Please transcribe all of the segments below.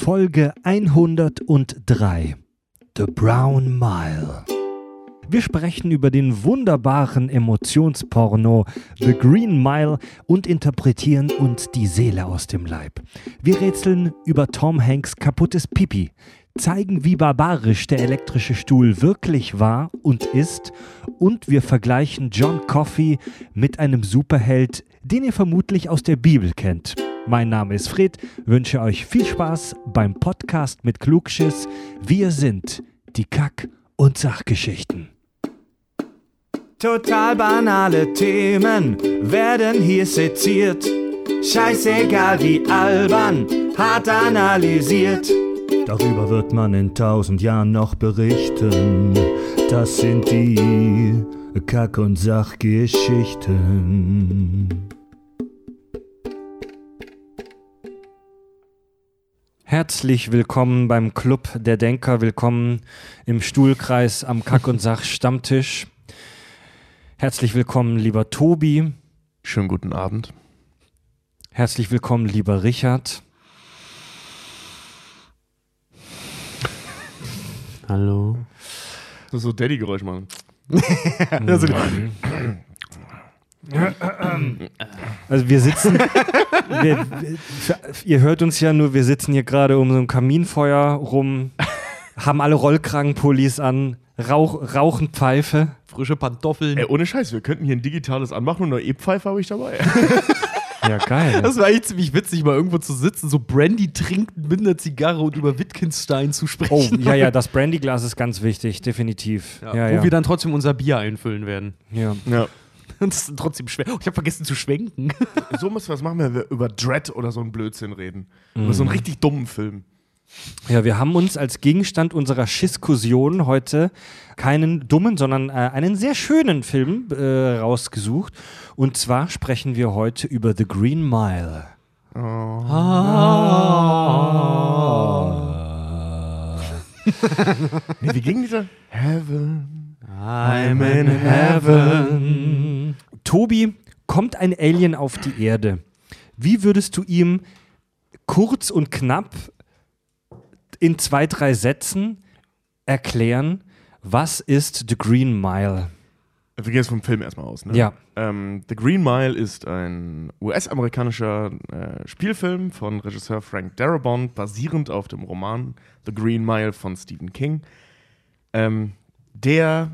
Folge 103. The Brown Mile. Wir sprechen über den wunderbaren Emotionsporno The Green Mile und interpretieren uns die Seele aus dem Leib. Wir rätseln über Tom Hanks' kaputtes Pipi, zeigen, wie barbarisch der elektrische Stuhl wirklich war und ist, und wir vergleichen John Coffey mit einem Superheld, den ihr vermutlich aus der Bibel kennt. Mein Name ist Fred, wünsche euch viel Spaß beim Podcast mit Klugschiss. Wir sind die Kack- und Sachgeschichten. Total banale Themen werden hier seziert. Scheißegal wie albern, hart analysiert. Darüber wird man in 1000 Jahren noch berichten. Das sind die Kack- und Sachgeschichten. Herzlich willkommen beim Club der Denker. Willkommen im Stuhlkreis am Kack- und Sach-Stammtisch. Herzlich willkommen, lieber Tobi. Schönen guten Abend. Herzlich willkommen, lieber Richard. Hallo. Das ist so Daddy-Geräusch, Mann. Also wir sitzen, ihr hört uns ja nur, wir sitzen hier gerade um so ein Kaminfeuer rum, haben alle Rollkragenpullis an, rauchen Pfeife. Frische Pantoffeln. Ey, ohne Scheiß, wir könnten hier ein digitales anmachen und eine E-Pfeife habe ich dabei. Ja, geil. Das war eigentlich ziemlich witzig, mal irgendwo zu sitzen, so Brandy trinken mit einer Zigarre und über Wittgenstein zu sprechen. Oh, ja, das Brandyglas ist ganz wichtig, definitiv. Wo wir dann trotzdem unser Bier einfüllen werden. Ja. Und das ist trotzdem schwer. Oh, ich habe vergessen zu schwenken. So müssen wir was machen, wenn wir über Dread oder so einen Blödsinn reden. Über so einen richtig dummen Film. Ja, wir haben uns als Gegenstand unserer Schiskussion heute keinen dummen, sondern einen sehr schönen Film rausgesucht. Und zwar sprechen wir heute über The Green Mile. Nee, wie ging dieser? Heaven. I'm in heaven. Tobi, kommt ein Alien auf die Erde. Wie würdest du ihm kurz und knapp in 2-3 Sätzen erklären, was ist The Green Mile? Wir gehen jetzt vom Film erstmal aus, ne? Ja. The Green Mile ist ein US-amerikanischer Spielfilm von Regisseur Frank Darabont, basierend auf dem Roman The Green Mile von Stephen King, der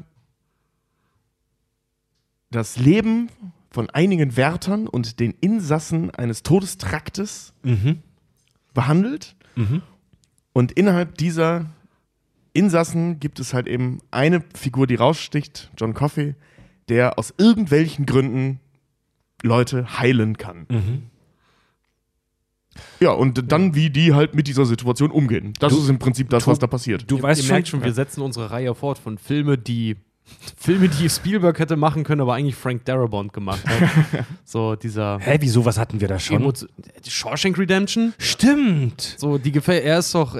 das Leben von einigen Wärtern und den Insassen eines Todestraktes behandelt. Und innerhalb dieser Insassen gibt es halt eben eine Figur, die raussticht, John Coffey, der aus irgendwelchen Gründen Leute heilen kann. Ja, und dann, wie die halt mit dieser Situation umgehen. Das ist im Prinzip das, was da passiert. Du weißt Ihr merkt schon, wir setzen unsere Reihe fort von Filme, die Spielberg hätte machen können, aber eigentlich Frank Darabont gemacht hat. So dieser. Hä, wieso, was hatten wir da schon? Shawshank Redemption? Stimmt. So, er ist doch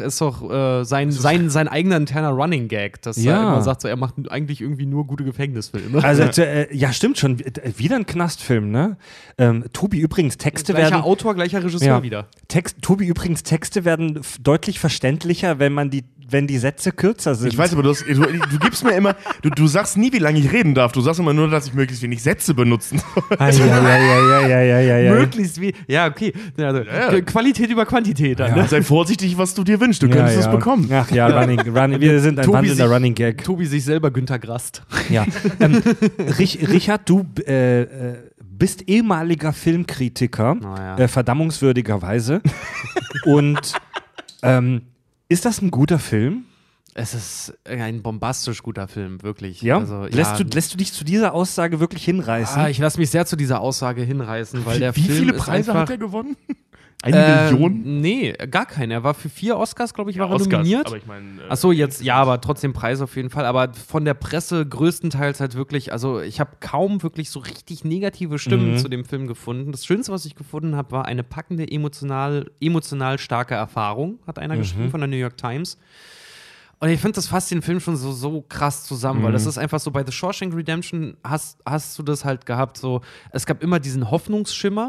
sein eigener interner Running Gag, dass er immer sagt, so, er macht eigentlich irgendwie nur gute Gefängnisfilme. Also, ja, stimmt schon. Wieder ein Knastfilm, ne? Tobi, übrigens, Texte gleicher werden. Autor, gleicher Regisseur wieder. Tobi, übrigens, Texte werden deutlich verständlicher, wenn die Sätze kürzer sind. Ich weiß, aber du gibst mir immer, du sagst nie, wie lange ich reden darf. Du sagst immer nur, dass ich möglichst wenig Sätze benutzen soll. Ja. Möglichst wie. Ja, okay. Also, Qualität über Quantität. Dann, ne? Sei vorsichtig, was du dir wünschst. Du könntest es bekommen. Ach ja, wir sind ein wandelnder Running Gag. Tobi sich selber Günter Grass. Ja. Richard, du bist ehemaliger Filmkritiker, verdammungswürdigerweise. Und ist das ein guter Film? Es ist ein bombastisch guter Film, wirklich. Ja? Also, lässt du dich zu dieser Aussage wirklich hinreißen? Ich lasse mich sehr zu dieser Aussage hinreißen, weil der Wie Film viele ist Preise einfach, hat er gewonnen? 1 Million? Nee, gar keine. Er war für 4 Oscars, glaube ich, war er Oscars, nominiert. aber ich mein, Achso, jetzt, ja, aber trotzdem Preise auf jeden Fall. Aber von der Presse größtenteils halt wirklich, also ich habe kaum wirklich so richtig negative Stimmen zu dem Film gefunden. Das Schönste, was ich gefunden habe, war eine packende, emotional starke Erfahrung, hat einer geschrieben von der New York Times. Und ich finde, das fasst den Film schon so krass zusammen, weil das ist einfach so, bei The Shawshank Redemption hast du das halt gehabt, so, es gab immer diesen Hoffnungsschimmer,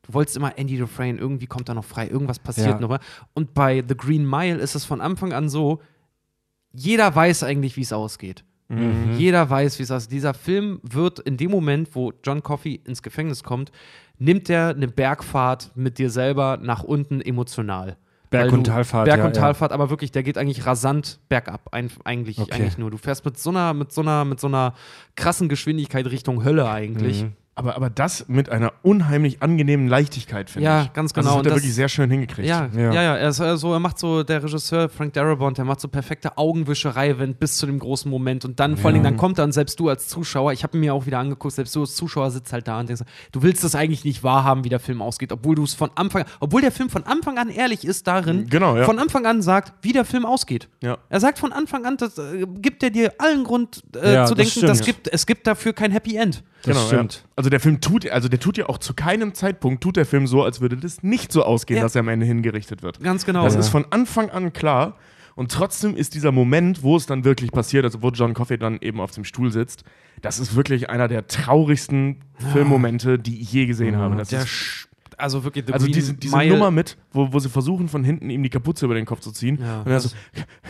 du wolltest immer Andy Dufresne, irgendwie kommt er noch frei, irgendwas passiert noch. Und bei The Green Mile ist es von Anfang an so, jeder weiß eigentlich, wie es ausgeht. Jeder weiß, wie es aussieht. Dieser Film wird in dem Moment, wo John Coffey ins Gefängnis kommt, nimmt er eine Bergfahrt mit dir selber nach unten emotional. Berg- und Talfahrt. Berg- und Talfahrt, aber wirklich, der geht eigentlich rasant bergab. Eigentlich nur. Du fährst mit so einer krassen Geschwindigkeit Richtung Hölle eigentlich. Aber das mit einer unheimlich angenehmen Leichtigkeit, finde ich. Ja, ganz genau. Also das hat Und er wirklich sehr schön hingekriegt. Ja. Er macht so, der Regisseur Frank Darabont, der macht so perfekte Augenwischerei bis zu dem großen Moment. Und dann, vor allen Dingen, dann kommt dann selbst du als Zuschauer, ich habe mir auch wieder angeguckt, selbst du als Zuschauer sitzt halt da und denkst, du willst das eigentlich nicht wahrhaben, wie der Film ausgeht, obwohl der Film von Anfang an ehrlich ist darin, von Anfang an sagt, wie der Film ausgeht. Ja. Er sagt von Anfang an, das gibt er dir allen Grund zu denken, es gibt dafür kein Happy End. Das stimmt. Ja. Also der Film tut ja auch zu keinem Zeitpunkt, tut der Film so, als würde das nicht so ausgehen, dass er am Ende hingerichtet wird. Ganz genau. Das ist von Anfang an klar und trotzdem ist dieser Moment, wo es dann wirklich passiert, also wo John Coffey dann eben auf dem Stuhl sitzt, das ist wirklich einer der traurigsten Filmmomente, die ich je gesehen habe. Das ist also wirklich diese Nummer mit, wo sie versuchen, von hinten ihm die Kapuze über den Kopf zu ziehen. Ja. Und er so,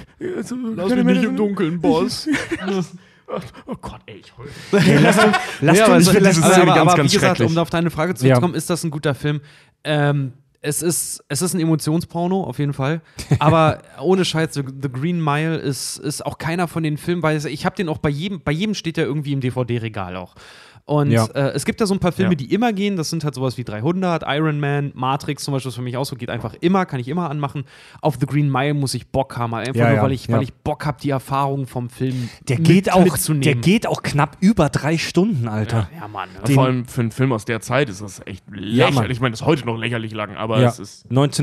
lass mich nicht im Dunkeln, Boss. Oh Gott, ey, ich heule. Aber wie gesagt, um auf deine Frage zurückzukommen, ist das ein guter Film? Es ist ein Emotionsporno, auf jeden Fall. Aber ohne Scheiß, The Green Mile ist auch keiner von den Filmen, weil ich habe den auch bei jedem steht der irgendwie im DVD-Regal auch. Und es gibt da so ein paar Filme, die immer gehen. Das sind halt sowas wie 300, Iron Man, Matrix zum Beispiel, was für mich auch so geht, einfach immer, kann ich immer anmachen. Auf The Green Mile muss ich Bock haben, weil ich Bock habe, die Erfahrung vom Film mitzunehmen. Der geht auch knapp über 3 Stunden, Alter. Ja, Mann. Vor allem für einen Film aus der Zeit ist das echt lächerlich. Ich meine, das ist heute noch lächerlich lang, aber es ist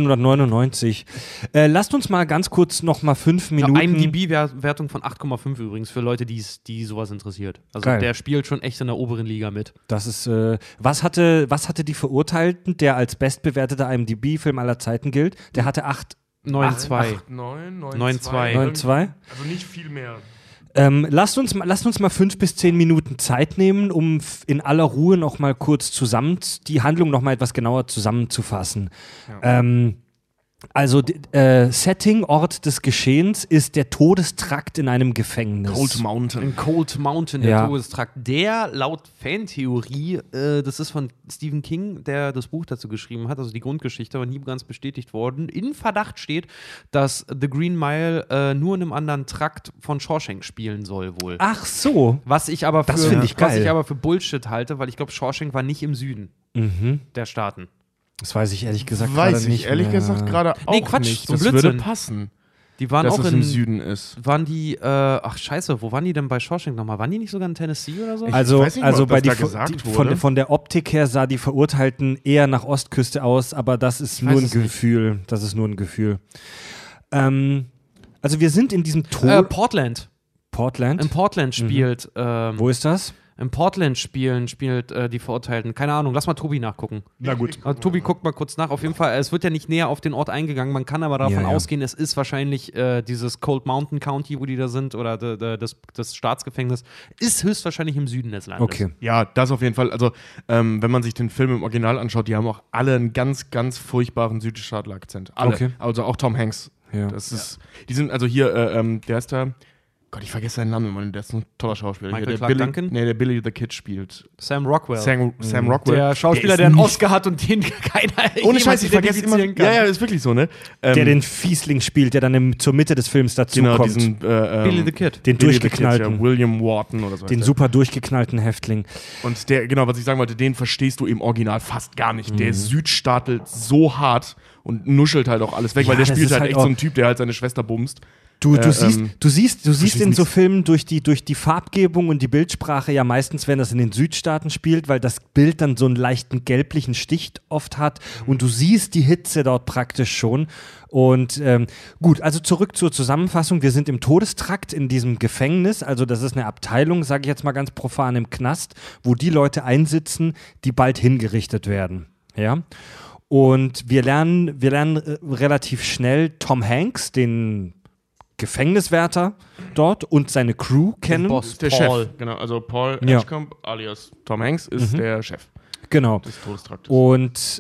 1999. Lasst uns mal ganz kurz noch mal 5 Minuten. IMDb-Wertung von 8,5 übrigens, für Leute, die sowas interessiert. Also Geil. Der spielt schon echt in der oberen Liga mit. Das ist, was hatte die Verurteilten, der als bestbewerteter IMDb-Film aller Zeiten gilt? Der hatte 9,2. 9,2. Also nicht viel mehr. Lasst uns mal 5 bis 10 Minuten Zeit nehmen, um in aller Ruhe noch mal kurz die Handlung noch mal etwas genauer zusammenzufassen. Ja. Also Setting, Ort des Geschehens ist der Todestrakt in einem Gefängnis. Cold Mountain. In Cold Mountain, der Todestrakt. Der laut Fantheorie, das ist von Stephen King, der das Buch dazu geschrieben hat, also die Grundgeschichte, aber nie ganz bestätigt worden, in Verdacht steht, dass The Green Mile nur in einem anderen Trakt von Shawshank spielen soll wohl. Ach so. Was ich aber für Bullshit halte, weil ich glaube, Shawshank war nicht im Süden der Staaten. Das weiß ich ehrlich gesagt gerade auch nicht. Das würde passen. Die waren dass auch es im Süden ist. Waren die, wo waren die denn bei Shawshank nochmal? Waren die nicht sogar in Tennessee oder so? Also bei wurde. Von der Optik her sah die Verurteilten eher nach Ostküste aus, aber das ist nur ein Gefühl. Das ist nur ein Gefühl. Also wir sind in diesem Portland. Portland? In Portland spielt. Wo ist das? In Portland spielt die Verurteilten. Keine Ahnung, lass mal Tobi nachgucken. Na gut. Tobi guckt mal kurz nach. Auf jeden Fall, es wird ja nicht näher auf den Ort eingegangen. Man kann aber davon ausgehen, es ist wahrscheinlich dieses Cold Mountain County, wo die da sind, oder das Staatsgefängnis, ist höchstwahrscheinlich im Süden des Landes. Okay. Ja, das auf jeden Fall. Also, wenn man sich den Film im Original anschaut, die haben auch alle einen ganz, ganz furchtbaren Südstaatler-Akzent. Alle. Okay. Also auch Tom Hanks. Ja. Die sind also hier, der ist da. Gott, ich vergesse seinen Namen, Mann. Der ist ein toller Schauspieler. Michael Clark Duncan? Nee, der Billy the Kid spielt. Sam Rockwell. Sam Rockwell. Der Schauspieler, der einen Oscar hat und den keiner ohne Scheiß, ich vergesse immer. Ja, ist wirklich so, ne? Der den Fiesling spielt, der dann zur Mitte des Films dazukommt. Genau, diesen Billy the Kid. Den durchgeknallten. Kid, William Wharton oder so. Den super durchgeknallten Häftling. Und der, genau, was ich sagen wollte, den verstehst du im Original fast gar nicht. Der südstaatelt so hart und nuschelt halt auch alles weg, weil der spielt halt echt so ein Typ, der halt seine Schwester bumst. Du siehst in so Filmen durch die Farbgebung und die Bildsprache ja meistens, wenn das in den Südstaaten spielt, weil das Bild dann so einen leichten gelblichen Stich oft hat und du siehst die Hitze dort praktisch schon. Und gut, also zurück zur Zusammenfassung. Wir sind im Todestrakt in diesem Gefängnis, also das ist eine Abteilung, sage ich jetzt mal ganz profan, im Knast, wo die Leute einsitzen, die bald hingerichtet werden. Ja. Und wir lernen relativ schnell Tom Hanks, den Gefängniswärter dort und seine Crew kennen. Der Chef, genau. Also Paul Edgecombe alias Tom Hanks ist der Chef. Genau. des Todestraktes. Und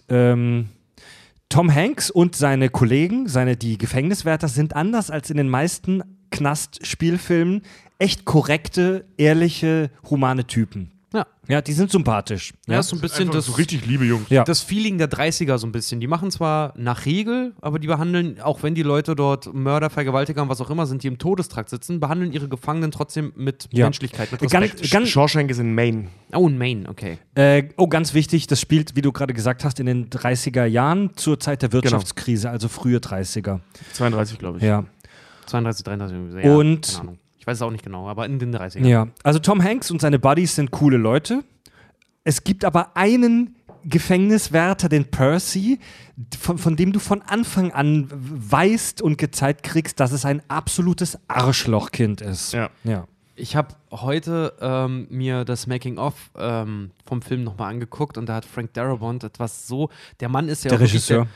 Tom Hanks und seine Kollegen, die Gefängniswärter, sind anders als in den meisten Knastspielfilmen echt korrekte, ehrliche, humane Typen. Ja. Ja, die sind sympathisch. Ja, ist so ein bisschen das, so richtig liebe Jungs. Ja. das Feeling der 30er so ein bisschen. Die machen zwar nach Regel, aber die behandeln, auch wenn die Leute dort Mörder, Vergewaltiger, was auch immer sind, die im Todestrakt sitzen, behandeln ihre Gefangenen trotzdem mit Menschlichkeit, mit Respekt. Shawshank ist in Maine. Oh, in Maine, okay. Ganz wichtig, das spielt, wie du gerade gesagt hast, in den 30er Jahren zur Zeit der Wirtschaftskrise, also frühe 30er. 32, glaube ich. Ja. 32, 33, ja, Und keine Ahnung. Ich weiß es auch nicht genau, aber in den 30ern. ja, also Tom Hanks und seine Buddies sind coole Leute. Es gibt aber einen Gefängniswärter, den Percy, von dem du von Anfang an weißt und gezeigt kriegst, dass es ein absolutes Arschlochkind ist. Ja. Ich habe heute mir das Making-of vom Film nochmal angeguckt und da hat Frank Darabont etwas so, der Mann ist ja Der auch wirklich Regisseur.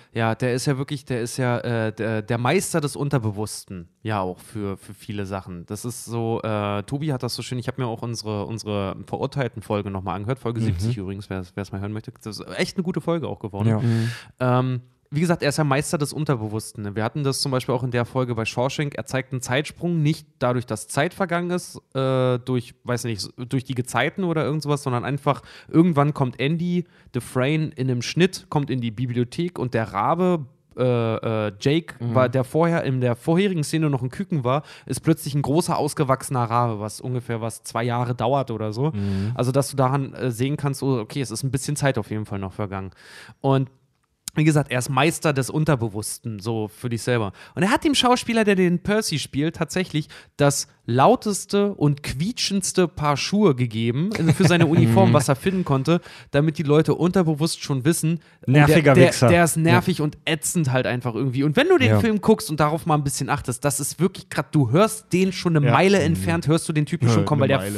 der ist ja der Meister des Unterbewussten, ja auch für viele Sachen. Das ist so, Tobi hat das so schön, ich habe mir auch unsere Verurteilten-Folge nochmal angehört, Folge 70 übrigens, wer es mal hören möchte. Das ist echt eine gute Folge auch geworden. Ja. Wie gesagt, er ist ja Meister des Unterbewussten. Wir hatten das zum Beispiel auch in der Folge bei Shawshank. Er zeigt einen Zeitsprung, nicht dadurch, dass Zeit vergangen ist, durch die Gezeiten oder irgend sowas, sondern einfach irgendwann kommt Andy Dufresne in einem Schnitt, kommt in die Bibliothek und der Rabe Jake, der vorher in der vorherigen Szene noch ein Küken war, ist plötzlich ein großer, ausgewachsener Rabe, was ungefähr 2 Jahre dauert oder so. Also, dass du daran sehen kannst, okay, es ist ein bisschen Zeit auf jeden Fall noch vergangen. Und wie gesagt, er ist Meister des Unterbewussten, so für dich selber. Und er hat dem Schauspieler, der den Percy spielt, tatsächlich das lauteste und quietschendste Paar Schuhe gegeben für seine Uniform, was er finden konnte, damit die Leute unterbewusst schon wissen, Nerviger Wichser. der ist nervig und ätzend halt einfach irgendwie. Und wenn du den Film guckst und darauf mal ein bisschen achtest, das ist wirklich gerade, du hörst den schon eine Meile entfernt, hörst du den Typen schon kommen, weil der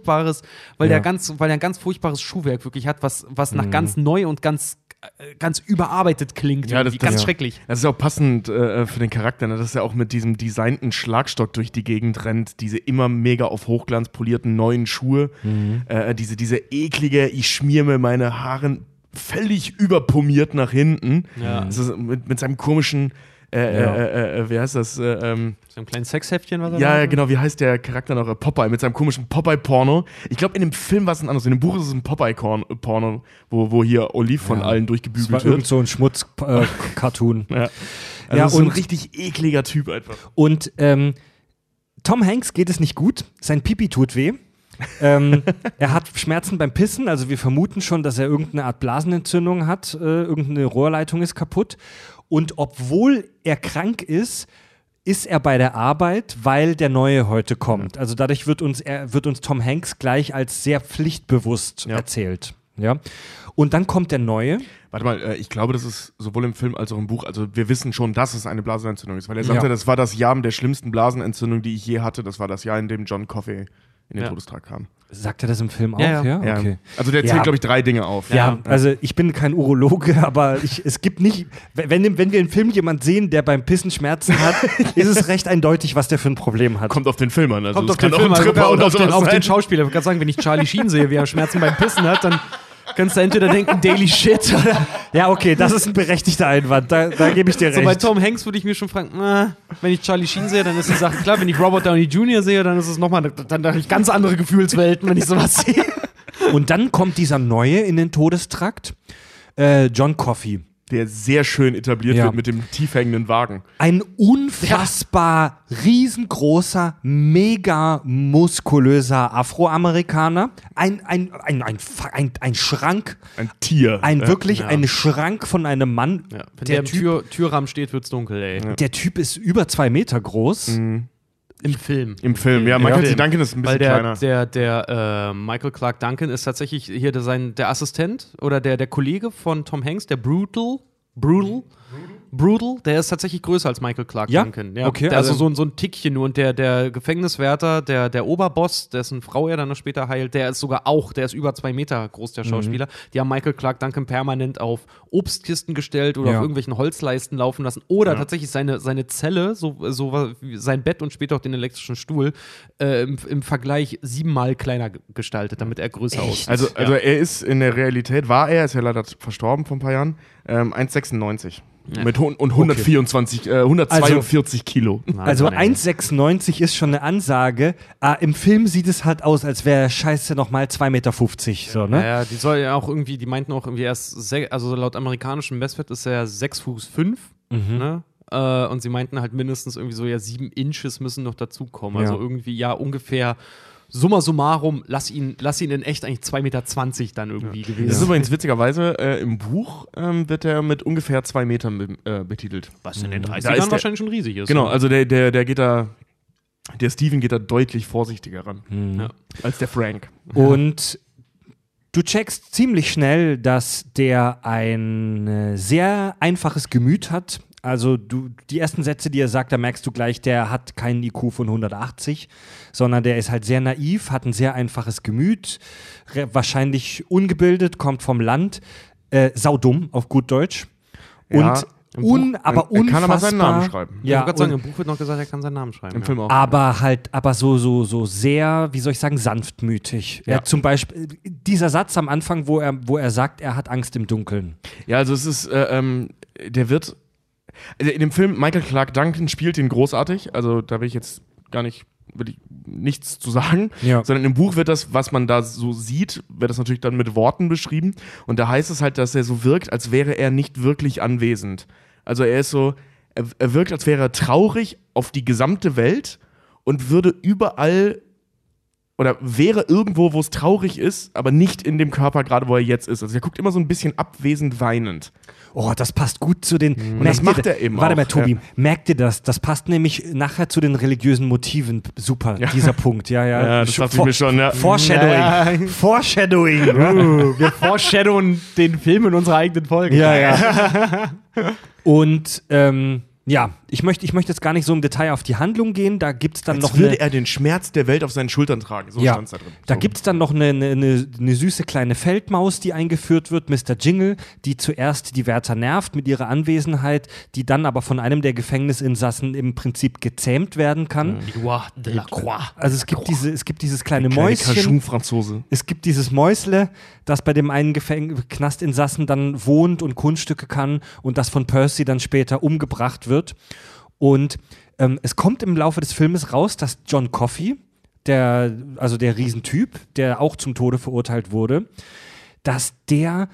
ein ganz furchtbares Schuhwerk wirklich hat, was nach ganz neu und ganz überarbeitet klingt. Ja, ganz schrecklich. Das ist auch passend für den Charakter, ne? Dass er auch mit diesem designten Schlagstock durch die Gegend rennt, diese immer mega auf Hochglanz polierten neuen Schuhe, diese eklige, ich schmier mir meine Haare völlig überpommiert nach hinten. Ja. Das ist mit seinem komischen wie heißt das? So ein kleines Sexheftchen, was er Ja, macht? genau, wie heißt der Charakter noch? Popeye, mit seinem komischen Popeye-Porno. Ich glaube, in dem Film war es ein anderes. In dem Buch ist es ein Popeye-Porno, wo hier Olive von allen Das durchgebügelt war wird. irgend so ein Schmutz-Cartoon. Ja. Also Ja, ist so ein und- richtig ekliger Typ einfach. Und Tom Hanks geht es nicht gut. Sein Pipi tut weh. Er hat Schmerzen beim Pissen, also wir vermuten schon, dass er irgendeine Art Blasenentzündung hat, irgendeine Rohrleitung ist kaputt. Und obwohl er krank ist er bei der Arbeit, weil der Neue heute kommt. Also dadurch wird uns Tom Hanks gleich als sehr pflichtbewusst erzählt. Ja? Und dann kommt der Neue. Warte mal, ich glaube, das ist sowohl im Film als auch im Buch, also wir wissen schon, dass es eine Blasenentzündung ist, weil er sagte, das war das Jahr der schlimmsten Blasenentzündung, die ich je hatte, das war das Jahr, in dem John Coffey in den Todestrakt kam. Sagt er das im Film auch? Ja. Ja. Okay. Also der zählt, glaube ich, 3 Dinge auf. Ja, also ich bin kein Urologe, aber es gibt nicht, wenn wir im Film jemand sehen, der beim Pissen Schmerzen hat, ist es recht eindeutig, was der für ein Problem hat. Kommt auf den Film an. Also Kommt es auf den kann Film auch ein an, Tripper und oder auf sowas sein. den Schauspieler. Ich würde gerade sagen, wenn ich Charlie Sheen sehe, wie er Schmerzen beim Pissen hat, dann kannst du entweder denken, Daily Shit oder Ja, okay, das ist ein berechtigter Einwand, da gebe ich dir so. Bei recht. Tom Hanks würde ich mir schon fragen, wenn ich Charlie Sheen sehe, dann ist die Sache klar. Wenn ich Robert Downey Jr. sehe, dann ist es nochmal, dann habe ich ganz andere Gefühlswelten, wenn ich sowas sehe. Und dann kommt dieser Neue in den Todestrakt, John Coffey. Der sehr schön etabliert wird mit dem tief hängenden Wagen. Ein unfassbar riesengroßer, mega muskulöser Afroamerikaner. Ein Schrank. Ein Tier. Ein Schrank von einem Mann. Ja, wenn der im Türrahmen steht, wird's dunkel, ey. Ja. Der Typ ist über 2 Meter groß. Im Film. Im Film, ja. Michael C. Duncan ist ein bisschen kleiner. Weil der Michael Clark Duncan ist tatsächlich hier der Assistent oder der Kollege von Tom Hanks, der Brutal. Brutal, der ist tatsächlich größer als Michael Clarke Ja? Duncan. Ja, Okay, also also- so ein Tickchen nur. Und der Gefängniswärter, der Oberboss, dessen Frau er dann noch später heilt, der ist über 2 Meter groß, der Schauspieler. Die haben Michael Clarke Duncan permanent auf Obstkisten gestellt oder Ja. auf irgendwelchen Holzleisten laufen lassen. Oder tatsächlich seine Zelle, so wie sein Bett und später auch den elektrischen Stuhl, im Vergleich 7-mal kleiner gestaltet, damit er größer aussieht. Also er ist in der Realität, ist ja leider verstorben vor ein paar Jahren, 1,96. Mit 142 Kilo. Also 1,96 ist schon eine Ansage. Im Film sieht es halt aus, als wäre Scheiße nochmal 2,50 Meter. So, ne? Ja, die meinten auch irgendwie also laut amerikanischem Messwert ist er 6'5", ne? Und sie meinten halt mindestens irgendwie so, 7 Inches müssen noch dazukommen. Also irgendwie, ungefähr summa summarum, lass ihn in echt eigentlich 2,20 Meter dann irgendwie gewesen. Das ist übrigens witzigerweise, im Buch wird er mit ungefähr 2 Metern betitelt. Was in den Da 30ern ist wahrscheinlich schon riesig ist. Genau, ne? also der Steven geht da deutlich vorsichtiger ran als der Frank. Und du checkst ziemlich schnell, dass der ein sehr einfaches Gemüt hat. Also die ersten Sätze, die er sagt, da merkst du gleich, der hat keinen IQ von 180, sondern der ist halt sehr naiv, hat ein sehr einfaches Gemüt, wahrscheinlich ungebildet, kommt vom Land, saudumm auf gut Deutsch. Ja, Und aber er kann aber unfassbar. seinen Namen schreiben. Ich Ja, wollte gerade sagen, und- im Buch wird noch gesagt, er kann seinen Namen schreiben. Im Film auch. aber so sehr, wie soll ich sagen, sanftmütig. Ja. Zum Beispiel dieser Satz am Anfang, wo er sagt, er hat Angst im Dunkeln. Ja, also es ist, also in dem Film, Michael Clarke Duncan spielt ihn großartig, also da will ich nichts zu sagen, Ja. sondern im Buch wird das, was man da so sieht, wird das natürlich dann mit Worten beschrieben und da heißt es halt, dass er so wirkt, als wäre er nicht wirklich anwesend. Also er ist so, er wirkt, als wäre er traurig auf die gesamte Welt und würde überall oder wäre irgendwo, wo es traurig ist, aber nicht in dem Körper, gerade wo er jetzt ist. Also er guckt immer so ein bisschen abwesend weinend. Oh, das passt gut zu den. Und das macht er eben Warte auch, mal, Tobi, ja. merkt ihr das? Das passt nämlich nachher zu den religiösen Motiven. Super, dieser Punkt. Ja. Ja, das dachte ich mir schon, ja. Foreshadowing. Foreshadowing. Wir foreshadowen den Film in unserer eigenen Folge. Ja. Und ja, ich möchte jetzt gar nicht so im Detail auf die Handlung gehen. Da gibt es dann noch Als würde er den Schmerz der Welt auf seinen Schultern tragen. So Ja, stand's da drin. da So. gibt es dann noch eine süße kleine Feldmaus, die eingeführt wird, Mr. Jingle, die zuerst die Wärter nervt mit ihrer Anwesenheit, die dann aber von einem der Gefängnisinsassen im Prinzip gezähmt werden kann. Loire de la Croix. Also es gibt dieses kleine Kleine Mäuschen. Cajun-Franzose. Es gibt dieses Mäusle, das bei dem einen Knastinsassen dann wohnt und Kunststücke kann und das von Percy dann später umgebracht wird. Und es kommt im Laufe des Filmes raus, dass John Coffey, der Riesentyp, der auch zum Tode verurteilt wurde, dass der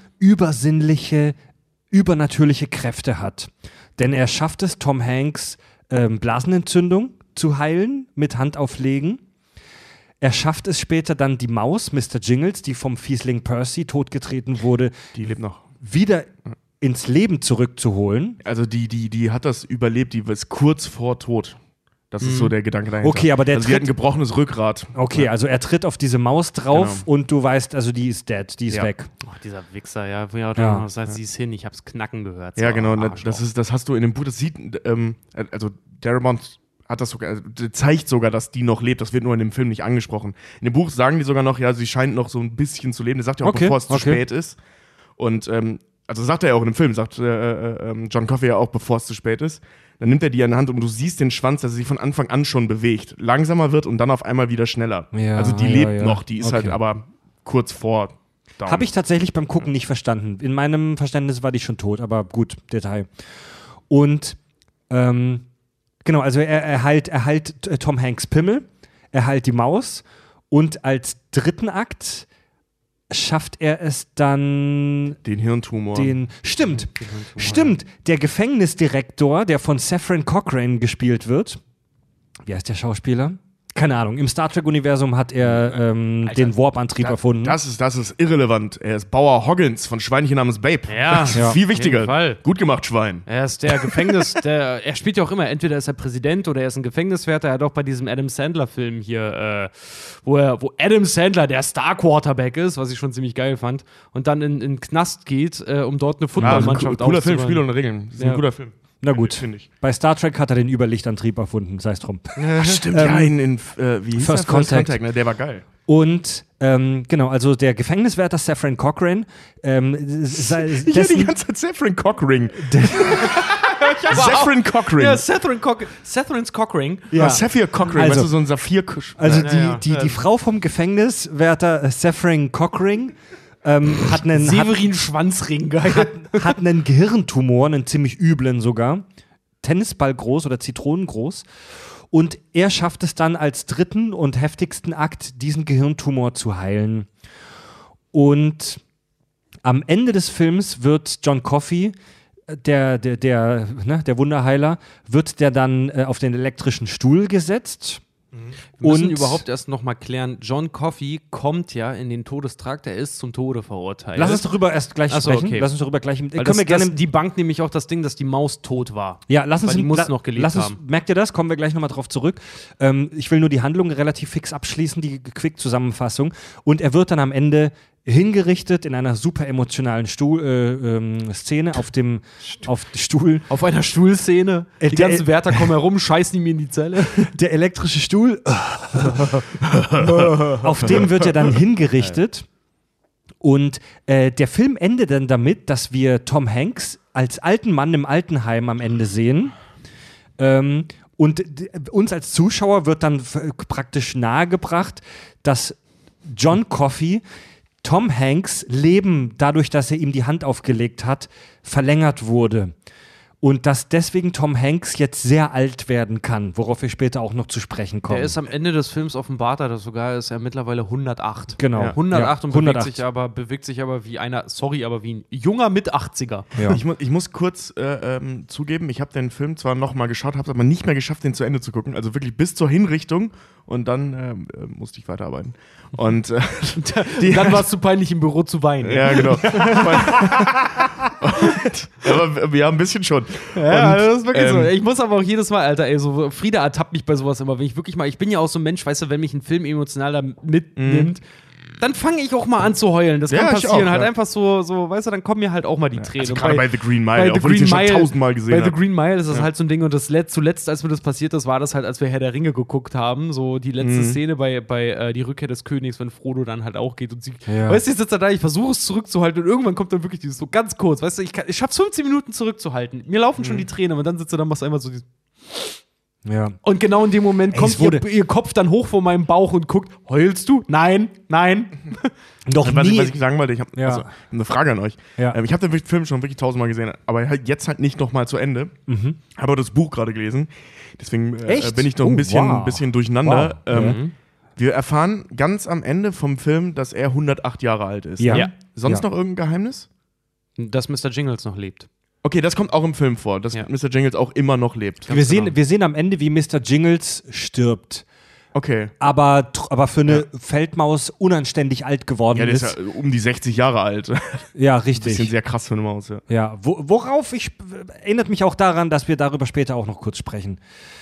übernatürliche Kräfte hat. Denn er schafft es, Tom Hanks Blasenentzündung zu heilen mit Handauflegen. Er schafft es später dann, die Maus, Mr. Jingles, die vom Fiesling Percy totgetreten wurde, Die lebt noch. wieder ins Leben zurückzuholen. Also die hat das überlebt, die ist kurz vor Tod. Das ist so der Gedanke dahinter. Okay, aber der also sie hat ein tritt- gebrochenes Rückgrat. Okay, also er tritt auf diese Maus drauf Genau. und du weißt, also die ist dead, die ist Ja. weg. Oh, dieser Wichser, ja. Das heißt, sie ist hin, ich hab's knacken gehört. Ja, So, genau. Arschloch. Das hast du in dem Buch, das sieht, also Darabont hat das sogar, also zeigt sogar, dass die noch lebt. Das wird nur in dem Film nicht angesprochen. In dem Buch sagen die sogar noch, ja, sie scheint noch so ein bisschen zu leben. Der sagt ja auch, Okay, bevor es zu okay. spät ist. Und also sagt er ja auch in dem Film, sagt John Coffey ja auch, bevor es zu spät ist. Dann nimmt er die an die Hand und du siehst den Schwanz, dass er sich von Anfang an schon bewegt. Langsamer wird und dann auf einmal wieder schneller. Ja, also die ja, lebt ja. noch, die ist Okay. halt aber kurz vor down. Habe ich tatsächlich beim Gucken nicht verstanden. In meinem Verständnis war die schon tot, aber gut, Detail. Und genau, also er heilt Tom Hanks Pimmel, er heilt die Maus und als dritten Akt schafft er es dann Den Hirntumor. Stimmt, der Gefängnisdirektor, der von Saffron Cochrane gespielt wird, wie heißt der Schauspieler? Keine Ahnung, im Star Trek-Universum hat er den Warp-Antrieb erfunden. Das ist irrelevant. Er ist Bauer Hoggins von Schweinchen namens Babe. Ja, das ist ja. viel Auf wichtiger. jeden Fall. Gut gemacht, Schwein. Er ist der er spielt ja auch immer, entweder ist er Präsident oder er ist ein Gefängniswärter. Er hat auch bei diesem Adam Sandler-Film hier, wo Adam Sandler der Star-Quarterback ist, was ich schon ziemlich geil fand, und dann in den Knast geht, um dort eine Footballmannschaft cooler Film, aufzubauen. Spiele und Regeln. Das ist Ja. ein guter Film. Na gut. Finde ich. Bei Star Trek hat er den Überlichtantrieb erfunden, sei es drum. Ach, stimmt, ja, wie hieß First der? Contact. Ne? Der war geil. Und genau, also der Gefängniswärter Safran Cochrane. Ich höre die ganze Zeit Safran Cochrane. Safran Cochrane. Ja, Saffron's Cockring. Ja. Saphir Cochrane, Also- weißt du, so ein Saphir. Also Ja. die Frau vom Gefängniswärter Safran Cochrane hat einen Severin Schwanzring, geil. hat einen Gehirntumor, einen ziemlich üblen sogar. Tennisball groß oder Zitronengroß. Und er schafft es dann als dritten und heftigsten Akt, diesen Gehirntumor zu heilen. Und am Ende des Films wird John Coffey, der Wunderheiler, wird der dann auf den elektrischen Stuhl gesetzt. Wir müssen Und- überhaupt erst noch mal klären, John Coffey kommt ja in den Todestrakt, er ist zum Tode verurteilt. Lass uns darüber erst gleich Ach so, sprechen. okay. Lass uns darüber gleich. Weil Können wir gerne. die Bank nämlich auch das Ding, dass die Maus tot war. Ja, lass uns weil die muss noch gelebt lass uns, haben. Merkt ihr das? Kommen wir gleich nochmal drauf zurück. Ich will nur die Handlung relativ fix abschließen, die Quick-Zusammenfassung. Und er wird dann am Ende hingerichtet in einer super emotionalen Szene auf dem Stuhl. Auf einer Stuhlszene. Die der- ganzen Wärter kommen herum, scheißen ihm in die Zelle. Der elektrische Stuhl, auf dem wird er dann hingerichtet. Und der Film endet dann damit, dass wir Tom Hanks als alten Mann im Altenheim am Ende sehen. Und uns als Zuschauer wird dann praktisch nahegebracht, dass John Coffey Tom Hanks Leben, dadurch, dass er ihm die Hand aufgelegt hat, verlängert wurde. Und dass deswegen Tom Hanks jetzt sehr alt werden kann, worauf wir später auch noch zu sprechen kommen. Der ist am Ende des Films offenbart, dass sogar ist er mittlerweile 108. Genau. Ja. 108 und 108. bewegt sich aber wie einer, wie ein junger Mit-80er. Ja. Ich muss kurz zugeben, ich habe den Film zwar nochmal geschaut, habe es aber nicht mehr geschafft, den zu Ende zu gucken. Also wirklich bis zur Hinrichtung und dann musste ich weiterarbeiten. Und Dann war es zu peinlich, im Büro zu weinen. ja, genau. Aber ja, ein bisschen schon. Ja, Und, das ist wirklich so. ähm, Ich muss aber auch jedes Mal, Alter, ey, so Frieda ertappt mich bei sowas immer. Wenn ich wirklich mal, ich bin ja auch so ein Mensch, weißt du, wenn mich ein Film emotional da mitnimmt, dann fange ich auch mal an zu heulen. Das Ja, kann ich passieren. auch, Halt ja. einfach so, weißt du, dann kommen mir halt auch mal die Tränen. Also Und gerade bei The Green bei Mile, The obwohl ich Green den schon Mile- tausendmal gesehen Bei The habe. Green Mile ist das halt so ein Ding und zuletzt, als mir das passiert ist, war das halt, als wir Herr der Ringe geguckt haben, so die letzte Szene bei Die Rückkehr des Königs, wenn Frodo dann halt auch geht und sie, Ja. weißt du, ich sitze da, ich versuche es zurückzuhalten und irgendwann kommt dann wirklich dieses so ganz kurz, weißt du, ich schaff's 15 Minuten zurückzuhalten. Mir laufen schon die Tränen, aber dann sitzt du dann, machst du einmal so dieses Ja. und genau in dem Moment Ey, kommt es wurde- ihr Kopf dann hoch vor meinem Bauch und guckt, heulst du? Nein. Noch Was nie. ich sagen wollte, ich habe Ja. eine Frage an euch. Ja. Ich habe den Film schon wirklich tausendmal gesehen, aber halt jetzt halt nicht nochmal zu Ende. Habe das Buch gerade gelesen. Deswegen Echt? bin ich noch Oh, ein bisschen, wow. bisschen durcheinander. Wow. Wir erfahren ganz am Ende vom Film, dass er 108 Jahre alt ist. Ja. Ne? Ja. Sonst Ja. noch irgendein Geheimnis? Dass Mr. Jingles noch lebt. Okay, das kommt auch im Film vor, dass Ja. Mr. Jingles auch immer noch lebt. wir sehen am Ende, wie Mr. Jingles stirbt. Okay. Aber für eine Feldmaus unanständig alt geworden Ja, der ist ist. ja um die 60 Jahre alt. Ja, Bisschen richtig. sehr krass für eine Maus, ja. Ja, worauf erinnert mich auch daran, dass wir darüber später auch noch kurz sprechen.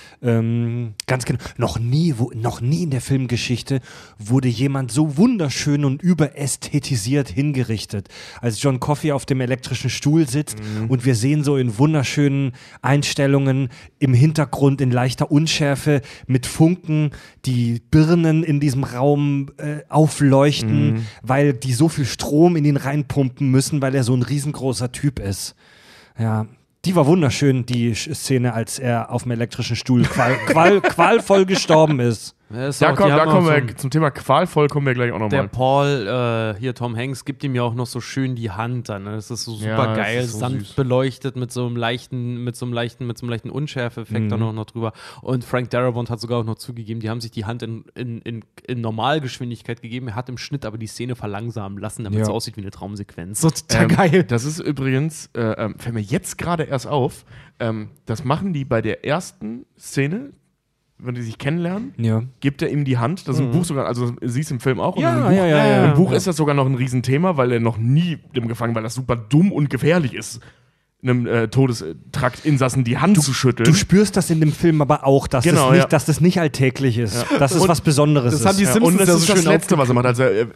Ganz genau. Noch nie in der Filmgeschichte wurde jemand so wunderschön und überästhetisiert hingerichtet. Als John Coffey auf dem elektrischen Stuhl sitzt und wir sehen so in wunderschönen Einstellungen im Hintergrund in leichter Unschärfe mit Funken die Birnen in diesem Raum aufleuchten, weil die so viel Strom in ihn reinpumpen müssen, weil er so ein riesengroßer Typ ist. Ja. Die war wunderschön, die Szene, als er auf dem elektrischen Stuhl qualvoll gestorben ist. Ja, ist Da auch- die haben kommen auch wir so- zum Thema qualvoll kommen wir gleich auch Der nochmal. Paul, hier Tom Hanks, gibt ihm ja auch noch so schön die Hand dann. Ne? Das ist so super Ja, das geil, ist so sanft süß. beleuchtet mit so einem leichten Unschärfe-Effekt dann auch noch drüber. Und Frank Darabont hat sogar auch noch zugegeben, die haben sich die Hand in Normalgeschwindigkeit gegeben. Er hat im Schnitt aber die Szene verlangsamen lassen, damit es Ja. aussieht wie eine Traumsequenz. So total geil. Das ist übrigens, fällt mir jetzt gerade erst auf, das machen die bei der ersten Szene, wenn die sich kennenlernen, Ja. gibt er ihm die Hand. Das ist im Buch sogar, also siehst du im Film auch. und Ja, im Buch, ja. Im Buch ist das sogar noch ein Riesenthema, weil er noch nie dem Gefangen, weil das super dumm und gefährlich ist, einem Todestraktinsassen die Hand zu schütteln. Du spürst das in dem Film aber auch, dass, Genau, dass das nicht alltäglich ist. Dass es Und was Besonderes das ist. haben die Ja, Simpsons und das ja ist so das schön Letzte, was er macht. Also er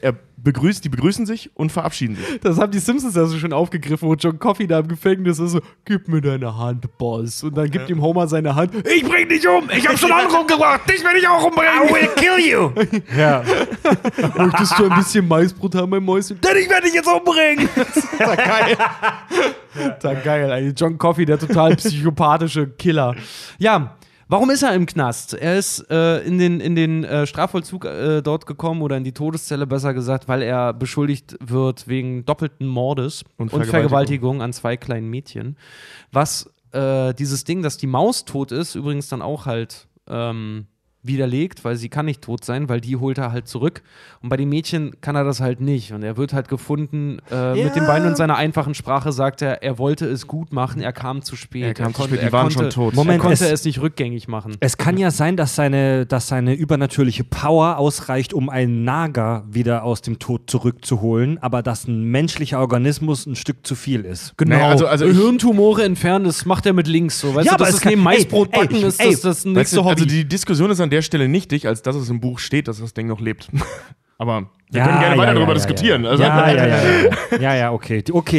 begrüßen sich und verabschieden sich. Das haben die Simpsons ja so schon aufgegriffen, wo John Coffey da im Gefängnis ist so, gib mir deine Hand, Boss. Und dann gibt ihm Homer seine Hand. Ich bring dich um! Ich hab schon andere umgebracht! Dich will ich auch umbringen! I will kill you! Ja. Möchtest du ein bisschen Maisbrot haben, mein Mäuschen? Denn ich werde dich jetzt umbringen! Das ist ja geil. Ja, geil. Eigentlich John Coffey, der total psychopathische Killer. Ja. Warum ist er im Knast? Er ist in den Strafvollzug dort gekommen oder in die Todeszelle, besser gesagt, weil er beschuldigt wird wegen doppelten Mordes und Vergewaltigung an 2 kleinen Mädchen. Was dieses Ding, dass die Maus tot ist, übrigens dann auch halt widerlegt, weil sie kann nicht tot sein, weil die holt er halt zurück. Und bei den Mädchen kann er das halt nicht. Und er wird halt gefunden, mit den Beinen und seiner einfachen Sprache sagt er wollte es gut machen, er kam zu spät. Die waren schon tot. Moment, er konnte es nicht rückgängig machen. Es kann ja sein, dass seine übernatürliche Power ausreicht, um einen Naga wieder aus dem Tod zurückzuholen, aber dass ein menschlicher Organismus ein Stück zu viel ist. Genau. Naja, also Hirntumore entfernen, das macht er mit links. So. Weißt Ja, du, aber das es ist kann- neben Maisbrotbacken, ey, ist das ein Weißt nächste du, Hobby. also die Diskussion ist an der Stelle nicht dich, als dass es im Buch steht, dass das Ding noch lebt. Aber wir können gerne weiter darüber diskutieren. Also, Ja, okay.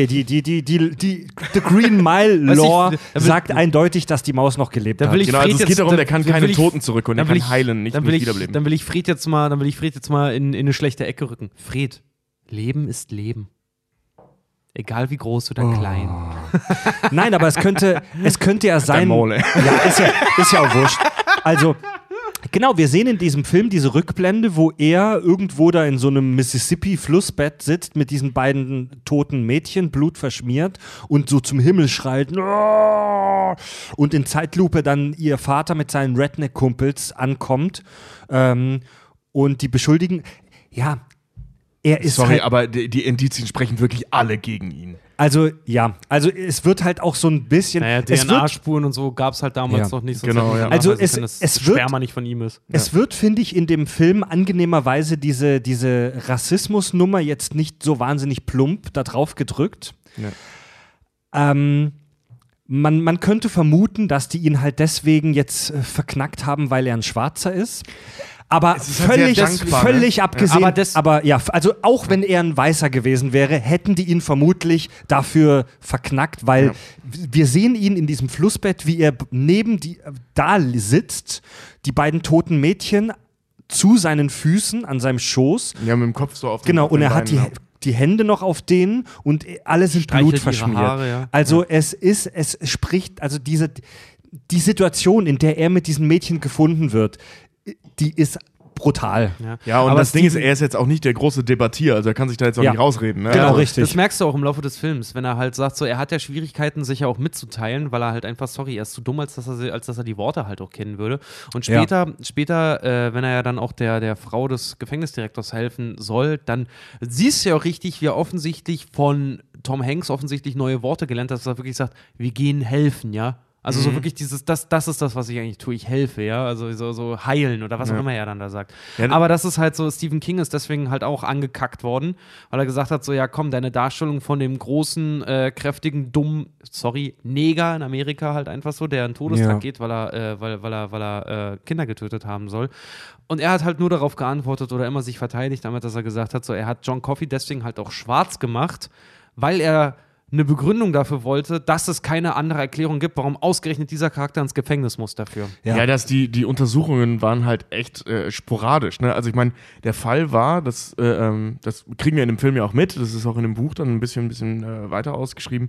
Die The Green Mile Lore sagt eindeutig, dass die Maus noch gelebt Da hat. will ich genau, also Fred es geht jetzt- darum, der kann dann will keine ich- Toten zurückholen, der dann will kann ich- heilen, nicht wiederbeleben. Dann will ich Fred jetzt mal in eine schlechte Ecke rücken. Fred, Leben ist Leben. Egal wie groß oder klein. Nein, aber es könnte ja sein. Maul, ey. Ja, ist ja auch wurscht. Also, genau, wir sehen in diesem Film diese Rückblende, wo er irgendwo da in so einem Mississippi-Flussbett sitzt mit diesen beiden toten Mädchen, blutverschmiert und so zum Himmel schreit. Und in Zeitlupe dann ihr Vater mit seinen Redneck-Kumpels ankommt und die beschuldigen. Ja, er ist Sorry, halt, aber die Indizien sprechen wirklich alle gegen ihn. also es wird halt auch so ein bisschen. Naja, es wird, DNA-Spuren und so gab es halt damals Ja. noch nicht. Genau, hätten die ja. Also nachweisen es- können, dass es wird- Sperma nicht von ihm ist. Es wird, finde ich, in dem Film angenehmerweise diese Rassismusnummer jetzt nicht so wahnsinnig plump da drauf gedrückt. Ja. Man könnte vermuten, dass die ihn halt deswegen jetzt verknackt haben, weil er ein Schwarzer ist. Aber Es ist halt sehr dankbar, ne? völlig abgesehen, Ja, aber ja, also auch wenn er ein Weißer gewesen wäre, hätten die ihn vermutlich dafür verknackt, weil wir sehen ihn in diesem Flussbett, wie er da sitzt, die beiden toten Mädchen zu seinen Füßen, an seinem Schoß. Ja, mit dem Kopf so auf den Genau, auf und den er hat Beinen, die Hände noch auf denen und alle sind Streichelt ihre blutverschmiert. Haare, ja. Also es spricht, also die Situation, in der er mit diesen Mädchen gefunden wird, die ist brutal. Ja, und Aber das Ding ist, Steven- er ist jetzt auch nicht der große Debattier, also er kann sich da jetzt auch Ja. nicht rausreden. Ne? Genau, also, richtig. Das merkst du auch im Laufe des Films, wenn er halt sagt, so, er hat ja Schwierigkeiten, sich ja auch mitzuteilen, weil er halt einfach, er ist zu dumm, als dass er die Worte halt auch kennen würde. Und später, wenn er ja dann auch der Frau des Gefängnisdirektors helfen soll, dann siehst du ja auch richtig, wie er offensichtlich von Tom Hanks offensichtlich neue Worte gelernt hat, dass er wirklich sagt, wir gehen helfen, ja. Also so wirklich das ist das, was ich eigentlich tue, ich helfe, ja, also so heilen oder was auch immer er dann da sagt. Ja, Aber das ist halt so, Stephen King ist deswegen halt auch angekackt worden, weil er gesagt hat, so ja komm, deine Darstellung von dem großen, kräftigen, dummen, Neger in Amerika halt einfach so, der in Todestrakt geht, weil er Kinder getötet haben soll. Und er hat halt nur darauf geantwortet oder immer sich verteidigt damit, dass er gesagt hat, so er hat John Coffey deswegen halt auch schwarz gemacht, weil er eine Begründung dafür wollte, dass es keine andere Erklärung gibt, warum ausgerechnet dieser Charakter ins Gefängnis muss dafür. Ja, dass die Untersuchungen waren halt echt sporadisch. Ne? Also ich meine, der Fall war, das kriegen wir in dem Film ja auch mit, das ist auch in dem Buch dann ein bisschen weiter ausgeschrieben.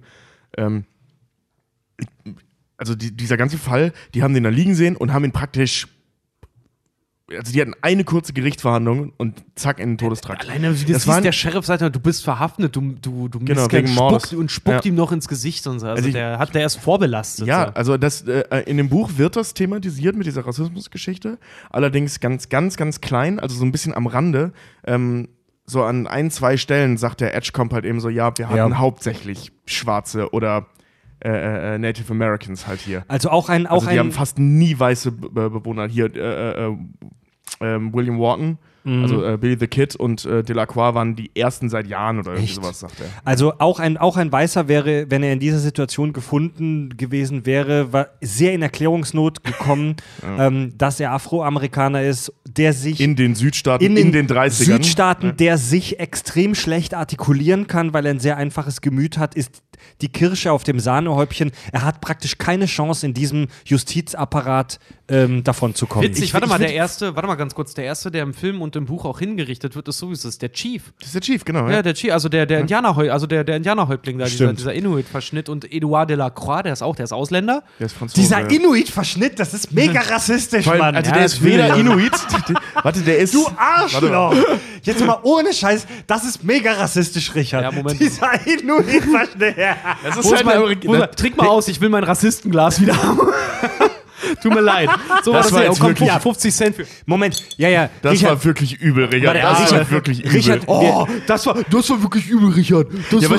Also dieser ganze Fall, die haben den da liegen sehen und haben ihn praktisch, also die hatten eine kurze Gerichtsverhandlung und zack in den Todestrakt. Alleine, wie das waren- der Sheriff sagt, du bist verhaftet, du Genau, Mistkerl, wegen Mordes. spuckt Ja. ihm noch ins Gesicht und so. Also, Also der hat der erst vorbelastet. Ja, so. also in dem Buch wird das thematisiert mit dieser Rassismusgeschichte, allerdings ganz, ganz, ganz klein, also so ein bisschen am Rande. So an 1, 2 Stellen sagt der Edgecomp halt eben so, ja, wir hatten hauptsächlich Schwarze oder Native Americans halt hier. Also auch Die haben fast nie weiße Bewohner hier. William Wharton Also Billy the Kid und Delacroix waren die ersten seit Jahren oder irgendwie sowas, sagt er. Also auch ein Weißer wäre, wenn er in dieser Situation gefunden gewesen wäre, war sehr in Erklärungsnot gekommen, dass er Afroamerikaner ist, der sich in den Südstaaten, in den 30ern. Südstaaten, der sich extrem schlecht artikulieren kann, weil er ein sehr einfaches Gemüt hat, ist die Kirsche auf dem Sahnehäubchen. Er hat praktisch keine Chance, in diesem Justizapparat davon zu kommen. Witzig, warte mal ganz kurz, der Erste, der im Film und im Buch auch hingerichtet wird, ist sowieso der Chief. Das ist der Chief, genau. Ja, der Chief, also der Indianerhäuptling da, dieser Inuit-Verschnitt und Edouard Delacroix, der ist Ausländer. Der ist Franzose. Dieser Inuit-Verschnitt, das ist mega rassistisch, Mann. Also der ist weder Inuit, warte, der ist... Du Arschloch! Jetzt mal ohne Scheiß, das ist mega rassistisch, Richard. Ja, Moment. Dieser Inuit-Verschnitt. Das ist halt trink mal aus, ich will mein Rassistenglas wieder haben. Tut mir leid. So Das war jetzt wirklich- 50 Cent für. Moment, ja. Das Richard, war wirklich übel, Richard. Warte, Das Richard, war wirklich übel. Richard, Das war wirklich übel, Richard. Ja,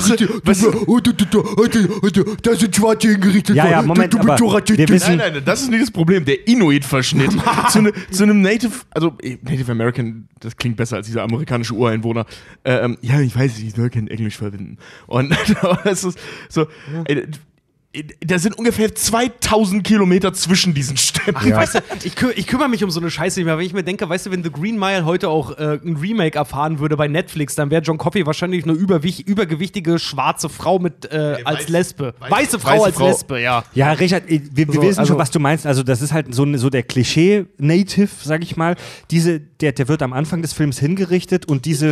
Da sind Schwarze hingerichtet Ja, worden. Moment, Du bist aber so rassistisch. wir wissen- Nein, das ist nicht das Problem. Der Inuit-Verschnitt zu einem Native, also Native American, das klingt besser als dieser amerikanische Ureinwohner. Ja, ich weiß, ich soll kein Englisch verwenden. Und es ist so, da sind ungefähr 2000 Kilometer zwischen diesen Städten. Weißt du, ich kümmere mich um so eine Scheiße nicht mehr, wenn ich mir denke, weißt du, wenn The Green Mile heute auch ein Remake erfahren würde bei Netflix, dann wäre John Coffey wahrscheinlich eine übergewichtige schwarze Frau mit als Lesbe. Weiße Frau als Lesbe, ja. Ja, Richard, wir wissen schon, was du meinst. Also das ist halt so der Klischee-Native, sag ich mal. Der wird am Anfang des Films hingerichtet und diese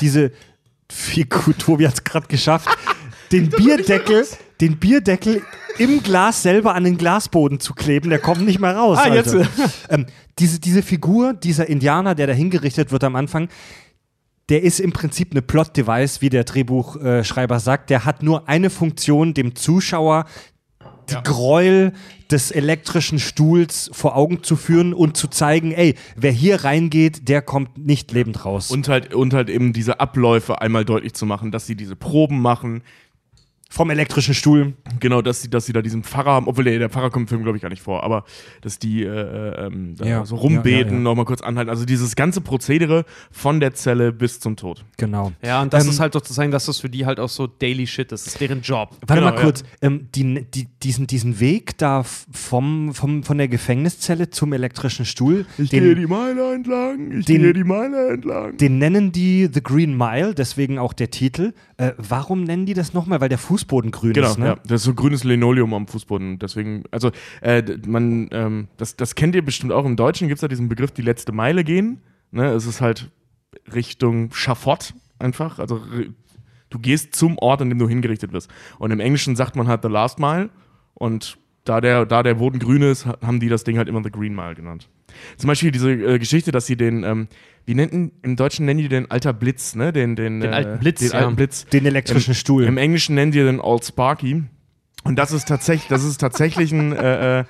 Figur, Tobi hat es gerade geschafft, den Bierdeckel im Glas selber an den Glasboden zu kleben, der kommt nicht mehr raus. Jetzt. Diese Figur, dieser Indianer, der da hingerichtet wird am Anfang, der ist im Prinzip eine Plot-Device, wie der Drehbuchschreiber sagt. Der hat nur eine Funktion, dem Zuschauer die Gräuel des elektrischen Stuhls vor Augen zu führen und zu zeigen, ey, wer hier reingeht, der kommt nicht lebend raus. Und halt eben diese Abläufe einmal deutlich zu machen, dass sie diese Proben machen. Vom elektrischen Stuhl. Genau, dass sie da diesen Pfarrer haben, obwohl der Pfarrer kommt im Film, glaube ich, gar nicht vor, aber dass die so rumbeten, nochmal kurz anhalten. Also dieses ganze Prozedere von der Zelle bis zum Tod. Genau. Ja, und das ist halt doch zu sagen, dass das für die halt auch so Daily Shit ist. Das ist deren Job. Warte Genau, mal kurz, diesen Weg da von der Gefängniszelle zum elektrischen Stuhl, Ich gehe die Meile entlang. den nennen die The Green Mile, deswegen auch der Titel. Warum nennen die das nochmal? Weil der Fußboden grün Genau, ist, ne? ja. Das ist so grünes Linoleum am Fußboden. Deswegen, also, das kennt ihr bestimmt auch. Im Deutschen gibt es ja diesen Begriff, die letzte Meile gehen. Ne? Es ist halt Richtung Schafott einfach. Also, du gehst zum Ort, an dem du hingerichtet wirst. Und im Englischen sagt man halt The Last Mile. Und da der Boden grün ist, haben die das Ding halt immer The Green Mile genannt. Zum Beispiel diese Geschichte, dass sie den, im Deutschen nennen die den Alter Blitz, ne? Den alten Blitz, den alten Blitz. Den elektrischen Stuhl. Im Englischen nennen die den Old Sparky. Und das ist tatsächlich ein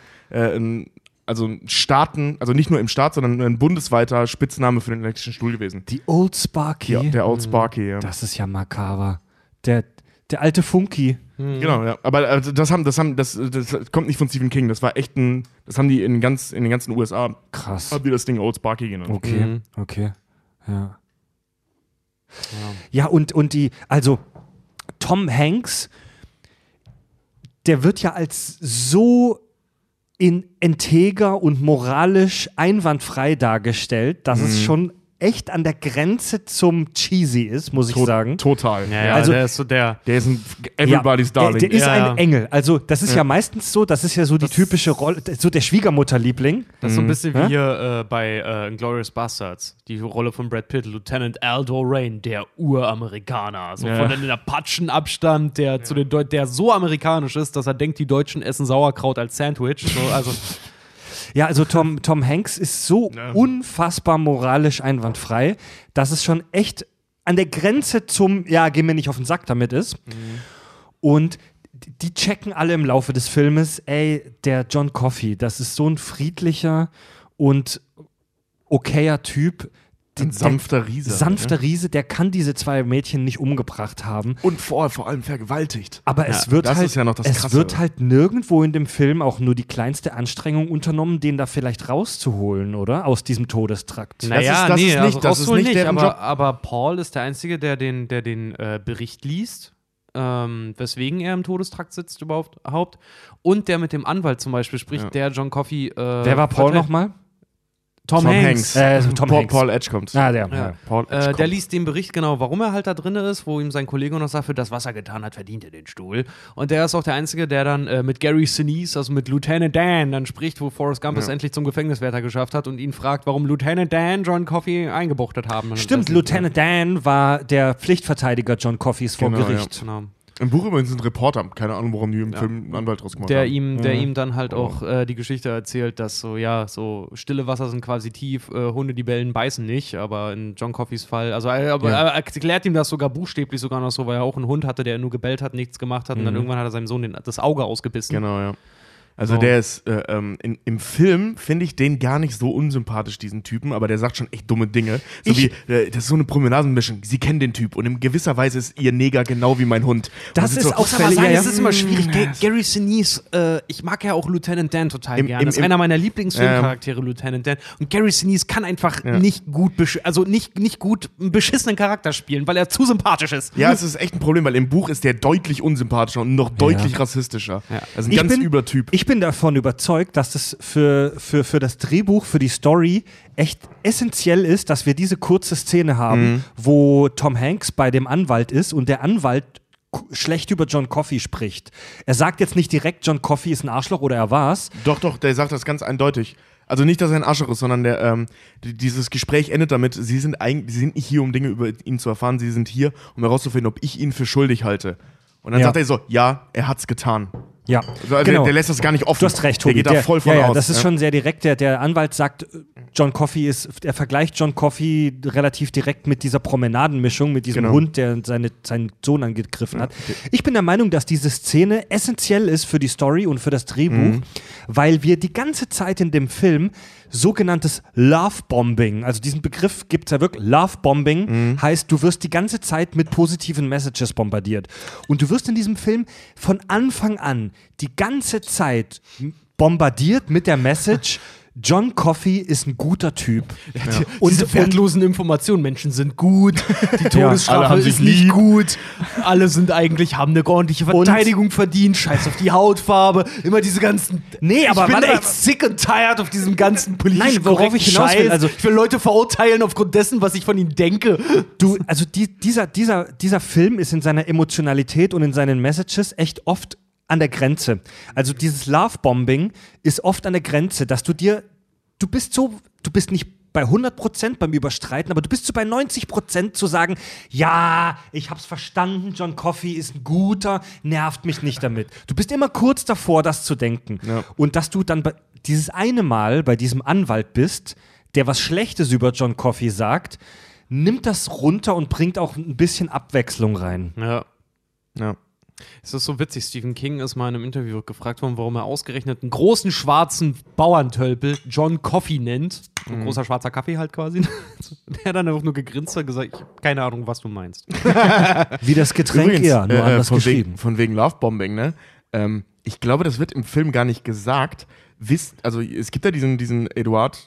Staaten, also nicht nur im Staat, sondern ein bundesweiter Spitzname für den elektrischen Stuhl gewesen. Die Old Sparky. Ja, der Old Sparky, ja. Das ist ja makaber. Der alte Funky. Genau, ja. Aber das kommt nicht von Stephen King. Das war echt das haben die in den ganzen USA. Krass. Haben die das Ding Old Sparky genannt. Okay. Ja, und also Tom Hanks, der wird ja als so integer und moralisch einwandfrei dargestellt, dass es schon echt an der Grenze zum Cheesy ist, muss ich sagen. Total. Ja, Also- der ist so der. Der ist ein Everybody's Darling. Der ist Ja. ein Engel. Also, das ist ja meistens so, das ist ja so die typische Rolle, so der Schwiegermutterliebling. Das ist so ein bisschen Hä? wie hier bei Inglourious Bastards. Die Rolle von Brad Pitt, Lieutenant Aldo Rain, der Uramerikaner. So von den Apachenabstand, der der so amerikanisch ist, dass er denkt, die Deutschen essen Sauerkraut als Sandwich. So, also Ja, also Tom Hanks ist so unfassbar moralisch einwandfrei, dass es schon echt an der Grenze zum, ja, geh mir nicht auf den Sack damit ist. Und die checken alle im Laufe des Filmes, ey, der John Coffey, das ist so ein friedlicher und okayer Typ, Ein sanfter Riese. Sanfter Riese, der kann diese 2 Mädchen nicht umgebracht haben. Und vor allem vergewaltigt. Aber es wird das halt, ist ja noch das es Krasse. wird halt nirgendwo in dem Film auch nur die kleinste Anstrengung unternommen, den da vielleicht rauszuholen, oder? Aus diesem Todestrakt. Naja, das ist nicht- also das ist rausholen nicht deren Job. aber Paul ist der Einzige, der den Bericht liest, weswegen er im Todestrakt sitzt überhaupt. Und der mit dem Anwalt zum Beispiel spricht, der John Coffey. Wer war Paul nochmal? Tom Hanks. Tom Hanks. Paul Edge kommt. Ah, der. Ja. Ja. Paul Edge kommt. Der liest den Bericht genau, warum er halt da drin ist, wo ihm sein Kollege noch sagt, für das, was er getan hat, verdient er den Stuhl. Und der ist auch der Einzige, der dann mit Gary Sinise, also mit Lieutenant Dan, dann spricht, wo Forrest Gump es endlich zum Gefängniswärter geschafft hat und ihn fragt, warum Lieutenant Dan John Coffey eingebuchtet haben. Stimmt, Lieutenant Dan war der Pflichtverteidiger John Coffeys vor Genau, Gericht. Genau. Im Buch übrigens ein Reporter, keine Ahnung, warum die im Film einen Anwalt draus gemacht Der haben. ihm dann halt auch die Geschichte erzählt, dass so stille Wasser sind quasi tief, Hunde, die bellen, beißen nicht, aber in John Coffeys Fall, also er erklärt ihm das sogar buchstäblich sogar noch so, weil er auch einen Hund hatte, der nur gebellt hat, nichts gemacht hat und dann irgendwann hat er seinem Sohn das Auge ausgebissen. Genau, ja. Also So. der ist, im Film finde ich den gar nicht so unsympathisch, diesen Typen, aber der sagt schon echt dumme Dinge. So wie, das ist so eine Promenadenmischung, sie kennen den Typ und in gewisser Weise ist ihr Neger genau wie mein Hund. Das Und ist so, auch Aber sagen, ja. es ist immer schwierig. Gary Sinise, ich mag ja auch Lieutenant Dan total gerne. Das ist einer meiner Lieblingsfilmcharaktere, Lieutenant Dan. Und Gary Sinise kann einfach nicht gut, nicht gut einen beschissenen Charakter spielen, weil er zu sympathisch ist. Ja, es ist echt ein Problem, weil im Buch ist der deutlich unsympathischer und noch deutlich rassistischer. Ja. Also ein ganz übler Typ. Ich bin davon überzeugt, dass es für das Drehbuch, für die Story echt essentiell ist, dass wir diese kurze Szene haben, wo Tom Hanks bei dem Anwalt ist und der Anwalt schlecht über John Coffey spricht. Er sagt jetzt nicht direkt, John Coffey ist ein Arschloch oder er war's. Doch, der sagt das ganz eindeutig. Also nicht, dass er ein Arschloch ist, sondern dieses Gespräch endet damit, sie sind nicht hier, um Dinge über ihn zu erfahren, sie sind hier, um herauszufinden, ob ich ihn für schuldig halte. Und dann sagt er so, ja, er hat's getan. Ja, Also genau. der lässt das gar nicht offen. Du hast recht, Tobi. Der geht da voll von aus. Das ist schon sehr direkt. Der Anwalt sagt, John Coffey er vergleicht John Coffey relativ direkt mit dieser Promenadenmischung, mit diesem Hund, der seinen Sohn angegriffen hat. Ich bin der Meinung, dass diese Szene essentiell ist für die Story und für das Drehbuch, weil wir die ganze Zeit in dem Film sogenanntes Love-Bombing, also diesen Begriff gibt es ja wirklich, Love-Bombing heißt, du wirst die ganze Zeit mit positiven Messages bombardiert. Und du wirst in diesem Film von Anfang an die ganze Zeit bombardiert mit der Message, John Coffey ist ein guter Typ. Ja. Und diese wertlosen Informationen, Menschen sind gut, die Todesstrafe alle haben ist sich nicht lieb. gut, alle sind eigentlich, haben eine ordentliche Verteidigung verdient, scheiß auf die Hautfarbe, immer diese ganzen... Nee, aber ich bin warte echt mal. sick and tired auf diesem ganzen politisch Nein, worauf korrekten ich hinaus will, Scheiß. also- ich will Leute verurteilen aufgrund dessen, was ich von ihnen denke. Also dieser Film ist in seiner Emotionalität und in seinen Messages echt oft an der Grenze. Also dieses Love-Bombing ist oft an der Grenze, dass du bist nicht bei 100% beim Überstreiten, aber du bist so bei 90% zu sagen, ja, ich hab's verstanden, John Coffey ist ein guter, nervt mich nicht damit. Du bist immer kurz davor, das zu denken. Ja. Und dass du dann dieses eine Mal bei diesem Anwalt bist, der was Schlechtes über John Coffey sagt, nimmt das runter und bringt auch ein bisschen Abwechslung rein. Ja. Ja. Es ist so witzig, Stephen King ist mal in einem Interview gefragt worden, warum er ausgerechnet einen großen schwarzen Bauerntölpel John Coffey nennt. Ein großer schwarzer Kaffee halt quasi. Der dann einfach nur gegrinst hat und gesagt, ich habe keine Ahnung, was du meinst. Wie das Getränk Übrigens, eher, nur anders geschrieben. Von wegen Lovebombing, ne? Ich glaube, das wird im Film gar nicht gesagt. Also es gibt ja diesen Edouard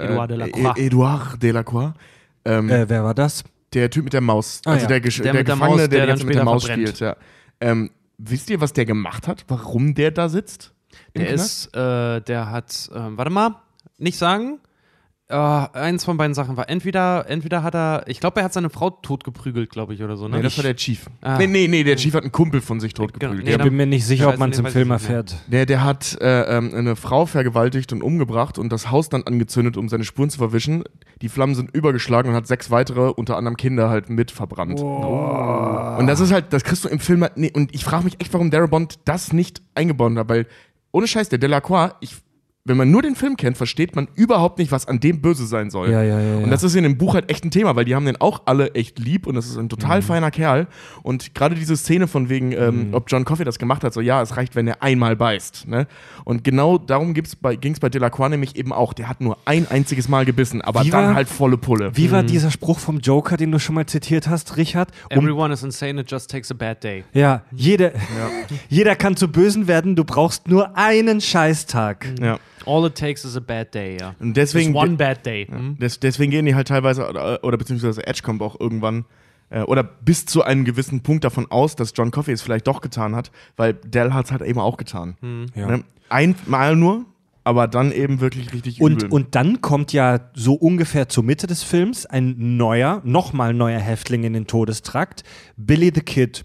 Edouard Delacroix. Wer war das? Der Typ mit der Maus. Ah, Also ja. der mit der Gefangene, Maus, der der jetzt dann mit der später Maus verbrennt. spielt, ja. Wisst ihr, was der gemacht hat? Warum der da sitzt? Im Knast? Der hat, warte mal, nicht sagen. Eins von beiden Sachen war, entweder hat er, ich glaube, er hat seine Frau totgeprügelt, glaube ich, oder so. Ne? Nee, das war der Chief. Ah. Nee, der Chief hat einen Kumpel von sich totgeprügelt. Nee, Ich Der- bin mir nicht sicher, ob Scheiße, man es nee, im weiß Film ich nicht mehr. erfährt. Der hat eine Frau vergewaltigt und umgebracht und das Haus dann angezündet, um seine Spuren zu verwischen. Die Flammen sind übergeschlagen und hat 6 weitere, unter anderem Kinder, halt mit verbrannt. Und das ist halt, das kriegst du im Film halt, und ich frage mich echt, warum Darabont das nicht eingebaut hat, weil ohne Scheiß, der Delacroix, wenn man nur den Film kennt, versteht man überhaupt nicht, was an dem böse sein soll. Ja. Und das ist in dem Buch halt echt ein Thema, weil die haben den auch alle echt lieb und das ist ein total feiner Kerl. Und gerade diese Szene von wegen, ob John Coffey das gemacht hat, so ja, es reicht, wenn er einmal beißt. Ne? Und genau darum ging es bei Delacroix nämlich eben auch. Der hat nur ein einziges Mal gebissen, aber dann halt volle Pulle. Wie war dieser Spruch vom Joker, den du schon mal zitiert hast, Richard? Everyone is insane, it just takes a bad day. Ja, jeder kann zu Bösen werden, du brauchst nur einen Scheißtag. Ja. All it takes is a bad day, ja. Und deswegen, Just one bad day. deswegen gehen die halt teilweise, oder beziehungsweise Edge kommt auch irgendwann, oder bis zu einem gewissen Punkt davon aus, dass John Coffey es vielleicht doch getan hat, weil Del hat es halt eben auch getan. Ja. Ne? Einmal nur, aber dann eben wirklich richtig übel. Und dann kommt ja so ungefähr zur Mitte des Films ein nochmal neuer Häftling in den Todestrakt, Billy the Kid.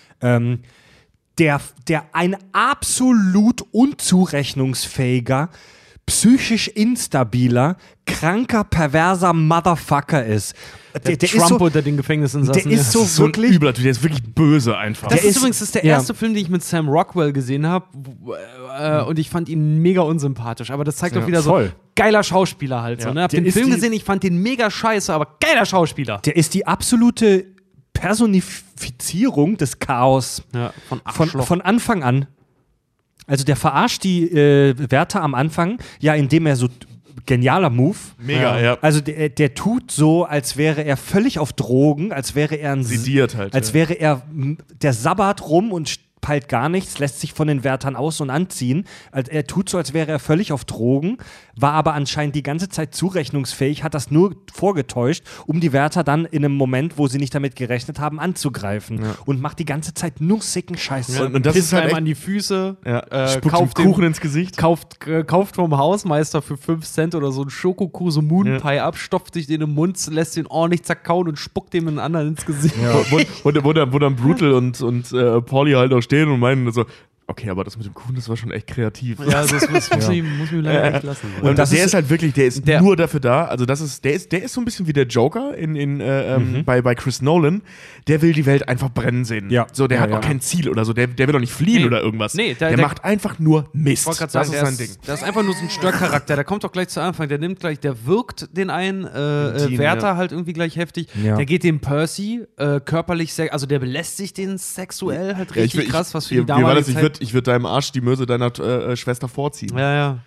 Der ein absolut unzurechnungsfähiger, psychisch instabiler, kranker, perverser Motherfucker ist. Der Trump ist so, unter den Gefängnisinsassen. der ist so so ein wirklich. übler Typ, der ist wirklich böse einfach. Das Der ist übrigens der erste Film, den ich mit Sam Rockwell gesehen habe. Und ich fand ihn mega unsympathisch. Aber das zeigt doch wieder voll. so, geiler Schauspieler halt. So, ne? Hab Der den ist Film die- gesehen, ich fand den mega scheiße, aber geiler Schauspieler. Der ist die absolute Personifizierung des Chaos Ja, von Arschloch. von Anfang an. Also der verarscht die Wärter am Anfang, ja, indem er so genialer Move. Mega, ja. Also der tut so, als wäre er völlig auf Drogen, als wäre er ein Sediert halt. als wäre er der sabbat rum und peilt gar nichts, lässt sich von den Wärtern aus- und anziehen. Er tut so, als wäre er völlig auf Drogen, war aber anscheinend die ganze Zeit zurechnungsfähig, hat das nur vorgetäuscht, um die Wärter dann in einem Moment, wo sie nicht damit gerechnet haben, anzugreifen. Und macht die ganze Zeit nur sicken Scheiß. Und das Pisst ist halt einem echt, an die Füße, spuckt kauft ihm Kuchen ins Gesicht. Kauft vom Hausmeister für 5 Cent oder so einen Schokokuchen, so Moon Pie ab, stopft sich den im Mund, lässt den ordentlich zerkauen und spuckt dem einen anderen ins Gesicht. Wo dann Brutal und Paulie halt auch stehen und meinen so, okay, aber das mit dem Kuchen, das war schon echt kreativ. Ja, das muss ich leider nicht lassen. Und das der ist- ist halt wirklich, der ist der- nur dafür da, also der ist so ein bisschen wie der Joker bei Chris Nolan, der will die Welt einfach brennen sehen. Ja. So, der Ja, hat ja. auch kein Ziel oder so, der will doch nicht fliehen Nee. oder irgendwas. Nee, der der- macht einfach nur Mist. Ich wollte gerade Das sagen, ist sein Ding. der ist einfach nur so ein Störcharakter. Der kommt doch gleich zu Anfang. Der wirkt den einen Team, Wärter ja. halt irgendwie gleich heftig. Ja. Der geht dem Percy körperlich, also der belästigt den sexuell halt Ja, richtig krass, was für wie die war das? damalige Zeit. Ich würd deinem Arsch die Möse deiner Schwester vorziehen. Ja.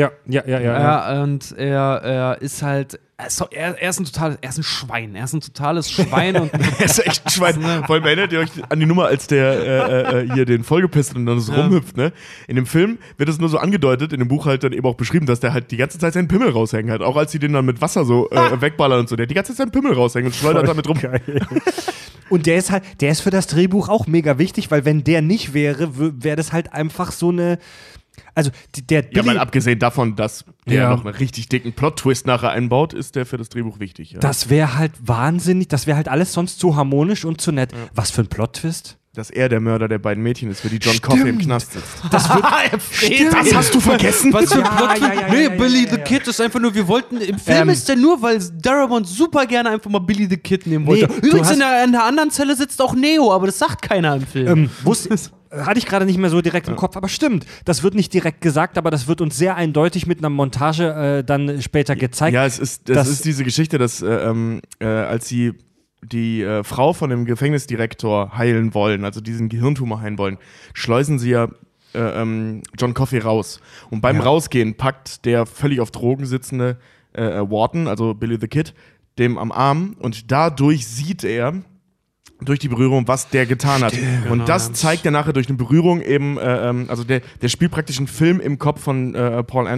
Ja. Und er ist halt, er ist ein Schwein. Er ist ein totales Schwein und Er ist echt ein Schwein. Vor allem erinnert ihr euch an die Nummer, als der hier den vollgepisst und dann so rumhüpft, ne? In dem Film wird es nur so angedeutet, in dem Buch halt dann eben auch beschrieben, dass der halt die ganze Zeit seinen Pimmel raushängen hat. Auch als sie den dann mit Wasser so wegballern und so. Der hat die ganze Zeit seinen Pimmel raushängen und schleudert damit rum. Und der ist für das Drehbuch auch mega wichtig, weil wenn der nicht wäre, wäre das halt einfach so eine. Also der Ja, Billy, mal abgesehen davon, dass der Ja. noch einen richtig dicken Plot-Twist nachher einbaut, ist der für das Drehbuch wichtig. Ja. das wäre halt wahnsinnig, das wäre halt alles sonst zu harmonisch und zu nett. Was für ein Plot-Twist? Dass er der Mörder der beiden Mädchen ist, für die John Coffey im Knast sitzt. Das wird, Das hast du vergessen? Was für ein Ja, Plot? ja, Nee, ja, Billy ja, the ja. Kid ist einfach nur, wir wollten, im Film ist der nur, weil Darabont super gerne einfach mal Billy the Kid nehmen wollte. Nee, du Übrigens, hast- in der anderen Zelle sitzt auch Neo, aber das sagt keiner im Film. hatte ich gerade nicht mehr so direkt im Kopf, aber stimmt. Das wird nicht direkt gesagt, aber das wird uns sehr eindeutig mit einer Montage dann später gezeigt. Ja, es ist diese Geschichte, dass als sie die Frau von dem Gefängnisdirektor heilen wollen, also diesen Gehirntumor heilen wollen, schleusen sie ja John Coffey raus. Und beim Rausgehen packt der völlig auf Drogen sitzende Wharton, also Billy the Kid, dem am Arm und dadurch sieht er durch die Berührung, was der getan hat. Und das zeigt er nachher durch eine Berührung eben, also der spielt praktisch einen Film im Kopf von Paul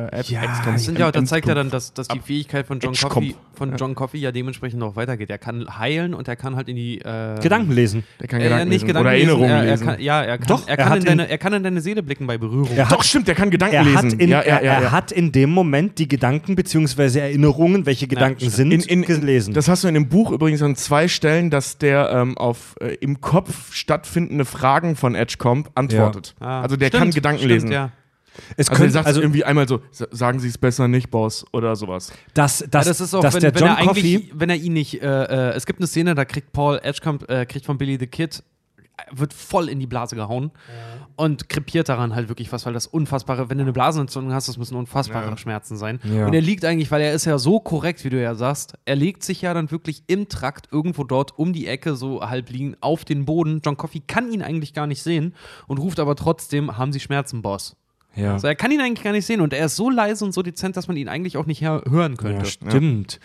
Dann zeigt er dann, dass die Fähigkeit von John Coffey ja dementsprechend noch weitergeht. Er kann heilen und er kann halt in die Gedanken lesen. Der kann Gedanken nicht lesen Gedanken oder Erinnerungen lesen. lesen. Er kann in deine Seele blicken bei Berührung. Doch, stimmt, der kann Gedanken Er lesen. er hat in dem Moment die Gedanken bzw. Erinnerungen, welche Gedanken sind, gelesen. Das hast du in dem Buch übrigens an 2 Stellen, dass der auf im Kopf stattfindende Fragen von Edgecombe antwortet. Also der kann Gedanken lesen. Ja. Es Also er könnte, sagt also irgendwie einmal so, sagen Sie es besser nicht, Boss, oder sowas. das ist auch, dass wenn, der wenn John er eigentlich, Coffey wenn er ihn nicht, es gibt eine Szene, da kriegt Paul Edgecombe, kriegt von Billy the Kid wird voll in die Blase gehauen und krepiert daran halt wirklich was, weil das unfassbare, wenn du eine Blasenentzündung hast, das müssen unfassbare Schmerzen sein. Ja. Und er liegt eigentlich, weil er ist ja so korrekt, wie du ja sagst, er legt sich ja dann wirklich im Trakt irgendwo dort um die Ecke so halb liegen auf den Boden. John Coffey kann ihn eigentlich gar nicht sehen und ruft aber trotzdem, haben Sie Schmerzen, Boss? Ja. Also er kann ihn eigentlich gar nicht sehen und er ist so leise und so dezent, dass man ihn eigentlich auch nicht hören könnte. Ja, stimmt.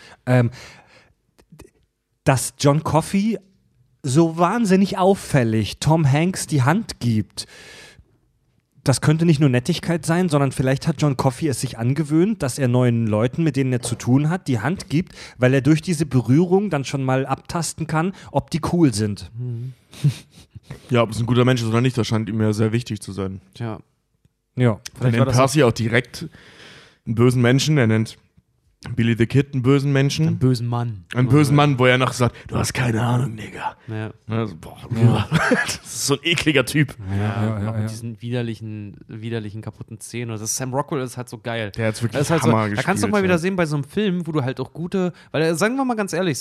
Dass John Coffey so wahnsinnig auffällig Tom Hanks die Hand gibt, das könnte nicht nur Nettigkeit sein, sondern vielleicht hat John Coffey es sich angewöhnt, dass er neuen Leuten, mit denen er zu tun hat, die Hand gibt, weil er durch diese Berührung dann schon mal abtasten kann, ob die cool sind. Ja, ob es ein guter Mensch ist oder nicht, das scheint ihm ja sehr wichtig zu sein. Tja. Ja. Er nennt Percy auch direkt einen bösen Menschen, er nennt Billy the Kid einen bösen Menschen. Einen bösen Mann. Einen bösen Mann, wo er noch sagt, du hast keine Ahnung, Nigga. Ja. Also, das ist so ein ekliger Typ. Ja. Mit diesen widerlichen, kaputten Zähnen. Und das Sam Rockwell ist halt so geil. Der hat's wirklich das ist halt Hammer so, gespielt. da kannst du mal wieder sehen bei so einem Film, wo du halt auch gute, weil sind wir mal ganz ehrlich,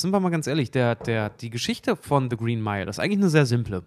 die Geschichte von The Green Mile, das ist eigentlich eine sehr simple.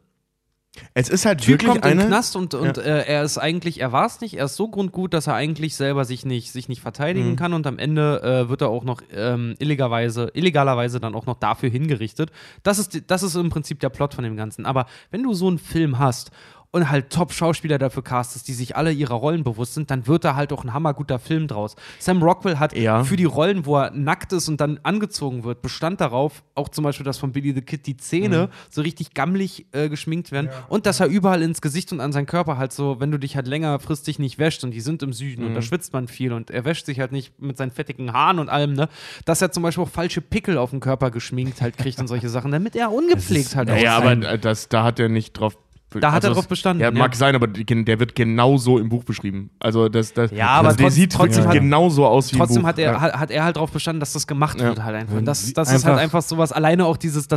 Es ist halt Typ wirklich kommt in den eine... Knast und er war es nicht, er ist so grundgut, dass er eigentlich selber sich nicht verteidigen kann und am Ende wird er auch noch illegalerweise dann auch noch dafür hingerichtet. Das ist im Prinzip der Plot von dem Ganzen. Aber wenn du so einen Film hast und halt Top-Schauspieler dafür castest, die sich alle ihrer Rollen bewusst sind, dann wird da halt auch ein hammerguter Film draus. Sam Rockwell hat für die Rollen, wo er nackt ist und dann angezogen wird, bestand darauf, auch zum Beispiel, dass von Billy the Kid die Zähne so richtig gammelig geschminkt werden und dass er überall ins Gesicht und an seinen Körper halt so, wenn du dich halt längerfristig nicht wäschst und die sind im Süden und da schwitzt man viel und er wäscht sich halt nicht mit seinen fettigen Haaren und allem, ne, dass er zum Beispiel auch falsche Pickel auf dem Körper geschminkt halt kriegt und solche Sachen, damit er ungepflegt halt aussieht. Ja, aber da hat er nicht drauf... Da hat er drauf bestanden. Ja, mag sein, aber der wird genauso im Buch beschrieben. Also ja, aber der sieht trotzdem genauso aus wie trotzdem im Buch. hat er halt drauf bestanden, dass das gemacht wird halt einfach. Und das ist halt einfach sowas, alleine auch dieses,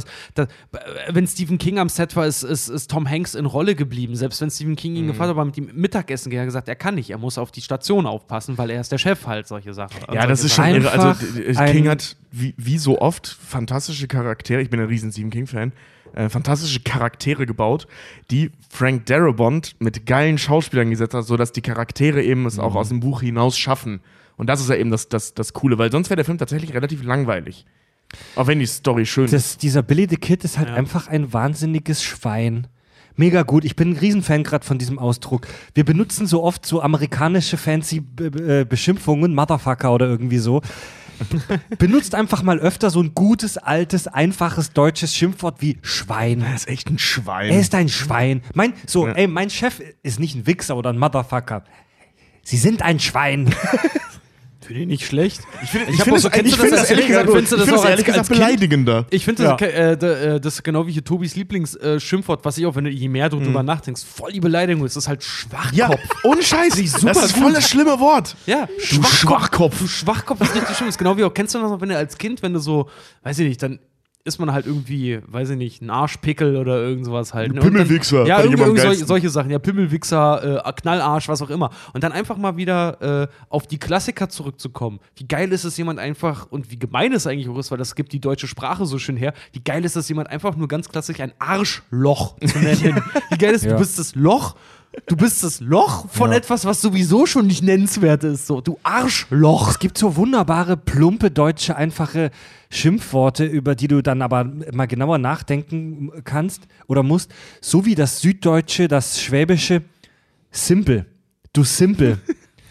wenn Stephen King am Set war, ist Tom Hanks in Rolle geblieben. Selbst wenn Stephen King ihn gefragt hat, aber mit ihm Mittagessen gehen, hat er gesagt, er kann nicht, er muss auf die Station aufpassen, weil er ist der Chef halt, solche Sachen. Ja, das ist schon irre. Also King hat wie so oft fantastische Charaktere, ich bin ein riesen Stephen King-Fan, fantastische Charaktere gebaut, die Frank Darabont mit geilen Schauspielern gesetzt hat, sodass die Charaktere eben es auch aus dem Buch hinaus schaffen. Und das ist ja eben das Coole, weil sonst wäre der Film tatsächlich relativ langweilig. Auch wenn die Story schön ist. Dieser Billy the Kid ist halt einfach ein wahnsinniges Schwein. Mega gut. Ich bin ein Riesenfan gerade von diesem Ausdruck. Wir benutzen so oft so amerikanische fancy Beschimpfungen, Motherfucker oder irgendwie so. Benutzt einfach mal öfter so ein gutes, altes, einfaches deutsches Schimpfwort wie Schwein. Er ist echt ein Schwein. Er ist ein Schwein. Mein Chef ist nicht ein Wichser oder ein Motherfucker. Sie sind ein Schwein. Finde ich nicht schlecht. Ich finde das ehrlich gesagt beleidigender. Ich finde das ist genau wie hier Tobis Lieblingsschimpfwort, was ich auch, wenn du je mehr drüber nachdenkst, voll die Beleidigung ist. Das ist halt Schwachkopf. Ja, ohne Scheiß. Das ist voll das schlimme Wort. Ja, Du Schwachkopf. Du Schwachkopf ist richtig schlimm. Das ist genau wie auch, kennst du das noch, wenn du als Kind, wenn du so, weiß ich nicht, dann ist man halt irgendwie, weiß ich nicht, ein Arschpickel oder irgend sowas halt. Ne? Pimmelwichser. Ja, irgendwie solche Sachen. Ja, Pimmelwichser, Knallarsch, was auch immer. Und dann einfach mal wieder auf die Klassiker zurückzukommen. Wie geil ist es, jemand einfach, und wie gemein es eigentlich auch ist, weil das gibt die deutsche Sprache so schön her, wie geil ist es, jemand einfach nur ganz klassisch ein Arschloch zu nennen. Wie geil ist, du bist das Loch. Du bist das Loch von etwas, was sowieso schon nicht nennenswert ist. So, du Arschloch. Es gibt so wunderbare, plumpe, deutsche, einfache Schimpfworte, über die du dann aber mal genauer nachdenken kannst oder musst. So wie das Süddeutsche, das Schwäbische. Simpel. Du Simpel.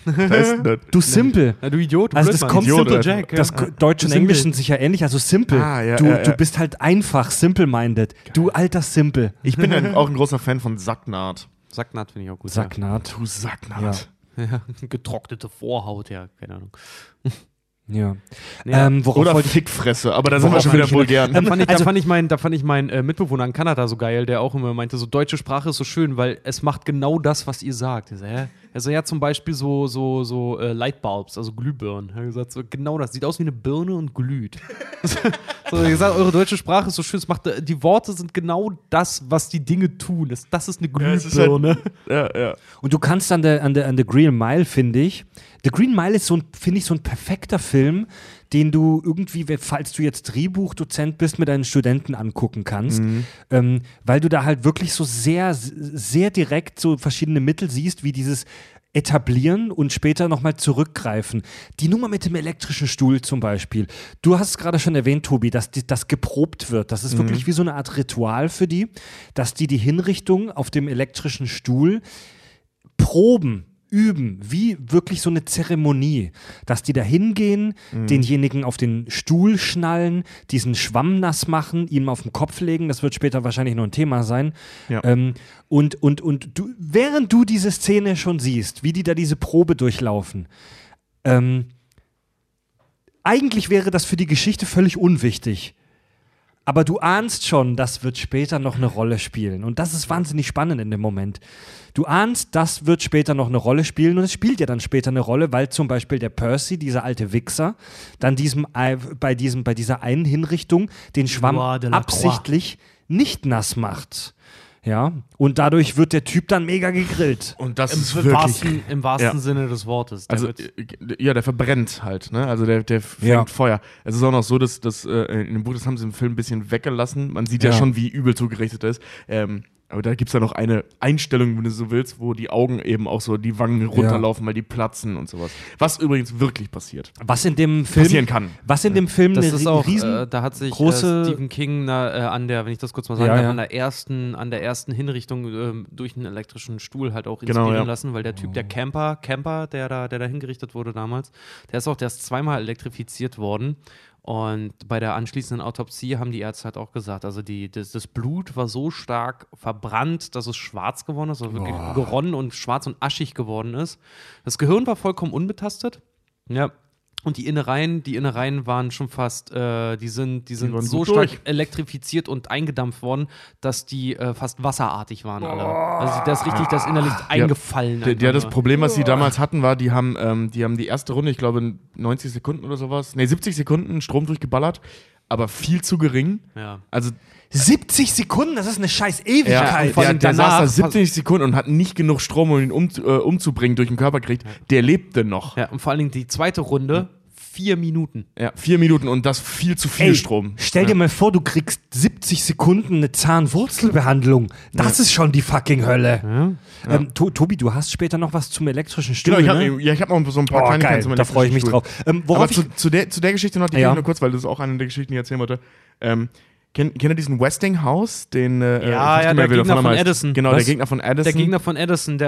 Du Simpel. Ja, du Idiot. Du also das kommt Simple Jack. Das Deutsch und Englisch sind sich ja ähnlich, also Simple. Du bist halt einfach, simple-minded. Du alter Simpel. Ich bin auch ein großer Fan von Sacknaht. Sacknaht finde ich auch gut. Sacknaht. Du Sacknaht. Ja. Getrocknete Vorhaut, ja, keine Ahnung. Ja. Oder Fickfresse, aber da sind wir schon wieder vulgär. Da fand ich meinen Mitbewohner in Kanada so geil, der auch immer meinte, so deutsche Sprache ist so schön, weil es macht genau das, was ihr sagt. Ich so, Also ja, zum Beispiel so Lightbulbs, also Glühbirnen. Er hat gesagt, so, genau das. Sieht aus wie eine Birne und glüht. So, er hat gesagt, eure deutsche Sprache ist so schön. Die Worte sind genau das, was die Dinge tun. Das ist eine Glühbirne. Ja. Und du kannst an der Green Mile, finde ich, The Green Mile ist so ein perfekter Film, den du irgendwie, falls du jetzt Drehbuchdozent bist, mit deinen Studenten angucken kannst, weil du da halt wirklich so sehr, sehr direkt so verschiedene Mittel siehst, wie dieses etablieren und später nochmal zurückgreifen. Die Nummer mit dem elektrischen Stuhl zum Beispiel. Du hast es gerade schon erwähnt, Tobi, dass das geprobt wird. Das ist wirklich wie so eine Art Ritual für die, dass die Hinrichtung auf dem elektrischen Stuhl proben, üben, wie wirklich so eine Zeremonie, dass die da hingehen, denjenigen auf den Stuhl schnallen, diesen Schwamm nass machen, ihm auf den Kopf legen, das wird später wahrscheinlich noch ein Thema sein. Ja. Und du, während du diese Szene schon siehst, wie die da diese Probe durchlaufen, eigentlich wäre das für die Geschichte völlig unwichtig. Aber du ahnst schon, das wird später noch eine Rolle spielen. Und das ist wahnsinnig spannend in dem Moment. Du ahnst, das wird später noch eine Rolle spielen. Und es spielt ja dann später eine Rolle, weil zum Beispiel der Percy, dieser alte Wichser, dann bei dieser einen Hinrichtung den Schwamm absichtlich nicht nass macht. Ja, und dadurch wird der Typ dann mega gegrillt. Und das ist wirklich Im wahrsten Sinne des Wortes. Der verbrennt halt, ne? Also der fängt Feuer. Es ist auch noch so, dass in dem Buch, das haben sie im Film ein bisschen weggelassen. Man sieht ja schon, wie übel zugerichtet er ist. Aber da gibt es ja noch eine Einstellung, wenn du so willst, wo die Augen eben auch so die Wangen runterlaufen, weil die platzen und sowas. Was übrigens wirklich passiert. Was in dem Film passieren kann. Was in dem Film das eine ist auch, riesen da hat sich große Stephen King wenn ich das kurz mal sagen darf, an der ersten Hinrichtung durch einen elektrischen Stuhl halt auch inspirieren lassen, weil der Typ, der Camper, der da hingerichtet wurde damals, der ist zweimal elektrifiziert worden. Und bei der anschließenden Autopsie haben die Ärzte halt auch gesagt, also das Blut war so stark verbrannt, dass es schwarz geworden ist, also wirklich geronnen und schwarz und aschig geworden ist. Das Gehirn war vollkommen unbetastet. Ja. Und die Innereien waren schon fast, die sind so stark elektrifiziert und eingedampft worden, dass die fast wasserartig waren alle. Also das innerlich eingefallen. Das Problem, was sie damals hatten, war, die haben die erste Runde, ich glaube 90 Sekunden oder sowas, 70 Sekunden Strom durchgeballert, aber viel zu gering. Ja. Also 70 Sekunden, das ist eine scheiß Ewigkeit. Der saß da 70 Sekunden und hat nicht genug Strom, um ihn umzubringen, durch den Körper gekriegt. Der lebte noch. Ja, und vor allen Dingen die zweite Runde, 4 Minuten. Ja, 4 Minuten und das viel zu viel Strom. Stell dir mal vor, du kriegst 70 Sekunden eine Zahnwurzelbehandlung. Das ist schon die fucking Hölle. Ja. Tobi, du hast später noch was zum elektrischen Stuhl, Genau, ich hab noch so ein paar Kleinigkeiten zum elektrischen Stuhl. Da freue ich mich drauf. Aber zu der Geschichte noch, die nur kurz, weil das ist auch eine der Geschichten, die ich erzählen wollte. Kennt ihr diesen Westinghouse? Der Gegner von Edison. Genau, der Gegner von Edison. Der Gegner von Edison.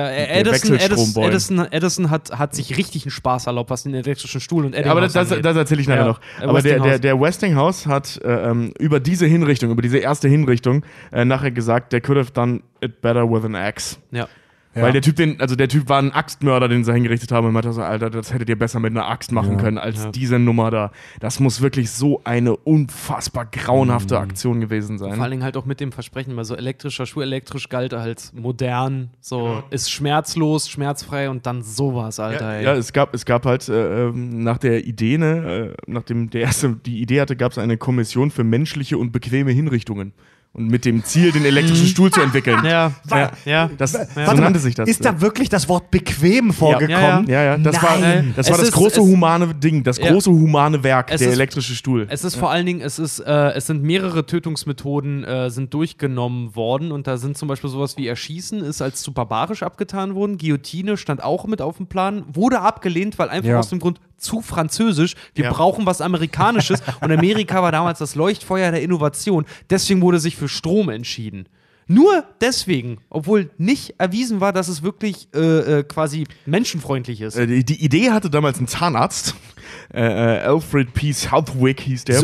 Edison hat sich richtig einen Spaß erlaubt, was den elektrischen Stuhl und Eddinghaus angeht. Das erzähle ich nachher noch. Aber der Westinghouse hat über diese erste Hinrichtung, nachher gesagt, der could have done it better with an axe. Ja. Weil der Typ war ein Axtmörder, den sie hingerichtet haben und meinte so, Alter, das hättet ihr besser mit einer Axt machen können als diese Nummer da. Das muss wirklich so eine unfassbar grauenhafte Aktion gewesen sein. Vor allen Dingen halt auch mit dem Versprechen, weil so elektrischer Schuh, elektrisch galt als modern, ist schmerzlos, schmerzfrei und dann sowas, Alter. Ja, es gab halt nach der Idee, nachdem der erste die Idee hatte, gab es eine Kommission für menschliche und bequeme Hinrichtungen. Und mit dem Ziel, den elektrischen Stuhl zu entwickeln. So nannte sich das. Ist da wirklich das Wort bequem vorgekommen? Ja. Das war das große humane Ding, das große humane Werk, der elektrische Stuhl. Es ist vor allen Dingen, es sind mehrere Tötungsmethoden sind durchgenommen worden und da sind zum Beispiel sowas wie Erschießen, ist als zu barbarisch abgetan worden. Guillotine stand auch mit auf dem Plan, wurde abgelehnt, weil einfach aus dem Grund zu französisch. Wir brauchen was Amerikanisches. Und Amerika war damals das Leuchtfeuer der Innovation. Deswegen wurde sich für Strom entschieden. Nur deswegen, obwohl nicht erwiesen war, dass es wirklich quasi menschenfreundlich ist. Die Idee hatte damals ein Zahnarzt. Alfred P. Southwick hieß der.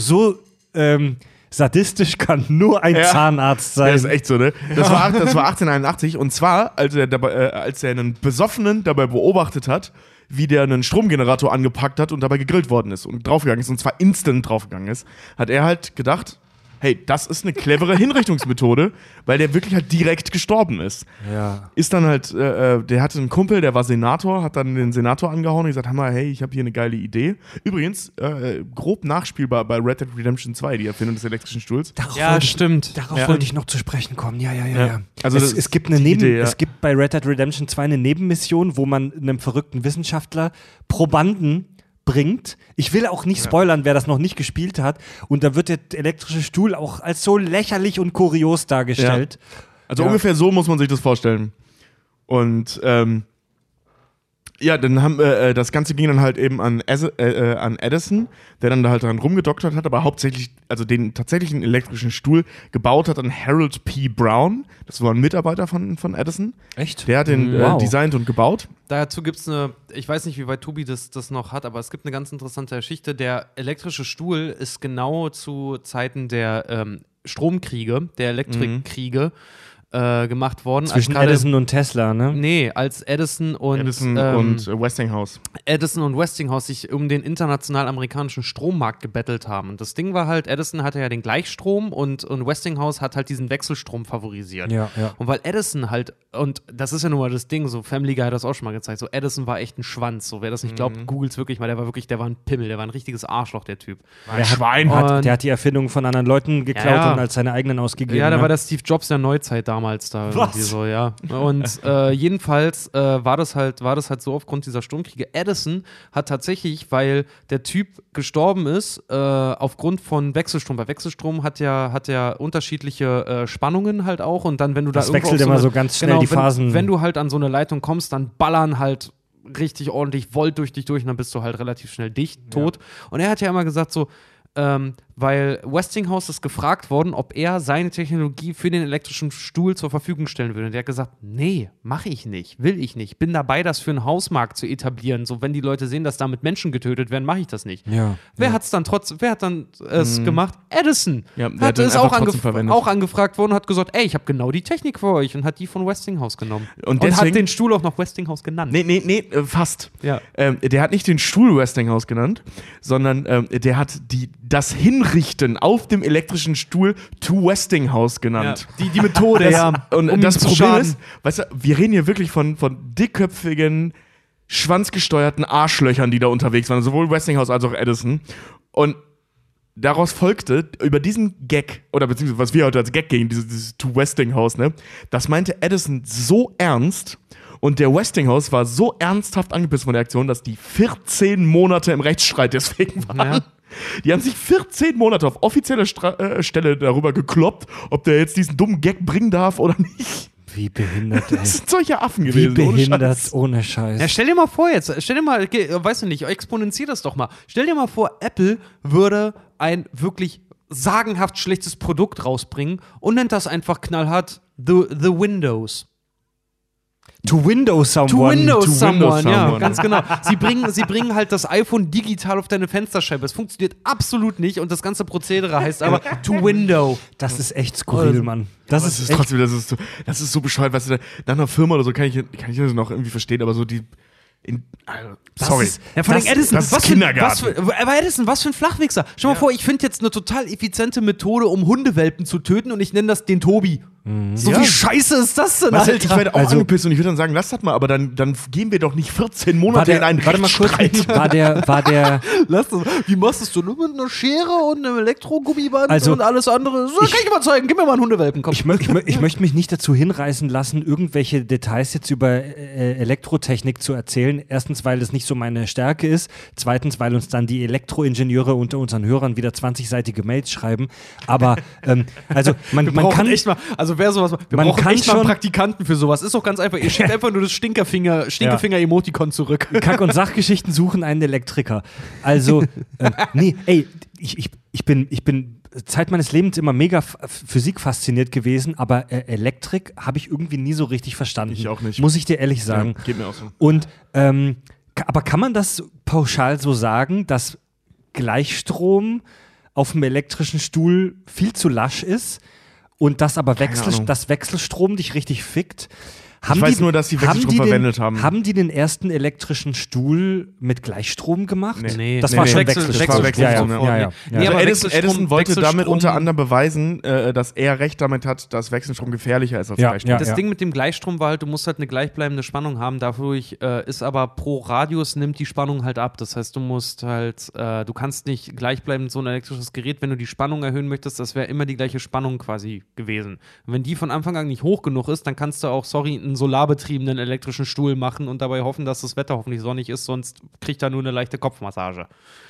Sadistisch kann nur ein Zahnarzt sein. Das ist echt so, ne? Das war 1881 und zwar, als er einen Besoffenen dabei beobachtet hat, wie der einen Stromgenerator angepackt hat und dabei gegrillt worden ist und draufgegangen ist, und zwar instant draufgegangen ist, hat er halt gedacht, hey, das ist eine clevere Hinrichtungsmethode, weil der wirklich halt direkt gestorben ist. Ja. Ist dann halt, der hatte einen Kumpel, der war Senator, hat dann den Senator angehauen und gesagt, Hammer, hey, ich habe hier eine geile Idee. Übrigens, grob nachspielbar bei Red Dead Redemption 2, die Erfindung des elektrischen Stuhls. Darauf wollte ich noch zu sprechen kommen. Ja. Also es gibt es gibt bei Red Dead Redemption 2 eine Nebenmission, wo man einem verrückten Wissenschaftler Probanden bringt. Ich will auch nicht spoilern, wer das noch nicht gespielt hat. Und da wird der elektrische Stuhl auch als so lächerlich und kurios dargestellt. Ja. Also ungefähr so muss man sich das vorstellen. Und dann haben das Ganze ging dann halt eben an Edison, der dann da halt dran rumgedoktert hat, aber hauptsächlich, also den tatsächlichen elektrischen Stuhl gebaut hat an Harold P. Brown. Das war ein Mitarbeiter von Edison. Echt? Der hat den designt und gebaut. Dazu gibt es ich weiß nicht, wie weit Tobi das noch hat, aber es gibt eine ganz interessante Geschichte. Der elektrische Stuhl ist genau zu Zeiten der Stromkriege, der Elektrikkriege gemacht worden. Zwischen Edison und Tesla, ne? Nee, als Edison und Westinghouse. Edison und Westinghouse sich um den international amerikanischen Strommarkt gebettelt haben. Und das Ding war halt, Edison hatte ja den Gleichstrom und Westinghouse hat halt diesen Wechselstrom favorisiert. Ja. Und weil Edison halt, und das ist ja nun mal das Ding, so Family Guy hat das auch schon mal gezeigt, so Edison war echt ein Schwanz. So, wer das nicht glaubt, googelt's wirklich mal, der war ein Pimmel, der war ein richtiges Arschloch, der Typ. Der hat die Erfindungen von anderen Leuten geklaut und als seine eigenen ausgegeben. Ja, da war der Steve Jobs der Neuzeit damals da. Irgendwie so, ja. Und jedenfalls war das halt so aufgrund dieser Stromkriege. Edison hat tatsächlich, weil der Typ gestorben ist, aufgrund von Wechselstrom. Bei Wechselstrom hat ja unterschiedliche Spannungen halt auch und dann, wenn du da das wechselt immer so ganz schnell die Phasen. Wenn du halt an so eine Leitung kommst, dann ballern halt richtig ordentlich Volt durch dich durch und dann bist du halt relativ schnell tot. Und er hat ja immer gesagt so, weil Westinghouse ist gefragt worden, ob er seine Technologie für den elektrischen Stuhl zur Verfügung stellen würde. Und der hat gesagt, nee, mache ich nicht, will ich nicht. Bin dabei, das für einen Hausmarkt zu etablieren. So, wenn die Leute sehen, dass damit Menschen getötet werden, mache ich das nicht. Ja, wer hat dann es gemacht? Edison. Ja, der hat es auch angefragt worden und hat gesagt, ey, ich habe genau die Technik für euch und hat die von Westinghouse genommen. Und deswegen, hat den Stuhl auch noch Westinghouse genannt. Nee, fast. Ja. Der hat nicht den Stuhl Westinghouse genannt, sondern der hat das Hinrichten auf dem elektrischen Stuhl to Westinghouse genannt. Ja, die Methode, Und das Problem ist, weißt du, wir reden hier wirklich von dickköpfigen, schwanzgesteuerten Arschlöchern, die da unterwegs waren, sowohl Westinghouse als auch Edison. Und daraus folgte, über diesen Gag, oder beziehungsweise was wir heute als Gag gegen dieses to Westinghouse, ne, das meinte Edison so ernst, und der Westinghouse war so ernsthaft angepisst von der Aktion, dass die 14 Monate im Rechtsstreit deswegen waren. Ja. Die haben sich 14 Monate auf offizieller Stelle darüber gekloppt, ob der jetzt diesen dummen Gag bringen darf oder nicht. Wie behindert, ey. Das sind solche Affen gewesen. Wie behindert, ohne Scheiß. Ja, stell dir mal vor jetzt, weiß ich nicht, exponentier das doch mal. Stell dir mal vor, Apple würde ein wirklich sagenhaft schlechtes Produkt rausbringen und nennt das einfach knallhart The Windows. To Windows someone. Ja, ganz genau. Sie bringen halt das iPhone digital auf deine Fensterscheibe. Es funktioniert absolut nicht und das ganze Prozedere heißt aber To Window. Das ist echt skurril, Mann. Das ist so bescheuert, weißt du, nach einer Firma oder so kann ich das noch irgendwie verstehen, aber so die sorry. Vor allem Edison, das ist Kindergarten. Aber Edison, was für ein Flachwichser. Stell mal vor, ich finde jetzt eine total effiziente Methode, um Hundewelpen zu töten und ich nenne das den Tobi. So wie scheiße ist das denn, Alter? Ich werde auch angepisst und ich würde dann sagen, lass das mal, aber dann gehen wir doch nicht 14 Monate in einen Rechtsstreit. War der Lass das. Wie machst du es? Nur mit einer Schere und einem Elektrogummiband und alles andere? So, kann ich dir mal zeigen. Gib mir mal einen Hundewelpen. Komm. Ich möchte mich nicht dazu hinreißen lassen, irgendwelche Details jetzt über Elektrotechnik zu erzählen. Erstens, weil das nicht so meine Stärke ist. Zweitens, weil uns dann die Elektroingenieure unter unseren Hörern wieder 20-seitige Mails schreiben. Aber man kann echt mal, also wer sowas, wir brauchen echt mal Praktikanten für sowas. Ist doch ganz einfach. Ihr schickt einfach nur das Stinkefinger-Emoticon zurück. Kack- und Sachgeschichten suchen einen Elektriker. Also, ich bin Zeit meines Lebens immer mega Physik fasziniert gewesen, aber Elektrik habe ich irgendwie nie so richtig verstanden. Ich auch nicht. Muss ich dir ehrlich sagen. Ja, geht mir auch so. Und, aber kann man das pauschal so sagen, dass Gleichstrom auf dem elektrischen Stuhl viel zu lasch ist? Und dass aber Wechselstrom dich richtig fickt. Ich weiß nur, dass sie Wechselstrom verwendet haben. Haben die den ersten elektrischen Stuhl mit Gleichstrom gemacht? Nee. Das war schon Wechselstrom. Wechselstrom. Ja. Nee, Also aber Edison wollte damit Wechselstrom- unter anderem beweisen, dass er recht damit hat, dass Wechselstrom gefährlicher ist als Ja, Gleichstrom. ja. Das Ding mit dem Gleichstrom war halt, du musst halt eine gleichbleibende Spannung haben. Dadurch ist aber pro Radius nimmt die Spannung halt ab. Das heißt, du musst halt, du kannst nicht gleichbleibend so ein elektrisches Gerät, wenn du die Spannung erhöhen möchtest, das wäre immer die gleiche Spannung quasi gewesen. Und wenn die von Anfang an nicht hoch genug ist, dann kannst du auch, einen solarbetriebenen elektrischen Stuhl machen und dabei hoffen, dass das Wetter hoffentlich sonnig ist, sonst kriegt er nur eine leichte Kopfmassage.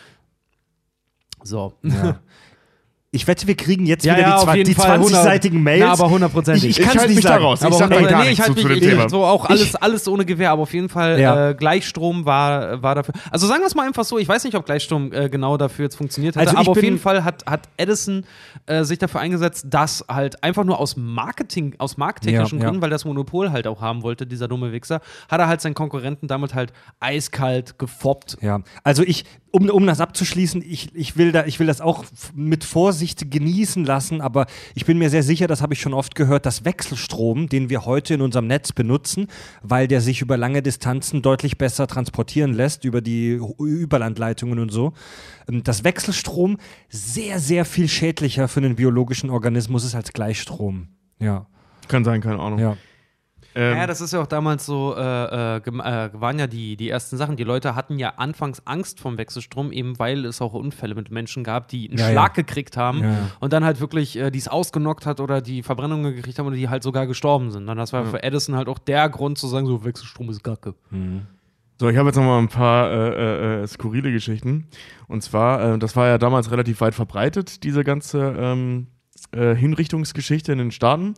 So. Ja. Ich wette, wir kriegen jetzt Ja, wieder ja, auf die jeden Fall 20-seitigen Mails. Na, aber hundertprozentig. Ich kann es halte nicht mich da sagen. raus. Ich Aber sag dann gar ich nichts halt zu dem wirklich Thema. so auch alles ohne Gewehr, aber auf jeden Fall Ja. Gleichstrom war dafür. Also sagen wir es mal einfach so, ich weiß nicht, ob Gleichstrom genau dafür jetzt funktioniert hätte, Also ich aber auf bin- jeden Fall hat Edison sich dafür eingesetzt, dass halt einfach nur aus marketingtechnischen Ja, Gründen, weil das Monopol halt auch haben wollte, dieser dumme Wichser, hat er halt seinen Konkurrenten damit halt eiskalt gefoppt. Ja, also um das abzuschließen, ich will das auch mit Vorsicht genießen lassen, aber ich bin mir sehr sicher, das habe ich schon oft gehört, dass Wechselstrom, den wir heute in unserem Netz benutzen, weil der sich über lange Distanzen deutlich besser transportieren lässt, über die Überlandleitungen und so, dass Wechselstrom sehr, sehr viel schädlicher für einen biologischen Organismus ist als Gleichstrom. Ja, Kann sein, keine Ahnung. ja. Ja, das ist ja auch damals so, waren ja die ersten Sachen. Die Leute hatten ja anfangs Angst vom Wechselstrom, eben weil es auch Unfälle mit Menschen gab, die einen Ja, Schlag ja. gekriegt haben Ja, ja. und dann halt wirklich die es ausgenockt hat oder die Verbrennungen gekriegt haben oder die halt sogar gestorben sind. Und das war für Edison halt auch der Grund zu sagen, so Wechselstrom ist Kacke. So, ich habe jetzt noch mal ein paar skurrile Geschichten. Und zwar, das war ja damals relativ weit verbreitet, diese ganze Hinrichtungsgeschichte in den Staaten.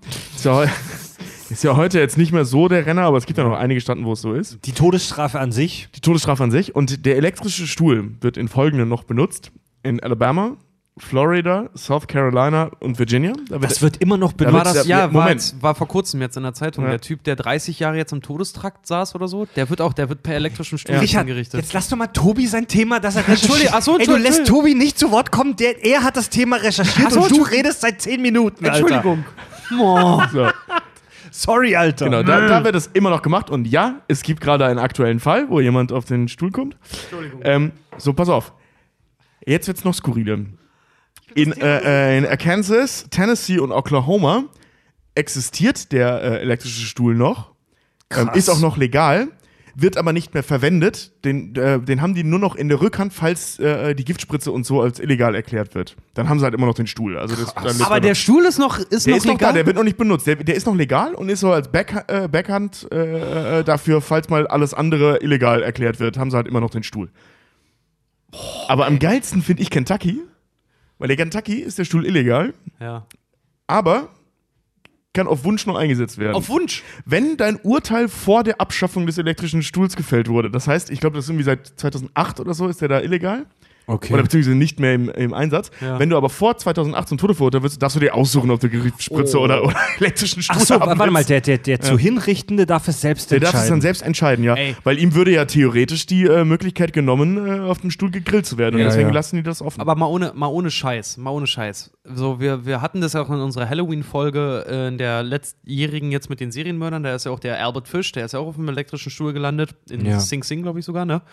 Ist ja heute jetzt nicht mehr so der Renner, aber es gibt ja noch einige Staaten, wo es so ist. Die Todesstrafe an sich. Die Todesstrafe an sich. Und der elektrische Stuhl wird in folgenden noch benutzt. In Alabama, Florida, South Carolina und Virginia. Das wird immer noch Da War benutzt. wird's- das, Moment. war vor kurzem jetzt in der Zeitung. Ja. Der Typ, der 30 Jahre jetzt im Todestrakt saß oder so, der wird per elektrischen Stuhl Richard, hingerichtet. jetzt lass doch mal Tobi sein Thema, dass er Entschuldigung, ach so, Ey, du lässt Entschuldigung. Tobi nicht zu Wort kommen, er hat das Thema recherchiert Ach so, und du redest seit 10 Minuten, Alter. Entschuldigung. Oh. So, Sorry, Alter. genau, da wird es immer noch gemacht. Und ja, es gibt gerade einen aktuellen Fall, wo jemand auf den Stuhl kommt. Entschuldigung. So, pass auf. Jetzt wird's noch skurriler. In Arkansas, Tennessee und Oklahoma existiert der elektrische Stuhl noch. Ist auch noch legal, wird aber nicht mehr verwendet. Den haben die nur noch in der Rückhand, falls die Giftspritze und so als illegal erklärt wird. Dann haben sie halt immer noch den Stuhl. Also dann lebt Aber er der noch. Stuhl ist noch Der ist noch da, legal? der wird noch nicht benutzt. Der ist noch legal und ist so als Backhand dafür, falls mal alles andere illegal erklärt wird, haben sie halt immer noch den Stuhl. Aber am geilsten finde ich Kentucky, weil der Kentucky ist der Stuhl illegal, Ja. aber kann auf Wunsch noch eingesetzt werden. Auf Wunsch. Wenn dein Urteil vor der Abschaffung des elektrischen Stuhls gefällt wurde, das heißt, ich glaube, das ist irgendwie seit 2008 oder so, ist der da illegal. Okay. Oder beziehungsweise nicht mehr im Einsatz. Ja. Wenn du aber vor 2008 zum Tode verurteilt wirst, darfst du dir aussuchen, ob du Giftspritze oder elektrischen Stuhl Ach so, haben warte mal, willst. der zu Hinrichtende darf es selbst Der entscheiden. darf es dann selbst entscheiden, ja. Ey. Weil ihm würde ja theoretisch die Möglichkeit genommen, auf dem Stuhl gegrillt zu werden. Und Ja, deswegen ja. lassen die das offen. Aber mal ohne Scheiß. So, wir hatten das auch in unserer Halloween-Folge in der letztjährigen jetzt mit den Serienmördern. Da ist ja auch der Albert Fish, der ist ja auch auf dem elektrischen Stuhl gelandet. In Ja. Sing Sing, glaube ich sogar, ne?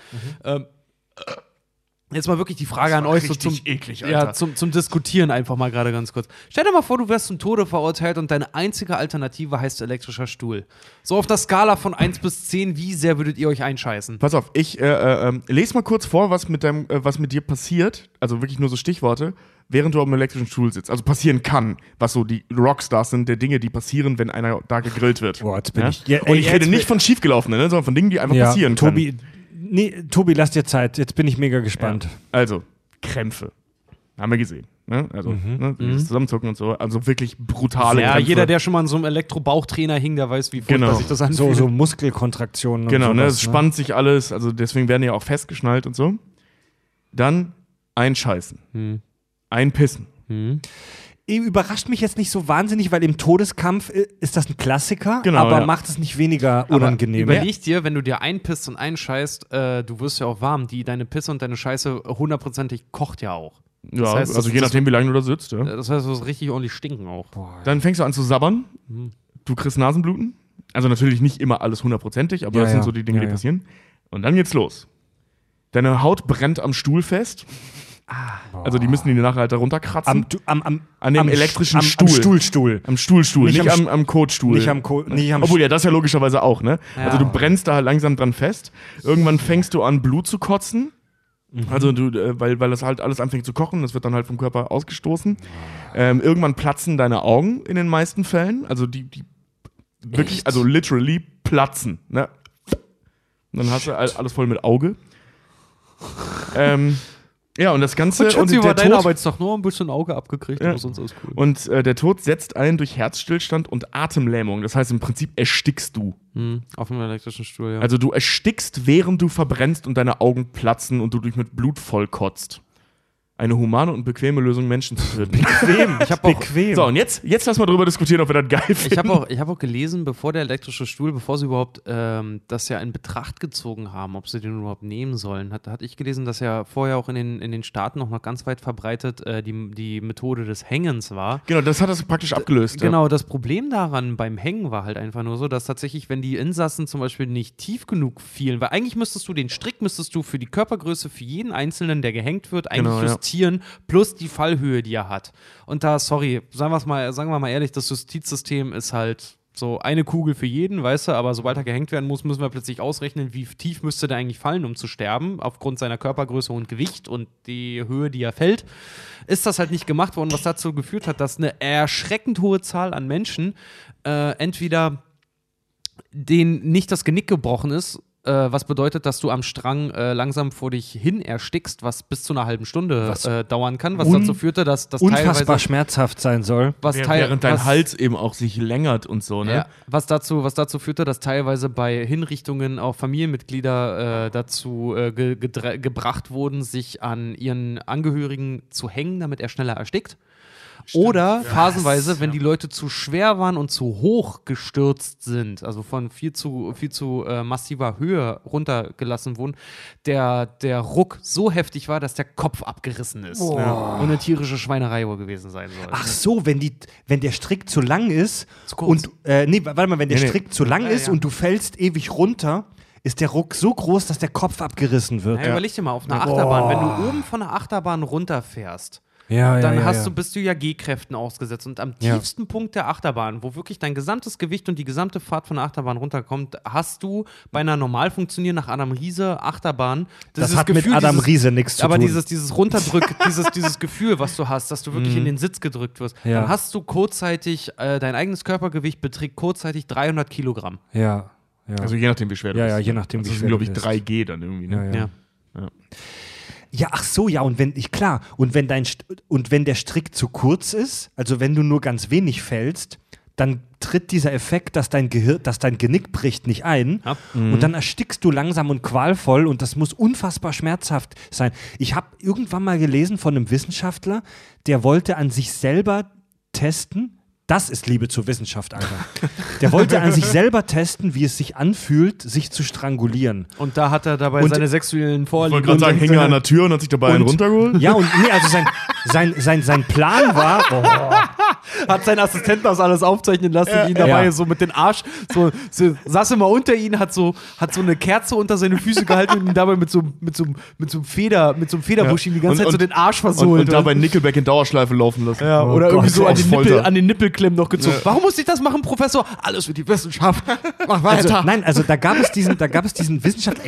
Jetzt mal wirklich die Frage an euch so richtig eklig, ja, Alter. zum Diskutieren einfach mal gerade ganz kurz. Stell dir mal vor, du wirst zum Tode verurteilt und deine einzige Alternative heißt elektrischer Stuhl. So auf der Skala von 1 bis 10, wie sehr würdet ihr euch einscheißen? Pass auf, ich lese mal kurz vor, was mit dir passiert. Also wirklich nur so Stichworte, während du auf dem elektrischen Stuhl sitzt. Also passieren kann, was so die Rockstars sind, der Dinge, die passieren, wenn einer da gegrillt wird. Boah, jetzt bin Ja? ich- ja, Und ey, ich jetzt rede bin- nicht von schiefgelaufenen, sondern von Dingen, die einfach passieren können. Tobi, lass dir Zeit. Jetzt bin ich mega gespannt. Ja. Also, Krämpfe. Haben wir gesehen. Ne? Also, dieses Zusammenzucken und so. Also wirklich brutale Ja, Krämpfe. jeder, der schon mal an so einem Elektrobauchtrainer hing, der weiß, wie furchtbar Genau. sich das anfühlt. So Muskelkontraktionen Genau, und ne? sowas, Es spannt sich alles. Also deswegen werden die ja auch festgeschnallt und so. Dann einscheißen. Einpissen. Überrascht mich jetzt nicht so wahnsinnig, weil im Todeskampf ist das ein Klassiker, Genau, aber ja. macht es nicht weniger unangenehm. Überleg dir, wenn du dir einpisst und einscheißt, du wirst ja auch warm. Deine Pisse und deine Scheiße 100%ig kocht ja auch. Ja, Das heißt, also je nachdem, wie lange du da sitzt. Ja. Das heißt, du wirst richtig ordentlich stinken auch. Dann fängst du an zu sabbern. Du kriegst Nasenbluten. Also natürlich nicht immer alles 100%, aber das sind so die Dinge, die passieren. Und dann geht's los. Deine Haut brennt am Stuhl fest. Also die müssen die nachher halt da runterkratzen. An dem elektrischen Stuhl. Am Stuhlstuhl. Nicht am Kotstuhl. Nicht am Obwohl, ja, das ja logischerweise auch, ne? Ja. Also du brennst da halt langsam dran fest. Irgendwann fängst du an, Blut zu kotzen. Also weil das halt alles anfängt zu kochen, das wird dann halt vom Körper ausgestoßen. Irgendwann platzen deine Augen in den meisten Fällen. Also die wirklich, also literally platzen, ne? Und dann hast du alles voll mit Auge. Ja, und das Ganze. Und der dein Tod, Arbeitstag nur ein bisschen Auge abgekriegt, aber sonst alles cool. und der Tod setzt ein durch Herzstillstand und Atemlähmung. Das heißt, im Prinzip erstickst du. Auf dem elektrischen Stuhl, ja. Also du erstickst, während du verbrennst und deine Augen platzen und du dich mit Blut vollkotzt. Eine humane und bequeme Lösung, Menschen zu töten. Bequem. So, und jetzt lass mal drüber diskutieren, ob wir das geil finden. Ich hab auch gelesen, bevor der elektrische Stuhl, bevor sie überhaupt das ja in Betracht gezogen haben, ob sie den überhaupt nehmen sollen, hatte ich gelesen, dass ja vorher auch in den Staaten noch ganz weit verbreitet die Methode des Hängens war. Genau, das hat das praktisch abgelöst. Genau, das Problem daran beim Hängen war halt einfach nur so, dass tatsächlich, wenn die Insassen zum Beispiel nicht tief genug fielen, weil eigentlich müsstest du den Strick für die Körpergröße für jeden Einzelnen, der gehängt wird, eigentlich justieren, plus die Fallhöhe, die er hat. Und da, sorry, sagen wir mal ehrlich, das Justizsystem ist halt so eine Kugel für jeden, weißt du, aber sobald er gehängt werden muss, müssen wir plötzlich ausrechnen, wie tief müsste der eigentlich fallen, um zu sterben, aufgrund seiner Körpergröße und Gewicht und die Höhe, die er fällt. Ist das halt nicht gemacht worden, was dazu geführt hat, dass eine erschreckend hohe Zahl an Menschen entweder denen nicht das Genick gebrochen ist, was bedeutet, dass du am Strang langsam vor dich hin erstickst, was bis zu einer halben Stunde dauern kann, was dazu führte, dass das unfassbar teilweise schmerzhaft sein soll. Während dein Hals eben auch sich längert und so, ne? Ja, was dazu führte, dass teilweise bei Hinrichtungen auch Familienmitglieder dazu gebracht wurden, sich an ihren Angehörigen zu hängen, damit er schneller erstickt. Oder phasenweise, wenn die Leute zu schwer waren und zu hoch gestürzt sind, also von viel zu massiver Höhe runtergelassen wurden, der Ruck so heftig war, dass der Kopf abgerissen ist. Ja. Und eine tierische Schweinerei wohl gewesen sein soll. Ach so, wenn der Strick zu lang ist zu kurz. und wenn der Strick zu lang ist und du fällst ewig runter, ist der Ruck so groß, dass der Kopf abgerissen wird. Ja, überleg dir mal, auf einer Achterbahn, wenn du oben von einer Achterbahn runterfährst, dann bist du ja G-Kräften ausgesetzt. Und am tiefsten Punkt der Achterbahn, wo wirklich dein gesamtes Gewicht und die gesamte Fahrt von der Achterbahn runterkommt, hast du bei einer normal funktionierenden nach Adam Riese Achterbahn das hat Gefühl, mit Adam Riese nichts zu tun. Aber dieses Runterdrück, dieses Gefühl, was du hast, dass du wirklich in den Sitz gedrückt wirst, dann hast du kurzzeitig, dein eigenes Körpergewicht beträgt kurzzeitig 300 Kilogramm. Ja. Also je nachdem, wie schwer du bist. Ja, je nachdem, wie schwer du bist. Das sind, glaube ich, 3G dann irgendwie. Ne? Ja. Ja, ach so, ja, und wenn der Strick zu kurz ist, also wenn du nur ganz wenig fällst, dann tritt dieser Effekt, dass dein Genick bricht, nicht ein. Ja. Und dann erstickst du langsam und qualvoll und das muss unfassbar schmerzhaft sein. Ich habe irgendwann mal gelesen von einem Wissenschaftler, der wollte an sich selber testen. Das ist Liebe zur Wissenschaft, Alter. Der wollte an sich selber testen, wie es sich anfühlt, sich zu strangulieren. Und da hat er dabei seine sexuellen Vorlieben. Ich wollte gerade sagen, hing er an der Tür und hat sich dabei einen runtergeholt? Ja, und also sein Plan war... Hat seinen Assistenten das alles aufzeichnen lassen, ihn dabei so mit dem Arsch, so saß immer unter ihn, hat so eine Kerze unter seine Füße gehalten und ihn dabei mit so einem Federbusch ihm die ganze Zeit so den Arsch versohlt. Und dabei Nickelback in Dauerschleife laufen lassen. Ja, oder irgendwie so an den Nippelklemmen noch gezogen. Ja. Warum muss ich das machen, Professor? Alles für die Wissenschaft. Mach weiter. Also da gab es diesen Wissenschaftler,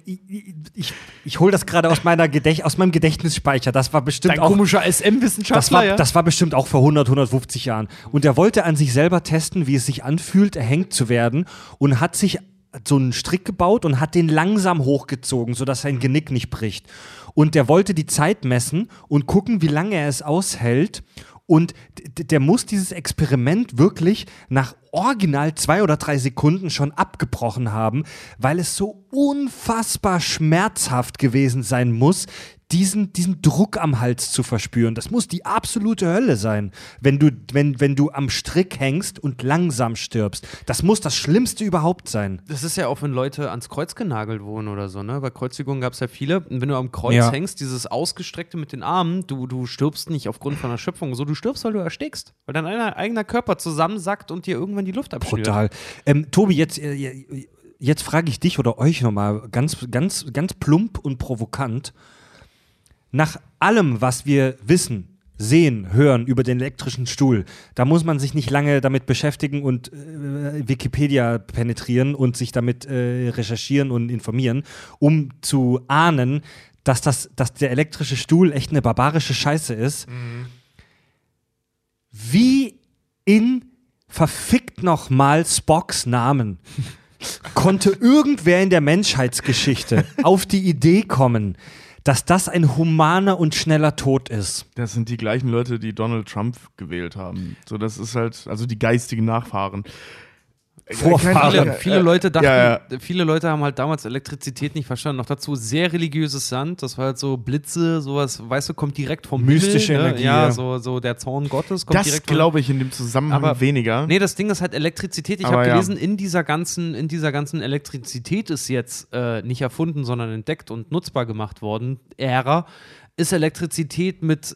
ich hole das gerade aus meinem Gedächtnisspeicher, das war bestimmt auch... Dein komischer SM-Wissenschaftler, das war bestimmt auch vor 150 Jahren. Und er wollte an sich selber testen, wie es sich anfühlt, erhängt zu werden und hat sich so einen Strick gebaut und hat den langsam hochgezogen, sodass sein Genick nicht bricht. Und der wollte die Zeit messen und gucken, wie lange er es aushält. Und der muss dieses Experiment wirklich nach original 2 oder 3 Sekunden schon abgebrochen haben, weil es so unfassbar schmerzhaft gewesen sein muss, diesen Druck am Hals zu verspüren. Das muss die absolute Hölle sein, wenn du am Strick hängst und langsam stirbst. Das muss das Schlimmste überhaupt sein. Das ist ja auch, wenn Leute ans Kreuz genagelt wurden oder so, ne? Bei Kreuzigungen gab es ja viele. Und wenn du am Kreuz hängst, dieses Ausgestreckte mit den Armen, du stirbst nicht aufgrund von Erschöpfung, so, du stirbst, weil du erstickst. Weil dein eigener Körper zusammensackt und dir irgendwann man die Luft abschnürt. Brutal. Tobi, jetzt frage ich dich oder euch nochmal ganz plump und provokant. Nach allem, was wir wissen, sehen, hören über den elektrischen Stuhl, da muss man sich nicht lange damit beschäftigen und Wikipedia penetrieren und sich damit recherchieren und informieren, um zu ahnen, dass der elektrische Stuhl echt eine barbarische Scheiße ist. Mhm. Wie in verfickt nochmal Spocks Namen konnte irgendwer in der Menschheitsgeschichte auf die Idee kommen, dass das ein humaner und schneller Tod ist? Das sind die gleichen Leute, die Donald Trump gewählt haben. So, das ist halt, also die geistigen Nachfahren. Vorfahren. Viele Leute dachten, viele Leute haben halt damals Elektrizität nicht verstanden. Noch dazu sehr religiöses Sand, das war halt so Blitze, sowas, weißt du, kommt direkt vom mystische Himmel, Energie. Ja, so der Zorn Gottes kommt direkt. Das glaube ich in dem Zusammenhang weniger. Nee, das Ding ist halt Elektrizität. Ich habe gelesen, in dieser ganzen Elektrizität ist jetzt nicht erfunden, sondern entdeckt und nutzbar gemacht worden. Ist Elektrizität ist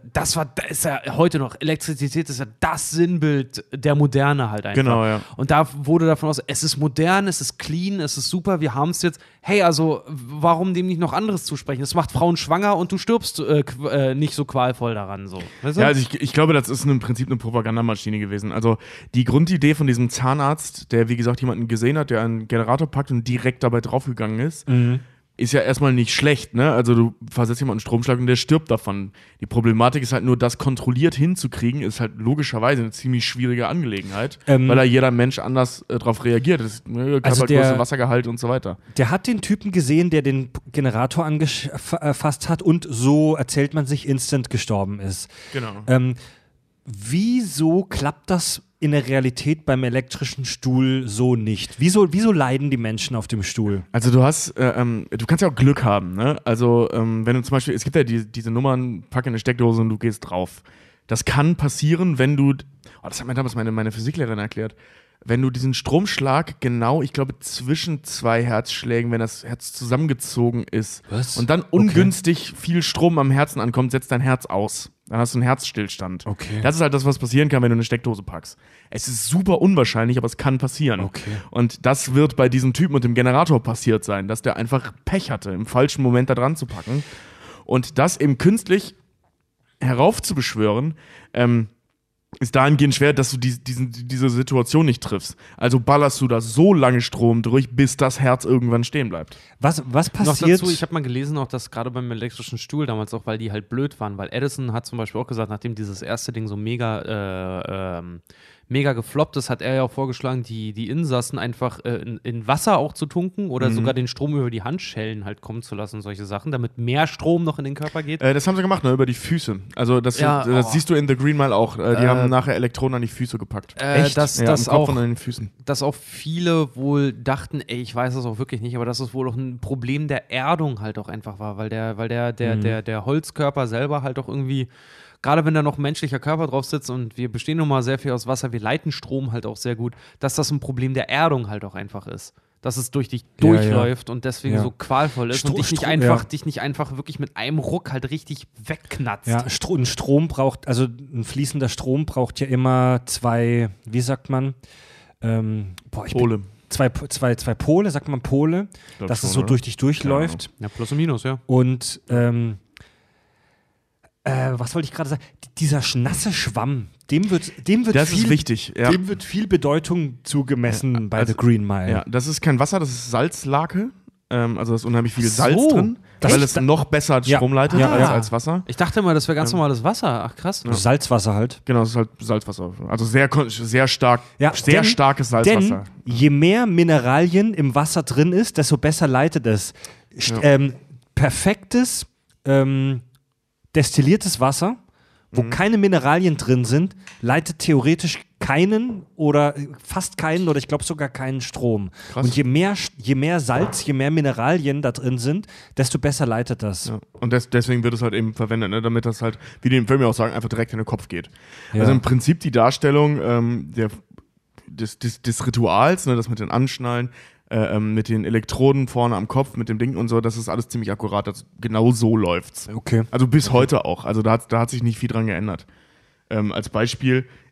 ja heute noch, Elektrizität ist ja das Sinnbild der Moderne halt einfach. Genau, ja. Und da wurde davon aus, es ist modern, es ist clean, es ist super, wir haben es jetzt. Hey, also warum dem nicht noch anderes zusprechen? Es macht Frauen schwanger und du stirbst nicht so qualvoll daran. So. Weißt du? Ja, also ich glaube, das ist im Prinzip eine Propagandamaschine gewesen. Also die Grundidee von diesem Zahnarzt, der wie gesagt jemanden gesehen hat, der einen Generator packt und direkt dabei draufgegangen ist, ist ja erstmal nicht schlecht, ne? Also du versetzt jemanden einen Stromschlag und der stirbt davon. Die Problematik ist halt nur, das kontrolliert hinzukriegen, ist halt logischerweise eine ziemlich schwierige Angelegenheit, weil da jeder Mensch anders drauf reagiert. Das ist, Körpergröße, Wassergehalt und so weiter. Der hat den Typen gesehen, der den Generator angefasst hat und so, erzählt man sich, instant gestorben ist. Genau. Wieso klappt das in der Realität beim elektrischen Stuhl so nicht? Wieso leiden die Menschen auf dem Stuhl? Also du kannst ja auch Glück haben, ne? Also wenn du zum Beispiel, es gibt ja diese Nummern, pack in eine Steckdose und du gehst drauf. Das kann passieren, wenn du, das hat mir damals meine Physiklehrerin erklärt, wenn du diesen Stromschlag genau, ich glaube, zwischen zwei Herzschlägen, wenn das Herz zusammengezogen ist und dann ungünstig viel Strom am Herzen ankommt, setzt dein Herz aus. Dann hast du einen Herzstillstand. Okay. Das ist halt das, was passieren kann, wenn du eine Steckdose packst. Es ist super unwahrscheinlich, aber es kann passieren. Okay. Und das wird bei diesem Typen und dem Generator passiert sein, dass der einfach Pech hatte, im falschen Moment da dran zu packen. Und das eben künstlich heraufzubeschwören, ist dahingehend schwer, dass du diese Situation nicht triffst. Also ballerst du da so lange Strom durch, bis das Herz irgendwann stehen bleibt. Was passiert? Noch dazu, ich habe mal gelesen, auch dass gerade beim elektrischen Stuhl damals auch, weil die halt blöd waren, weil Edison hat zum Beispiel auch gesagt, nachdem dieses erste Ding so mega gefloppt ist, hat er ja auch vorgeschlagen, die Insassen einfach in Wasser auch zu tunken oder sogar den Strom über die Handschellen halt kommen zu lassen, solche Sachen, damit mehr Strom noch in den Körper geht. Das haben sie gemacht, ne, über die Füße. Also das siehst du in The Green Mile auch. Die haben nachher Elektronen an die Füße gepackt. Echt? Am Kopf und an den Füßen. Dass auch viele wohl dachten, ich weiß das auch wirklich nicht, aber dass es wohl auch ein Problem der Erdung halt auch einfach war, weil der Holzkörper selber halt auch irgendwie, gerade wenn da noch ein menschlicher Körper drauf sitzt und wir bestehen nun mal sehr viel aus Wasser, wir leiten Strom halt auch sehr gut, dass das ein Problem der Erdung halt auch einfach ist. Dass es durch dich durchläuft und deswegen so qualvoll ist und dich nicht einfach wirklich mit einem Ruck halt richtig wegknatzt. Ja, ein Strom braucht, also ein fließender Strom braucht ja immer zwei, wie sagt man? Pole. Zwei Pole, sagt man Pole, dass es so durch dich durchläuft. Ja, plus und minus, ja. Und was wollte ich gerade sagen? Dieser nasse Schwamm, dem wird das viel, ist wichtig. Ja. Dem wird viel Bedeutung zugemessen bei The Green Mile. Ja, das ist kein Wasser, das ist Salzlake. Also da ist unheimlich viel Salz drin, weil es noch besser Strom leitet als Wasser. Ich dachte immer, das wäre ganz normales Wasser. Ach krass. Ja. Salzwasser halt. Genau, das ist halt Salzwasser. Also sehr starkes Salzwasser. Denn je mehr Mineralien im Wasser drin ist, desto besser leitet es. Perfektes destilliertes Wasser, wo keine Mineralien drin sind, leitet theoretisch keinen oder fast keinen oder ich glaube sogar keinen Strom. Krass. Und je mehr Salz, je mehr Mineralien da drin sind, desto besser leitet das. Ja. Und deswegen wird es halt eben verwendet, ne? Damit das halt, wie die im Film ja auch sagen, einfach direkt in den Kopf geht. Ja. Also im Prinzip die Darstellung des Rituals, ne? Das mit den Anschnallen, mit den Elektroden vorne am Kopf, mit dem Ding und so, das ist alles ziemlich akkurat. Genau so läuft's. Okay. Also bis heute auch. Also da hat sich nicht viel dran geändert. Als Beispiel,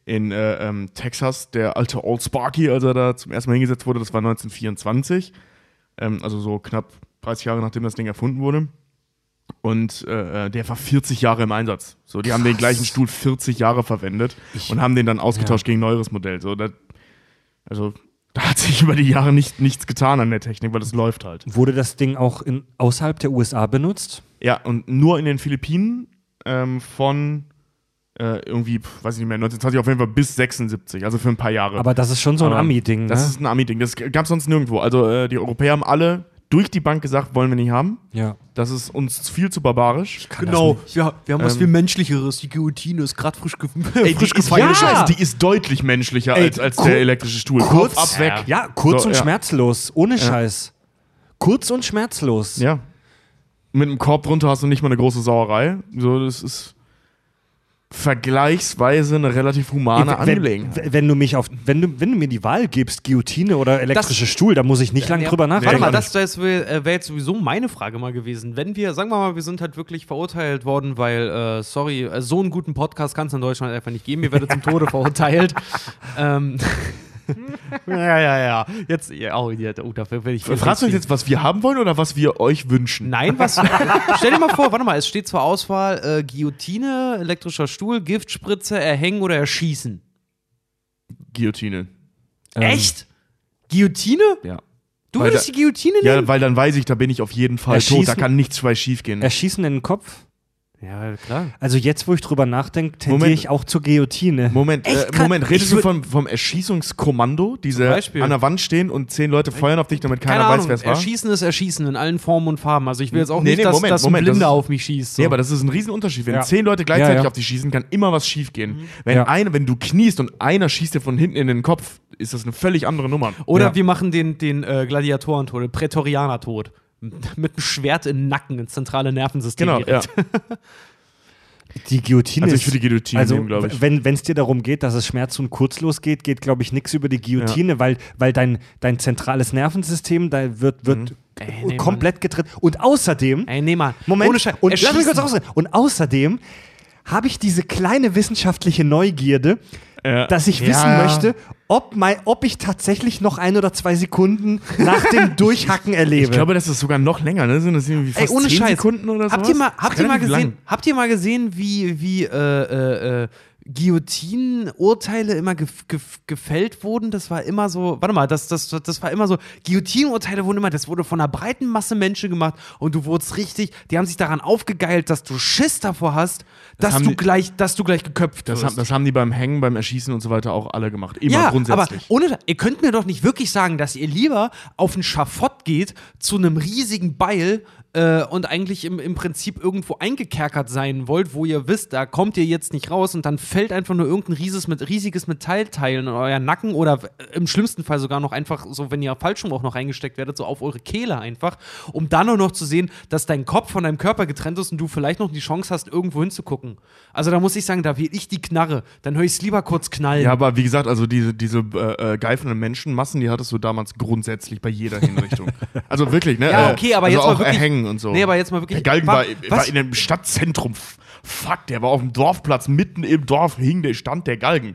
in Texas, der alte Old Sparky, als er da zum ersten Mal hingesetzt wurde, das war 1924. Also so knapp 30 Jahre, nachdem das Ding erfunden wurde. Und der war 40 Jahre im Einsatz. So, die haben den gleichen Stuhl 40 Jahre verwendet und haben den dann ausgetauscht gegen ein neueres Modell. So, da hat sich über die Jahre nichts getan an der Technik, weil das läuft halt. Wurde das Ding auch außerhalb der USA benutzt? Ja, und nur in den Philippinen von irgendwie, weiß ich nicht mehr, 1920 auf jeden Fall bis 76, also für ein paar Jahre. Aber das ist schon so ein Ami-Ding, ne? Das ist ein Ami-Ding, das gab es sonst nirgendwo. Also die Europäer haben alle durch die Bank gesagt, wollen wir nicht haben. Ja. Das ist uns viel zu barbarisch. Genau, wir haben was viel Menschlicheres. Die Guillotine ist gerade frisch gefeiert. Ja. Die ist deutlich menschlicher als der elektrische Stuhl. Kurz, Kopf ab, weg. Ja, kurz So, und ja. schmerzlos. Ohne Scheiß. Kurz und schmerzlos. Ja. Mit einem Korb drunter hast du nicht mal eine große Sauerei. So, das ist vergleichsweise eine relativ humane Angelegenheit. Wenn du mir die Wahl gibst, Guillotine oder elektrischer Stuhl, da muss ich nicht lange drüber nachdenken. Warte mal, das wäre jetzt sowieso meine Frage mal gewesen. Wenn wir, sagen wir mal, wir sind halt wirklich verurteilt worden, weil, so einen guten Podcast kann es in Deutschland einfach nicht geben. Ihr werdet zum Tode verurteilt. Ja. Jetzt, dafür will ich. Fragst du uns jetzt, was wir haben wollen oder was wir euch wünschen? Nein, stell dir mal vor, warte mal, es steht zur Auswahl Guillotine, elektrischer Stuhl, Giftspritze, erhängen oder erschießen. Guillotine. Echt? Guillotine? Ja. Du Weil würdest die Guillotine nehmen? Ja, weil dann weiß ich, da bin ich auf jeden Fall tot. Da kann nichts bei schief gehen. Erschießen in den Kopf? Ja, klar. Also jetzt, wo ich drüber nachdenke, tendiere ich auch zur Guillotine. Moment, redest du vom Erschießungskommando, die an der Wand stehen und 10 Leute feuern auf dich, damit keiner weiß, wer es war? Erschießen ist Erschießen in allen Formen und Farben. Also ich will jetzt auch nicht, Moment, dass ein Blinder auf mich schießt. So. Nee, aber das ist ein Riesenunterschied. Wenn 10 Leute gleichzeitig auf dich schießen, kann immer was schief gehen. Wenn du kniest und einer schießt dir von hinten in den Kopf, ist das eine völlig andere Nummer. Oder wir machen den Gladiatorentod, den Prätorianer-Tod. Mit einem Schwert im Nacken ins zentrale Nervensystem. Genau, ja. Die Guillotine also ich würde die Guillotine nehmen, glaube ich. Wenn es dir darum geht, dass es schmerz- und kurzlos geht, glaube ich, nichts über die Guillotine, weil dein zentrales Nervensystem, da wird komplett getrennt. Und außerdem, Moment, ohne Scheiß, und lass mich kurz ausreden. Und außerdem habe ich diese kleine wissenschaftliche Neugierde, dass ich wissen möchte, ob ich tatsächlich noch 1 oder 2 Sekunden nach dem Durchhacken erlebe. Ich glaube, das ist sogar noch länger, ne? Sind das irgendwie fast 10 Sekunden oder so? Habt ihr mal gesehen, wie Guillotinenurteile immer gefällt wurden? Das war immer so, warte mal, das war immer so, Guillotinenurteile das wurde von einer breiten Masse Menschen gemacht und du wurdest richtig, die haben sich daran aufgegeilt, dass du Schiss davor hast, dass du gleich geköpft wirst. Das haben die beim Hängen, beim Erschießen und so weiter auch alle gemacht. Immer grundsätzlich. Aber ihr könnt mir doch nicht wirklich sagen, dass ihr lieber auf ein Schafott geht, zu einem riesigen Beil und eigentlich im Prinzip irgendwo eingekerkert sein wollt, wo ihr wisst, da kommt ihr jetzt nicht raus und dann fällt einfach nur irgendein riesiges Metallteil in euren Nacken oder im schlimmsten Fall sogar noch einfach so, wenn ihr Fallschirm auch noch reingesteckt werdet, so auf eure Kehle einfach, um dann nur noch zu sehen, dass dein Kopf von deinem Körper getrennt ist und du vielleicht noch die Chance hast, irgendwo hinzugucken. Also da muss ich sagen, da wähle ich die Knarre. Dann höre ich es lieber kurz knallen. Ja, aber wie gesagt, also diese geifenden Menschenmassen, die hattest du damals grundsätzlich bei jeder Hinrichtung. Also wirklich, ne? Ja, okay, aber also jetzt auch mal wirklich erhängen und so. Nee, aber jetzt mal wirklich. Der Galgen war in einem Stadtzentrum. Fuck, der war auf dem Dorfplatz, mitten im Dorf stand der Galgen.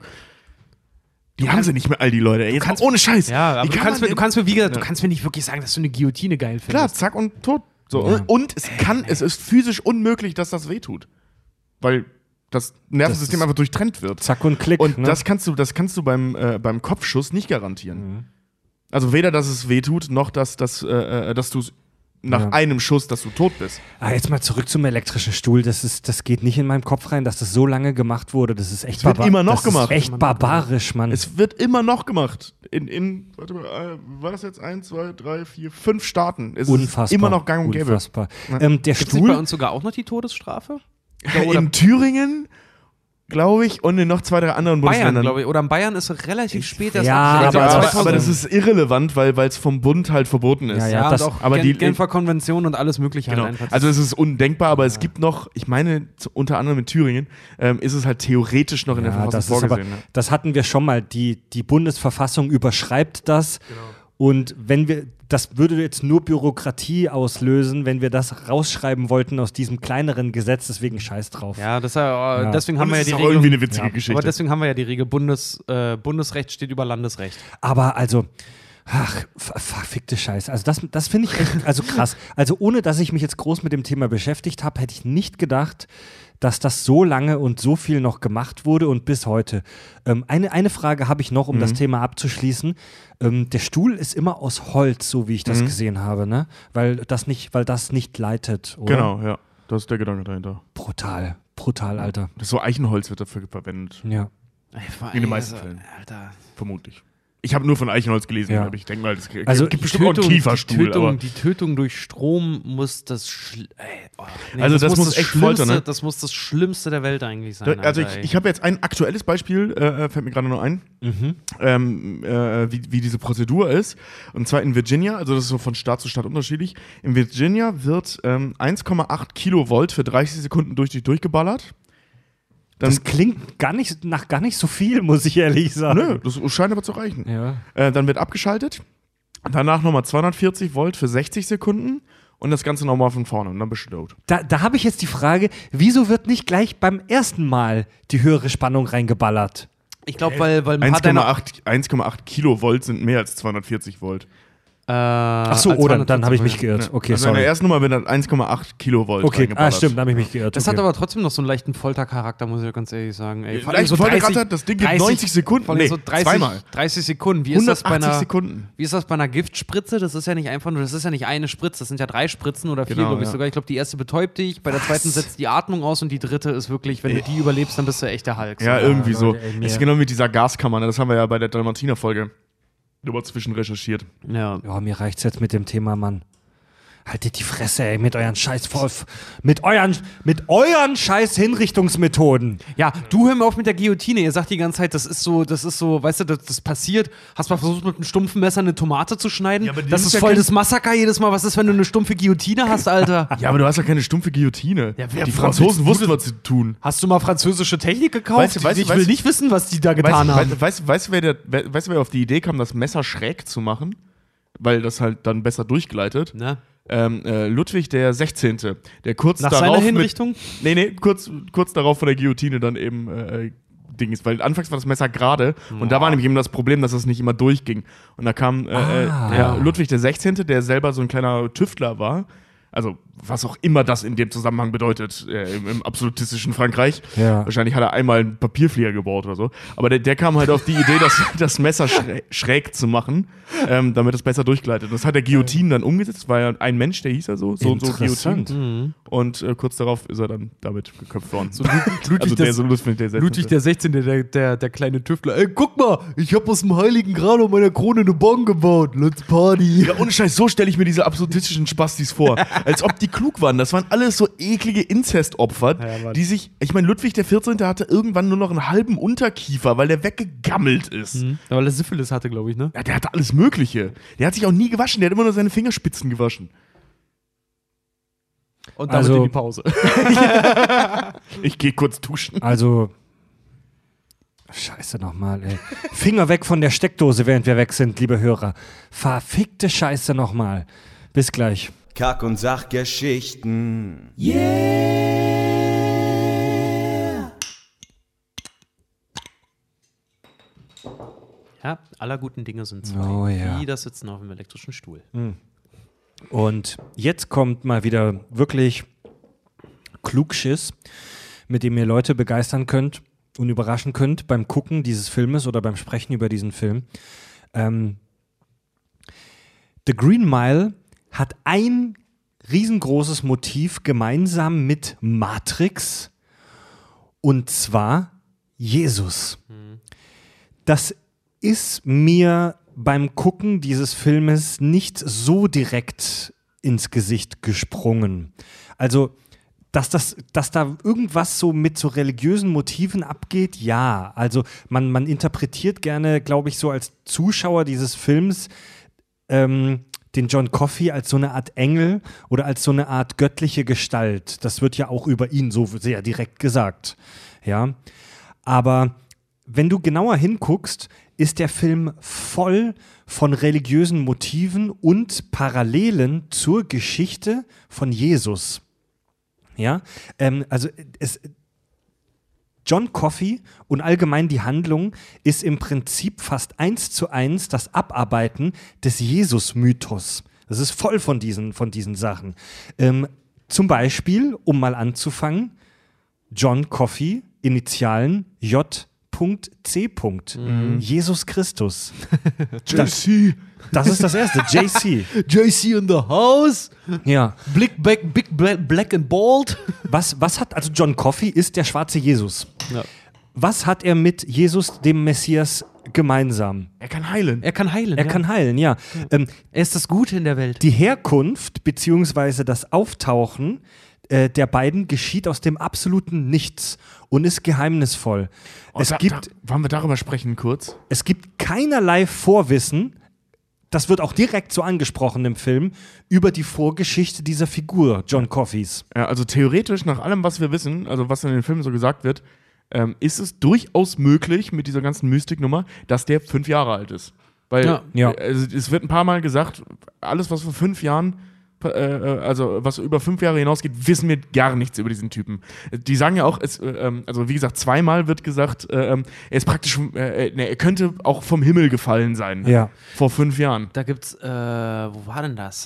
Die haben sie nicht mehr, all die Leute. Jetzt mal ohne Scheiß. Ja, aber du kannst mir nicht wirklich sagen, dass du eine Guillotine geil findest. Klar, zack und tot. So. Ja. Und es ist physisch unmöglich, dass das wehtut. Weil das Nervensystem einfach durchtrennt wird. Zack und Klick. Und das kannst du beim Kopfschuss nicht garantieren. Mhm. Also weder, dass es wehtut, noch dass du es nach einem Schuss, dass du tot bist. Jetzt mal zurück zum elektrischen Stuhl. Das geht nicht in meinen Kopf rein, dass das so lange gemacht wurde. Das ist echt barbarisch. Es wird immer noch gemacht. Das ist echt barbarisch, Mann. Es wird immer noch gemacht. Warte mal, war das jetzt 1, 2, 3, 4, 5 Staaten? Es Unfassbar. Ist immer noch gang und gäbe. Unfassbar. Ja. Der Stuhl. Bei uns sogar auch noch die Todesstrafe? In Thüringen, glaube ich, und in noch 2, 3 anderen Bundesländern. Bayern, glaube ich. Oder in Bayern ist es relativ spät. Aber das ist irrelevant, weil es vom Bund halt verboten ist. Ja, und auch aber die Genfer Konvention und alles Mögliche. Genau. Halt einfach. Also es ist undenkbar, aber es gibt noch, ich meine, unter anderem in Thüringen, ist es halt theoretisch noch in der Verfassung vorgesehen. Das hatten wir schon mal. Die Bundesverfassung überschreibt das. Genau. Und das würde jetzt nur Bürokratie auslösen, wenn wir das rausschreiben wollten aus diesem kleineren Gesetz, deswegen scheiß drauf. Ja, deswegen haben wir ja die auch Regel. irgendwie eine witzige Geschichte. Aber deswegen haben wir ja die Regel, Bundesrecht steht über Landesrecht. Aber also, verfickte Scheiße. Also das finde ich echt krass. Also ohne, dass ich mich jetzt groß mit dem Thema beschäftigt habe, hätte ich nicht gedacht, dass das so lange und so viel noch gemacht wurde und bis heute. Eine Frage habe ich noch, um das Thema abzuschließen. Der Stuhl ist immer aus Holz, so wie ich das gesehen habe, ne? Weil das nicht leitet, oder? Genau, ja. Das ist der Gedanke dahinter. Brutal, Alter. Das so Eichenholz wird dafür verwendet. Ja. In den meisten Fällen. Alter. Vermutlich. Ich habe nur von Eichenholz gelesen, Ja. aber ich denke mal, es gibt Also bestimmt auch einen Kieferstuhl. Die Tötung durch Strom muss das das muss echt foltern, ne? Das muss das Schlimmste der Welt eigentlich sein. Also Alter, ich habe jetzt ein aktuelles Beispiel, fällt mir gerade noch ein, wie diese Prozedur ist. Und zwar in Virginia, also das ist so von Staat zu Staat unterschiedlich. In Virginia wird 1,8 Kilovolt für 30 Sekunden durchgeballert. Das klingt gar nicht so viel, muss ich ehrlich sagen. Nö, das scheint aber zu reichen. Ja. Dann wird abgeschaltet. Danach nochmal 240 Volt für 60 Sekunden. Und das Ganze nochmal von vorne. Und dann bist du tot. Da habe ich jetzt die Frage, wieso wird nicht gleich beim ersten Mal die höhere Spannung reingeballert? Ich glaube, weil ein paar deiner 1,8 Kilovolt sind mehr als 240 Volt. Ach so, oder dann habe ich mich geirrt. Okay, also in der ersten Nummer wird dann 1,8 Kilovolt reingeballert. Stimmt, da habe ich mich geirrt. Das hat aber trotzdem noch so einen leichten Foltercharakter, muss ich ganz ehrlich sagen. Ey, Leicht Foltercharakter, das Ding gibt 90 Sekunden. Nee, so 30 Sekunden. Wie ist das bei 180 Sekunden. Wie ist das bei einer Giftspritze? Das ist ja nicht einfach nur, das ist ja nicht eine Spritze, das sind ja 3 Spritzen oder 4, glaube ich sogar. Ich glaube, die erste betäubt dich, bei der zweiten setzt die Atmung aus und die dritte ist wirklich, wenn du die überlebst, dann bist du echt der Hulk. Ja, irgendwie so. Leute, Das ist genau mit dieser Gaskammer, ne? Das haben wir ja bei der Dalmatiner-Folge nur zwischen recherchiert. Ja. Ja, mir reicht's jetzt mit dem Thema, Mann. Haltet die Fresse, ey, mit euren mit euren scheiß Hinrichtungsmethoden. Ja, du hör mir auf mit der Guillotine. Ihr sagt die ganze Zeit, das ist so, weißt du, das passiert. Hast mal versucht, mit einem stumpfen Messer eine Tomate zu schneiden? Ja, aber das ist ja voll das Massaker jedes Mal. Was ist, wenn du eine stumpfe Guillotine hast, Alter? Ja, aber du hast ja keine stumpfe Guillotine. Ja, wer- die Franzosen wussten, was sie tun. Hast du mal französische Technik gekauft? Weißt du, Ich will nicht wissen, was die da getan haben. Weißt du, wer auf die Idee kam, das Messer schräg zu machen? Weil das halt dann besser durchgleitet. Ne? Ludwig der 16., der kurz Nach darauf seiner Hinrichtung? kurz darauf von der Guillotine dann eben Ding ist, weil anfangs war das Messer gerade und da war nämlich eben das Problem, dass es nicht immer durchging. Und da kam der Ludwig der 16., der selber so ein kleiner Tüftler war, also was auch immer das in dem Zusammenhang bedeutet, im absolutistischen Frankreich. Ja. Wahrscheinlich hat er einmal einen Papierflieger gebaut oder so. Aber der kam halt auf die Idee, das Messer schräg zu machen, damit es besser durchgleitet. Und das hat der Guillotine dann umgesetzt, war ja ein Mensch, der hieß ja so und so Guillotine. Und kurz darauf ist er dann damit geköpft worden. So Ludwig der 16., der kleine Tüftler. Ey, guck mal, ich hab aus dem Heiligen Gral auf meiner Krone eine Bon gebaut. Let's party. Ja, ohne Scheiß, so stelle ich mir diese absolutistischen Spastis vor. Als ob die klug waren. Das waren alles so eklige Inzestopfer, die sich. Ich meine, Ludwig der 14. hatte irgendwann nur noch einen halben Unterkiefer, weil der weggegammelt ist. Ja, weil er Syphilis hatte, glaube ich, ne? Ja, der hatte alles Mögliche. Der hat sich auch nie gewaschen, der hat immer nur seine Fingerspitzen gewaschen. Und damit in die Pause. Ich gehe kurz duschen. Also, Scheiße nochmal, ey. Finger weg von der Steckdose, während wir weg sind, liebe Hörer. Verfickte Scheiße nochmal. Bis gleich. Kack- und Sachgeschichten. Ja, aller guten Dinge sind 2. Oh, ja. Wie das Sitzen auf dem elektrischen Stuhl. Und jetzt kommt mal wieder wirklich Klugschiss, mit dem ihr Leute begeistern könnt und überraschen könnt beim Gucken dieses Filmes oder beim Sprechen über diesen Film. The Green Mile hat ein riesengroßes Motiv gemeinsam mit Matrix, und zwar Jesus. Das ist mir beim Gucken dieses Filmes nicht so direkt ins Gesicht gesprungen. Also, dass da irgendwas so mit so religiösen Motiven abgeht, ja. Also man interpretiert gerne, glaube ich, so als Zuschauer dieses Films den John Coffey als so eine Art Engel oder als so eine Art göttliche Gestalt. Das wird ja auch über ihn so sehr direkt gesagt. Ja. Aber wenn du genauer hinguckst, ist der Film voll von religiösen Motiven und Parallelen zur Geschichte von Jesus. Ja, John Coffey und allgemein die Handlung ist im Prinzip fast 1:1 das Abarbeiten des Jesus-Mythos. Das ist voll von diesen Sachen. Zum Beispiel, um mal anzufangen, John Coffey, Initialen J.C. Jesus Christus. JC. Das ist das erste, JC. JC in the house. Ja. Big black and bald. Was hat, also John Coffey ist der schwarze Jesus. Ja. Was hat er mit Jesus, dem Messias, gemeinsam? Er kann heilen. Er kann heilen. Er kann heilen, ja. Er ist das Gute in der Welt. Die Herkunft bzw. das Auftauchen der beiden geschieht aus dem absoluten Nichts und ist geheimnisvoll. Wollen wir darüber sprechen kurz? Es gibt keinerlei Vorwissen, das wird auch direkt so angesprochen im Film, über die Vorgeschichte dieser Figur, John Coffeys. Ja, also theoretisch, nach allem, was wir wissen, also was in den Filmen so gesagt wird, ist es durchaus möglich mit dieser ganzen Mystiknummer, dass der 5 Jahre alt ist. Weil also, es wird ein paar Mal gesagt, alles, was vor 5 Jahren also was über 5 Jahre hinausgeht, wissen wir gar nichts über diesen Typen. Die sagen ja auch, also wie gesagt, 2-mal wird gesagt, er ist praktisch, er könnte auch vom Himmel gefallen sein. Ja. Vor 5 Jahren. Da gibt's, wo war denn das?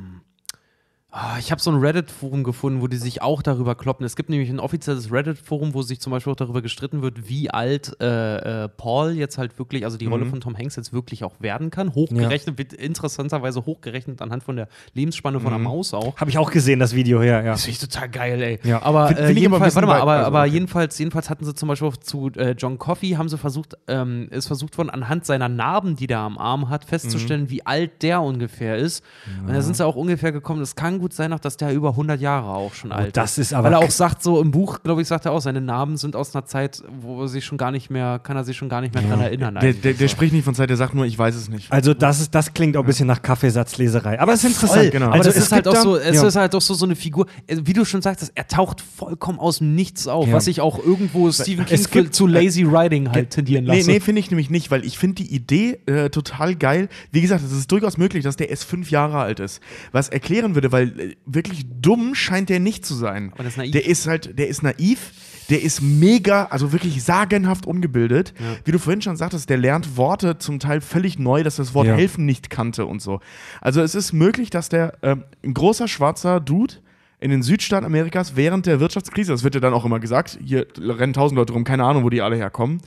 Ich habe so ein Reddit-Forum gefunden, wo die sich auch darüber kloppen. Es gibt nämlich ein offizielles Reddit-Forum, wo sich zum Beispiel auch darüber gestritten wird, wie alt Paul jetzt halt wirklich, also die Rolle von Tom Hanks jetzt wirklich auch werden kann. Hochgerechnet, wird interessanterweise hochgerechnet anhand von der Lebensspanne von einer Maus auch. Habe ich auch gesehen, das Video hier, ja. Das finde ich total geil, ey. Ja. Aber jedenfalls, okay. jedenfalls hatten sie zum Beispiel auch zu John Coffey, haben sie versucht worden, anhand seiner Narben, die der am Arm hat, festzustellen, wie alt der ungefähr ist. Und da sind sie auch ungefähr gekommen, es kann gut sein, auch, dass der über 100 Jahre auch schon alt das ist. ist aber Weil er auch sagt, so im Buch, glaube ich, sagt er auch, seine Narben sind aus einer Zeit, wo er sich schon gar nicht mehr dran erinnern. Der spricht nicht von Zeit, der sagt nur, ich weiß es nicht. Also das klingt auch ein bisschen nach Kaffeesatzleserei. Aber es ist interessant. Voll, genau. Aber Also das ist halt auch so, es ist halt auch so eine Figur, wie du schon sagtest, er taucht vollkommen aus dem Nichts auf, was ich auch irgendwo Stephen King zu Lazy Writing halt tendieren lasse. Nee, finde ich nämlich nicht, weil ich finde die Idee total geil. Wie gesagt, es ist durchaus möglich, dass der erst 5 Jahre alt ist. Was erklären würde, weil wirklich dumm scheint der nicht zu sein. Aber das ist naiv. Der ist naiv, der ist mega, also wirklich sagenhaft ungebildet. Ja. Wie du vorhin schon sagtest, der lernt Worte zum Teil völlig neu, dass das Wort helfen nicht kannte und so. Also es ist möglich, dass der ein großer schwarzer Dude in den Südstaaten Amerikas während der Wirtschaftskrise, das wird ja dann auch immer gesagt, hier rennen 1000 Leute rum, keine Ahnung, wo die alle herkommen.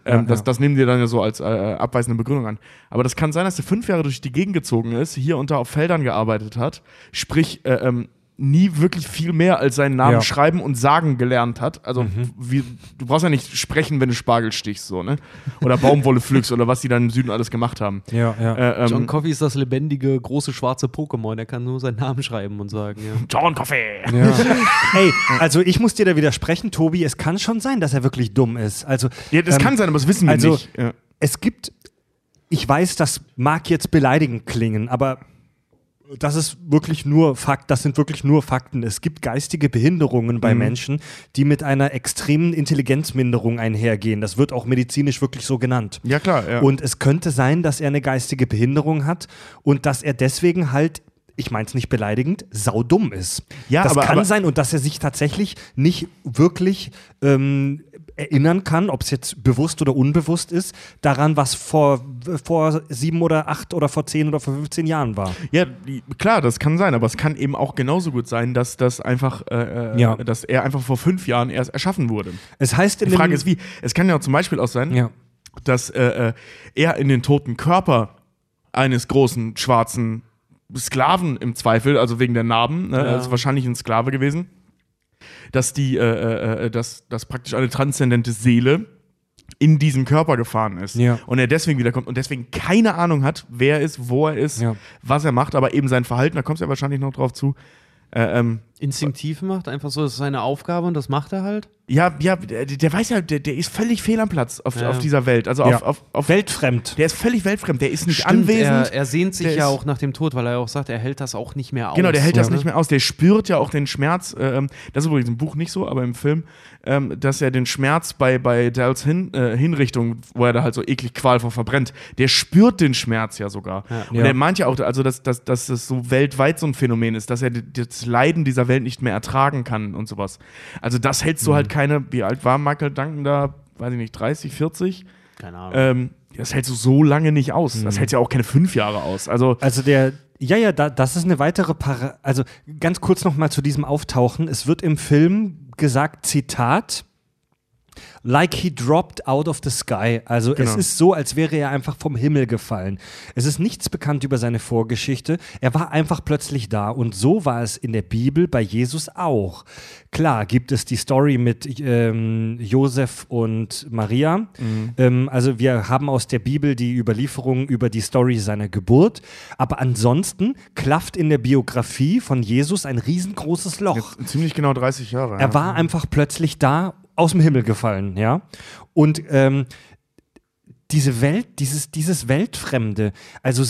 Das nehmen die dann ja so als abweisende Begründung an. Aber das kann sein, dass der 5 Jahre durch die Gegend gezogen ist, hier und da auf Feldern gearbeitet hat, sprich nie wirklich viel mehr als seinen Namen schreiben und sagen gelernt hat. Also du brauchst ja nicht sprechen, wenn du Spargel stichst, so, ne? Oder Baumwolle pflückst oder was die dann im Süden alles gemacht haben. John Coffey ist das lebendige, große, schwarze Pokémon. Er kann nur seinen Namen schreiben und sagen, John Coffey! Ja. Hey, also ich muss dir da widersprechen, Tobi, es kann schon sein, dass er wirklich dumm ist. Also, ja, das kann sein, aber das wissen wir nicht. Ja. Es gibt, ich weiß, das mag jetzt beleidigend klingen, aber das ist wirklich nur Fakt, das sind wirklich nur Fakten. Es gibt geistige Behinderungen bei Menschen, die mit einer extremen Intelligenzminderung einhergehen. Das wird auch medizinisch wirklich so genannt. Ja, klar. Ja. Und es könnte sein, dass er eine geistige Behinderung hat und dass er deswegen halt, ich meine es nicht beleidigend, saudumm ist. Ja, das aber kann sein und dass er sich tatsächlich nicht wirklich erinnern kann, ob es jetzt bewusst oder unbewusst ist, daran, was vor 7 oder 8 oder vor 10 oder vor 15 Jahren war. Ja, klar, das kann sein, aber es kann eben auch genauso gut sein, dass das einfach, dass er einfach vor 5 Jahren erst erschaffen wurde. Es heißt Die Frage ist wie, es kann ja auch zum Beispiel auch sein, dass er in den toten Körper eines großen schwarzen Sklaven im Zweifel, also wegen der Narben, ne, ist wahrscheinlich ein Sklave gewesen, dass dass praktisch eine transzendente Seele in diesen Körper gefahren ist. Ja. Und er deswegen wiederkommt und deswegen keine Ahnung hat, wer er ist, wo er ist, was er macht, aber eben sein Verhalten, da kommst du ja wahrscheinlich noch drauf zu. Instinktiv macht, einfach so, das ist seine Aufgabe und das macht er halt. Ja, der weiß ja, der ist völlig fehl am Platz auf dieser Welt. Also auf weltfremd. Der ist völlig weltfremd, der ist nicht Stimmt, anwesend. Er sehnt sich Der ja ist- auch nach dem Tod, weil er auch sagt, er hält das auch nicht mehr aus. Genau, der hält das ne? nicht mehr aus. Der spürt ja auch den Schmerz. Das ist übrigens im Buch nicht so, aber im Film, dass er den Schmerz bei Dals Hinrichtung, wo er da halt so eklig qualvoll verbrennt, der spürt den Schmerz ja sogar. Und er meint ja auch, also dass das so weltweit so ein Phänomen ist, dass er das Leiden dieser Welt nicht mehr ertragen kann und sowas. Also das hältst du halt keine, wie alt war Michael Duncan da? Weiß ich nicht, 30, 40? Keine Ahnung. Das hältst du so lange nicht aus. Das hältst ja auch keine 5 Jahre aus. Also Also das ist eine weitere also ganz kurz noch mal zu diesem Auftauchen. Es wird im Film gesagt, Zitat, like he dropped out of the sky. Also Genau. es ist so, als wäre er einfach vom Himmel gefallen. Es ist nichts bekannt über seine Vorgeschichte. Er war einfach plötzlich da. Und so war es in der Bibel bei Jesus auch. Klar gibt es die Story mit Josef und Maria. Also wir haben aus der Bibel die Überlieferung über die Story seiner Geburt. Aber ansonsten klafft in der Biografie von Jesus ein riesengroßes Loch. jetzt ziemlich genau 30 Jahre. Er war einfach plötzlich da, aus dem Himmel gefallen, ja. Und diese Welt, dieses Weltfremde, also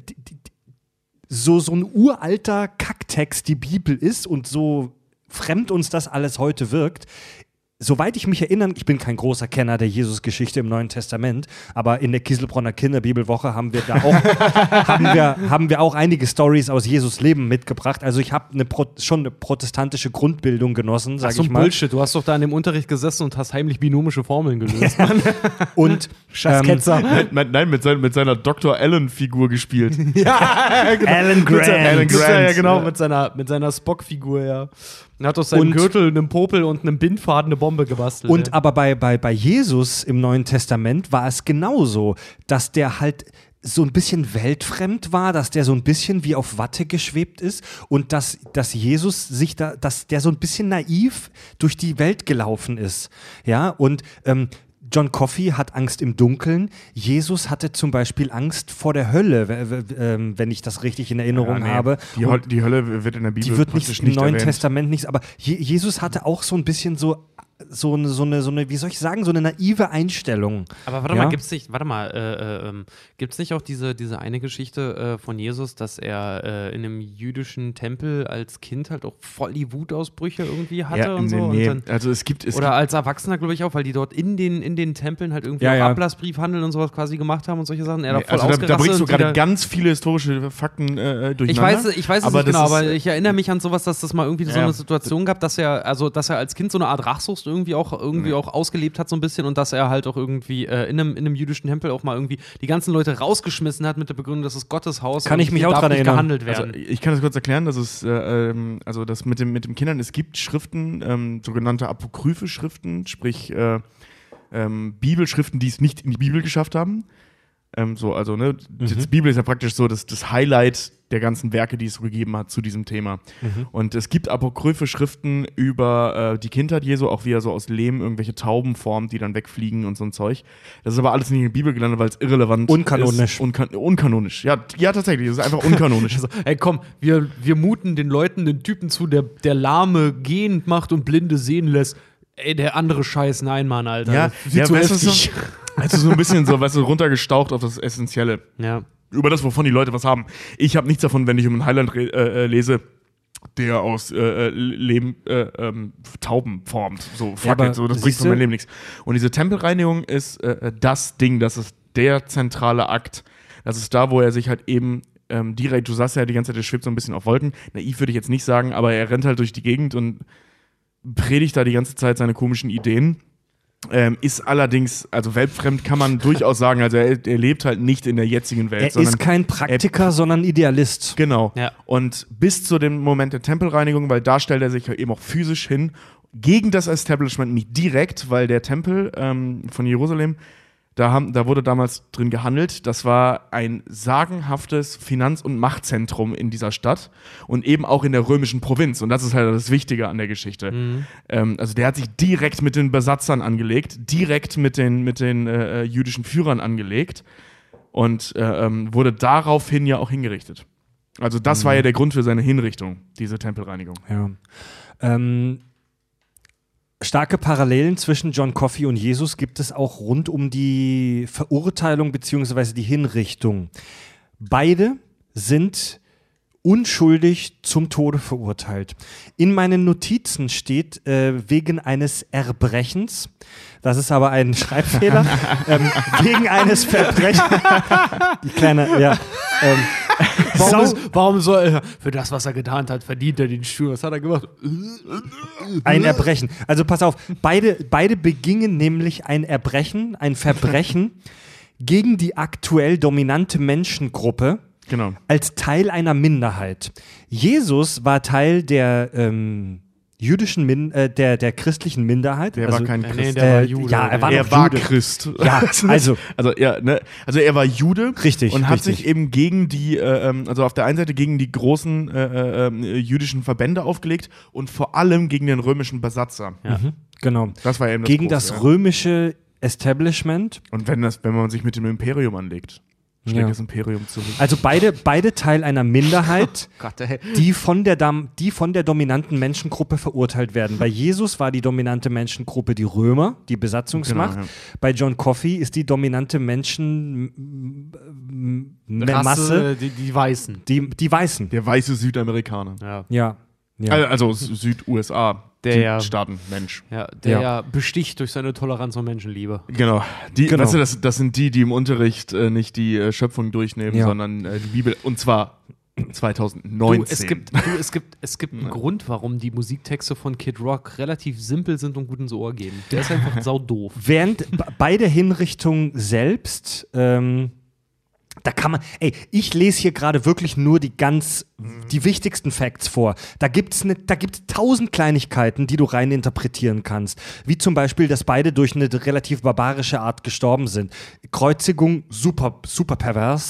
so ein uralter Kacktext die Bibel ist und so fremd uns das alles heute wirkt. Soweit ich mich erinnere, ich bin kein großer Kenner der Jesus-Geschichte im Neuen Testament, aber in der Kieselbronner Kinderbibelwoche haben wir da auch, haben wir auch einige Storys aus Jesus Leben mitgebracht. Also ich habe schon eine protestantische Grundbildung genossen, sag so ich ein mal. Bullshit. Du hast doch da in dem Unterricht gesessen und hast heimlich binomische Formeln gelöst. Und Scheißketzer. Nein, mit seiner Dr. Allen-Figur gespielt. Alan Grant. Alan Grant. Ja, genau, mit seiner Spock-Figur, ja. Er hat aus seinem Und- Gürtel, einem Popel und einem Bindfaden eine Bombe gebastelt. Und ja. aber bei Jesus im Neuen Testament war es genauso, dass der halt so ein bisschen weltfremd war, dass der so ein bisschen wie auf Watte geschwebt ist und dass Jesus dass der so ein bisschen naiv durch die Welt gelaufen ist. Ja, und John Coffey hat Angst im Dunkeln. Jesus hatte zum Beispiel Angst vor der Hölle, wenn ich das richtig in Erinnerung habe. Die Hölle wird in der Bibel Die wird praktisch nicht im Neuen erwähnt. Testament nichts, aber Jesus hatte auch so ein bisschen so eine, wie soll ich sagen, so eine naive Einstellung. Aber warte Ja? mal, gibt's nicht auch diese eine Geschichte von Jesus, dass er in einem jüdischen Tempel als Kind halt auch voll die Wutausbrüche irgendwie hatte Ja, und so? nee. Und dann, Also es gibt oder als Erwachsener, glaube ich auch, weil die dort in den Tempeln halt irgendwie Ja, auch ja. Ablassbriefhandel und sowas quasi gemacht haben und solche Sachen. Er da voll also da ausgerastet bringst du und gerade wieder- ganz viele historische Fakten durcheinander. Ich weiß es aber nicht das genau, ist, aber ich erinnere mich an sowas, dass das mal irgendwie so Ja. eine Situation gab, dass er als Kind so eine Art Rachsucht irgendwie auch ausgelebt hat so ein bisschen und dass er halt auch irgendwie in einem jüdischen Tempel auch mal irgendwie die ganzen Leute rausgeschmissen hat mit der Begründung, das ist Gottes Haus. Kann und ich mich hier auch darf dran nicht erinnern. gehandelt Also werden. ich kann das kurz erklären, dass es also das mit dem Kindern, es gibt Schriften, sogenannte apokryphe Schriften, sprich Bibelschriften, die es nicht in die Bibel geschafft haben. Die Bibel ist ja praktisch so das Highlight der ganzen Werke, die es so gegeben hat zu diesem Thema. Und es gibt apokryphe Schriften über die Kindheit Jesu, auch wie er so aus Lehm irgendwelche Tauben formt, die dann wegfliegen und so ein Zeug. Das ist aber alles nicht in der Bibel gelandet, weil es irrelevant Unkanonisch. ist. Unkanonisch. Ja, tatsächlich, das ist einfach unkanonisch. Also, ey, komm, wir muten den Leuten den Typen zu, der Lahme gehend macht und Blinde sehen lässt. Ey, der andere Scheiß, nein, Mann, Alter. Ja, Das ist viel zu weißt du, heftig. so ein bisschen so, weißt du, runtergestaucht auf das Essentielle. Ja. Über das, wovon die Leute was haben. Ich habe nichts davon, wenn ich um einen Heiland lese, der aus Leben Tauben formt. So, fuck aber it, so, das bringt siehste- von meinem Leben nichts. Und diese Tempelreinigung ist das Ding, das ist der zentrale Akt. Das ist da, wo er sich halt eben direkt, du sagst ja die ganze Zeit, der schwebt so ein bisschen auf Wolken. Naiv würde ich jetzt nicht sagen, aber er rennt halt durch die Gegend und predigt da die ganze Zeit seine komischen Ideen. Ist allerdings, also weltfremd kann man durchaus sagen, also er lebt halt nicht in der jetzigen Welt. Er sondern ist kein Praktiker, sondern Idealist. Genau. Ja. Und bis zu dem Moment der Tempelreinigung, weil da stellt er sich ja eben auch physisch hin, gegen das Establishment, nicht direkt, weil der Tempel von Jerusalem, da wurde damals drin gehandelt. Das war ein sagenhaftes Finanz- und Machtzentrum in dieser Stadt und eben auch in der römischen Provinz. Und das ist halt das Wichtige an der Geschichte. Also der hat sich direkt mit den Besatzern angelegt, direkt mit den jüdischen Führern angelegt und wurde daraufhin ja auch hingerichtet. Also das war ja der Grund für seine Hinrichtung, diese Tempelreinigung. Ja. Starke Parallelen zwischen John Coffey und Jesus gibt es auch rund um die Verurteilung bzw. die Hinrichtung. Beide sind unschuldig zum Tode verurteilt. In meinen Notizen steht wegen eines Erbrechens, das ist aber ein Schreibfehler, wegen eines Verbrechens. Die kleine, ja. Warum soll er, für das, was er getan hat, verdient er den Stuhl? Was hat er gemacht? Ein Erbrechen. Also pass auf, beide begingen nämlich ein Verbrechen gegen die aktuell dominante Menschengruppe. Genau. Als Teil einer Minderheit. Jesus war Teil der der christlichen Minderheit. Der war kein Christ. der war Jude. Ja, er war Er noch war Jude. Christ. Ja, also also er war Jude. Richtig, Und hat richtig. sich eben gegen die, also auf der einen Seite gegen die großen jüdischen Verbände aufgelegt und vor allem gegen den römischen Besatzer. Ja. genau. Das war eben das Gegen Große, das ja. römische Establishment. Und wenn man sich mit dem Imperium anlegt, schlägt Ja. das Imperium zurück. Also beide Teil einer Minderheit, Gott, ey. die von der dominanten Menschengruppe verurteilt werden. Bei Jesus war die dominante Menschengruppe die Römer, die Besatzungsmacht. Genau, ja. Bei John Coffey ist die dominante Masse Die Weißen. die Weißen. Der weiße Südamerikaner. Ja. Ja. Also Süd-USA. Der- Südstaaten, Mensch. Ja, der Ja. ja besticht durch seine Toleranz und Menschenliebe. Genau. Genau. Weißt du, das sind die im Unterricht nicht die Schöpfung durchnehmen, Ja. sondern die Bibel. Und zwar 2019. Es gibt einen Grund, warum die Musiktexte von Kid Rock relativ simpel sind und gut ins Ohr gehen. Der ist einfach saudoof. Während bei der Hinrichtung selbst, da kann man, ich lese hier gerade wirklich nur die wichtigsten Facts vor. Da gibt's 1000 Kleinigkeiten, die du rein interpretieren kannst. Wie zum Beispiel, dass beide durch eine relativ barbarische Art gestorben sind. Kreuzigung, super, super pervers.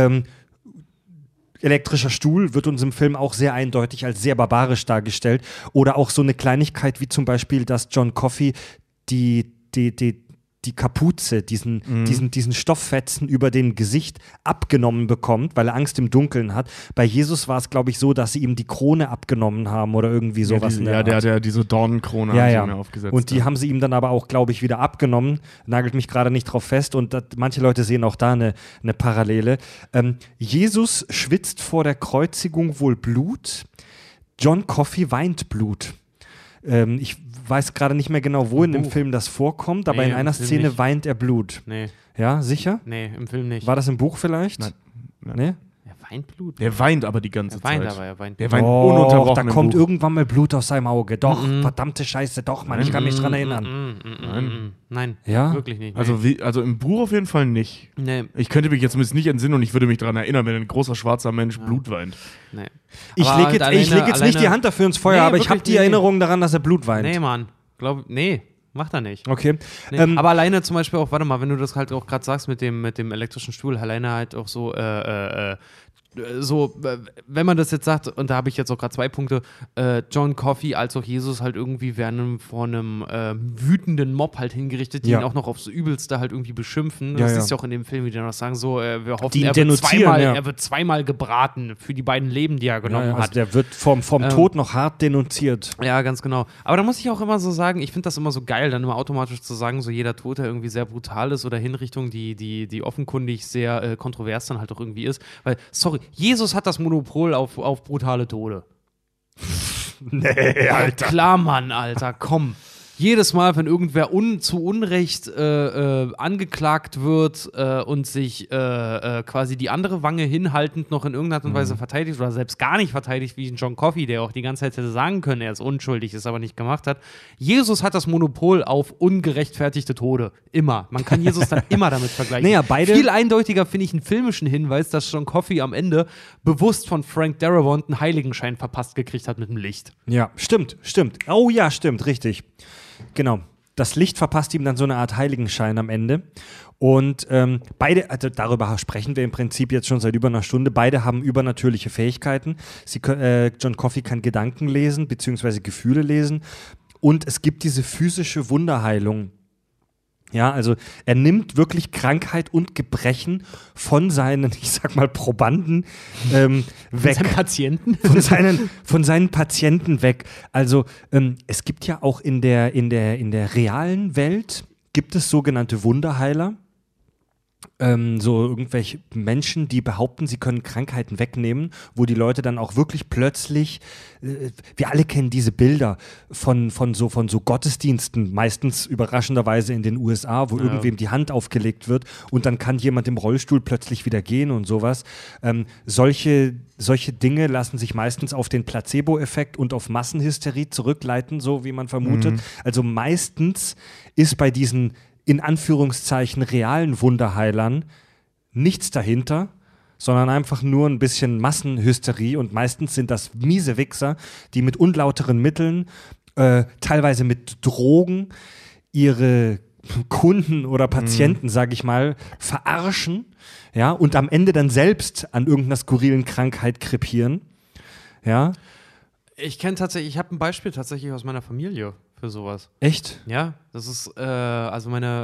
Elektrischer Stuhl wird uns im Film auch sehr eindeutig als sehr barbarisch dargestellt. Oder auch so eine Kleinigkeit wie zum Beispiel, dass John Coffey die Kapuze, diesen Stofffetzen über dem Gesicht abgenommen bekommt, weil er Angst im Dunkeln hat. Bei Jesus war es, glaube ich, so, dass sie ihm die Krone abgenommen haben oder irgendwie sowas. in der Art. der hat diese Dornenkrone Ja, haben sie ja. ihm aufgesetzt. Und die haben sie ihm dann aber auch, glaube ich, wieder abgenommen. Nagelt mich gerade nicht drauf fest. Und manche Leute sehen auch da eine Parallele. Jesus schwitzt vor der Kreuzigung wohl Blut. John Coffey weint Blut. Ich weiß gerade nicht mehr genau, wo in dem Film das vorkommt, aber Nee, in einer im Film Szene nicht. weint er Blut. Nee, Ja, sicher? nee, im Film nicht. War das im Buch vielleicht? Nein. Nee? Er weint Blut. Der weint aber die ganze Er weint Zeit. aber, er weint. Der weint Oh, ununterbrochen da im kommt Buch. irgendwann mal Blut aus seinem Auge. Doch, verdammte Scheiße, doch, Mann, ich kann mich dran erinnern. Nein, Ja? wirklich nicht. Also im Buch auf jeden Fall nicht. Nee, Ich könnte mich jetzt zumindest nicht entsinnen und ich würde mich daran erinnern, wenn ein großer schwarzer Mensch Blut weint. nee. Ich Aber lege halt jetzt, nicht alleine- die Hand dafür ins Feuer, Nee, aber ich habe wirklich, die nee. Erinnerung daran, dass er Blut weint. Nee, Mann. Nee, macht er nicht. Okay. Nee. Aber alleine zum Beispiel auch, warte mal, wenn du das halt auch gerade sagst mit dem elektrischen Stuhl, alleine halt auch so, wenn man das jetzt sagt, und da habe ich jetzt auch gerade 2 Punkte, John Coffey als auch Jesus halt irgendwie werden von einem wütenden Mob halt hingerichtet, die Ja. ihn auch noch aufs Übelste halt irgendwie beschimpfen. Ja, Das ja. ist ja auch in dem Film, wie die noch sagen, so, wir hoffen, Die ihn er denunzieren, ja. wird zweimal gebraten für die beiden Leben, die er genommen Also hat. der wird vom Tod noch hart denunziert. Ja, ganz genau. Aber da muss ich auch immer so sagen, ich finde das immer so geil, dann immer automatisch zu sagen, so jeder Tod, der irgendwie sehr brutal ist oder Hinrichtung, die offenkundig sehr kontrovers dann halt auch irgendwie ist. Weil, sorry, Jesus hat das Monopol auf brutale Tode. Nee, Alter. Klar, Mann, Alter, komm. Jedes Mal, wenn irgendwer zu Unrecht angeklagt wird und sich quasi die andere Wange hinhaltend noch in irgendeiner Art und Weise verteidigt oder selbst gar nicht verteidigt, wie ein John Coffey, der auch die ganze Zeit hätte sagen können, er ist unschuldig, es aber nicht gemacht hat. Jesus hat das Monopol auf ungerechtfertigte Tode. Immer. Man kann Jesus dann immer damit vergleichen. Naja, beide- Viel eindeutiger finde ich einen filmischen Hinweis, dass John Coffey am Ende bewusst von Frank Darabont einen Heiligenschein verpasst gekriegt hat mit dem Licht. Ja, stimmt. Oh ja, stimmt, richtig. Genau. Das Licht verpasst ihm dann so eine Art Heiligenschein am Ende. Und beide, also darüber sprechen wir im Prinzip jetzt schon seit über einer Stunde, beide haben übernatürliche Fähigkeiten. John Coffey kann Gedanken lesen, beziehungsweise Gefühle lesen. Und es gibt diese physische Wunderheilung, Ja, also er nimmt wirklich Krankheit und Gebrechen von seinen, ich sag mal, Probanden weg. Seinen Patienten? Von seinen Patienten weg. Also es gibt ja auch in der realen Welt, gibt es sogenannte Wunderheiler. So irgendwelche Menschen, die behaupten, sie können Krankheiten wegnehmen, wo die Leute dann auch wirklich plötzlich, wir alle kennen diese Bilder von so Gottesdiensten, meistens überraschenderweise in den USA, wo irgendwem die Hand aufgelegt wird und dann kann jemand im Rollstuhl plötzlich wieder gehen und sowas. Solche Dinge lassen sich meistens auf den Placebo-Effekt und auf Massenhysterie zurückleiten, so wie man vermutet. Also meistens ist bei diesen in Anführungszeichen realen Wunderheilern nichts dahinter, sondern einfach nur ein bisschen Massenhysterie und meistens sind das miese Wichser, die mit unlauteren Mitteln, teilweise mit Drogen, ihre Kunden oder Patienten, sage ich mal, verarschen, ja, und am Ende dann selbst an irgendeiner skurrilen Krankheit krepieren, ja. Ich habe ein Beispiel tatsächlich aus meiner Familie für sowas. Echt? Ja, das ist, das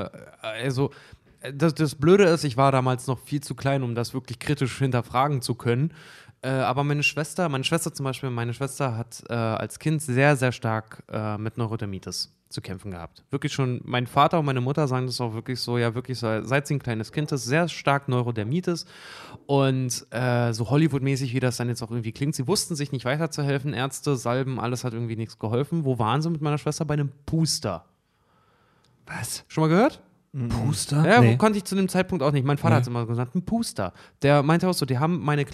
Blöde ist, ich war damals noch viel zu klein, um das wirklich kritisch hinterfragen zu können. Aber meine Schwester hat als Kind sehr, sehr stark mit Neurodermitis zu kämpfen gehabt. Wirklich schon, mein Vater und meine Mutter sagen das auch wirklich so, ja wirklich so, seit sie ein kleines Kind ist, sehr stark Neurodermitis und so Hollywood-mäßig, wie das dann jetzt auch irgendwie klingt, sie wussten sich nicht weiterzuhelfen, Ärzte, Salben, alles hat irgendwie nichts geholfen. Wo waren sie mit meiner Schwester? Bei einem Puster. Was? Schon mal gehört? Puster? Ja, Nee. konnte ich zu dem Zeitpunkt auch nicht. Mein Vater hat es immer gesagt, ein Puster. Der meinte auch so, die haben meine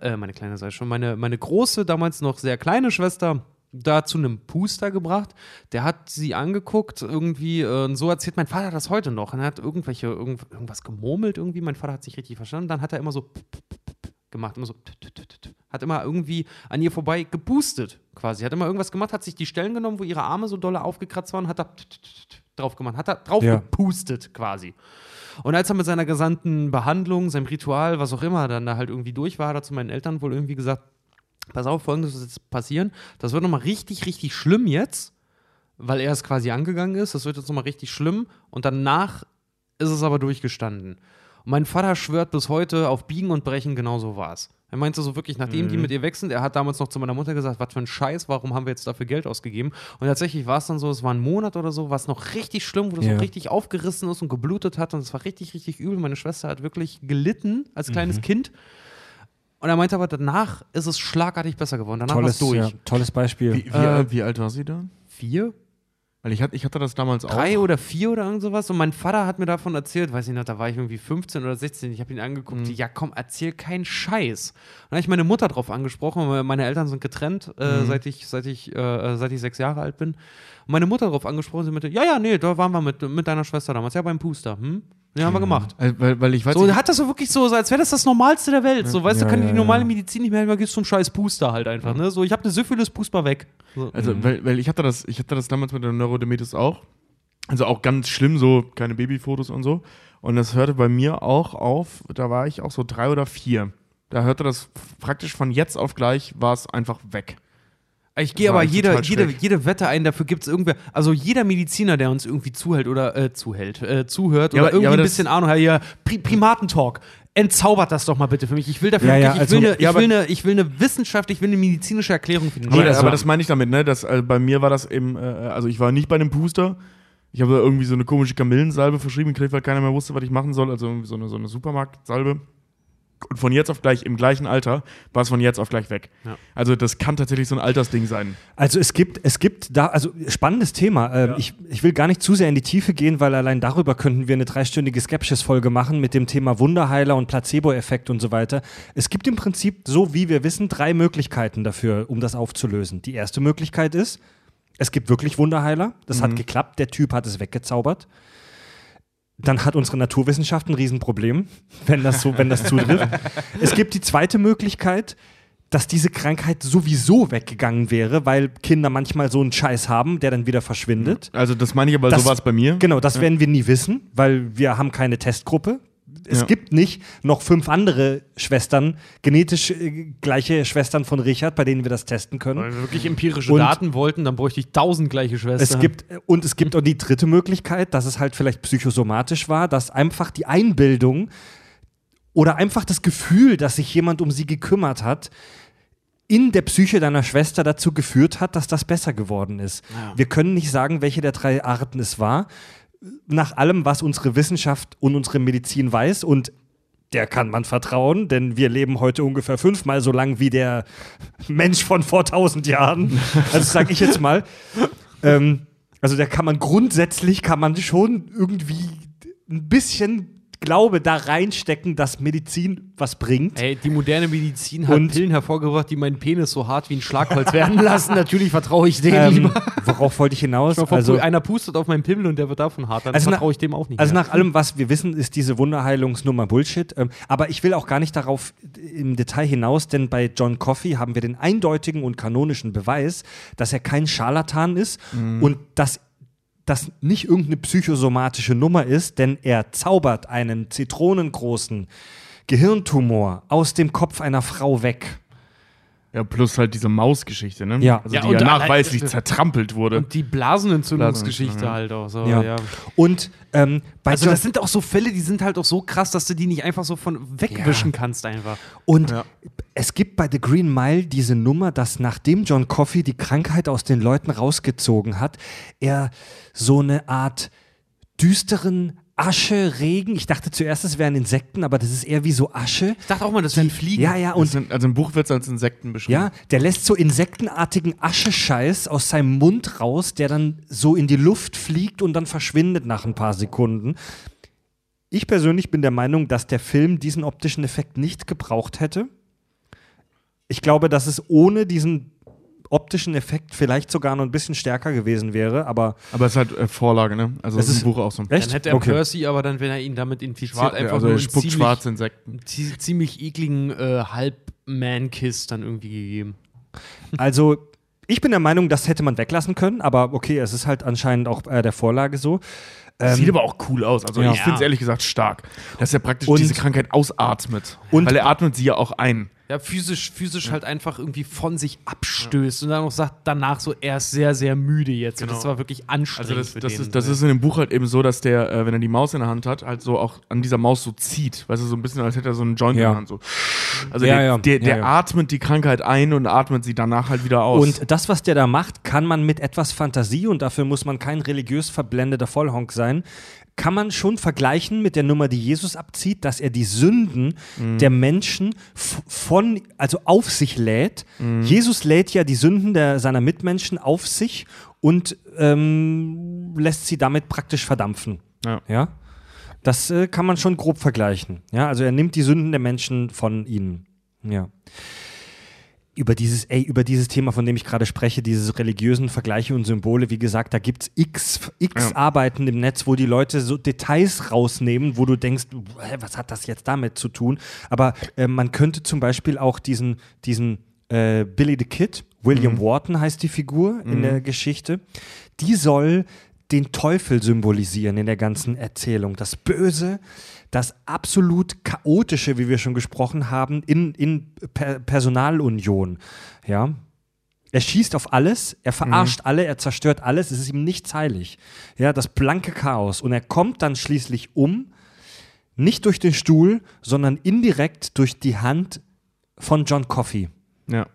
große, damals noch sehr kleine Schwester da zu einem Puster gebracht. Der hat sie angeguckt, irgendwie, und so erzählt mein Vater das heute noch. Und er hat irgendwas gemurmelt irgendwie. Mein Vater hat sich richtig verstanden. Dann hat er immer so gemacht, immer so hat immer irgendwie an ihr vorbei gepustet, quasi. Hat immer irgendwas gemacht, hat sich die Stellen genommen, wo ihre Arme so dolle aufgekratzt waren, hat da drauf gemacht, hat da drauf gepustet, quasi. Und als er mit seiner gesamten Behandlung, seinem Ritual, was auch immer, dann da halt irgendwie durch war, hat er zu meinen Eltern wohl irgendwie gesagt, pass auf, Folgendes wird jetzt passieren, das wird nochmal richtig, richtig schlimm jetzt, weil er es quasi angegangen ist, das wird jetzt nochmal richtig schlimm und danach ist es aber durchgestanden. Und mein Vater schwört bis heute, auf Biegen und Brechen, genau so war es. Er meinte so wirklich, nachdem die mit ihr weg sind, er hat damals noch zu meiner Mutter gesagt, was für ein Scheiß, warum haben wir jetzt dafür Geld ausgegeben? Und tatsächlich war es dann so, es war ein Monat oder so, war es noch richtig schlimm, wo das noch richtig aufgerissen ist und geblutet hat und es war richtig, richtig übel. Meine Schwester hat wirklich gelitten als kleines Kind. Und er meinte aber, danach ist es schlagartig besser geworden. Danach war es durch. Ja, tolles Beispiel. Wie alt war sie da? 4? Weil ich hatte das damals auch. 3 oder 4 oder irgend sowas. Und mein Vater hat mir davon erzählt, weiß ich noch, da war ich irgendwie 15 oder 16. Ich habe ihn angeguckt, ja komm, erzähl keinen Scheiß. Und dann habe ich meine Mutter drauf angesprochen, weil meine Eltern sind getrennt, seit ich 6 Jahre alt bin. Und meine Mutter drauf angesprochen, sie meinte, nee, da waren wir mit deiner Schwester damals, ja beim Puster. Den haben wir gemacht. Weil ich weiß So, hat das so wirklich so, als wäre das Normalste der Welt. So, weißt du, kann die normale Medizin nicht mehr helfen, gehst zum scheiß Puster halt einfach. Ne? So, ich habe eine Syphilis, Puster weg. So. Also, weil ich hatte das damals mit der Neurodermitis auch. Also auch ganz schlimm, so keine Babyfotos und so. Und das hörte bei mir auch auf, da war ich auch so 3 oder 4. Da hörte das praktisch von jetzt auf gleich, war es einfach weg. Ich gehe aber jede Wette ein, dafür gibt es irgendwer, also jeder Mediziner, der uns irgendwie zuhört oder irgendwie ein bisschen Ahnung hat, ja, Primatentalk, entzaubert das doch mal bitte für mich. Ich will dafür ich will eine Wissenschaft, ich will eine medizinische Erklärung für den Aber das meine ich damit, ne? Dass, bei mir war das eben, also ich war nicht bei einem Puster. Ich habe da irgendwie so eine komische Kamillensalbe verschrieben gekriegt, weil keiner mehr wusste, was ich machen soll. Also irgendwie so eine Supermarktsalbe. Und von jetzt auf gleich, im gleichen Alter, war es von jetzt auf gleich weg. Ja. Also das kann tatsächlich so ein Altersding sein. Also es gibt da, also spannendes Thema. Ich will gar nicht zu sehr in die Tiefe gehen, weil allein darüber könnten wir eine 3-stündige Skepsis-Folge machen mit dem Thema Wunderheiler und Placebo-Effekt und so weiter. Es gibt im Prinzip, so wie wir wissen, 3 Möglichkeiten dafür, um das aufzulösen. Die erste Möglichkeit ist, es gibt wirklich Wunderheiler. Das hat geklappt, der Typ hat es weggezaubert. Dann hat unsere Naturwissenschaft ein Riesenproblem, wenn das zutrifft. Es gibt die zweite Möglichkeit, dass diese Krankheit sowieso weggegangen wäre, weil Kinder manchmal so einen Scheiß haben, der dann wieder verschwindet. Also das meine ich aber, so war es bei mir. Genau, das werden wir nie wissen, weil wir haben keine Testgruppe. es gibt nicht noch 5 andere Schwestern, genetisch gleiche Schwestern von Richard, bei denen wir das testen können. Wenn wir wirklich empirische Daten wollten, dann bräuchte ich 1000 gleiche Schwestern. Es gibt auch die dritte Möglichkeit, dass es halt vielleicht psychosomatisch war, dass einfach die Einbildung oder einfach das Gefühl, dass sich jemand um sie gekümmert hat, in der Psyche deiner Schwester dazu geführt hat, dass das besser geworden ist. Ja. Wir können nicht sagen, welche der 3 Arten es war. Nach allem, was unsere Wissenschaft und unsere Medizin weiß, und der kann man vertrauen, denn wir leben heute ungefähr 5-mal so lang wie der Mensch von vor 1000 Jahren. Also sage ich jetzt mal. Also da kann man schon irgendwie ein bisschen Glaube da reinstecken, dass Medizin was bringt. Ey, die moderne Medizin hat Pillen hervorgebracht, die meinen Penis so hart wie ein Schlagholz werden lassen. Natürlich vertraue ich dem lieber. Worauf wollte ich hinaus? Einer pustet auf meinen Pimmel und der wird davon hart, dann vertraue ich dem auch nicht. Also nach allem, was wir wissen, ist diese Wunderheilungsnummer Bullshit. Aber ich will auch gar nicht darauf im Detail hinaus, denn bei John Coffey haben wir den eindeutigen und kanonischen Beweis, dass er kein Scharlatan ist und dass das nicht irgendeine psychosomatische Nummer ist, denn er zaubert einen zitronengroßen Gehirntumor aus dem Kopf einer Frau weg. Ja, plus halt diese Mausgeschichte, ne? Ja. Also die ja nachweislich zertrampelt wurde. Und die Blasenentzündungsgeschichte halt auch. So, ja. Und also das sind auch so Fälle, die sind halt auch so krass, dass du die nicht einfach so von wegwischen kannst einfach. Und es gibt bei The Green Mile diese Nummer, dass nachdem John Coffey die Krankheit aus den Leuten rausgezogen hat, er so eine Art düsteren Asche-Regen. Ich dachte zuerst, es wären Insekten, aber das ist eher wie so Asche. Ich dachte auch mal, das wären Fliegen. Ja. Und also im Buch wird es als Insekten beschrieben. Ja, der lässt so insektenartigen Aschescheiß aus seinem Mund raus, der dann so in die Luft fliegt und dann verschwindet nach ein paar Sekunden. Ich persönlich bin der Meinung, dass der Film diesen optischen Effekt nicht gebraucht hätte. Ich glaube, dass es ohne diesen optischen Effekt vielleicht sogar noch ein bisschen stärker gewesen wäre, aber es ist halt Vorlage, ne? Also das ist im Buch auch so. Echt? Dann hätte er Percy, aber dann, wenn er ihn damit infiziert, einfach also nur spuckt schwarze Insekten. Ziemlich ekligen Halb-Man-Kiss dann irgendwie gegeben. Also, ich bin der Meinung, das hätte man weglassen können, aber okay, es ist halt anscheinend auch der Vorlage so. Sieht aber auch cool aus. Also ich finde es ehrlich gesagt stark, dass er praktisch diese Krankheit ausatmet. Weil er atmet sie ja auch ein. Ja, physisch halt einfach irgendwie von sich abstößt und dann auch sagt danach so, er ist sehr, sehr müde jetzt. Genau. Und das war wirklich anstrengend also das ist in dem Buch halt eben so, dass der, wenn er die Maus in der Hand hat, halt so auch an dieser Maus so zieht. Weißt du, so ein bisschen, als hätte er so einen Joint in der Hand. So. Also der atmet die Krankheit ein und atmet sie danach halt wieder aus. Und das, was der da macht, kann man mit etwas Fantasie, und dafür muss man kein religiös verblendeter Vollhonk sein, kann man schon vergleichen mit der Nummer, die Jesus abzieht, dass er die Sünden der Menschen auf sich lädt. Jesus lädt ja die Sünden seiner Mitmenschen auf sich und lässt sie damit praktisch verdampfen. Ja? Das kann man schon grob vergleichen. Ja? Also er nimmt die Sünden der Menschen von ihnen. Ja. Über dieses Thema, von dem ich gerade spreche, diese religiösen Vergleiche und Symbole, wie gesagt, da gibt es x Arbeiten im Netz, wo die Leute so Details rausnehmen, wo du denkst, was hat das jetzt damit zu tun? Aber man könnte zum Beispiel auch diesen Billy the Kid, William Wharton heißt die Figur in der Geschichte, die soll den Teufel symbolisieren in der ganzen Erzählung. Das Böse, das absolut Chaotische, wie wir schon gesprochen haben, in Personalunion. Ja? Er schießt auf alles, er verarscht alle, er zerstört alles, es ist ihm nichts heilig. Ja, das blanke Chaos. Und er kommt dann schließlich nicht durch den Stuhl, sondern indirekt durch die Hand von John Coffey. Ja.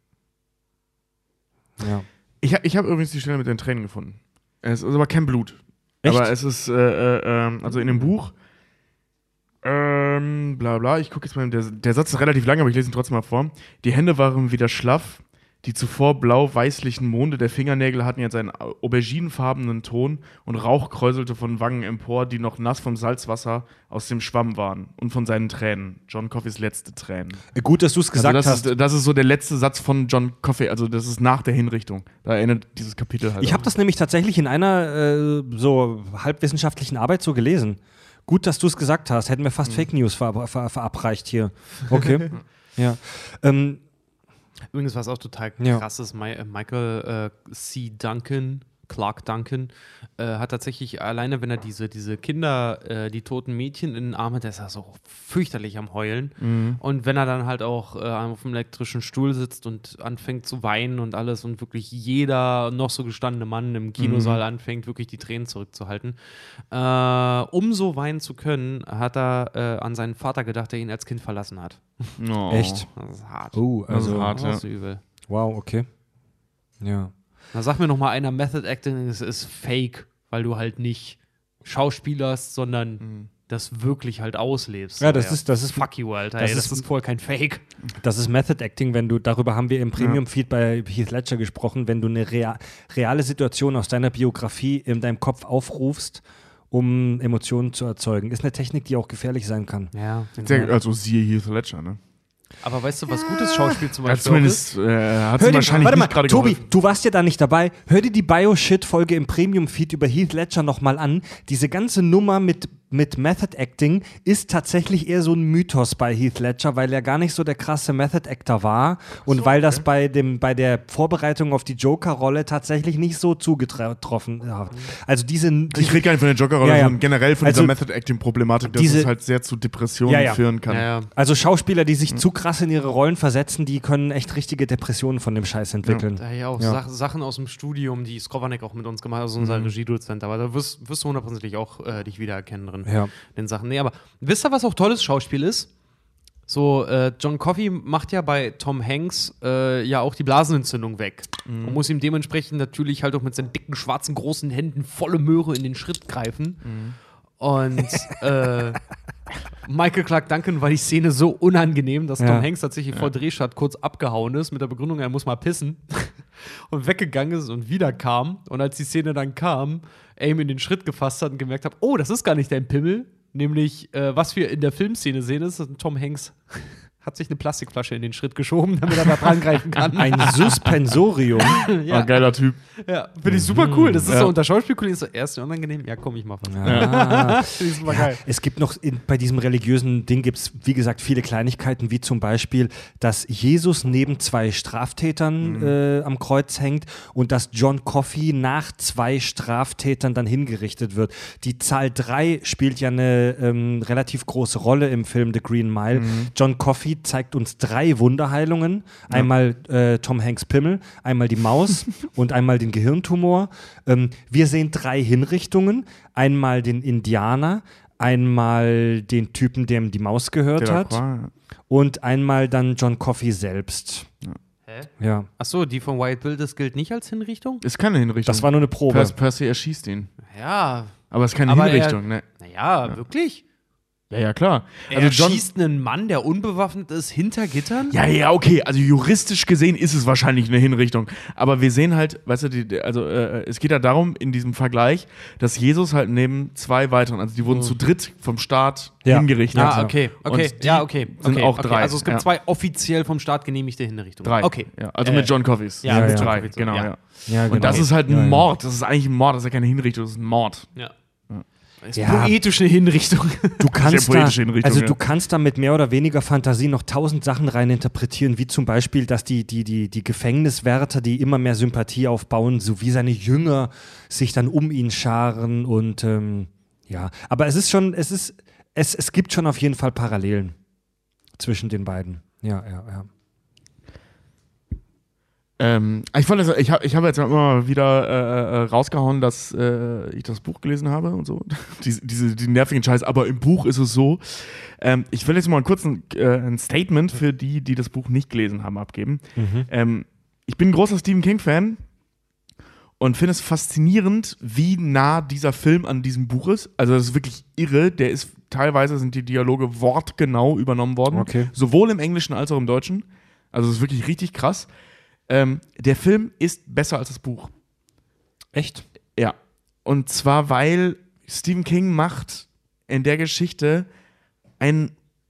Ich habe übrigens die Stelle mit den Tränen gefunden. Es ist aber kein Blut. Echt? Aber es ist, also in dem Buch, bla bla, ich gucke jetzt mal, der Satz ist relativ lang, aber ich lese ihn trotzdem mal vor. Die Hände waren wieder schlaff, die zuvor blau-weißlichen Monde der Fingernägel hatten jetzt einen auberginenfarbenen Ton und Rauch kräuselte von Wangen empor, die noch nass vom Salzwasser aus dem Schwamm waren und von seinen Tränen. John Coffeys letzte Tränen. Gut, dass du es gesagt hast. Das ist so der letzte Satz von John Coffey, also das ist nach der Hinrichtung. Da endet dieses Kapitel halt. Ich habe das nämlich tatsächlich in einer so halbwissenschaftlichen Arbeit so gelesen. Gut, dass du es gesagt hast. Hätten wir fast Fake News verabreicht hier. Okay. Ja. Übrigens, was auch total krass ist, Michael C. Duncan, Clark Duncan, hat tatsächlich alleine, wenn er diese Kinder, die toten Mädchen in den Armen hat, der ist ja so fürchterlich am Heulen. Und wenn er dann halt auch auf dem elektrischen Stuhl sitzt und anfängt zu weinen und alles und wirklich jeder noch so gestandene Mann im Kinosaal anfängt, wirklich die Tränen zurückzuhalten. Um so weinen zu können, hat er an seinen Vater gedacht, der ihn als Kind verlassen hat. Oh. Echt? Das ist hart. Oh, Das ist also, hart, Das ist übel. wow, okay. Ja. Da sag mir noch mal einer, Method Acting ist fake, weil du halt nicht schauspielerst, sondern das wirklich halt auslebst. Ja, das ist fuck you, Alter. das Ey, das ist- ist voll kein Fake. Das ist Method Acting, darüber haben wir im Premium-Feed bei Heath Ledger gesprochen, wenn du eine reale Situation aus deiner Biografie in deinem Kopf aufrufst, um Emotionen zu erzeugen. Ist eine Technik, die auch gefährlich sein kann. Ja. Also siehe Heath Ledger, ne? Aber weißt du, was gutes Schauspiel zum Ja, Beispiel zumindest hat Hör sie dir, wahrscheinlich warte mal, nicht gerade Tobi, geholfen. du warst ja da nicht dabei. Hör dir die Bio-Shit-Folge im Premium-Feed über Heath Ledger nochmal an. Diese ganze Nummer mit Method Acting ist tatsächlich eher so ein Mythos bei Heath Ledger, weil er gar nicht so der krasse Method Actor war und weil das bei der Vorbereitung auf die Joker-Rolle tatsächlich nicht so zugetroffen hat. Also Ich rede gar nicht von der Joker-Rolle, Ja, ja. sondern generell von Also, dieser Method-Acting-Problematik, dass diese- es halt sehr zu Depressionen Ja, ja. führen kann. Ja. Also Schauspieler, die sich zu krass in ihre Rollen versetzen, die können echt richtige Depressionen von dem Scheiß entwickeln. Da ja auch Ja. Sachen aus dem Studium, die Skovanek auch mit uns gemacht hat, also unser Regiedozent, aber da wirst du hundertprozentig auch dich wiedererkennen drin. Ja. Den Sachen. Nee, aber wisst ihr, was auch tolles Schauspiel ist? So, John Coffey macht ja bei Tom Hanks ja auch die Blasenentzündung weg. Und muss ihm dementsprechend natürlich halt auch mit seinen dicken, schwarzen, großen Händen volle Möhre in den Schritt greifen. Und Michael Clark Duncan war die Szene so unangenehm, dass Ja. Tom Hanks tatsächlich vor Drehstart kurz abgehauen ist mit der Begründung, er muss mal pissen und weggegangen ist und wieder kam. Und als die Szene dann kam, er ihm in den Schritt gefasst hat und gemerkt hat, oh, das ist gar nicht dein Pimmel. Nämlich, was wir in der Filmszene sehen, ist, dass Tom Hanks hat sich eine Plastikflasche in den Schritt geschoben, damit er da dran greifen kann. Ein Suspensorium. Ja. Geiler Typ. Ja, finde ich super cool. Das ist Ja. so unter Schauspielkollegen so erst unangenehm. Ja, komm, ich mach was. Ah. Finde ich super geil. Es gibt noch, bei diesem religiösen Ding gibt es, wie gesagt, viele Kleinigkeiten, wie zum Beispiel, dass Jesus neben 2 Straftätern am Kreuz hängt und dass John Coffey nach 2 Straftätern dann hingerichtet wird. Die Zahl 3 spielt ja eine relativ große Rolle im Film The Green Mile. John Coffey zeigt uns 3 Wunderheilungen. Einmal Tom Hanks Pimmel, einmal die Maus und einmal den Gehirntumor. Wir sehen 3 Hinrichtungen. Einmal den Indianer, einmal den Typen, dem die Maus gehört hat und einmal dann John Coffey selbst. Hä? Ja, Achso, die von Wild Bill, das gilt nicht als Hinrichtung? Ist keine Hinrichtung. das war nur eine Probe. Percy erschießt ihn. Ja. Aber es ist keine Aber Hinrichtung, ne? Naja, wirklich? Ja, klar. Er Also John. schießt einen Mann, der unbewaffnet ist, hinter Gittern? Ja, okay. Also juristisch gesehen ist es wahrscheinlich eine Hinrichtung. Aber wir sehen halt, weißt du, es geht ja darum, in diesem Vergleich, dass Jesus halt neben 2 weiteren, also die wurden zu dritt vom Staat hingerichtet. Ah, okay. Und die Sind auch 3. Also es gibt ja. 2 offiziell vom Staat genehmigte Hinrichtungen. 3. Okay. Ja, also mit John Coffeys. ja, mit mit John 3. Coffey, Genau, ja. ja. Ja, Und das genau. ist halt ein Ja, ja. Mord. Das ist eigentlich ein Mord. Das ist ja keine Hinrichtung, das ist ein Mord. Ja. Ist Ja. poetische Hinrichtung. Du kannst, Sehr poetische Hinrichtung, also ja. du kannst da mit mehr oder weniger Fantasie noch 1000 Sachen rein interpretieren, wie zum Beispiel, dass die Gefängniswärter, die immer mehr Sympathie aufbauen, so wie seine Jünger sich dann um ihn scharen und ja, aber es gibt schon auf jeden Fall Parallelen zwischen den beiden. Ja. Ich habe jetzt immer mal wieder rausgehauen, dass ich das Buch gelesen habe und so. Die nervigen Scheiß, aber im Buch ist es so. Ich will jetzt mal kurz ein Statement für die das Buch nicht gelesen haben, abgeben. Ich bin ein großer Stephen King-Fan und finde es faszinierend, wie nah dieser Film an diesem Buch ist. Also das ist wirklich irre. Teilweise sind die Dialoge wortgenau übernommen worden. Okay. Sowohl im Englischen als auch im Deutschen. Also es ist wirklich richtig krass. Der Film ist besser als das Buch. Echt? Ja. Und zwar, weil Stephen King macht in der Geschichte einen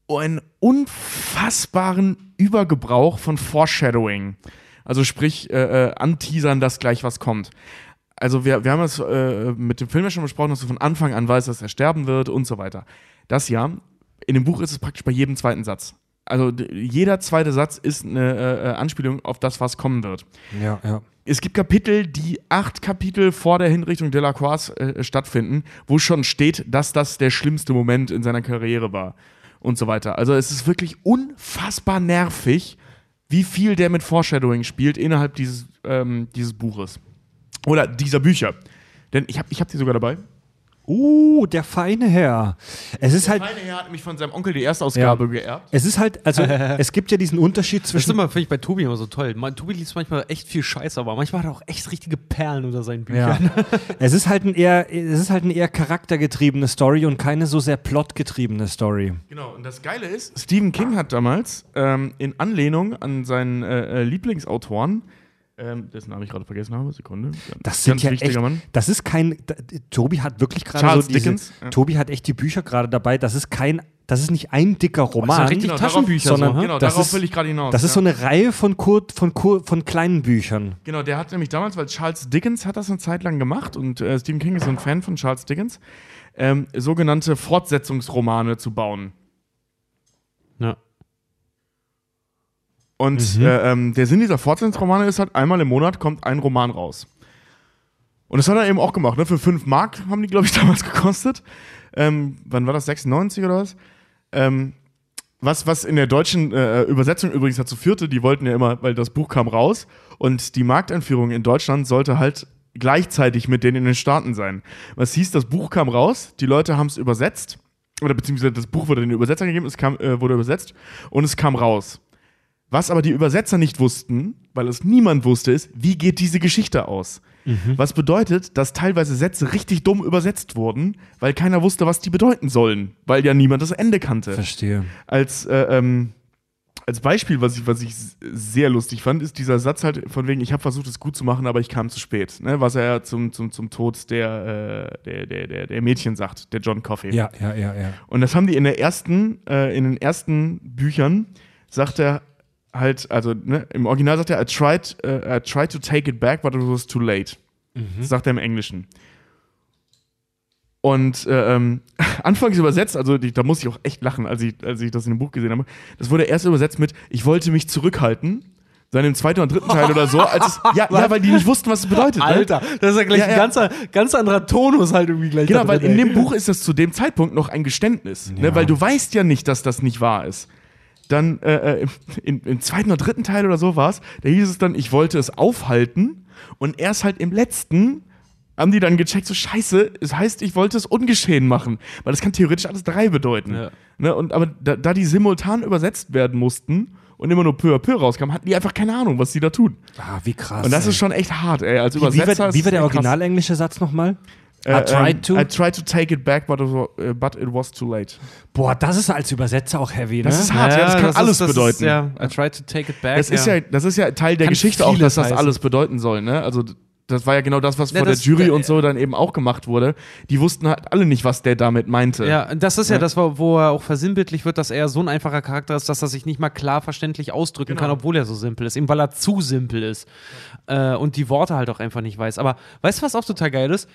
unfassbaren Übergebrauch von Foreshadowing. Also sprich, anteasern, dass gleich was kommt. Also wir haben es mit dem Film ja schon besprochen, dass du von Anfang an weißt, dass er sterben wird und so weiter. Das ja, in dem Buch ist es praktisch bei jedem zweiten Satz. also jeder zweite Satz ist eine Anspielung auf das, was kommen wird. Ja, ja. Es gibt Kapitel, die 8 Kapitel vor der Hinrichtung Delacroix stattfinden, wo schon steht, dass das der schlimmste Moment in seiner Karriere war und so weiter. Also es ist wirklich unfassbar nervig, wie viel der mit Foreshadowing spielt innerhalb dieses Buches. Oder dieser Bücher. Denn ich hab die sogar dabei. Der feine Herr. Es ist halt. Der feine Herr hat mich von seinem Onkel die Erstausgabe geerbt. Es ist halt, also es gibt ja diesen Unterschied Das ist zwischen. immer, finde ich bei Tobi immer so toll. Tobi liest manchmal echt viel Scheiße, aber manchmal hat er auch echt richtige Perlen unter seinen Büchern. Ja. Es ist halt eine eher charaktergetriebene Story und keine so sehr plotgetriebene Story. Genau, und das Geile ist, Stephen King hat damals in Anlehnung an seinen Lieblingsautoren, dessen Namen ich gerade vergessen habe, Sekunde. Das sind ja echt, Mann. das ist kein, Tobi hat wirklich gerade Charles so diese, Dickens, ja. Tobi hat echt die Bücher gerade dabei, das ist nicht ein dicker Roman, richtig Genau, Taschenbücher, sondern so, Genau, das darauf ist, will ich gerade hinaus. das ist so eine Reihe von kleinen Büchern. Genau, der hat nämlich damals, weil Charles Dickens hat das eine Zeit lang gemacht und Stephen King ist so ein Fan von Charles Dickens, sogenannte Fortsetzungsromane zu bauen. Ja. Und der Sinn dieser Fortsetzungsromane ist halt, einmal im Monat kommt ein Roman raus. Und das hat er eben auch gemacht, ne? Für 5 Mark haben die, glaube ich, damals gekostet. Wann war das? 96 oder was? Was in der deutschen Übersetzung übrigens dazu führte, die wollten ja immer, weil das Buch kam raus und die Markteinführung in Deutschland sollte halt gleichzeitig mit denen in den Staaten sein. Was hieß, das Buch kam raus, die Leute haben es übersetzt, oder beziehungsweise das Buch wurde den Übersetzer gegeben, wurde übersetzt und es kam raus. Was aber die Übersetzer nicht wussten, weil es niemand wusste, ist, wie geht diese Geschichte aus? Was bedeutet, dass teilweise Sätze richtig dumm übersetzt wurden, weil keiner wusste, was die bedeuten sollen, weil ja niemand das Ende kannte. Verstehe. Als Beispiel, was ich sehr lustig fand, ist dieser Satz halt von wegen, ich habe versucht, es gut zu machen, aber ich kam zu spät. Ne? Was er ja zum Tod der Mädchen sagt, der John Coffey. Ja. Und das haben die in den ersten Büchern, sagt er halt, also ne, im Original sagt er, I tried to take it back, but it was too late. Das sagt er im Englischen. Und anfangs übersetzt, also da muss ich auch echt lachen, als ich das in dem Buch gesehen habe, das wurde erst übersetzt mit, ich wollte mich zurückhalten. Dann im 2. und 3. Teil oder so, weil die nicht wussten, was es bedeutet. Alter, das ist ja gleich ein ganz anderer Tonus halt irgendwie gleich. Genau, weil in dem Buch ist das zu dem Zeitpunkt noch ein Geständnis. Ja. Ne, weil du weißt ja nicht, dass das nicht wahr ist. Dann im 2. oder 3. Teil oder so war es, da hieß es dann, ich wollte es aufhalten und erst halt im letzten haben die dann gecheckt, so scheiße, es heißt, ich wollte es ungeschehen machen, weil das kann theoretisch alles 3 bedeuten. Ja. Ne, aber da die simultan übersetzt werden mussten und immer nur peu à peu rauskamen, hatten die einfach keine Ahnung, was die da tun. Wie krass. Und das ist schon echt hart, ey. Als Übersetzer wie war der ist es originalenglische Satz nochmal? I tried to take it back, but it was too late. Boah, das ist als Übersetzer auch heavy, ne? Das ist hart, das kann alles bedeuten. I tried to take it back. Das ist ja Teil der Kann Geschichte auch, dass das vieles alles bedeuten soll, ne? Also das war ja genau das, was Ja, vor der das- Jury und so dann eben auch gemacht wurde. Die wussten halt alle nicht, was der damit meinte. Ja, das ist ja das, wo er auch versinnbildlich wird, dass er so ein einfacher Charakter ist, dass er sich nicht mal klar verständlich ausdrücken kann, obwohl er so simpel ist. Eben weil er zu simpel ist. Und die Worte halt auch einfach nicht weiß. Aber weißt du, was auch total geil ist?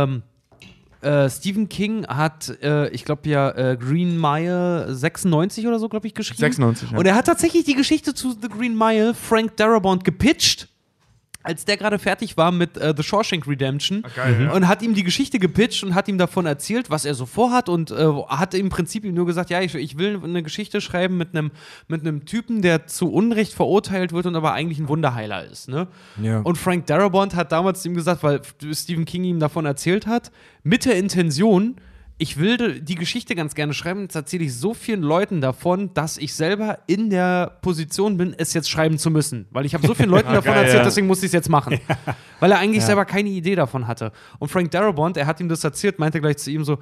Stephen King hat, ich glaube ja, Green Mile 96 oder so, glaube ich, geschrieben. 96, ja. Und er hat tatsächlich die Geschichte zu The Green Mile Frank Darabont gepitcht, als der gerade fertig war mit The Shawshank Redemption. geil, ja. Und hat ihm die Geschichte gepitcht und hat ihm davon erzählt, was er so vorhat und hat im Prinzip ihm nur gesagt, ja, ich will eine Geschichte schreiben mit einem Typen, der zu Unrecht verurteilt wird und aber eigentlich ein Wunderheiler ist. Ne? Ja. Und Frank Darabont hat damals ihm gesagt, weil Stephen King ihm davon erzählt hat, mit der Intention, ich will die Geschichte ganz gerne schreiben, jetzt erzähle ich so vielen Leuten davon, dass ich selber in der Position bin, es jetzt schreiben zu müssen. Weil ich habe so vielen Leuten davon geil, erzählt, ja. deswegen musste ich es jetzt machen. Weil er eigentlich selber keine Idee davon hatte. Und Frank Darabont, er hat ihm das erzählt, meinte gleich zu ihm so,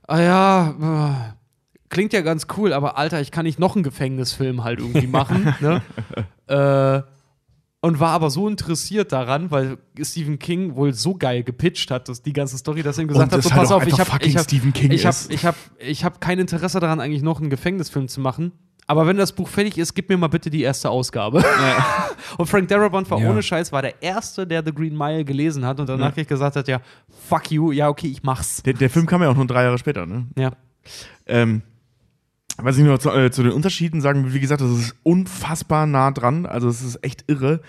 klingt ja ganz cool, aber Alter, ich kann nicht noch einen Gefängnisfilm halt irgendwie machen. Ne? Und war aber so interessiert daran, weil Stephen King wohl so geil gepitcht hat, dass die ganze Story, dass er ihm gesagt Und hat, so das halt pass auch auf, ich einfach fucking Stephen King ist. hab kein Interesse daran, eigentlich noch einen Gefängnisfilm zu machen. Aber wenn das Buch fertig ist, gib mir mal bitte die erste Ausgabe. Und Frank Darabont war ohne Scheiß, war der Erste, der The Green Mile gelesen hat und danach gesagt hat, ja, fuck you, ja okay, ich mach's. Der Film kam ja auch nur 3 Jahre später, ne? Ja. Was ich noch zu den Unterschieden sagen will, wie gesagt, das ist unfassbar nah dran, also es ist echt irre.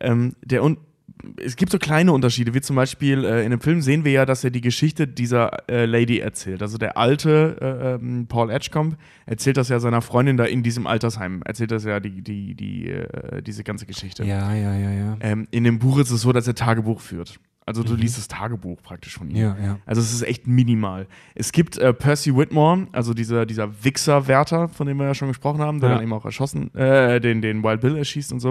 Es gibt so kleine Unterschiede, wie zum Beispiel in dem Film sehen wir ja, dass er die Geschichte dieser Lady erzählt. Also der alte Paul Edgecombe erzählt das ja seiner Freundin da in diesem Altersheim, erzählt das ja diese ganze Geschichte. Ja. In dem Buch ist es so, dass er Tagebuch führt. Also du liest das Tagebuch praktisch von ihm. Ja. Also es ist echt minimal. Es gibt Percy Whitmore, also dieser Wichser-Wärter, von dem wir ja schon gesprochen haben, der dann eben auch erschossen, den Wild Bill erschießt und so.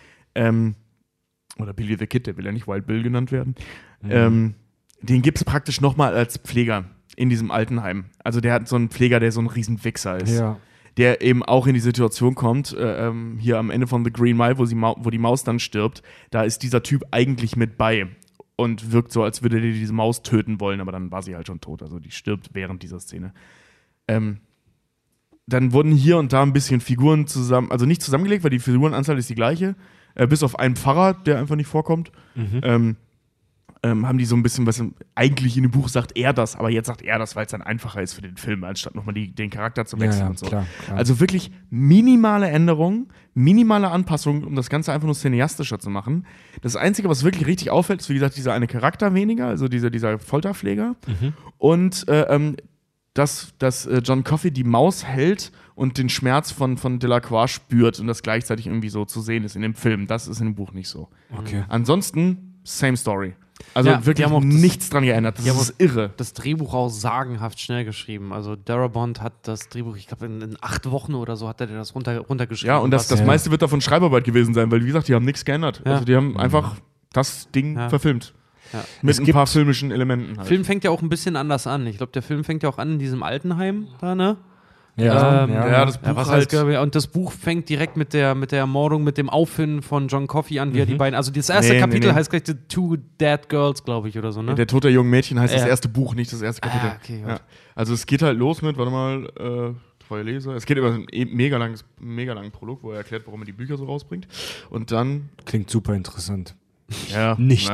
Oder Billy the Kid, der will ja nicht Wild Bill genannt werden. Den gibt es praktisch nochmal als Pfleger in diesem Altenheim. Also der hat so einen Pfleger, der so ein riesen Wichser ist. Ja. Der eben auch in die Situation kommt, hier am Ende von The Green Mile, wo die Maus dann stirbt, da ist dieser Typ eigentlich mit bei. Und wirkt so, als würde der diese Maus töten wollen, aber dann war sie halt schon tot. Also die stirbt während dieser Szene. Dann wurden hier und da ein bisschen Figuren also nicht zusammengelegt, weil die Figurenanzahl ist die gleiche. Bis auf einen Pfarrer, der einfach nicht vorkommt. Haben die so ein bisschen, was eigentlich in dem Buch sagt er das, aber jetzt sagt er das, weil es dann einfacher ist für den Film, anstatt nochmal den Charakter zu wechseln und so. Klar. Also wirklich minimale Änderungen, minimale Anpassungen, um das Ganze einfach nur cineastischer zu machen. Das Einzige, was wirklich richtig auffällt, ist, wie gesagt, dieser eine Charakter weniger, also dieser Folterpfleger. Und dass John Coffey die Maus hält und den Schmerz von Delacroix spürt und das gleichzeitig irgendwie so zu sehen ist in dem Film. Das ist in dem Buch nicht so. Okay. Ansonsten, same story. Also Ja, wirklich die haben auch nichts dran geändert. Das ist irre. Das Drehbuch auch sagenhaft schnell geschrieben. Also Darabont hat das Drehbuch, ich glaube in 8 Wochen oder so hat er das runtergeschrieben. Ja, und das meiste wird davon Schreibarbeit gewesen sein, weil wie gesagt, die haben nichts geändert. Ja. Also die haben einfach das Ding verfilmt. Ja. Mit ein paar filmischen Elementen Der halt. Film fängt ja auch ein bisschen anders an. Ich glaube, der Film fängt ja auch an in diesem Altenheim da, ne? Das Buch was halt. heißt, und das Buch fängt direkt mit der Ermordung, mit dem Auffinden von John Coffey an, wie er die beiden, also das erste Kapitel heißt gleich The Two Dead Girls, glaube ich, oder so, ne? Der Tod der jungen Mädchen heißt das erste Buch, nicht das erste Kapitel. Okay, gut. Ja. Also es geht halt los mit, warte mal, treue Leser. Es geht über einen mega langen Prolog, wo er erklärt, warum er die Bücher so rausbringt. Und dann Klingt super interessant. nicht.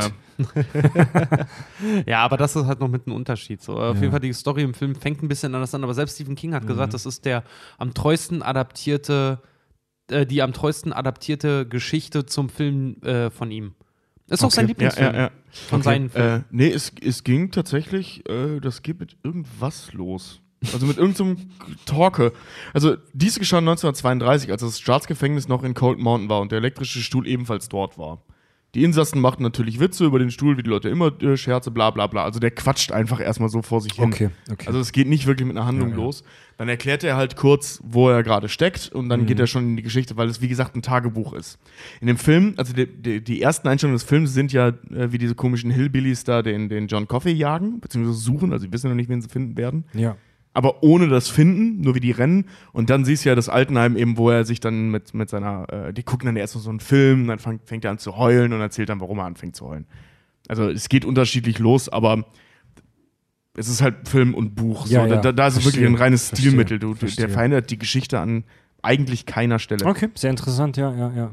Ja, aber das ist halt noch mit einem Unterschied. So. Auf jeden Fall, die Story im Film fängt ein bisschen anders an, aber selbst Stephen King hat gesagt, das ist die am treuesten adaptierte Geschichte zum Film von ihm. Ist auch sein Lieblingsfilm von seinen Filmen. Nee, es ging tatsächlich, das geht mit irgendwas los. Also mit irgendeinem Talke. Also dies geschah 1932, als das Staatsgefängnis noch in Cold Mountain war und der elektrische Stuhl ebenfalls dort war. Die Insassen machten natürlich Witze über den Stuhl, wie die Leute immer Scherze, bla bla bla. Also der quatscht einfach erstmal so vor sich hin. Okay. Also es geht nicht wirklich mit einer Handlung los. Dann erklärt er halt kurz, wo er gerade steckt und dann geht er schon in die Geschichte, weil es wie gesagt ein Tagebuch ist. In dem Film, also die ersten Einstellungen des Films sind ja wie diese komischen Hillbillies da den John Coffey jagen, beziehungsweise suchen, also sie wissen noch nicht, wen sie finden werden. Ja. Aber ohne das Finden, nur wie die rennen. Und dann siehst du ja das Altenheim eben, wo er sich dann mit seiner, die gucken dann erst mal so einen Film, dann fängt er an zu heulen und erzählt dann, warum er anfängt zu heulen. Also es geht unterschiedlich los, aber es ist halt Film und Buch. So. Ja, Da ist es wirklich ein reines Stilmittel. Verstehe. Der verändert die Geschichte an eigentlich keiner Stelle. Okay, sehr interessant, ja.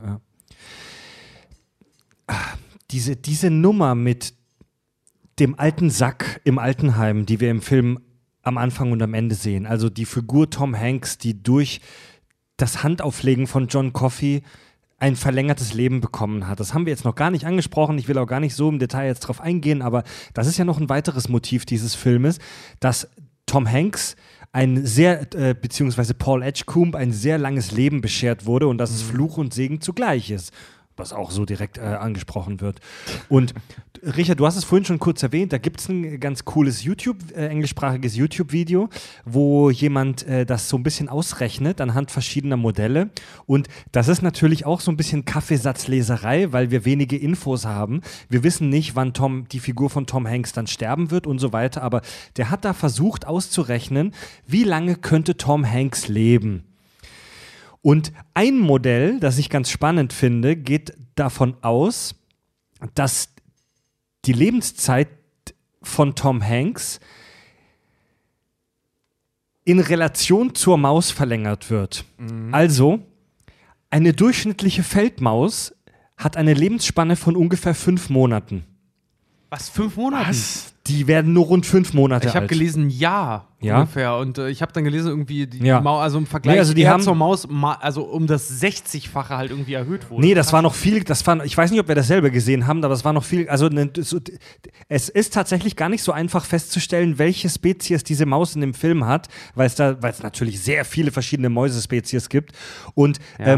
Diese Nummer mit dem alten Sack im Altenheim, die wir im Film am Anfang und am Ende sehen. Also die Figur Tom Hanks, die durch das Handauflegen von John Coffey ein verlängertes Leben bekommen hat. Das haben wir jetzt noch gar nicht angesprochen. Ich will auch gar nicht so im Detail jetzt drauf eingehen, aber das ist ja noch ein weiteres Motiv dieses Filmes, dass Tom Hanks beziehungsweise Paul Edgecombe ein sehr langes Leben beschert wurde und dass es Fluch und Segen zugleich ist. Was auch so direkt angesprochen wird. Und Richard, du hast es vorhin schon kurz erwähnt, da gibt es ein ganz cooles englischsprachiges YouTube-Video, wo jemand das so ein bisschen ausrechnet anhand verschiedener Modelle. Und das ist natürlich auch so ein bisschen Kaffeesatzleserei, weil wir wenige Infos haben. Wir wissen nicht, wann die Figur von Tom Hanks dann sterben wird und so weiter. Aber der hat da versucht auszurechnen, wie lange könnte Tom Hanks leben. Und ein Modell, das ich ganz spannend finde, geht davon aus, dass die Lebenszeit von Tom Hanks in Relation zur Maus verlängert wird. Also, eine durchschnittliche Feldmaus hat eine Lebensspanne von ungefähr 5 Monaten. Was, 5 Monate? Was? Die werden nur rund 5 Monate alt. Ich habe gelesen, ja. Ja. Ungefähr. Und ich habe dann gelesen, irgendwie die Ja. Maus, also im Vergleich Nee, also die eher haben- zur Maus, also um das 60-fache halt irgendwie erhöht wurde. Nee, das war noch viel, ich weiß nicht, ob wir dasselbe gesehen haben, aber es war noch viel, es ist tatsächlich gar nicht so einfach festzustellen, welche Spezies diese Maus in dem Film hat, weil es natürlich sehr viele verschiedene Mäusespezies gibt. Und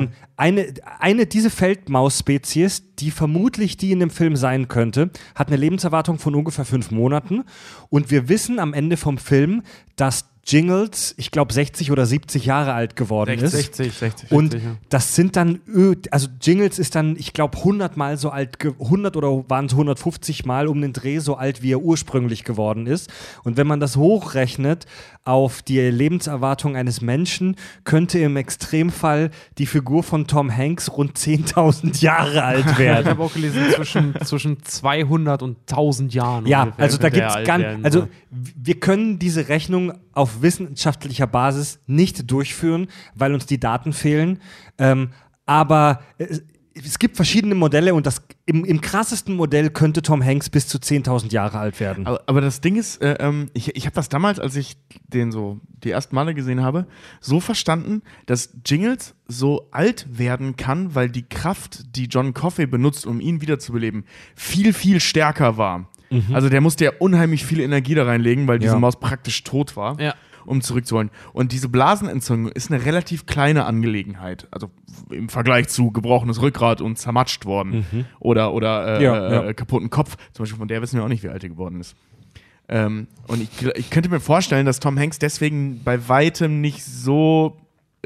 diese Feldmaus-Spezies, die vermutlich die in dem Film sein könnte, hat eine Lebenserwartung von ungefähr 5 Monaten. Und wir wissen am Ende vom Film, dass Jingles, ich glaube, 60 oder 70 Jahre alt geworden ist. 60. Und ja. das sind dann, also Jingles ist dann, ich glaube, 100 Mal so alt, 100 oder waren es 150 Mal um den Dreh so alt, wie er ursprünglich geworden ist. Und wenn man das hochrechnet auf die Lebenserwartung eines Menschen, könnte im Extremfall die Figur von Tom Hanks rund 10.000 Jahre alt Ich werden. habe auch gelesen, zwischen 200 und 1000 Jahren. Ja, ungefähr also da könnte er gibt es alt gar werden, also so. wir können diese Rechnung auf wissenschaftlicher Basis nicht durchführen, weil uns die Daten fehlen. Aber es gibt verschiedene Modelle und im krassesten Modell könnte Tom Hanks bis zu 10.000 Jahre alt werden. Aber das Ding ist, ich habe das damals, als ich den so die ersten Male gesehen habe, so verstanden, dass Jingles so alt werden kann, weil die Kraft, die John Coffey benutzt, um ihn wiederzubeleben, viel, viel stärker war. Also der musste ja unheimlich viel Energie da reinlegen, weil diese Maus praktisch tot war. Ja. Um zurückzuholen. Und diese Blasenentzündung ist eine relativ kleine Angelegenheit. Also im Vergleich zu gebrochenes Rückgrat und zermatscht worden. Oder kaputten Kopf. Zum Beispiel von der wissen wir auch nicht, wie alt er geworden ist. Und ich könnte mir vorstellen, dass Tom Hanks deswegen bei weitem nicht so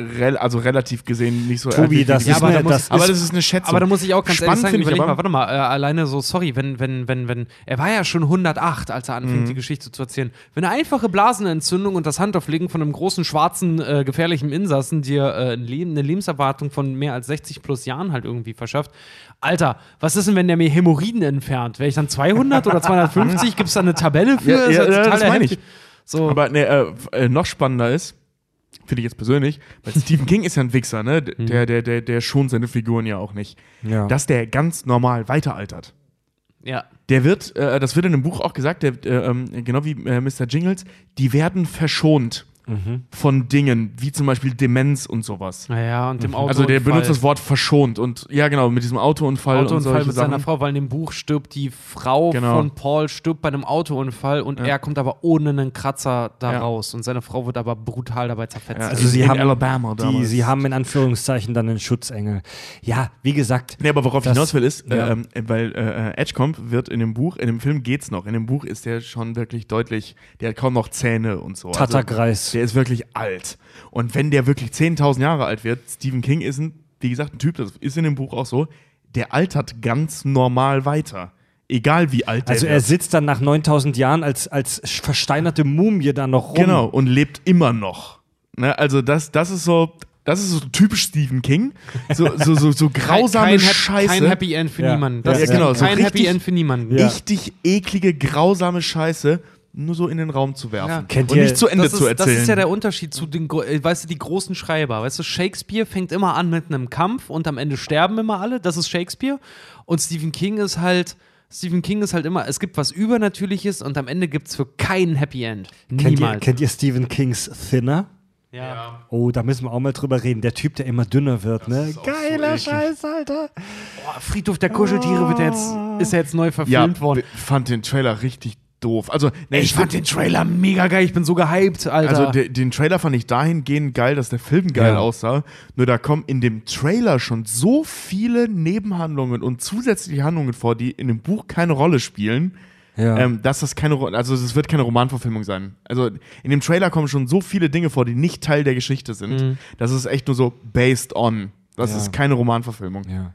relativ gesehen nicht so Tobi, das ist aber eine- aber das ist eine Schätzung. Aber da muss ich auch ganz ehrlich Spannend sagen, finde ich überleg aber- mal, warte mal, alleine so, sorry, wenn, er war ja schon 108, als er anfing, die Geschichte zu erzählen. Wenn eine einfache Blasenentzündung und das Handauflegen von einem großen, schwarzen, gefährlichen Insassen dir eine Lebenserwartung von mehr als 60 plus Jahren halt irgendwie verschafft, Alter, was ist denn, wenn der mir Hämorrhoiden entfernt? Wäre ich dann 200 oder 250? Gibt es da eine Tabelle für? Ja, Ist ja, total das meine ich. heftig. So. Aber noch spannender ist, finde ich jetzt persönlich, weil Stephen King ist ja ein Wichser, ne? Der schont seine Figuren ja auch nicht. Ja. Dass der ganz normal weiteraltert. Ja. Der wird, das wird in einem Buch auch gesagt, genau wie Mr. Jingles, die werden verschont von Dingen, wie zum Beispiel Demenz und sowas. Naja, und dem Autounfall. Also der benutzt das Wort verschont und ja genau, mit diesem Autounfall und Autounfall solche mit seiner Sachen. Frau, weil in dem Buch stirbt die Frau Genau. von Paul stirbt bei einem Autounfall und er kommt aber ohne einen Kratzer da raus und seine Frau wird aber brutal dabei zerfetzt. Ja, Also sie in haben Alabama damals. sie haben in Anführungszeichen dann einen Schutzengel. Ja, wie gesagt. Nee, aber worauf ich das- hinaus will ist, ja. weil Edgecombe wird in dem Film geht's noch. In dem Buch ist der schon wirklich deutlich, der hat kaum noch Zähne und so. Tatterkreis. Der ist wirklich alt. Und wenn der wirklich 10.000 Jahre alt wird, Stephen King ist wie gesagt, ein Typ, das ist in dem Buch auch so, der altert ganz normal weiter. Egal wie alt der Also wird. er sitzt dann nach 9.000 Jahren als versteinerte Mumie da noch rum. Genau, und lebt immer noch. Ne? Also das ist so typisch Stephen King. So grausame Scheiße. Kein Happy End für Ja. niemanden. Ja, genau, so kein Happy richtig- End für niemanden. Ja. Richtig eklige, grausame Scheiße nur so in den Raum zu werfen. Ja. Kennt und ihr- nicht zu Ende Das zu ist erzählen. ja der Unterschied zu den, weißt du, die großen Schreiber. Weißt du, Shakespeare fängt immer an mit einem Kampf und am Ende sterben immer alle. Das ist Shakespeare. Und Stephen King ist halt immer, es gibt was Übernatürliches und am Ende gibt es für keinen Happy End. Niemals. Kennt ihr Stephen Kings Thinner? Ja. Oh, da müssen wir auch mal drüber reden. Der Typ, der immer dünner wird, ne? Geiler eklig. Scheiß, Alter. Boah, Friedhof der Kuscheltiere ist ja jetzt neu ja, verfilmt worden. fand den Trailer richtig doof. Also, nee, Ich fand den Trailer mega geil. Ich bin so gehypt, Alter. Also den Trailer fand ich dahingehend geil, dass der Film geil Ja. aussah. Nur da kommen in dem Trailer schon so viele Nebenhandlungen und zusätzliche Handlungen vor, die in dem Buch keine Rolle spielen, Ja. dass das das wird keine Romanverfilmung sein. Also in dem Trailer kommen schon so viele Dinge vor, die nicht Teil der Geschichte sind. Das ist echt nur so based on. Das Ja. ist keine Romanverfilmung. Ja.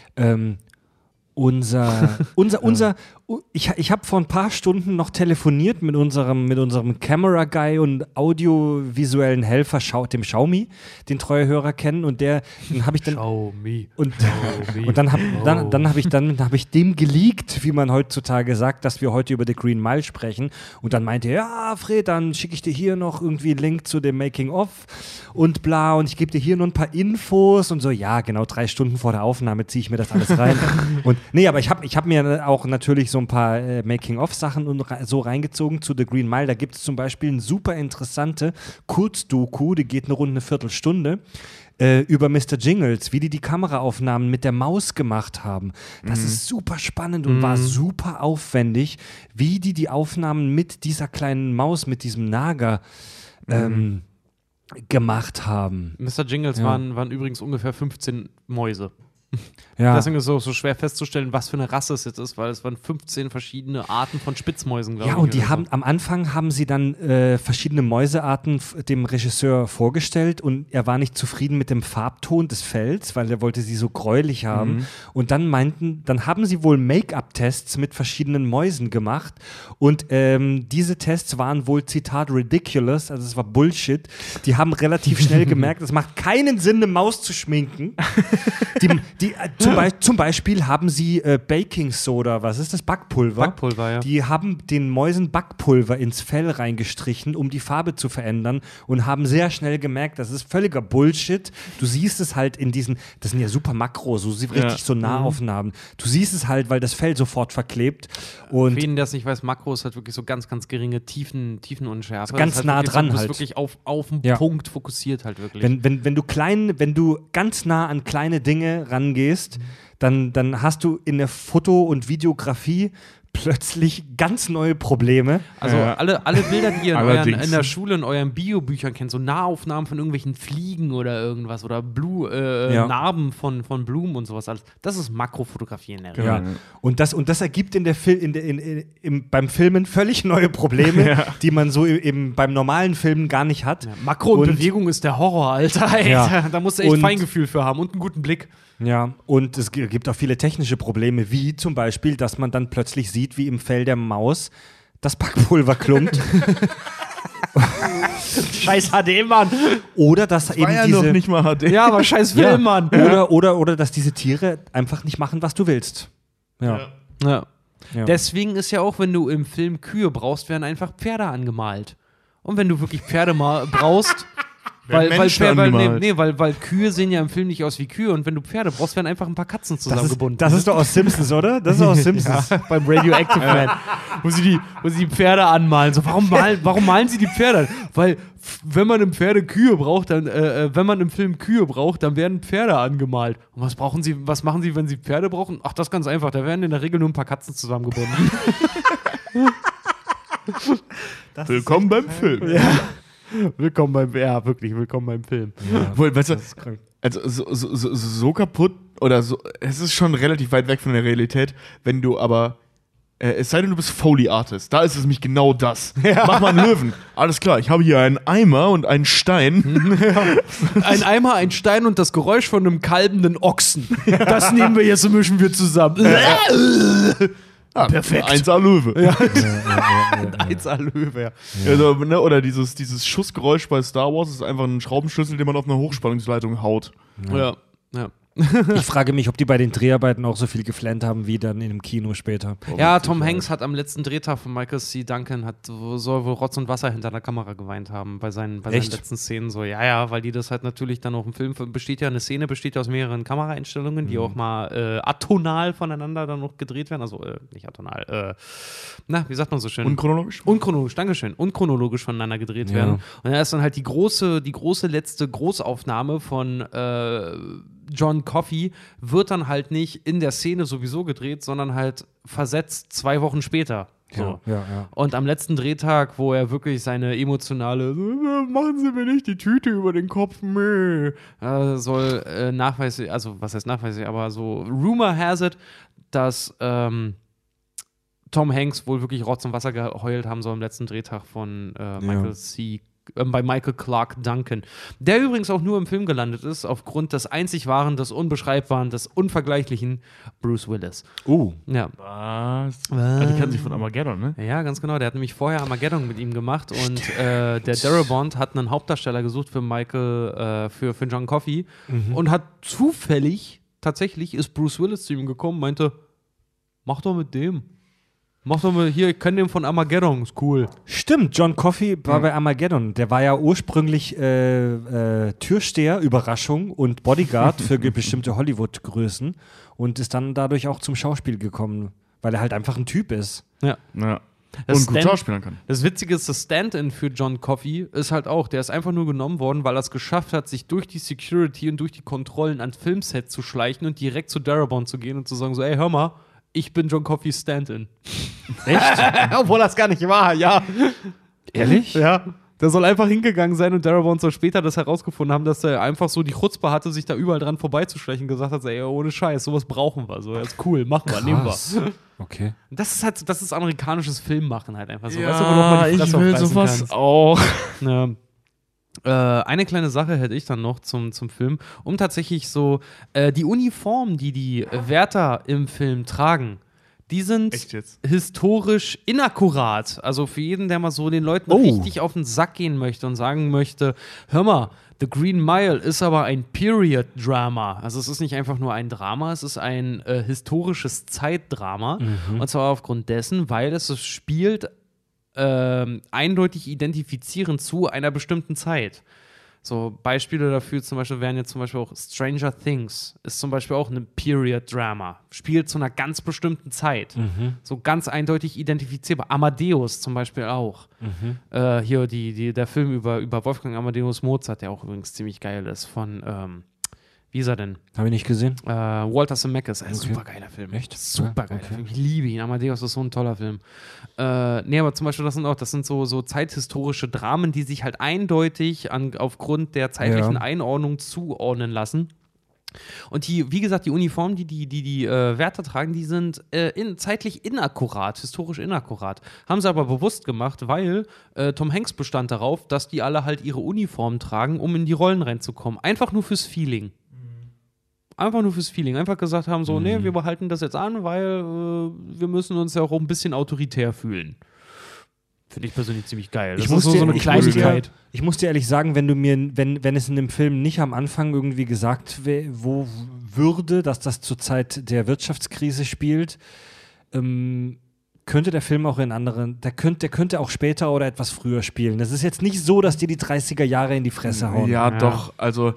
Ich habe vor ein paar Stunden noch telefoniert mit unserem Camera Guy und audiovisuellen Helfer, dem Xiaomi, den treue Hörer kennen, und den habe ich dann Xiaomi. und dann habe ich dem geleakt, wie man heutzutage sagt, dass wir heute über The Green Mile sprechen, und dann meinte er, ja, Fred, dann schicke ich dir hier noch irgendwie einen Link zu dem Making-of und bla, und ich gebe dir hier noch ein paar Infos und so. Ja, genau 3 Stunden vor der Aufnahme ziehe ich mir das alles rein. Und nee, aber ich hab mir auch natürlich so ein paar Making-of-Sachen und so reingezogen zu The Green Mile. Da gibt es zum Beispiel eine super interessante Kurzdoku, die geht eine Runde, eine Viertelstunde, über Mr. Jingles, wie die Kameraaufnahmen mit der Maus gemacht haben. Das ist super spannend und war super aufwendig, wie die Aufnahmen mit dieser kleinen Maus, mit diesem Nager gemacht haben. Mr. Jingles waren übrigens ungefähr 15 Mäuse. Ja. Deswegen ist es so schwer festzustellen, was für eine Rasse es jetzt ist, weil es waren 15 verschiedene Arten von Spitzmäusen, glaube ich. Ja, und die oder haben so. am Anfang haben sie dann verschiedene Mäusearten dem Regisseur vorgestellt und er war nicht zufrieden mit dem Farbton des Fells, weil er wollte sie so gräulich haben. Und dann haben sie wohl Make-up-Tests mit verschiedenen Mäusen gemacht und diese Tests waren wohl, Zitat, ridiculous, also es war Bullshit. Die haben relativ schnell gemerkt, es macht keinen Sinn, eine Maus zu schminken. Zum Beispiel haben sie Baking Soda, was ist das? Backpulver. Backpulver, ja. Die haben den Mäusen Backpulver ins Fell reingestrichen, um die Farbe zu verändern und haben sehr schnell gemerkt, das ist völliger Bullshit. Du siehst es halt in diesen, das sind ja super Makros, so richtig so Nahaufnahmen. Du siehst es halt, weil das Fell sofort verklebt. Und für jeden, der es nicht weiß, Makro ist halt wirklich so ganz, ganz geringe Tiefenunschärfe. Ganz das ist nah halt wirklich dran so, du halt. bist wirklich auf den Ja. Punkt fokussiert halt wirklich. wenn du ganz nah an kleine Dinge rangehst, dann hast du in der Foto- und Videografie plötzlich ganz neue Probleme. Also alle Bilder, die ihr Allerdings. in der Schule in euren Biobüchern kennt, so Nahaufnahmen von irgendwelchen Fliegen oder irgendwas oder Narben von Blumen und sowas alles, das ist Makrofotografie in der Regel. Ja. Und das ergibt beim Filmen völlig neue Probleme, die man so beim normalen Filmen gar nicht hat. Makro und Und- Bewegung ist der Horror, Alter. Ja. Da musst du echt Und- Feingefühl für haben und einen guten Blick. Ja, und es gibt auch viele technische Probleme, wie zum Beispiel, dass man dann plötzlich sieht, wie im Fell der Maus das Backpulver klumpt. Scheiß HD, Mann. Oder dass eben War ja diese noch nicht mal HD. Ja, aber scheiß Film, Mann. oder dass diese Tiere einfach nicht machen, was du willst. Ja. Ja. Ja. Deswegen ist ja auch, wenn du im Film Kühe brauchst, werden einfach Pferde angemalt. Und wenn du wirklich Pferde brauchst, weil Kühe sehen ja im Film nicht aus wie Kühe und wenn du Pferde brauchst, werden einfach ein paar Katzen zusammengebunden. Das ist doch aus Simpsons, oder? Das ist aus Simpsons. beim Radioactive Man, wo sie die Pferde anmalen. So, warum malen sie die Pferde an? Weil wenn man im Film Kühe braucht, dann werden Pferde angemalt. Und was machen sie, wenn sie Pferde brauchen? Ach, das ist ganz einfach. Da werden in der Regel nur ein paar Katzen zusammengebunden. Willkommen beim Film. Willkommen beim Film. Obwohl, weißt du, also so kaputt oder so, es ist schon relativ weit weg von der Realität, wenn du aber, es sei denn, du bist Foley-Artist, da ist es nämlich genau das. Mach mal einen Löwen. Alles klar, ich habe hier einen Eimer und einen Stein. Ein Eimer, ein Stein und das Geräusch von einem kalbenden Ochsen. Das nehmen wir jetzt und mischen wir zusammen. Perfekt. 1A Löwe. Ja. 1A Löwe, ja. Also, ne, oder dieses Schussgeräusch bei Star Wars ist einfach ein Schraubenschlüssel, den man auf einer Hochspannungsleitung haut. Ja. Ich frage mich, ob die bei den Dreharbeiten auch so viel geflennt haben wie dann in dem Kino später. Ja, Tom Hanks hat am letzten Drehtag von Michael C. Duncan soll wohl Rotz und Wasser hinter der Kamera geweint haben bei seinen letzten Szenen. So, ja, weil die das halt natürlich dann auch im Film eine Szene besteht aus mehreren Kameraeinstellungen, die auch mal atonal voneinander dann noch gedreht werden. Also nicht atonal, wie sagt man so schön? Unchronologisch? Unchronologisch, Dankeschön. Unchronologisch voneinander gedreht werden. Und da ist dann halt die große letzte Großaufnahme von John Coffey wird dann halt nicht in der Szene sowieso gedreht, sondern halt versetzt 2 Wochen später. So. Ja. Und am letzten Drehtag, wo er wirklich seine emotionale machen Sie mir nicht die Tüte über den Kopf, soll nachweislich, also was heißt nachweislich, aber so Rumor has it, dass Tom Hanks wohl wirklich Rotz und Wasser geheult haben soll am letzten Drehtag von bei Michael Clark Duncan, der übrigens auch nur im Film gelandet ist, aufgrund des einzig wahren, des Unbeschreibbaren, des Unvergleichlichen Bruce Willis. Ja. Was? Die kennen sich von Armageddon, ne? Ja, ganz genau. Der hat nämlich vorher Armageddon mit ihm gemacht und der Darabont hat einen Hauptdarsteller gesucht für für John Coffey und hat tatsächlich ist Bruce Willis zu ihm gekommen und meinte, mach doch mit dem. Mach doch mal hier, ich kenne den von Armageddon, ist cool. Stimmt, John Coffey war bei Armageddon. Der war ja ursprünglich Türsteher, Überraschung und Bodyguard für bestimmte Hollywood-Größen und ist dann dadurch auch zum Schauspiel gekommen. weil er halt einfach ein Typ ist. Ja. Und gut schauspielern kann. Das Witzige ist, das Stand-in für John Coffey ist halt auch, der ist einfach nur genommen worden, weil er es geschafft hat, sich durch die Security und durch die Kontrollen ans Filmset zu schleichen und direkt zu Darabont zu gehen und zu sagen so, ey, hör mal, ich bin John Coffeys Stand-in. Echt? Obwohl das gar nicht war, ja. Ehrlich? Ja. Der soll einfach hingegangen sein und Darabont soll später das herausgefunden haben, dass er einfach so die Chutzpe hatte, sich da überall dran vorbeizuschleichen und gesagt hat, ey, ohne Scheiß, sowas brauchen wir. So, das ist cool, machen wir, nehmen wir. Okay. Das ist halt, das ist amerikanisches Filmmachen halt einfach so. Ja, weißt du, wo du auch mal die Fresse ich will aufreißen sowas kannst. auch. Ja. Eine kleine Sache hätte ich dann noch zum Film, um tatsächlich so die Uniformen, die Wärter im Film tragen, die sind Echt jetzt? historisch inakkurat. Also für jeden, der mal so den Leuten richtig auf den Sack gehen möchte und sagen möchte, hör mal, The Green Mile ist aber ein Period-Drama. Also es ist nicht einfach nur ein Drama, es ist ein historisches Zeitdrama. Und zwar aufgrund dessen, weil es spielt eindeutig identifizieren zu einer bestimmten Zeit. So Beispiele dafür zum Beispiel wären jetzt zum Beispiel auch Stranger Things, ist zum Beispiel auch ein Period-Drama, spielt zu einer ganz bestimmten Zeit. So ganz eindeutig identifizierbar. Amadeus zum Beispiel auch. Hier der Film über Wolfgang Amadeus Mozart, der auch übrigens ziemlich geil ist, von wie ist er denn? Habe ich nicht gesehen. Walter Zemeckis, ein super geiler Film. Echt? Super geiler Film. Ich liebe ihn. Amadeus ist so ein toller Film. Aber zum Beispiel, das sind so zeithistorische Dramen, die sich halt eindeutig aufgrund der zeitlichen Einordnung zuordnen lassen. Und wie gesagt, die Uniformen, die Wärter tragen, die sind zeitlich inakkurat, historisch inakkurat. Haben sie aber bewusst gemacht, weil Tom Hanks bestand darauf, dass die alle halt ihre Uniformen tragen, um in die Rollen reinzukommen. Einfach nur fürs Feeling. Einfach nur fürs Feeling. Einfach gesagt haben so, nee, wir behalten das jetzt an, weil wir müssen uns ja auch ein bisschen autoritär fühlen. Finde ich persönlich ziemlich geil. Das ist so eine Kleinigkeit. Ich muss dir ehrlich sagen, wenn es in dem Film nicht am Anfang irgendwie gesagt würde, dass das zur Zeit der Wirtschaftskrise spielt, könnte der Film auch in anderen, der könnte auch später oder etwas früher spielen. Das ist jetzt nicht so, dass die 30er Jahre in die Fresse hauen. Ja, doch, also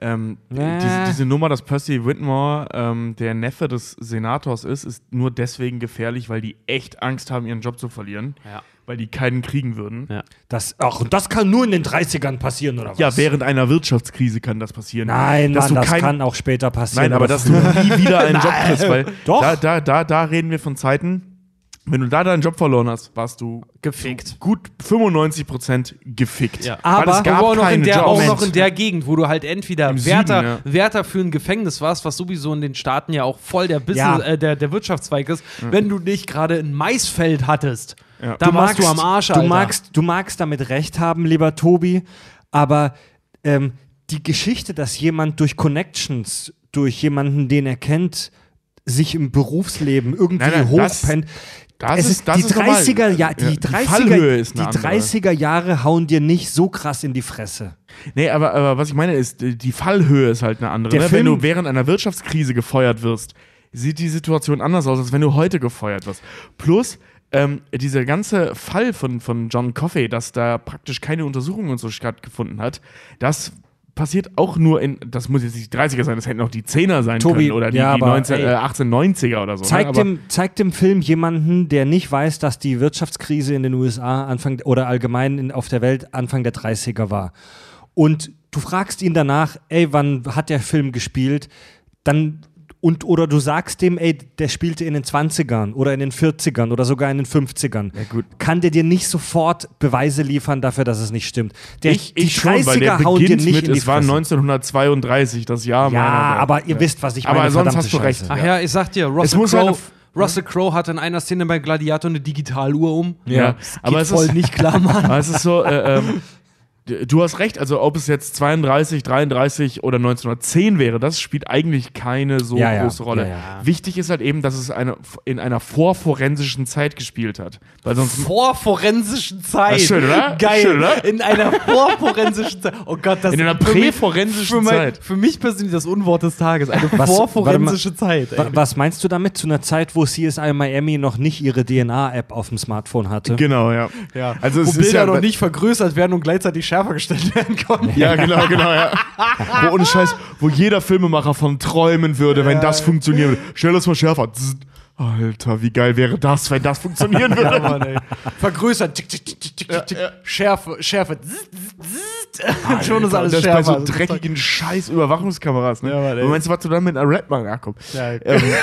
diese Nummer, dass Percy Whitmore der Neffe des Senators ist nur deswegen gefährlich, weil die echt Angst haben, ihren Job zu verlieren. Ja. Weil die keinen kriegen würden. Ja. Das kann nur in den 30ern passieren, oder was? Ja, während einer Wirtschaftskrise kann das passieren. Nein, Mann, das kann auch später passieren. Nein, aber dass du nie wieder einen Job kriegst, weil Doch. Da reden wir von Zeiten, wenn du da deinen Job verloren hast, warst du gefickt. Gut 95% gefickt. Ja. Aber es gab auch noch Jobs. in der Gegend, wo du halt entweder Wärter für ein Gefängnis warst, was sowieso in den Staaten ja auch voll der der Wirtschaftszweig ist, wenn du nicht gerade ein Maisfeld hattest. Ja. Da warst du am Arsch, Alter. Du magst damit recht haben, lieber Tobi, aber die Geschichte, dass jemand durch Connections, durch jemanden, den er kennt, sich im Berufsleben irgendwie hochpennt. Die 30er Jahre hauen dir nicht so krass in die Fresse. Nee, aber was ich meine ist, die Fallhöhe ist halt eine andere. Ne? Wenn du während einer Wirtschaftskrise gefeuert wirst, sieht die Situation anders aus, als wenn du heute gefeuert wirst. Plus, dieser ganze Fall von John Coffey, dass da praktisch keine Untersuchung und so stattgefunden hat, das passiert auch nur das muss jetzt nicht die 30er sein, das hätten auch die 10er sein können oder die 1890er oder so. Zeigt dem Film jemanden, der nicht weiß, dass die Wirtschaftskrise in den USA allgemein auf der Welt Anfang der 30er war. Und du fragst ihn danach, wann hat der Film gespielt? Oder du sagst dem, der spielte in den 20ern oder in den 40ern oder sogar in den 50ern. Ja, gut. Kann der dir nicht sofort Beweise liefern dafür, dass es nicht stimmt? Die 30er hauen dir nicht in die Fresse. Es war 1932, das Jahr meiner Welt. Aber ihr wisst, was ich meine. Aber sonst hast du recht. Ach ja, ich sag dir, Russell Crowe hatte in einer Szene bei Gladiator eine Digitaluhr um. Ja, aber es ist nicht klar, Mann. Aber es ist so, du hast recht, also ob es jetzt 32, 33 oder 1910 wäre, das spielt eigentlich keine so große Rolle. Ja. Wichtig ist halt eben, dass es in einer vorforensischen Zeit gespielt hat. Weil sonst vorforensischen Zeit? Das ist schön, oder? Geil. Schön, oder? In einer vorforensischen Zeit. Oh Gott, das in einer präforensischen Zeit. Für mich persönlich das Unwort des Tages. Eine vorforensische Zeit. Was meinst du damit? Zu einer Zeit, wo CSI Miami noch nicht ihre DNA-App auf dem Smartphone hatte? Genau, ja. Also wo Bilder noch nicht vergrößert werden und gleichzeitig schärfer gestellt werden konnten. Ja, genau, ja. Ohne Scheiß, wo jeder Filmemacher von träumen würde, wenn das funktioniert. Stell das mal schärfer. Alter, wie geil wäre das, wenn das funktionieren würde. Ja, Mann, ey. Vergrößert. Tick, tick, tick, tick, tick, tick. Schärfe. Schon ist alles das schärfer. bei so Also, das dreckigen scheiß Überwachungskameras, ne? Ja, Mann, ey. Und meinst du, was du dann mit einer Red machst? Ach komm. Ja,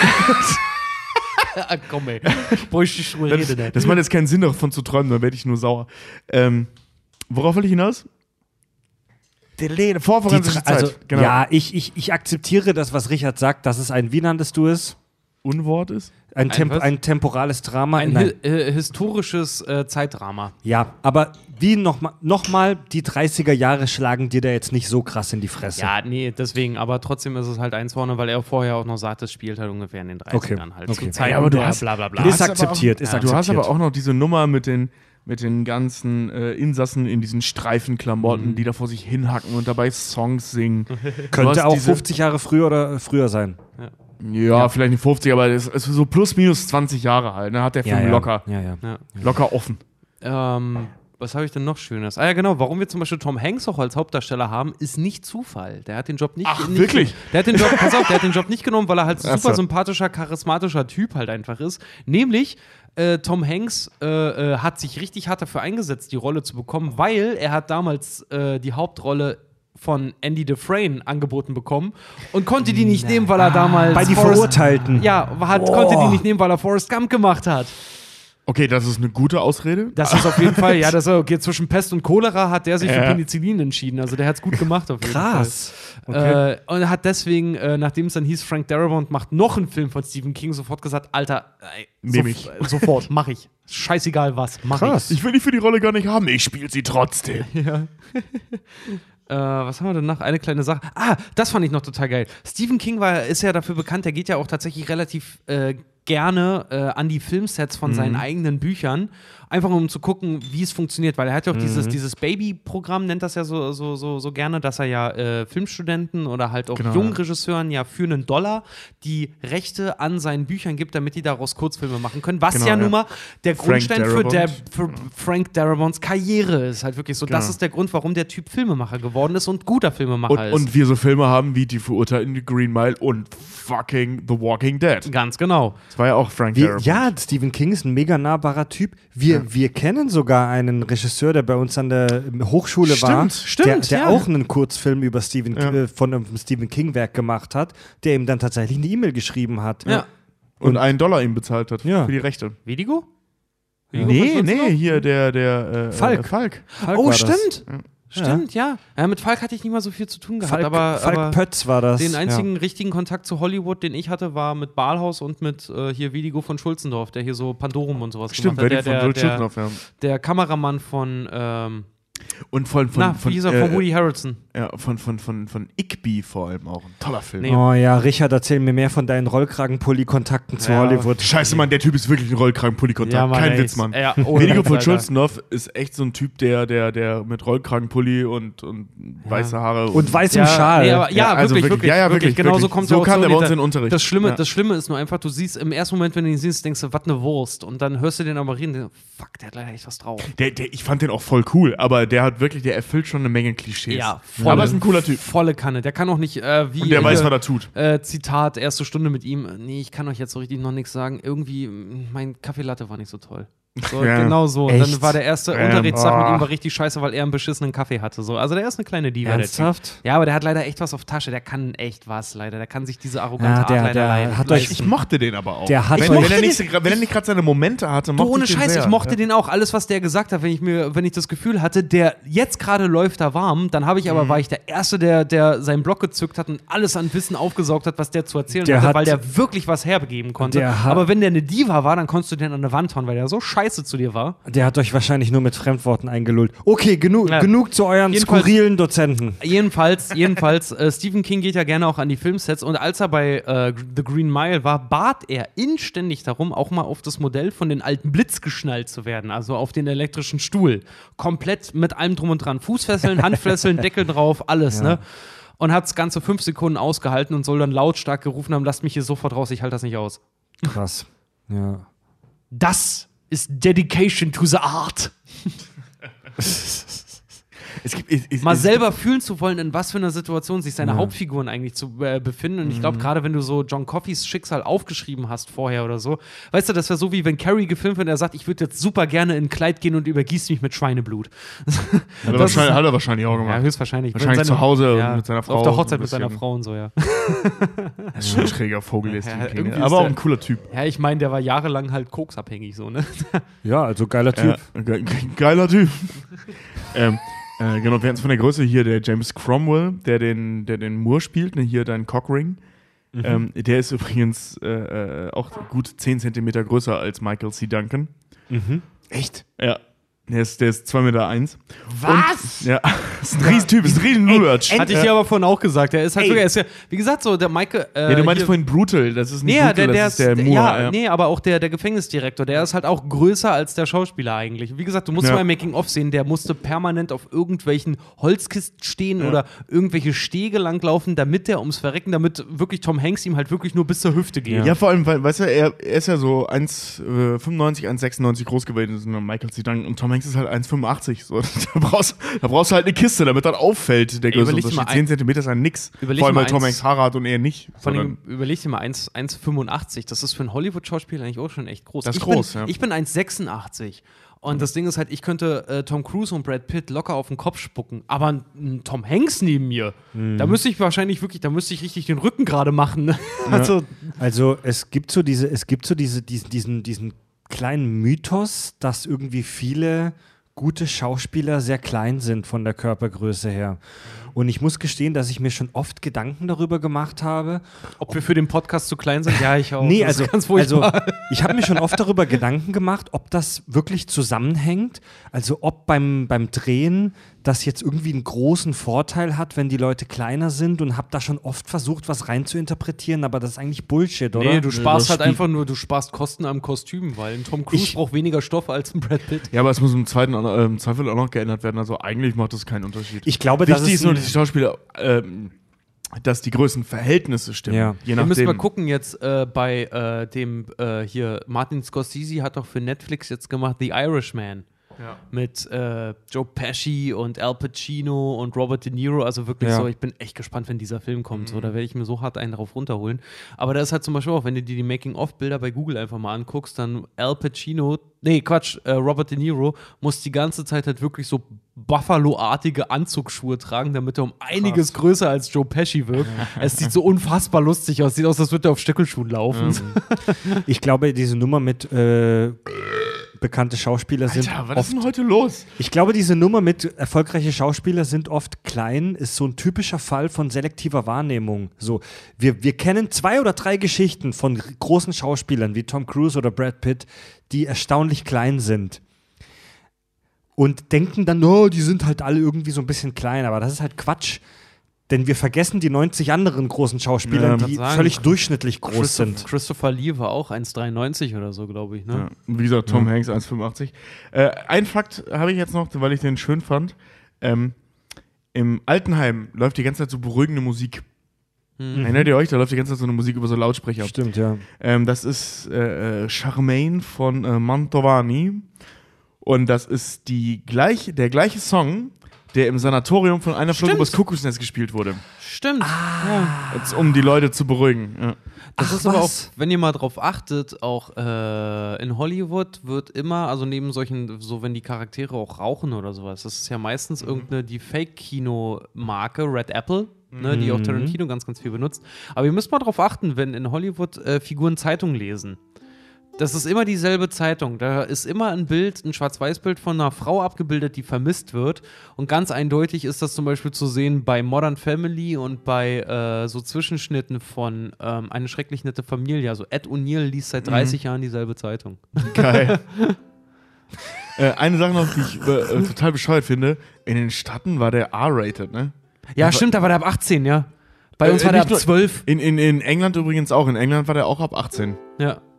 komm, ey. Bräuchte ich schon Das, reden, ey. das macht jetzt keinen Sinn, davon zu träumen, dann werde ich nur sauer. Worauf will ich hinaus? Vorforensische Zeit. Also, ja, ich akzeptiere das, was Richard sagt, dass es ein, wie nanntest du es? Unwort ist? Ein was? temporales Drama. Ein Nein. historisches Zeitdrama. Ja, aber wie nochmal, die 30er Jahre schlagen dir da jetzt nicht so krass in die Fresse. Ja, nee, deswegen, aber trotzdem ist es halt eins vorne, weil er vorher auch noch sagt, es spielt halt ungefähr in den 30ern halt. Okay. Zu Zeiten Ja, aber du der hast- bla bla bla. Ist hast aber akzeptiert, auch, ist Du akzeptiert. hast aber auch noch diese Nummer mit den ganzen Insassen in diesen Streifenklamotten, die da vor sich hinhacken und dabei Songs singen. Du Könnte hast auch diese- 50 Jahre früher sein. Ja, vielleicht nicht 50, aber es ist so plus minus 20 Jahre halt. Ne? Hat der Film locker offen. Was habe ich denn noch Schönes? Ah ja, genau, warum wir zum Beispiel Tom Hanks auch als Hauptdarsteller haben, ist nicht Zufall. Der hat den Job nicht... Ach, nicht wirklich? Der hat den Job, pass auf, der hat den Job nicht genommen, weil er halt Ach so. super sympathischer, charismatischer Typ halt einfach ist. Nämlich, Tom Hanks hat sich richtig hart dafür eingesetzt, die Rolle zu bekommen, weil er hat damals die Hauptrolle von Andy Dufresne angeboten bekommen und konnte die nicht nehmen, weil er damals... Bei die Verurteilten. Ja, konnte die nicht nehmen, weil er Forrest Gump gemacht hat. Okay, das ist eine gute Ausrede. Das ist auf jeden Fall, ja, das ist okay. Zwischen Pest und Cholera hat der sich für Penicillin entschieden. Also der hat es gut gemacht auf jeden Krass. Fall. Und er hat deswegen, nachdem es dann hieß, Frank Darabont macht noch einen Film von Stephen King, sofort gesagt, Alter, Nehm ich. Sofort, mach ich. Scheißegal was, mach Krass. Ich will die für die Rolle gar nicht haben. Ich spiele sie trotzdem. Was haben wir denn noch? Eine kleine Sache. Das fand ich noch total geil. Stephen King ist ja dafür bekannt, der geht ja auch tatsächlich relativ gerne an die Filmsets von seinen eigenen Büchern, einfach um zu gucken, wie es funktioniert, weil er hat ja auch dieses Baby-Programm, nennt das ja so gerne, dass er ja Filmstudenten oder halt auch jungen Regisseuren ja für $1 die Rechte an seinen Büchern gibt, damit die daraus Kurzfilme machen können, was nun mal der Grundstein für Frank Darabonts Karriere ist, halt wirklich so. Genau. Das ist der Grund, warum der Typ Filmemacher geworden ist und guter Filmemacher ist. Und wir so Filme haben wie Die Verurteilten, die Green Mile und fucking The Walking Dead. Ganz genau. Das war ja auch Frank Darabont. Ja, Stephen King ist ein mega nahbarer Typ. Wir kennen sogar einen Regisseur, der bei uns an der Hochschule war, der auch einen Kurzfilm über von einem Stephen King-Werk gemacht hat, der ihm dann tatsächlich eine E-Mail geschrieben hat. Ja. Und $1 ihm bezahlt hat Ja. für die Rechte. Vidigo? Nee, hier der Falk. Falk. Falk Oh, war das. stimmt. Stimmt, ja. Mit Falk hatte ich nicht mal so viel zu tun gehabt, aber Falk Pötz war das. den einzigen richtigen Kontakt zu Hollywood, den ich hatte, war mit Balhaus und mit hier Vidigo von Schulzendorf, der hier so Pandorum und sowas Stimmt, gemacht hat. Wedding von Joel Schultenoff, ja. Der Kameramann von Und von Woody Harrelson. Ja, von Igby vor allem auch. Ein toller Film. Nee. Oh ja, Richard, erzähl mir mehr von deinen Rollkragenpulli-Kontakten zu Hollywood. Scheiße, Mann, der Typ ist wirklich ein Rollkragenpulli-Kontakt. Ja, Mann, Kein ey. Witz, Mann. Ja, ohne Vidigo Witz, von Alter. Schultenoff ist echt so ein Typ, der mit Rollkragenpulli und weiße Haare Und weißem Schal. Nee, aber, also wirklich. Ja, wirklich. Genau so wirklich. kommt So er auch kam so der bei uns in in den Unterricht. Das Schlimme, Ja. das Schlimme ist nur einfach, du siehst im ersten Moment, wenn du ihn siehst, denkst du, was eine Wurst. Und dann hörst du den aber reden, denkst du, fuck, der hat leider echt was drauf. Ich fand den auch voll cool, aber der erfüllt schon eine Menge Klischees. Aber ist ein cooler Typ. Volle Kanne. Der kann auch nicht, wie. Und der weiß, was er tut. Zitat, erste Stunde mit ihm. Nee, ich kann euch jetzt so richtig noch nichts sagen. Irgendwie, mein Kaffeelatte war nicht so toll. So, Ja. genau so. Und Echt? dann war der erste Unterrichtstag mit ihm war richtig scheiße, weil er einen beschissenen Kaffee hatte. So. Also der ist eine kleine Diva. Der Ernsthaft? Typ. Ja, aber der hat leider echt was auf Tasche. Der kann echt was, leider. Der kann sich diese arrogante Art der leider hat leisten. Ich mochte den aber auch. Der hat wenn, euch- wenn er nicht gerade seine Momente hatte, Du, mochte ohne ich den Scheiß, sehr. ich mochte den auch. Alles, was der gesagt hat, wenn ich das Gefühl hatte, der jetzt gerade läuft da warm, dann habe ich aber, war ich der Erste, der seinen Block gezückt hat und alles an Wissen aufgesaugt hat, was der zu erzählen Der hatte, hat- weil der wirklich was herbegeben konnte. Aber wenn der eine Diva war, dann konntest du den an eine Wand hauen, weil der so scheiße zu dir war. Der hat euch wahrscheinlich nur mit Fremdworten eingelullt. Okay, genug zu euren Jedenfalls- skurrilen Dozenten. Jedenfalls, Stephen King geht ja gerne auch an die Filmsets und als er bei The Green Mile war, bat er inständig darum, auch mal auf das Modell von den alten Blitz geschnallt zu werden, also auf den elektrischen Stuhl. Komplett mit allem drum und dran. Fußfesseln, Handfesseln, Deckel drauf, alles, ne? Und hat das Ganze 5 Sekunden ausgehalten und soll dann lautstark gerufen haben, lasst mich hier sofort raus, ich halte das nicht aus. Krass. Ja. Das ist Dedication to the Art. Mal selber fühlen zu wollen, in was für einer Situation sich seine Hauptfiguren eigentlich zu befinden. Und ich glaube, gerade wenn du so John Coffeys Schicksal aufgeschrieben hast vorher oder so, weißt du, das wäre so, wie wenn Carrie gefilmt wird und er sagt, ich würde jetzt super gerne in ein Kleid gehen und übergießt mich mit Schweineblut. Hat er wahrscheinlich auch gemacht. Ja, höchstwahrscheinlich. Wahrscheinlich zu Hause mit seiner Frau. Auf der Hochzeit mit seiner Frau und so, ja. Das ist schon ein schräger Vogel, ist irgendwie ist aber auch ein cooler Typ. Ja, ich meine, der war jahrelang halt koksabhängig, so, ne? Ja, also geiler Typ. Geiler Typ. Genau, wir hatten es von der Größe hier, der James Cromwell, der den Moore spielt, ne, hier dein Cockring. Der ist übrigens auch gut 10 Zentimeter größer als Michael C. Duncan. Echt? Ja. Der ist 2,1 Meter. Was? Und, ja, ist ein Riesentyp, ist ein Riesen-Lurch. Hatte ich dir aber vorhin auch gesagt. Der ist halt wirklich, er ist ja, wie gesagt, so der Michael. Ja, du meintest vorhin Brutal, das ist nicht Brutal, das ist der Moore. Ja, nee, aber auch der Gefängnisdirektor, der ist halt auch größer als der Schauspieler eigentlich. Wie gesagt, du musst mal im Making-of sehen, der musste permanent auf irgendwelchen Holzkisten stehen oder irgendwelche Stege langlaufen, damit wirklich Tom Hanks ihm halt wirklich nur bis zur Hüfte geht. Ja, vor allem, weil, weißt du, er ist ja so 1,95, 1,96 groß gewesen, Michael C. Duncan, und Tom Hanks ist halt 1,85. So. Da brauchst du halt eine Kiste, damit das auffällt, der Größenunterschied. 10 Centimeter ist ja nix. Vor allem, weil Tom Hanks Haare hat und er nicht. Vor allem, überleg dir mal 1,85. Das ist für einen Hollywood-Schauspieler eigentlich auch schon echt groß. Das ist groß, ja. Ich bin 1,86. Und das Ding ist halt, ich könnte Tom Cruise und Brad Pitt locker auf den Kopf spucken. Aber ein Tom Hanks neben mir, da müsste ich richtig den Rücken gerade machen. Ja. Also es gibt so diesen kleinen Mythos, dass irgendwie viele gute Schauspieler sehr klein sind von der Körpergröße her. Und ich muss gestehen, dass ich mir schon oft Gedanken darüber gemacht habe. Ob wir für den Podcast zu klein sind? Ja, ich auch. Nee, also ich habe mir schon oft darüber Gedanken gemacht, ob das wirklich zusammenhängt. Also ob beim Drehen das jetzt irgendwie einen großen Vorteil hat, wenn die Leute kleiner sind, und habe da schon oft versucht, was rein zu interpretieren, aber das ist eigentlich Bullshit, oder? Nee, du sparst halt einfach nur, du sparst Kosten am Kostüm, weil ein Tom Cruise braucht weniger Stoff als ein Brad Pitt. Ja, aber es muss im Zweifel auch noch geändert werden, also eigentlich macht das keinen Unterschied. Ich glaube, wichtig ist nur, dass die Schauspieler, dass die Größenverhältnisse stimmen. Ja. Wir müssen mal gucken jetzt bei dem hier, Martin Scorsese hat doch für Netflix jetzt gemacht The Irishman. Ja. Mit Joe Pesci und Al Pacino und Robert De Niro, also wirklich so, ich bin echt gespannt, wenn dieser Film kommt, so, da werde ich mir so hart einen drauf runterholen, aber da ist halt zum Beispiel auch, wenn du dir die Making-of-Bilder bei Google einfach mal anguckst, dann Robert De Niro muss die ganze Zeit halt wirklich so Buffalo-artige Anzugsschuhe tragen, damit er um einiges größer als Joe Pesci wirkt. Es sieht so unfassbar lustig aus, sieht aus, als würde er auf Stöckelschuhen laufen. Ich glaube, diese Nummer mit bekannte Schauspieler sind Alter, was ist denn heute los? Ich glaube, diese Nummer mit erfolgreiche Schauspieler sind oft klein, ist so ein typischer Fall von selektiver Wahrnehmung. So, wir kennen 2 oder 3 Geschichten von großen Schauspielern wie Tom Cruise oder Brad Pitt, die erstaunlich klein sind. Und denken dann, die sind halt alle irgendwie so ein bisschen klein, aber das ist halt Quatsch. Denn wir vergessen die 90 anderen großen Schauspieler, die völlig durchschnittlich groß sind. Christopher Lee war auch 1,93 oder so, glaube ich. Ne? Ja. Wie gesagt, Tom Hanks 1,85. Ein Fakt habe ich jetzt noch, weil ich den schön fand. Im Altenheim läuft die ganze Zeit so beruhigende Musik. Erinnert ihr euch? Da läuft die ganze Zeit so eine Musik über so Lautsprecher. Stimmt, ja. Das ist Charmaine von Mantovani. Und das ist der gleiche Song, der im Sanatorium von einer Flug übers Kuckucksnest gespielt wurde. Stimmt. Jetzt, um die Leute zu beruhigen. Ja. Das ist aber auch, wenn ihr mal drauf achtet, auch in Hollywood wird immer, also neben solchen, so wenn die Charaktere auch rauchen oder sowas, das ist ja meistens irgendeine, die Fake-Kino-Marke, Red Apple, ne, die auch Tarantino ganz, ganz viel benutzt. Aber ihr müsst mal drauf achten, wenn in Hollywood Figuren Zeitung lesen. Das ist immer dieselbe Zeitung. Da ist immer ein Bild, ein Schwarz-Weiß-Bild von einer Frau abgebildet, die vermisst wird. Und ganz eindeutig ist das zum Beispiel zu sehen bei Modern Family und bei so Zwischenschnitten von Eine schrecklich nette Familie. Also Ed O'Neill liest seit 30 Jahren dieselbe Zeitung. Geil. Eine Sache noch, die ich total bescheuert finde. In den Staaten war der R-rated, ne? Ja, stimmt, da war der ab 18, ja. Bei uns war der ab 12. In England übrigens auch. In England war der auch ab 18. Ja.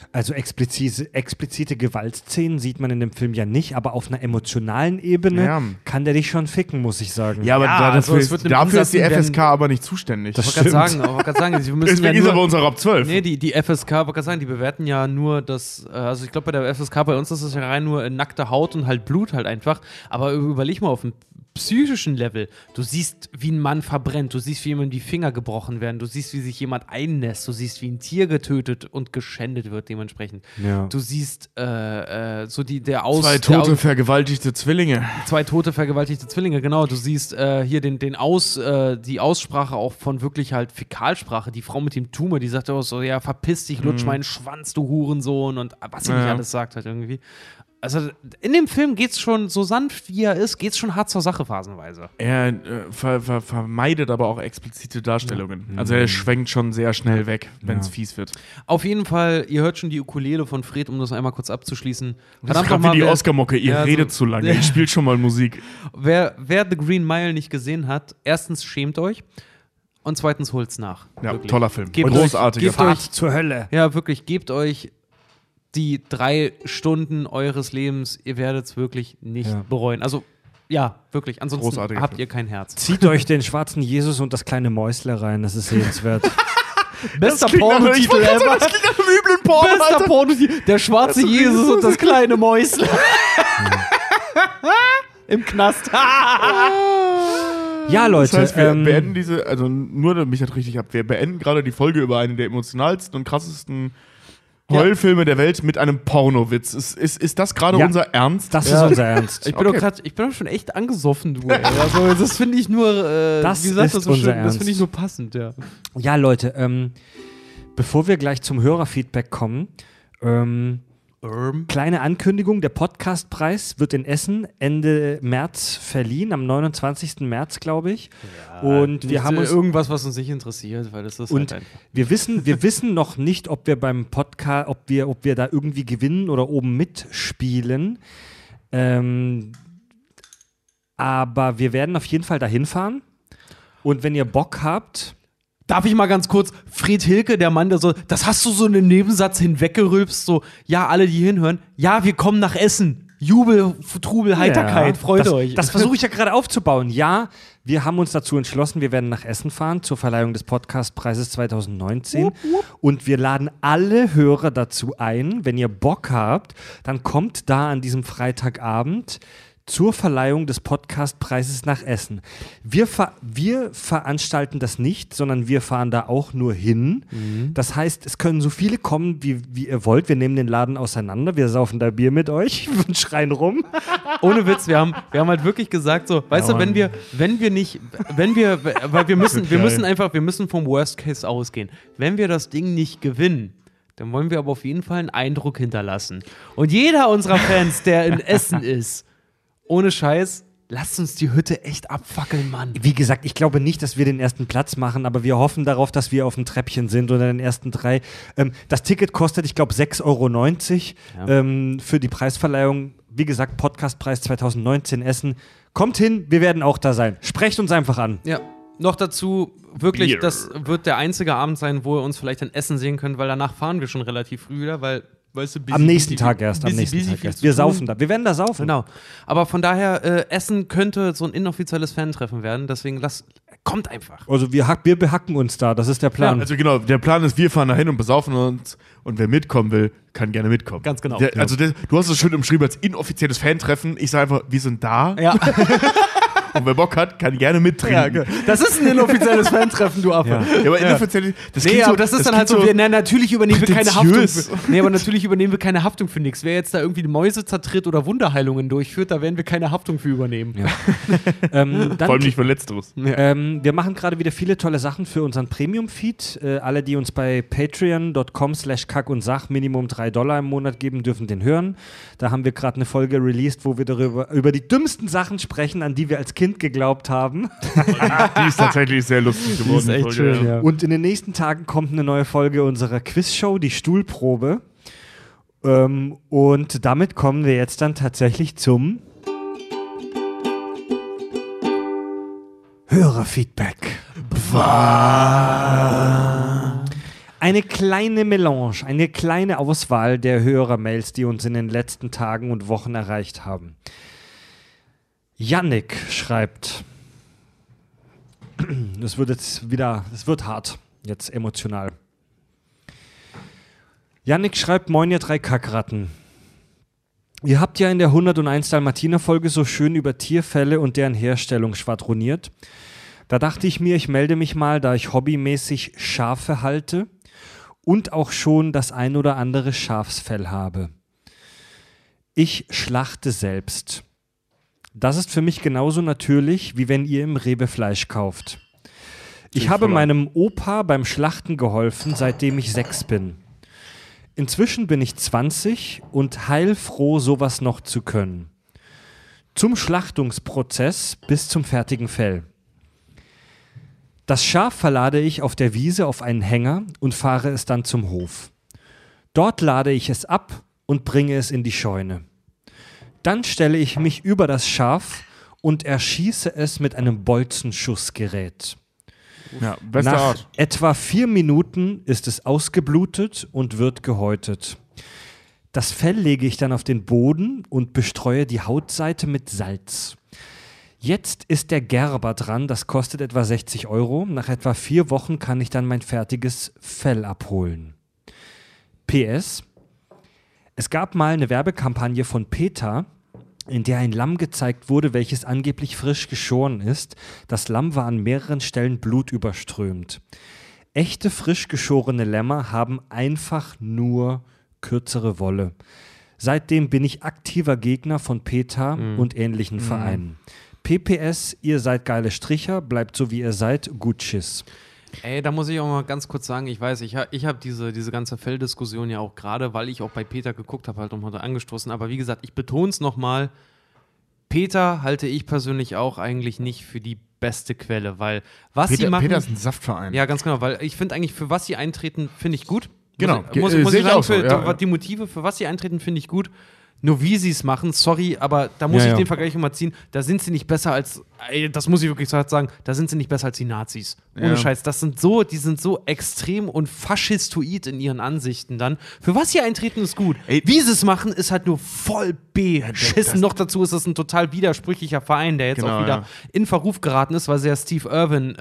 Also explizite Gewaltszenen sieht man in dem Film ja nicht, aber auf einer emotionalen Ebene kann der dich schon ficken, muss ich sagen. Ja, aber dafür ist die FSK aber nicht zuständig. Das Ich wollte gerade sagen, wir müssen Deswegen ist aber unser ab 12. Nee, die FSK, wollte gerade sagen, die bewerten ja nur das, also ich glaube bei der FSK, bei uns ist das ja rein nur nackte Haut und halt Blut halt einfach, aber überleg mal auf dem psychischen Level, du siehst, wie ein Mann verbrennt, du siehst, wie jemand die Finger gebrochen werden, du siehst, wie sich jemand einnässt, du siehst, wie ein Tier getötet und geschändet wird dementsprechend. Ja. Du siehst Zwei tote vergewaltigte Zwillinge. Genau. Du siehst hier die Aussprache auch von wirklich halt Fäkalsprache. Die Frau mit dem Tumor, die sagt auch so, ja, verpiss dich, lutsch meinen Schwanz, du Hurensohn und was sie nicht alles sagt halt irgendwie. Also in dem Film geht's schon, so sanft wie er ist, geht's schon hart zur Sache phasenweise. Er vermeidet aber auch explizite Darstellungen. Ja. Also er schwenkt schon sehr schnell weg, wenn es fies wird. Auf jeden Fall, ihr hört schon die Ukulele von Fred, um das einmal kurz abzuschließen. Das ist gerade wie die Oscar-Mocke, ihr redet zu lange, ich spiele schon mal Musik. Wer The Green Mile nicht gesehen hat, erstens schämt euch und zweitens holt's nach. Ja, wirklich. Toller Film. Großartiger Fahrt zur Hölle. Ja, wirklich, gebt euch die 3 Stunden eures Lebens, ihr werdet es wirklich nicht bereuen. Also, ja, wirklich. Ansonsten habt ihr kein Herz. Zieht euch den schwarzen Jesus und das kleine Mäusle rein, das ist sehenswert. Bester Pornotitel ever. Das klingt nach einem üblen Porno, Bester Pornotitel. Der schwarze Jesus und das kleine Mäusle. Im Knast. Ja, Leute. Das heißt, wir beenden nur damit ich das richtig habe, wir beenden gerade die Folge über einen der emotionalsten und krassesten Heulfilme der Welt mit einem Pornowitz. Ist das gerade unser Ernst? Das ist unser Ernst. Ich bin doch schon echt angesoffen, du. Also, das finde ich nur, das finde ich nur passend, ja. Ja, Leute, bevor wir gleich zum Hörerfeedback kommen, kleine Ankündigung, der Podcastpreis wird in Essen Ende März verliehen, am 29. März, glaube ich. Ja, und wir haben uns irgendwas, was uns nicht interessiert, weil das ist und halt einfach. Wir wissen noch nicht, ob wir beim Podcast, ob wir da irgendwie gewinnen oder oben mitspielen. Aber wir werden auf jeden Fall dahin fahren. Und wenn ihr Bock habt. Darf ich mal ganz kurz, Fred Hilke, der Mann, der so, das hast du so in einem Nebensatz hinweggerülpst, so, ja, alle, die hinhören, ja, wir kommen nach Essen. Jubel, Trubel, Heiterkeit, freut euch. Das versuche ich ja gerade aufzubauen. Ja, wir haben uns dazu entschlossen, wir werden nach Essen fahren zur Verleihung des Podcastpreises 2019. Und wir laden alle Hörer dazu ein, wenn ihr Bock habt, dann kommt da an diesem Freitagabend zur Verleihung des Podcastpreises nach Essen. Wir veranstalten das nicht, sondern wir fahren da auch nur hin. Das heißt, es können so viele kommen, wie ihr wollt. Wir nehmen den Laden auseinander, wir saufen da Bier mit euch und schreien rum. Ohne Witz, wir haben halt wirklich gesagt, so, weißt du, wir müssen vom Worst Case ausgehen. Wenn wir das Ding nicht gewinnen, dann wollen wir aber auf jeden Fall einen Eindruck hinterlassen. Und jeder unserer Fans, der in Essen ist, ohne Scheiß, lasst uns die Hütte echt abfackeln, Mann. Wie gesagt, ich glaube nicht, dass wir den ersten Platz machen, aber wir hoffen darauf, dass wir auf dem Treppchen sind oder in den ersten 3. Das Ticket kostet, ich glaube, 6,90 € für die Preisverleihung. Wie gesagt, Podcastpreis 2019 Essen. Kommt hin, wir werden auch da sein. Sprecht uns einfach an. Ja. Noch dazu, wirklich, das wird der einzige Abend sein, wo ihr uns vielleicht in Essen sehen könnt, weil danach fahren wir schon relativ früh wieder, weil weißt du, am nächsten Tag erst. Wir saufen da. Wir werden da saufen. Genau. Aber von daher, Essen könnte so ein inoffizielles Fan-Treffen werden. Deswegen kommt einfach. Also wir behacken uns da. Das ist der Plan. Ja, also genau, der Plan ist, wir fahren da hin und besaufen uns. Und wer mitkommen will, kann gerne mitkommen. Ganz genau. Du hast es schön umschrieben als inoffizielles Fan-Treffen. Ich sage einfach, wir sind da. Ja. Und wer Bock hat, kann gerne mittrinken. Ja, das ist ein inoffizielles Fan-Treffen, du Affe. Ja, aber inoffiziell, das ist dann halt so, natürlich übernehmen wir keine Haftung. Aber natürlich übernehmen wir keine Haftung für nichts. Wer jetzt da irgendwie die Mäuse zertritt oder Wunderheilungen durchführt, da werden wir keine Haftung für übernehmen. Ja. Vor allem nicht für Letzteres. Wir machen gerade wieder viele tolle Sachen für unseren Premium-Feed. Alle, die uns bei patreon.com/kackundsach Minimum $3 im Monat geben, dürfen den hören. Da haben wir gerade eine Folge released, wo wir über die dümmsten Sachen sprechen, an die wir als Kind geglaubt haben. Die ist tatsächlich sehr lustig geworden. Die ist echt schön, ja. Und in den nächsten Tagen kommt eine neue Folge unserer Quizshow, die Stuhlprobe. Und damit kommen wir jetzt dann tatsächlich zum Hörerfeedback. Eine kleine Melange, eine kleine Auswahl der Hörermails, die uns in den letzten Tagen und Wochen erreicht haben. Yannick schreibt, es wird hart, jetzt emotional. Yannick schreibt, moin ihr 3 Kackratten. Ihr habt ja in der 101 Dalmatiner-Folge so schön über Tierfälle und deren Herstellung schwadroniert. Da dachte ich mir, ich melde mich mal, da ich hobbymäßig Schafe halte und auch schon das ein oder andere Schafsfell habe. Ich schlachte selbst. Das ist für mich genauso natürlich, wie wenn ihr im Rewe Fleisch kauft. Ich habe meinem Opa beim Schlachten geholfen, seitdem ich 6 bin. Inzwischen bin ich 20 und heilfroh, sowas noch zu können. Zum Schlachtungsprozess bis zum fertigen Fell. Das Schaf verlade ich auf der Wiese auf einen Hänger und fahre es dann zum Hof. Dort lade ich es ab und bringe es in die Scheune. Dann stelle ich mich über das Schaf und erschieße es mit einem Bolzenschussgerät. Ja, beste Nach Art. etwa 4 Minuten ist es ausgeblutet und wird gehäutet. Das Fell lege ich dann auf den Boden und bestreue die Hautseite mit Salz. Jetzt ist der Gerber dran, das kostet etwa 60 €. Nach etwa 4 Wochen kann ich dann mein fertiges Fell abholen. PS: Es gab mal eine Werbekampagne von PETA, in der ein Lamm gezeigt wurde, welches angeblich frisch geschoren ist. Das Lamm war an mehreren Stellen blutüberströmt. Echte frisch geschorene Lämmer haben einfach nur kürzere Wolle. Seitdem bin ich aktiver Gegner von PETA und ähnlichen Vereinen. PPS, ihr seid geile Stricher, bleibt so wie ihr seid, gut Schiss. Ey, da muss ich auch mal ganz kurz sagen, ich weiß, ich hab diese ganze Felldiskussion ja auch gerade, weil ich auch bei PETA geguckt habe, halt nochmal angestoßen. Aber wie gesagt, ich betone es nochmal, PETA halte ich persönlich auch eigentlich nicht für die beste Quelle, weil was sie machen... PETA ist ein Saftverein. Ja, ganz genau, weil ich finde eigentlich, für was sie eintreten, finde ich gut. Genau, Muss sehe ich ich sagen, auch so, ja. die Motive, für was sie eintreten, finde ich gut. Nur wie sie es machen, sorry, aber da muss ich den Vergleich immer ziehen, da sind sie nicht besser als, das muss ich wirklich so hart sagen, da sind sie nicht besser als die Nazis. Ohne Scheiß, die sind so extrem und faschistoid in ihren Ansichten dann. Für was sie eintreten, ist gut. Wie sie es machen, ist halt nur voll beschissen. Noch dazu ist das ein total widersprüchlicher Verein, der jetzt auch wieder in Verruf geraten ist, weil sie ja Steve Irwin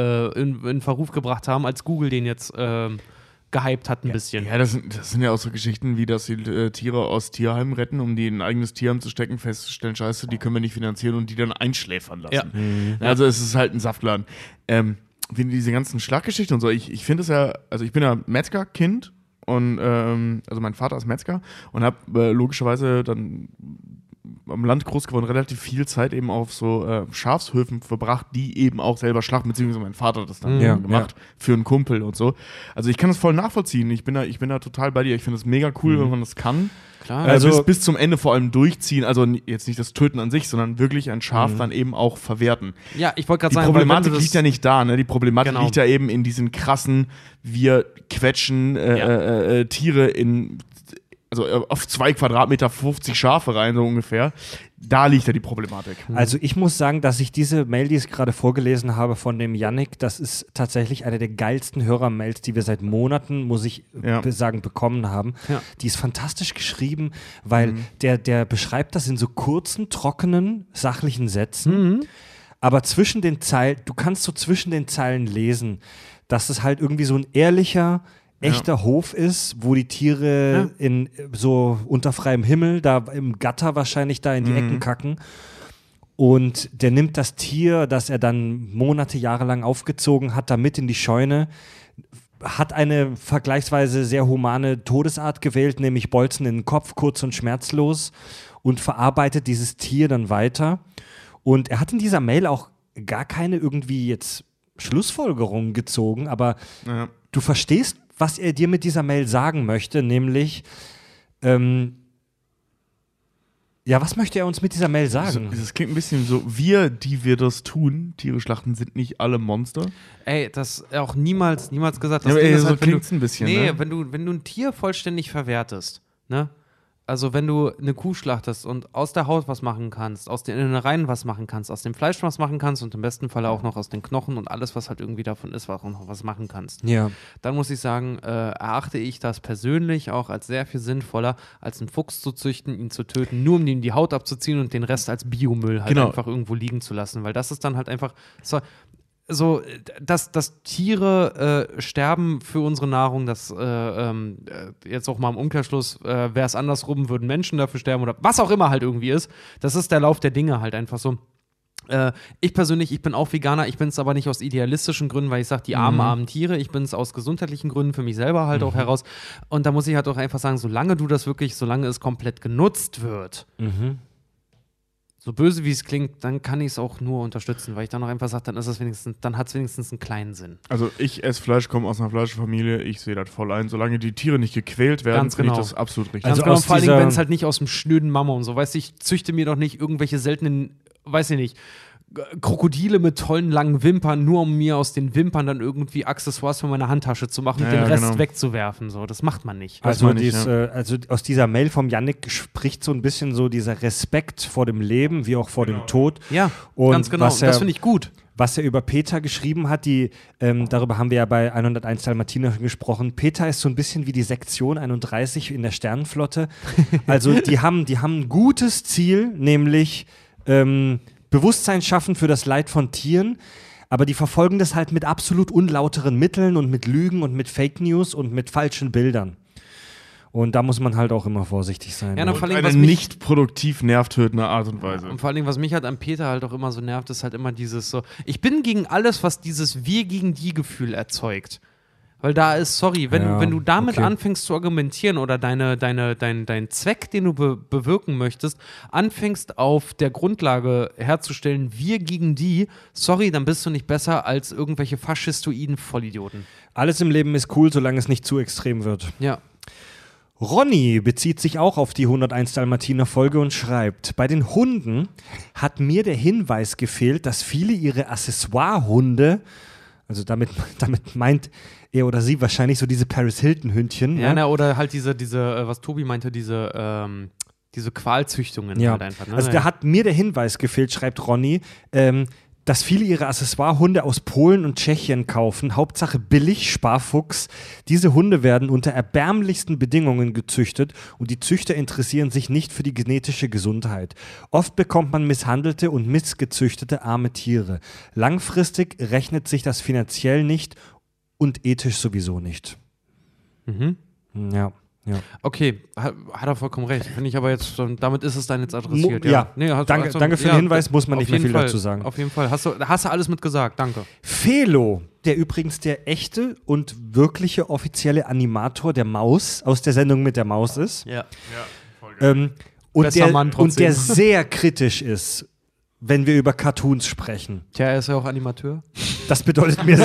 in Verruf gebracht haben, als Google den jetzt gehypt hat ein bisschen. Ja, das sind ja auch so Geschichten, wie dass sie Tiere aus Tierheimen retten, um die in ein eigenes Tierheim zu stecken, festzustellen, scheiße, die können wir nicht finanzieren und die dann einschläfern lassen. Also es ist halt ein Saftladen. Wie diese ganzen Schlaggeschichten und so, ich finde es ja, also ich bin ja Metzgerkind und also mein Vater ist Metzger und habe logischerweise dann am Land groß geworden, relativ viel Zeit eben auf so Schafshöfen verbracht, die eben auch selber schlachten, beziehungsweise mein Vater hat das dann gemacht für einen Kumpel und so. Also ich kann das voll nachvollziehen. Ich bin da total bei dir. Ich finde es mega cool, wenn man das kann. Klar. Also bis zum Ende vor allem durchziehen. Also jetzt nicht das Töten an sich, sondern wirklich ein Schaf dann eben auch verwerten. Ja, ich wollte gerade Die sagen, Problematik liegt ja nicht da, ne? Die Problematik liegt ja eben in diesen krassen, wir quetschen Tiere in auf 2 Quadratmeter 50 Schafe rein, so ungefähr. Da liegt ja die Problematik. Also ich muss sagen, dass ich diese Mail, die ich gerade vorgelesen habe von dem Yannick, das ist tatsächlich eine der geilsten Hörermails, die wir seit Monaten, muss ich sagen, bekommen haben. Ja. Die ist fantastisch geschrieben, weil der beschreibt das in so kurzen, trockenen, sachlichen Sätzen. Aber zwischen den Zeilen, du kannst so zwischen den Zeilen lesen, dass es halt irgendwie so ein ehrlicher, echter Hof ist, wo die Tiere in so unter freiem Himmel, da im Gatter wahrscheinlich da in die Ecken kacken. Und der nimmt das Tier, das er dann Monate, Jahre lang aufgezogen hat, da mit in die Scheune, hat eine vergleichsweise sehr humane Todesart gewählt, nämlich Bolzen in den Kopf, kurz und schmerzlos, und verarbeitet dieses Tier dann weiter. Und er hat in dieser Mail auch gar keine irgendwie jetzt Schlussfolgerungen gezogen, aber du verstehst, was er dir mit dieser Mail sagen möchte, nämlich, was möchte er uns mit dieser Mail sagen? Das klingt ein bisschen so, die wir das tun, Tiere schlachten, sind nicht alle Monster. Ey, das auch niemals gesagt. Das so halt, klingt's ein bisschen. Nee, ne? wenn du ein Tier vollständig verwertest, ne? Also wenn du eine Kuh schlachtest und aus der Haut was machen kannst, aus den Innereien was machen kannst, aus dem Fleisch was machen kannst und im besten Fall auch noch aus den Knochen und alles, was halt irgendwie davon ist, auch noch was machen kannst, Ja. dann muss ich sagen, erachte ich das persönlich auch als sehr viel sinnvoller, als einen Fuchs zu züchten, ihn zu töten, nur um ihm die Haut abzuziehen und den Rest als Biomüll halt einfach irgendwo liegen zu lassen, weil das ist dann halt einfach so, dass Tiere sterben für unsere Nahrung, dass jetzt auch mal im Umkehrschluss, wäre es andersrum, würden Menschen dafür sterben oder was auch immer halt irgendwie ist, das ist der Lauf der Dinge halt einfach so. Ich persönlich, ich bin auch Veganer, ich bin es aber nicht aus idealistischen Gründen, weil ich sage, die armen Tiere, ich bin es aus gesundheitlichen Gründen für mich selber halt auch heraus. Und da muss ich halt auch einfach sagen, solange es komplett genutzt wird, so böse wie es klingt, dann kann ich es auch nur unterstützen, weil ich dann noch einfach sage, dann hat es wenigstens einen kleinen Sinn. Also ich esse Fleisch, komme aus einer Fleischfamilie, ich sehe das voll ein. Solange die Tiere nicht gequält werden, finde ich das absolut richtig. Ganz Also genau, aus vor allem, dieser- wenn es halt nicht aus dem schnöden Mammon so, weißt du, ich züchte mir doch nicht irgendwelche seltenen, weiß ich nicht, Krokodile mit tollen langen Wimpern, nur um mir aus den Wimpern dann irgendwie Accessoires für meine Handtasche zu machen und den Rest wegzuwerfen. So, das macht man nicht. Also, meine ich, also aus dieser Mail vom Yannick spricht so ein bisschen so dieser Respekt vor dem Leben, wie auch vor dem Tod. Ja, Und ganz genau. was Das finde ich gut. Was er über Peter geschrieben hat, darüber haben wir ja bei 101 Dalmatiner gesprochen. Peter ist so ein bisschen wie die Sektion 31 in der Sternenflotte. Also die haben ein gutes Ziel, nämlich Bewusstsein schaffen für das Leid von Tieren, aber die verfolgen das halt mit absolut unlauteren Mitteln und mit Lügen und mit Fake News und mit falschen Bildern. Und da muss man halt auch immer vorsichtig sein. Ja, ne? vor allem, Eine was mich- nicht produktiv nervtötende Art und Weise. Und vor allem, was mich halt an Peter halt auch immer so nervt, ist halt immer dieses so, ich bin gegen alles, was dieses Wir gegen die Gefühl erzeugt. Weil da ist, sorry, wenn du damit anfängst zu argumentieren oder dein Zweck, den du bewirken möchtest, anfängst auf der Grundlage herzustellen, wir gegen die, sorry, dann bist du nicht besser als irgendwelche faschistoiden Vollidioten. Alles im Leben ist cool, solange es nicht zu extrem wird. Ja. Ronny bezieht sich auch auf die 101 Dalmatiner-Folge und schreibt: Bei den Hunden hat mir der Hinweis gefehlt, dass viele ihre Accessoire-Hunde, also damit meint er oder sie wahrscheinlich so diese Paris Hilton-Hündchen. Ja, ne? na, oder halt diese, was Tobi meinte, diese Qualzüchtungen Ja. halt einfach. Ne? Also da hat mir der Hinweis gefehlt, schreibt Ronny, dass viele ihre Accessoire-Hunde aus Polen und Tschechien kaufen. Hauptsache billig, Sparfuchs. Diese Hunde werden unter erbärmlichsten Bedingungen gezüchtet und die Züchter interessieren sich nicht für die genetische Gesundheit. Oft bekommt man misshandelte und missgezüchtete arme Tiere. Langfristig rechnet sich das finanziell nicht und ethisch sowieso nicht. Mhm. Ja. Okay, hat er vollkommen recht. Finde ich aber jetzt, damit ist es dann jetzt adressiert. Ja. Nee, Danke für den Hinweis, muss man nicht mehr viel dazu sagen. Auf jeden Fall. Hast du alles mit gesagt, danke. Felo, der übrigens der echte und wirkliche offizielle Animator der Maus aus der Sendung mit der Maus ist. Ja. Und Besser Mann trotzdem. der sehr kritisch ist, wenn wir über Cartoons sprechen. Tja, er ist ja auch Animateur. Das bedeutet mir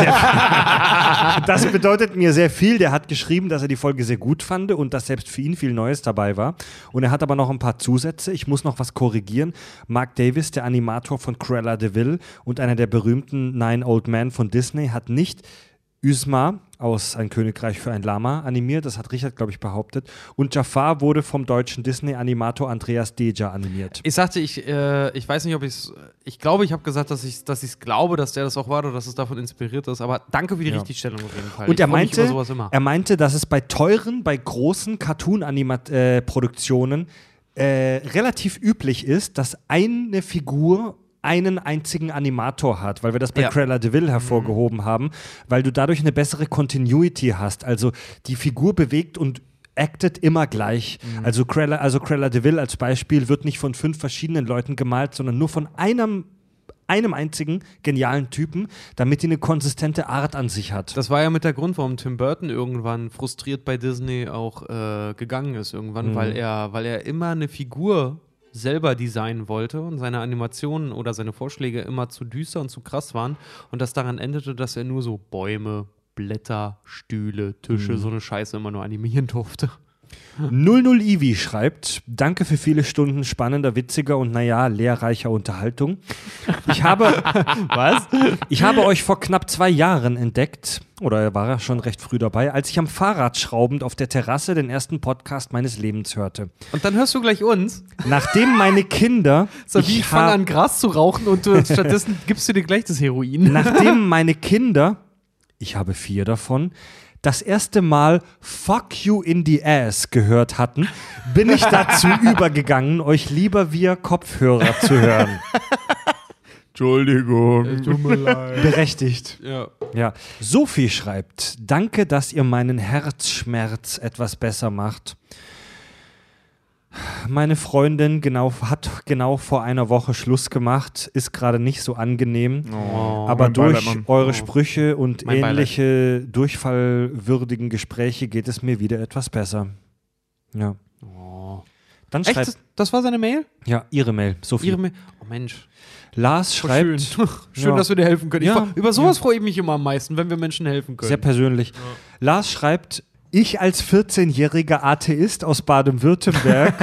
sehr viel. Der hat geschrieben, dass er die Folge sehr gut fand und dass selbst für ihn viel Neues dabei war. Und er hat aber noch ein paar Zusätze. Ich muss noch was korrigieren. Mark Davis, der Animator von Cruella de Vil und einer der berühmten Nine Old Men von Disney, hat nicht Yzma aus Ein Königreich für ein Lama animiert. Das hat Richard, glaube ich, behauptet. Und Jafar wurde vom deutschen Disney-Animator Andreas Deja animiert. Ich sagte, ich weiß nicht, ob ich glaube, ich habe gesagt, dass ich glaube, dass der das auch war oder dass es davon inspiriert ist, aber danke für die Richtigstellung auf jeden Fall. Und Ich freu mich über sowas immer. er meinte, dass es bei großen Cartoon-Produktionen relativ üblich ist, dass eine Figur einen einzigen Animator hat, weil wir das bei Cruella de Vil hervorgehoben haben, weil du dadurch eine bessere Continuity hast. Also die Figur bewegt und actet immer gleich. Also Cruella de Vil als Beispiel wird nicht von 5 verschiedenen Leuten gemalt, sondern nur von einem einzigen genialen Typen, damit die eine konsistente Art an sich hat. Das war ja mit der Grund, warum Tim Burton irgendwann frustriert bei Disney auch gegangen ist irgendwann, weil er immer eine Figur selber designen wollte und seine Animationen oder seine Vorschläge immer zu düster und zu krass waren und das daran endete, dass er nur so Bäume, Blätter, Stühle, Tische, so eine Scheiße immer nur animieren durfte. 00 Ivi schreibt, danke für viele Stunden spannender, witziger und lehrreicher Unterhaltung. Ich habe euch vor knapp 2 Jahren entdeckt, oder war er schon recht früh dabei, als ich am Fahrrad schraubend auf der Terrasse den ersten Podcast meines Lebens hörte. Und dann hörst du glich uns. Nachdem meine Kinder... Ich fange an, Gras zu rauchen und stattdessen gibst du dir gleich das Heroin. Nachdem meine Kinder, ich habe 4 davon, das erste Mal Fuck You in the Ass gehört hatten, bin ich dazu übergegangen, euch lieber via Kopfhörer zu hören. Entschuldigung. Tut mir leid. Berechtigt. Ja. Sophie schreibt, danke, dass ihr meinen Herzschmerz etwas besser macht. Meine Freundin hat genau vor einer Woche Schluss gemacht, ist gerade nicht so angenehm, aber durch eure Sprüche und ähnliche durchfallwürdigen Gespräche geht es mir wieder etwas besser. Ja. Dann schreibt... Echt? Das war seine Mail? Ja, ihre Mail, Sophie. Ihre Mail? Oh Mensch. Lars schreibt... Schön, dass wir dir helfen können. Ja. Über sowas freue ich mich immer am meisten, wenn wir Menschen helfen können. Sehr persönlich. Ja. Lars schreibt... Ich als 14-jähriger Atheist aus Baden-Württemberg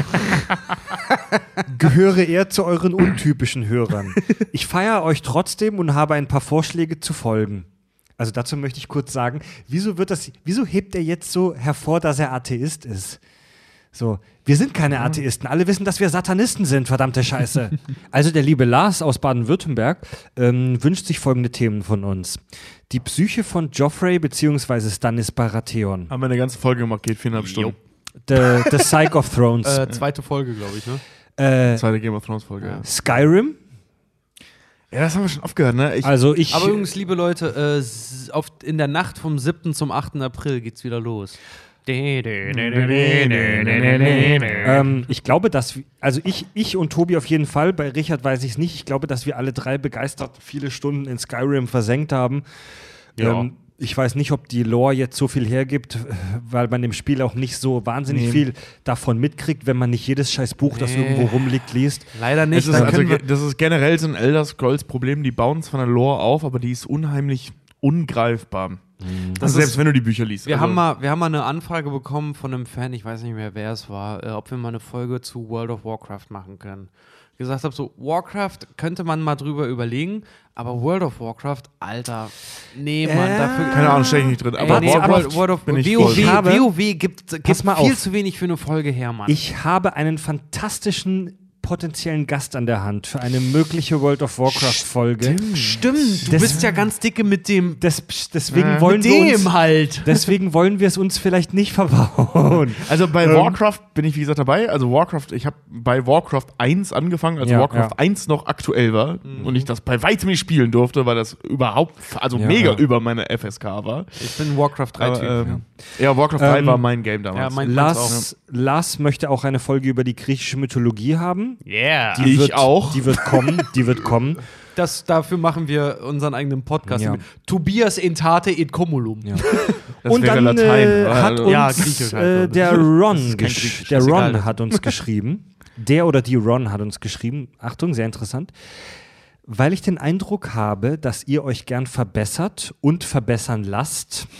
gehöre eher zu euren untypischen Hörern. Ich feiere euch trotzdem und habe ein paar Vorschläge zu folgen. Also dazu möchte ich kurz sagen, wieso hebt er jetzt so hervor, dass er Atheist ist? So, wir sind keine Atheisten. Alle wissen, dass wir Satanisten sind, verdammte Scheiße. Also der liebe Lars aus Baden-Württemberg wünscht sich folgende Themen von uns. Die Psyche von Joffrey bzw. Stannis Baratheon. Haben wir eine ganze Folge gemacht, geht 4,5 Stunden. The Psych of Thrones. Zweite Folge, glaube ich, ne? Zweite Game of Thrones Folge, ja. Skyrim. Ja, das haben wir schon aufgehört, ne? Aber übrigens, liebe Leute, in der Nacht vom 7. zum 8. April geht's wieder los. Ich glaube, dass ich und Tobi auf jeden Fall, bei Richard weiß ich es nicht, ich glaube, dass wir alle 3 begeistert viele Stunden in Skyrim versenkt haben. Ja. Ich weiß nicht, ob die Lore jetzt so viel hergibt, weil man im Spiel auch nicht so wahnsinnig viel davon mitkriegt, wenn man nicht jedes scheiß Buch, das irgendwo rumliegt, liest. Leider nicht. Das ist generell so ein Elder Scrolls Problem, die bauen zwar eine Lore auf, aber die ist unheimlich ungreifbar. Also selbst wenn du die Bücher liest. Wir haben mal eine Anfrage bekommen von einem Fan, ich weiß nicht mehr, wer es war, ob wir mal eine Folge zu World of Warcraft machen können. Ich gesagt habe, so Warcraft könnte man mal drüber überlegen, aber World of Warcraft, Alter, nee, Mann, dafür... Keine Ahnung, stehe ich nicht drin. Aber World of WoW gibt mal viel auf. Zu wenig für eine Folge her, Mann. Ich habe einen fantastischen potenziellen Gast an der Hand für eine mögliche World of Warcraft-Folge. Stimmt, du bist ja ganz dicke mit dem... Deswegen wollen wir es uns vielleicht nicht verbauen. Also bei Warcraft bin ich, wie gesagt, dabei. Also ich habe bei Warcraft 1 angefangen, als Warcraft 1 noch aktuell war und ich das bei weitem nicht spielen durfte, weil das mega über meine FSK war. Ich bin Warcraft 3-Typ. Ja, Warcraft 3 war mein Game damals. Ja, Lars möchte auch eine Folge über die griechische Mythologie haben. Yeah. Die wird kommen. Dafür machen wir unseren eigenen Podcast. Ja. Mit Tobias Entate et Comulum. Ja. Und dann Latein. Hat uns der Ron hat uns geschrieben. Der oder die Ron hat uns geschrieben. Achtung, sehr interessant. Weil ich den Eindruck habe, dass ihr euch gern verbessert und verbessern lasst.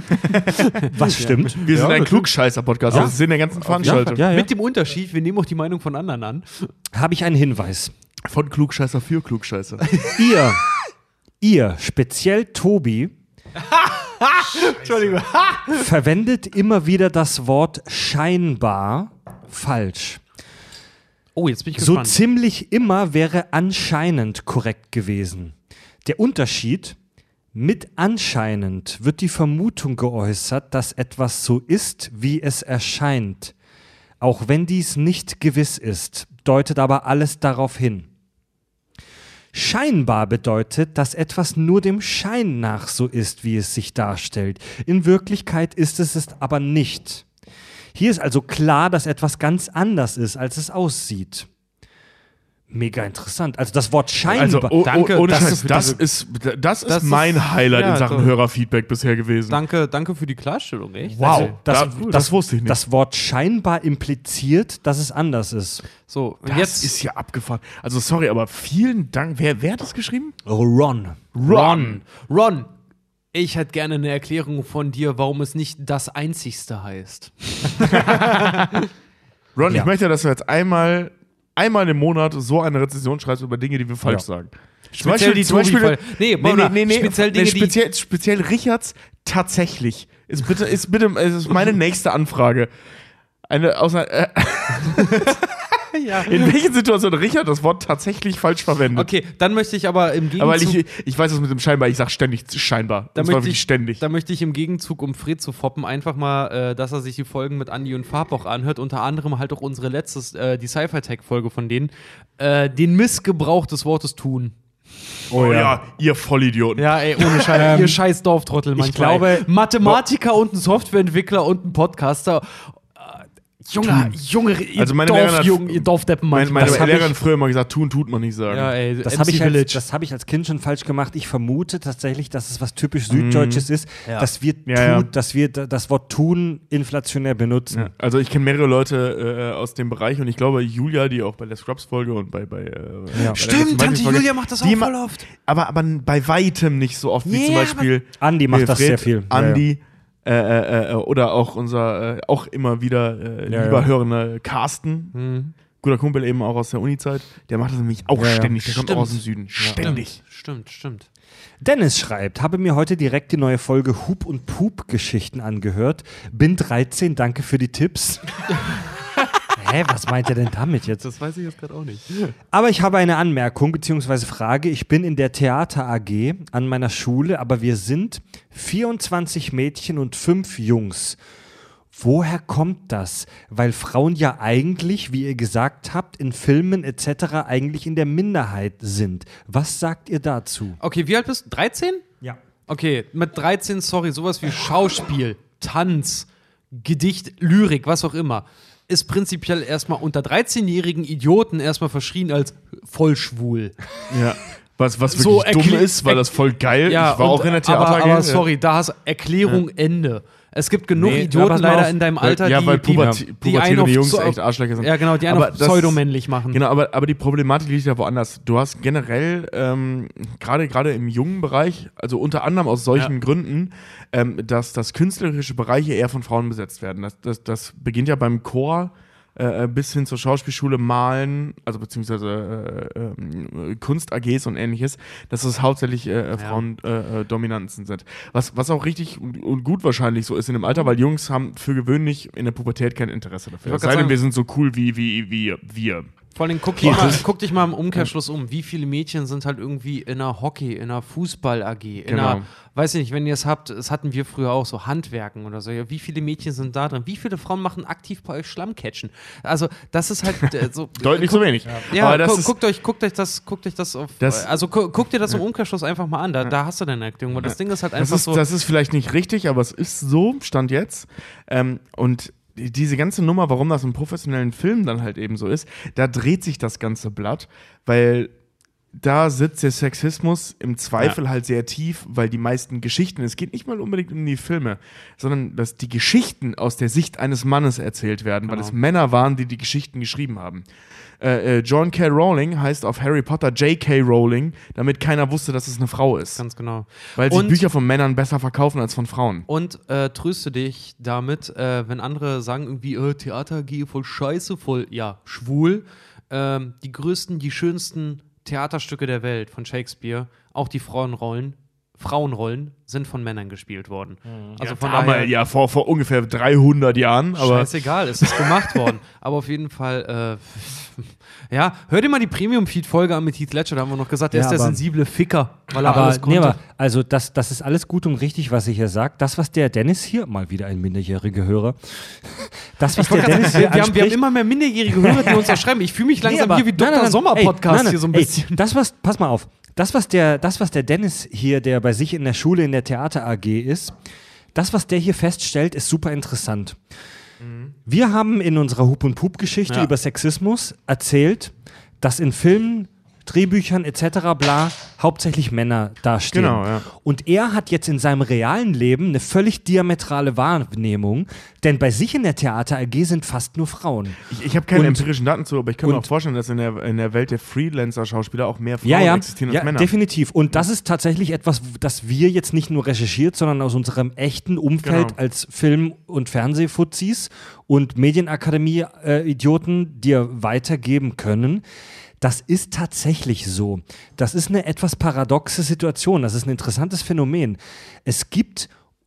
Was stimmt? Wir sind ein Klugscheißer-Podcast. Das ist in der ganzen Veranstaltung. Ja. Mit dem Unterschied, wir nehmen auch die Meinung von anderen an. Habe ich einen Hinweis. Von Klugscheißer für Klugscheißer. Ihr, speziell Tobi, Entschuldigung. verwendet immer wieder das Wort scheinbar falsch. Oh, jetzt bin ich gespannt. So ziemlich immer wäre anscheinend korrekt gewesen. Der Unterschied: Mit anscheinend wird die Vermutung geäußert, dass etwas so ist, wie es erscheint. Auch wenn dies nicht gewiss ist, deutet aber alles darauf hin. Scheinbar bedeutet, dass etwas nur dem Schein nach so ist, wie es sich darstellt. In Wirklichkeit ist es aber nicht. Hier ist also klar, dass etwas ganz anders ist, als es aussieht. Mega interessant. Also das Wort scheinbar. Also, danke. Ohne Scheiß, das ist mein Highlight in Sachen Hörerfeedback bisher gewesen. Danke für die Klarstellung, echt? Wow, das wusste ich nicht. Das Wort scheinbar impliziert, dass es anders ist. So, das jetzt ist ja abgefahren. Also sorry, aber vielen Dank. Wer hat das geschrieben? Ron. Ich hätte gerne eine Erklärung von dir, warum es nicht das Einzigste heißt. Ron, ich möchte, dass du jetzt einmal im Monat so eine Rezension schreibst über Dinge, die wir falsch sagen. Speziell die Tobi. Speziell Richards tatsächlich. Ist meine nächste Anfrage. In welchen Situationen Richard das Wort tatsächlich falsch verwendet? Okay, dann möchte ich aber im Gegenzug... Aber ich weiß es mit dem scheinbar, ich sage ständig scheinbar. Da möchte ich im Gegenzug, um Fred zu foppen, einfach mal, dass er sich die Folgen mit Andi und Farboch anhört, unter anderem halt auch unsere letzte, die Sci-Fi-Tech-Folge von denen, den Missgebrauch des Wortes tun. Oh ja, ihr Vollidioten. Ja, ey, ohne Scheiß, ihr scheiß Dorftrottel manchmal. Ich glaube, Mathematiker und ein Softwareentwickler und ein Podcaster. Junge, also ihr Dorfdeppen manchmal. Meine Lehrerin früher immer gesagt, tut man nicht sagen. Ja, ey, das habe ich als Kind schon falsch gemacht. Ich vermute tatsächlich, dass es was typisch Süddeutsches ist, dass wir das Wort tun inflationär benutzen. Ja. Also ich kenne mehrere Leute aus dem Bereich und ich glaube, Julia, die auch bei der Scrubs-Folge und bei Stimmt, Tante Julia macht das auch voll oft. Aber bei weitem nicht so oft wie zum Beispiel Andi macht das sehr viel. Andi. Oder auch unser auch immer wieder lieber hörender Carsten, guter Kumpel eben auch aus der Uni-Zeit, der macht das nämlich auch ständig, der kommt auch aus dem Süden, ständig. Stimmt. Dennis schreibt, habe mir heute direkt die neue Folge Hup und Pup-Geschichten angehört, bin 13, danke für die Tipps. Hä, was meint er denn damit jetzt? Das weiß ich jetzt gerade auch nicht. Aber ich habe eine Anmerkung bzw. Frage. Ich bin in der Theater AG an meiner Schule, aber wir sind 24 Mädchen und 5 Jungs. Woher kommt das? Weil Frauen ja eigentlich, wie ihr gesagt habt, in Filmen etc. eigentlich in der Minderheit sind. Was sagt ihr dazu? Okay, wie alt bist du? 13? Ja. Okay, mit 13, sorry, sowas wie Schauspiel, Tanz, Gedicht, Lyrik, was auch immer, ist prinzipiell erstmal unter 13-jährigen Idioten erstmal verschrien als voll schwul. Ja. Was wirklich so dumm ist, weil das voll geil. Ja, ich war auch in der Theater AG. Aber sorry, da hast Erklärung Ende. Es gibt genug Idioten leider in deinem Alter, weil die pubertierende Jungs echt Arschlöcher sind. Ja, genau, die einen pseudomännlich machen. Genau, aber die Problematik liegt ja woanders. Du hast generell, gerade im jungen Bereich, also unter anderem aus solchen Gründen, dass künstlerische Bereiche eher von Frauen besetzt werden. Das beginnt ja beim Chor, bis hin zur Schauspielschule, Malen, also beziehungsweise Kunst-AGs und ähnliches, dass es hauptsächlich Frauen-Dominanzen sind. Was auch richtig und gut wahrscheinlich so ist in dem Alter, weil Jungs haben für gewöhnlich in der Pubertät kein Interesse dafür. Es sei denn, wir sind so cool wie wir. Vor allem guck dich mal im Umkehrschluss um. Wie viele Mädchen sind halt irgendwie in einer Hockey, in einer Fußball-AG, in einer, weiß ich nicht, wenn ihr es habt, das hatten wir früher auch, so Handwerken oder so. Ja, wie viele Mädchen sind da drin? Wie viele Frauen machen aktiv bei euch Schlammcatchen? Also, das ist halt so. Deutlich so wenig. Ja, guckt euch das auf. Guck dir das im Umkehrschluss einfach mal an. Da hast du deine Erklärung. Weil das Ding ist halt einfach so. Das ist vielleicht nicht richtig, aber es ist so, Stand jetzt. Und diese ganze Nummer, warum das in professionellen Filmen dann halt eben so ist, da dreht sich das ganze Blatt, weil da sitzt der Sexismus im Zweifel halt sehr tief, weil die meisten Geschichten, es geht nicht mal unbedingt um die Filme, sondern dass die Geschichten aus der Sicht eines Mannes erzählt werden, weil es Männer waren, die Geschichten geschrieben haben. John K. Rowling heißt auf Harry Potter J.K. Rowling, damit keiner wusste, dass es eine Frau ist. Ganz genau. Weil sich Bücher von Männern besser verkaufen als von Frauen. Und tröste dich damit, wenn andere sagen irgendwie, Theater AG voll scheiße, voll, schwul. Die größten, die schönsten Theaterstücke der Welt von Shakespeare, auch die Frauenrollen sind von Männern gespielt worden. Also von daher, vor ungefähr 300 Jahren. Aber scheißegal, es ist gemacht worden. Aber auf jeden Fall, hör dir mal die Premium-Feed-Folge an mit Heath Ledger, da haben wir noch gesagt, der ist der sensible Ficker, weil er alles konnte. Also das ist alles gut und richtig, was ihr hier sagt. Das, was der Dennis hier, mal wieder ein minderjähriger Hörer, das, was der Dennis hier anspricht, wir haben immer mehr minderjährige Hörer, die uns das schreiben. Ich fühle mich langsam hier wie Dr. Sommer-Podcast hier so ein bisschen. Pass mal auf. Das, was der Dennis hier, der bei sich in der Schule in der Theater AG ist, das, was der hier feststellt, ist super interessant. Wir haben in unserer Hup- und Pup-Geschichte über Sexismus erzählt, dass in Filmen Drehbüchern etc. bla hauptsächlich Männer dastehen. Genau, ja. Und er hat jetzt in seinem realen Leben eine völlig diametrale Wahrnehmung, denn bei sich in der Theater AG sind fast nur Frauen. Ich habe keine Und- empirischen Daten zu, aber ich kann mir und- auch vorstellen, dass in der Welt der Freelancer-Schauspieler auch mehr Frauen existieren als Männer. Definitiv. Und das ist tatsächlich etwas, das wir jetzt nicht nur recherchiert, sondern aus unserem echten Umfeld Genau. als Film- und Fernsehfuzis und Medienakademie-Idioten dir weitergeben können. Das ist tatsächlich so. Das ist eine etwas paradoxe Situation. Das ist ein interessantes Phänomen. Es gibt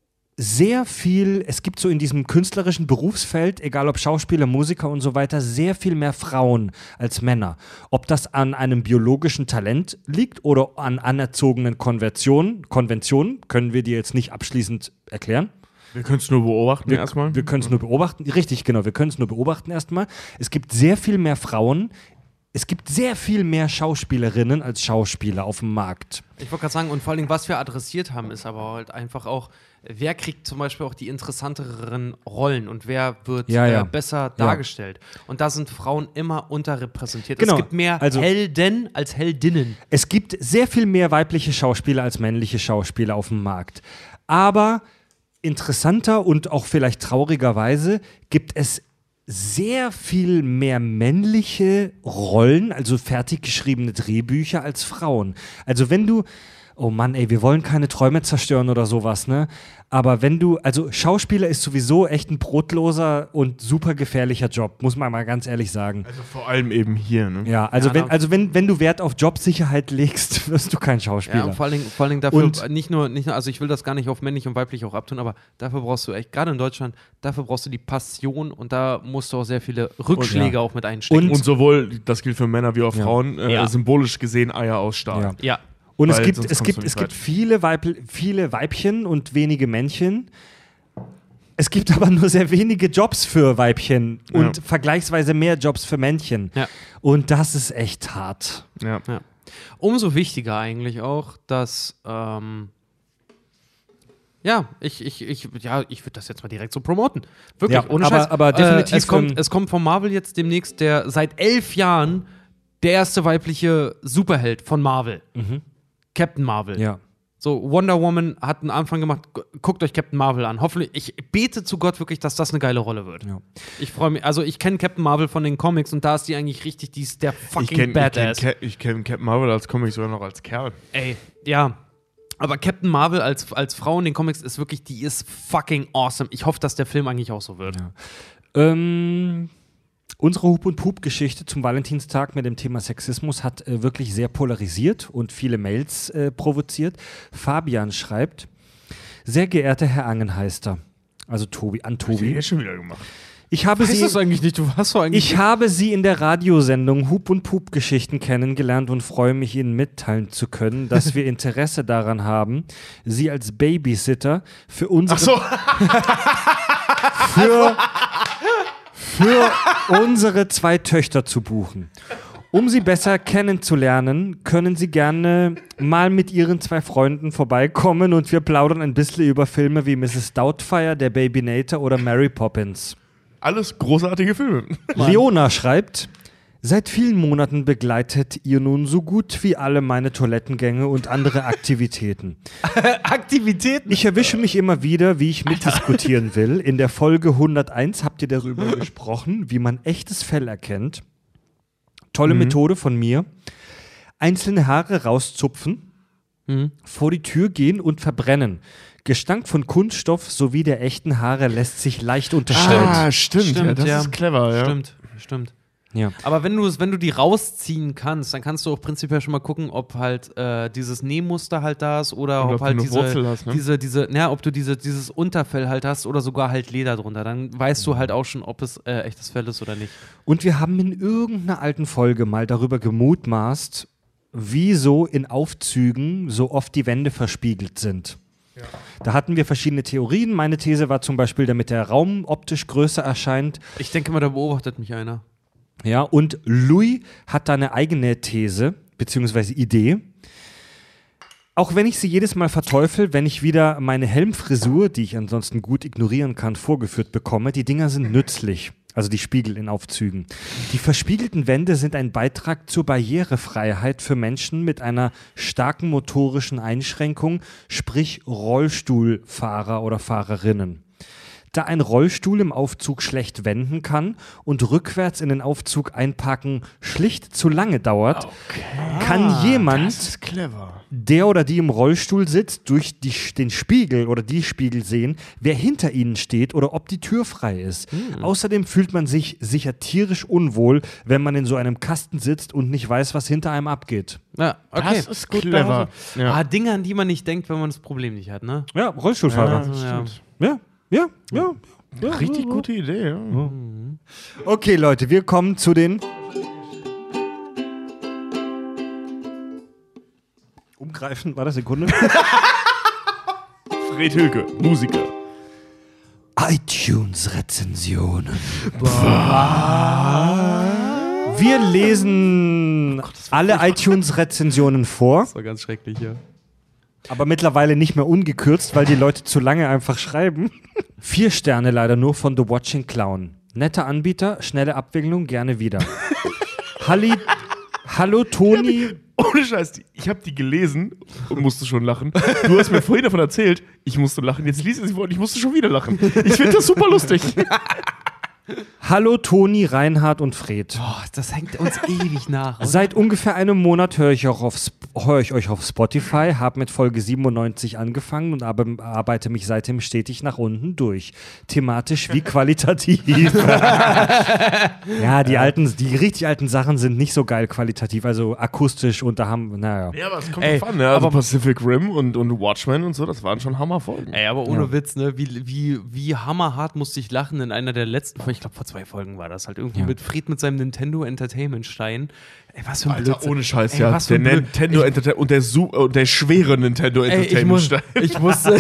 so in diesem künstlerischen Berufsfeld, egal ob Schauspieler, Musiker und so weiter, sehr viel mehr Frauen als Männer. Ob das an einem biologischen Talent liegt oder an anerzogenen Konventionen, können wir dir jetzt nicht abschließend erklären. Wir können es nur beobachten erstmal. Wir können es nur beobachten. Richtig, genau, wir können es nur beobachten erstmal. Es gibt sehr viel mehr Frauen. Es gibt sehr viel mehr Schauspielerinnen als Schauspieler auf dem Markt. Ich wollte gerade sagen, und vor allem, was wir adressiert haben, ist aber halt einfach auch, wer kriegt zum Beispiel auch die interessanteren Rollen und wer wird besser dargestellt. Und da sind Frauen immer unterrepräsentiert. Genau. Es gibt mehr Also- Helden als Heldinnen. Es gibt sehr viel mehr weibliche Schauspieler als männliche Schauspieler auf dem Markt. Aber interessanter und auch vielleicht traurigerweise gibt es sehr viel mehr männliche Rollen, also fertig geschriebene Drehbücher als Frauen. Also wenn du, oh Mann, ey, wir wollen keine Träume zerstören oder sowas, ne? Aber wenn du, also Schauspieler ist sowieso echt ein brotloser und super gefährlicher Job, muss man mal ganz ehrlich sagen. Also vor allem eben hier, ne? Ja, also, Ja, wenn du Wert auf Jobsicherheit legst, wirst du kein Schauspieler. Ja, und vor allen Dingen dafür, Und- nicht nur, also ich will das gar nicht auf männlich und weiblich auch abtun, aber dafür brauchst du echt, gerade in Deutschland, dafür brauchst du die Passion und da musst du auch sehr viele Rückschläge auch mit einstecken. Und sowohl, das gilt für Männer wie auch Ja. Frauen, Ja. symbolisch gesehen Eier aus Stahl. Ja. ja, Und Weil es sonst gibt kommst du nicht weit. viele Weibchen und wenige Männchen. Es gibt aber nur sehr wenige Jobs für Weibchen und vergleichsweise mehr Jobs für Männchen. Ja. Und das ist echt hart. Ja. ja. Umso wichtiger eigentlich auch, dass ich würde das jetzt mal direkt so promoten. Wirklich, Ja, ohne aber- Scheiß. aber definitiv, Es kommt von Marvel jetzt demnächst der seit 11 Jahren der erste weibliche Superheld von Marvel. Captain Marvel. Ja. So, Wonder Woman hat einen Anfang gemacht. Guckt euch Captain Marvel an. Hoffentlich, ich bete zu Gott wirklich, dass das eine geile Rolle wird. Ja. Ich freue mich. Also, ich kenne Captain Marvel von den Comics und da ist die eigentlich richtig, die ist der fucking Badass. Ich kenn Captain Marvel als Comic sogar noch als Kerl. Ey, ja. Aber Captain Marvel als Frau in den Comics ist wirklich, die ist fucking awesome. Ich hoffe, dass der Film eigentlich auch so wird. Unsere Hup- und Pup-Geschichte zum Valentinstag mit dem Thema Sexismus hat wirklich sehr polarisiert und viele Mails provoziert. Fabian schreibt: Sehr geehrter Herr Angenheister, also Tobi, an Tobi, schon wieder gemacht. ich habe Weißt du das Sie... eigentlich nicht? Du warst doch eigentlich. Ich habe Sie in der Radiosendung Hup- und Pup-Geschichten kennengelernt und freue mich, Ihnen mitteilen zu können, dass wir Interesse daran haben, Sie als Babysitter für unsere, für unsere 2 Töchter zu buchen. Um sie besser kennenzulernen, können Sie gerne mal mit Ihren 2 Freunden vorbeikommen und wir plaudern ein bisschen über Filme wie Mrs. Doubtfire, Der Babynator oder Mary Poppins. Alles großartige Filme. Leona schreibt: Seit vielen Monaten begleitet ihr nun so gut wie alle meine Toilettengänge und andere Aktivitäten. Aktivitäten? Ich erwische mich immer wieder, wie ich mitdiskutieren will. In der Folge 101 habt ihr darüber gesprochen, wie man echtes Fell erkennt. Tolle Methode von mir. Einzelne Haare rauszupfen, vor die Tür gehen und verbrennen. Gestank von Kunststoff sowie der echten Haare lässt sich leicht unterscheiden. Stimmt. Ja, das ist clever, ja. Stimmt. Ja. Aber wenn du die rausziehen kannst, dann kannst du auch prinzipiell schon mal gucken, ob halt dieses Nähmuster halt da ist oder ob du halt eine Wurzel hast, ne? ob du dieses Unterfell halt hast oder sogar halt Leder drunter. Dann weißt du halt auch schon, ob es echtes Fell ist oder nicht. Und wir haben in irgendeiner alten Folge mal darüber gemutmaßt, wieso in Aufzügen so oft die Wände verspiegelt sind. Ja. Da hatten wir verschiedene Theorien. Meine These war zum Beispiel, damit der Raum optisch größer erscheint. Ich denke mal, da beobachtet mich einer. Ja, und Louis hat da eine eigene These, beziehungsweise Idee. Auch wenn ich sie jedes Mal verteufel, wenn ich wieder meine Helmfrisur, die ich ansonsten gut ignorieren kann, vorgeführt bekomme, die Dinger sind nützlich. Also die Spiegel in Aufzügen. Die verspiegelten Wände sind ein Beitrag zur Barrierefreiheit für Menschen mit einer starken motorischen Einschränkung, sprich Rollstuhlfahrer oder Fahrerinnen. Da ein Rollstuhl im Aufzug schlecht wenden kann und rückwärts in den Aufzug einparken schlicht zu lange dauert, kann jemand, Das ist clever. der oder die im Rollstuhl sitzt, durch den Spiegel oder die Spiegel sehen, wer hinter ihnen steht oder ob die Tür frei ist. Außerdem fühlt man sich sicher tierisch unwohl, wenn man in so einem Kasten sitzt und nicht weiß, was hinter einem abgeht. Ja, okay. Das ist clever. Ja. Dinge, an die man nicht denkt, wenn man das Problem nicht hat, ne? Ja, Rollstuhlfahrer. das stimmt. Ja. Richtig gute Idee, ja. Okay, Leute, wir kommen zu den Umgreifen, war das Sekunde? Fred Hülke, Musiker. iTunes-Rezensionen. Wir lesen alle iTunes-Rezensionen vor, Das war ganz schrecklich, ja. aber mittlerweile nicht mehr ungekürzt, weil die Leute zu lange einfach schreiben. 4 Sterne leider nur von The Watching Clown. Netter Anbieter, schnelle Abwicklung, gerne wieder. Hallo Toni. Ohne Scheiß, ich habe die gelesen und musste schon lachen. Du hast mir vorhin davon erzählt, ich musste lachen. Jetzt liest ich sie vor und ich musste schon wieder lachen. Ich finde das super lustig. Hallo Toni, Reinhard und Fred. Oh, das hängt uns ewig nach. Oder? Seit ungefähr einem Monat höre ich euch auf Spotify, habe mit Folge 97 angefangen und arbeite mich seitdem stetig nach unten durch. Thematisch wie qualitativ. Ja, die richtig alten Sachen sind nicht so geil qualitativ, also akustisch und da haben, naja. Ja, aber es kommt drauf an, ne? Also Pacific Rim und Watchmen und so, das waren schon Hammerfolgen. Ey, aber ohne Witz, ne? Wie hammerhart musste ich lachen in einer der letzten Folgen, ich glaube vor 2 Folgen war das halt irgendwie mit Fried mit seinem Nintendo Entertainment Stein. Ey, was für ein Alter, Blödsinn. ohne Scheiß, Ey, ja. was für Der ein Nintendo Entertainment und der schwere Nintendo Entertainment Stein. Ich musste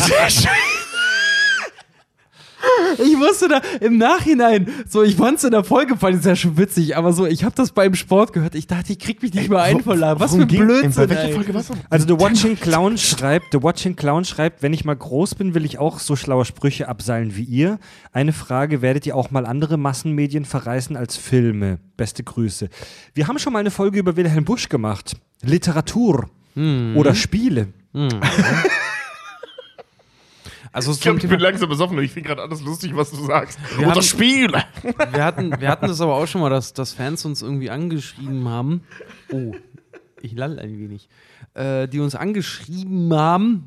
da im Nachhinein, so, ich fand es in der Folge, fand ich es ja schon witzig, aber so, ich habe das beim Sport gehört, ich dachte, ich krieg mich nicht mehr ein vor Lachen. Was für ein Blödsinn, Bei welcher ey. Folge war's? Also The Watching Clown schreibt, wenn ich mal groß bin, will ich auch so schlaue Sprüche abseilen wie ihr. Eine Frage, werdet ihr auch mal andere Massenmedien verreißen als Filme? Beste Grüße. Wir haben schon mal eine Folge über Wilhelm Busch gemacht. Literatur oder Spiele. Also Ich glaube, ich bin langsam besoffen und ich finde gerade alles lustig, was du sagst. Wir Oder hatten- Spiele. Wir hatten das aber auch schon mal, dass Fans uns irgendwie angeschrieben haben. Oh, ich lall ein wenig. Die uns angeschrieben haben.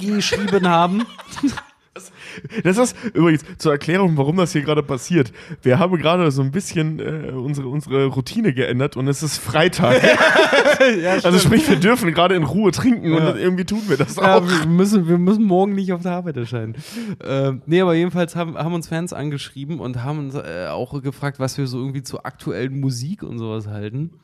Das ist übrigens zur Erklärung, warum das hier gerade passiert. Wir haben gerade so ein bisschen unsere Routine geändert und es ist Freitag. Also sprich, wir dürfen gerade in Ruhe trinken und irgendwie tun wir das Ja, auch. wir müssen morgen nicht auf der Arbeit erscheinen. Nee, aber jedenfalls haben uns Fans angeschrieben und haben uns auch gefragt, was wir so irgendwie zur aktuellen Musik und sowas halten.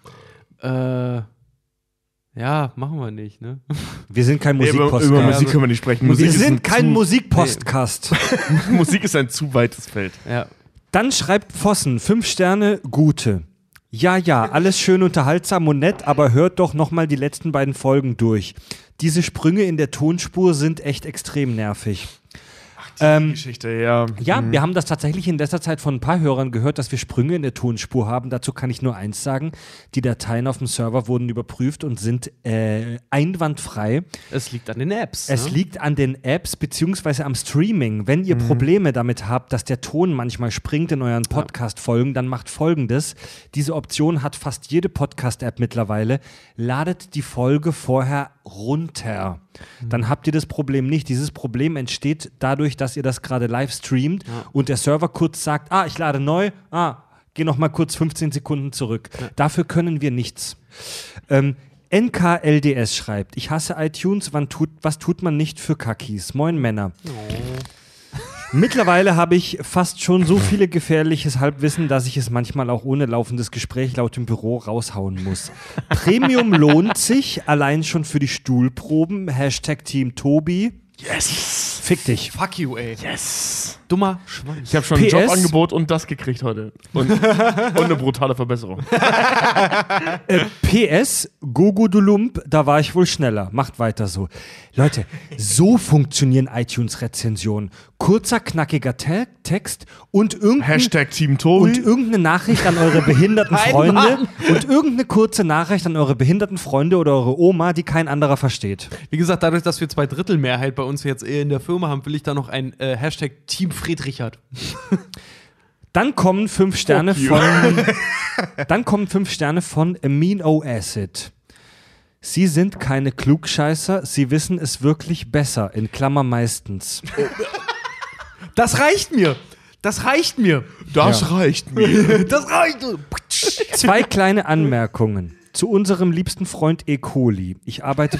Ja, machen wir nicht, ne? Wir sind kein Nee, Musikpodcast. über Musik können wir nicht sprechen. Musik Wir ist sind kein zu, Musikpodcast. Musik ist ein zu weites Feld. Ja. Dann schreibt Vossen, 5 Sterne, gute. Ja, alles schön unterhaltsam und nett, aber hört doch nochmal die letzten beiden Folgen durch. Diese Sprünge in der Tonspur sind echt extrem nervig. Geschichte, ja. Ja, wir haben das tatsächlich in letzter Zeit von ein paar Hörern gehört, dass wir Sprünge in der Tonspur haben. Dazu kann ich nur eins sagen. Die Dateien auf dem Server wurden überprüft und sind einwandfrei. Es liegt an den Apps. Es liegt an den Apps beziehungsweise am Streaming. Wenn ihr Probleme damit habt, dass der Ton manchmal springt in euren Podcast-Folgen, dann macht Folgendes. Diese Option hat fast jede Podcast-App mittlerweile. Ladet die Folge vorher runter. Dann habt ihr das Problem nicht. Dieses Problem entsteht dadurch, dass ihr das gerade live streamt und der Server kurz sagt, ich lade neu, geh noch mal kurz 15 Sekunden zurück. Dafür können wir nichts. NKLDS schreibt, ich hasse iTunes, was tut man nicht für Kackis? Moin Männer. Mittlerweile habe ich fast schon so viele gefährliches Halbwissen, dass ich es manchmal auch ohne laufendes Gespräch laut im Büro raushauen muss. Premium lohnt sich, allein schon für die Stuhlproben. #Team Tobi. Yes! Fick dich. Fuck you, ey. Yes! Dummer Schwein. Ich habe schon ein PS. Jobangebot und das gekriegt heute. Und eine brutale Verbesserung. PS, Gogo du Lump, da war ich wohl schneller. Macht weiter so. Leute, so funktionieren iTunes-Rezensionen. kurzer, knackiger Text und Hashtag Team Tobi. und irgendeine Nachricht an eure behinderten Nein, Freunde Mann. und irgendeine kurze Nachricht an eure behinderten Freunde oder eure Oma, die kein anderer versteht. Wie gesagt, dadurch, dass wir 2/3 bei uns jetzt in der Firma haben, will ich da noch ein Hashtag Team Friedrichard. Dann kommen 5 Sterne von Amino Acid. Sie sind keine Klugscheißer, sie wissen es wirklich besser, in Klammer meistens. Das reicht mir. Das reicht mir. Das reicht mir. Das reicht. 2 kleine Anmerkungen zu unserem liebsten Freund E. coli. Ich arbeite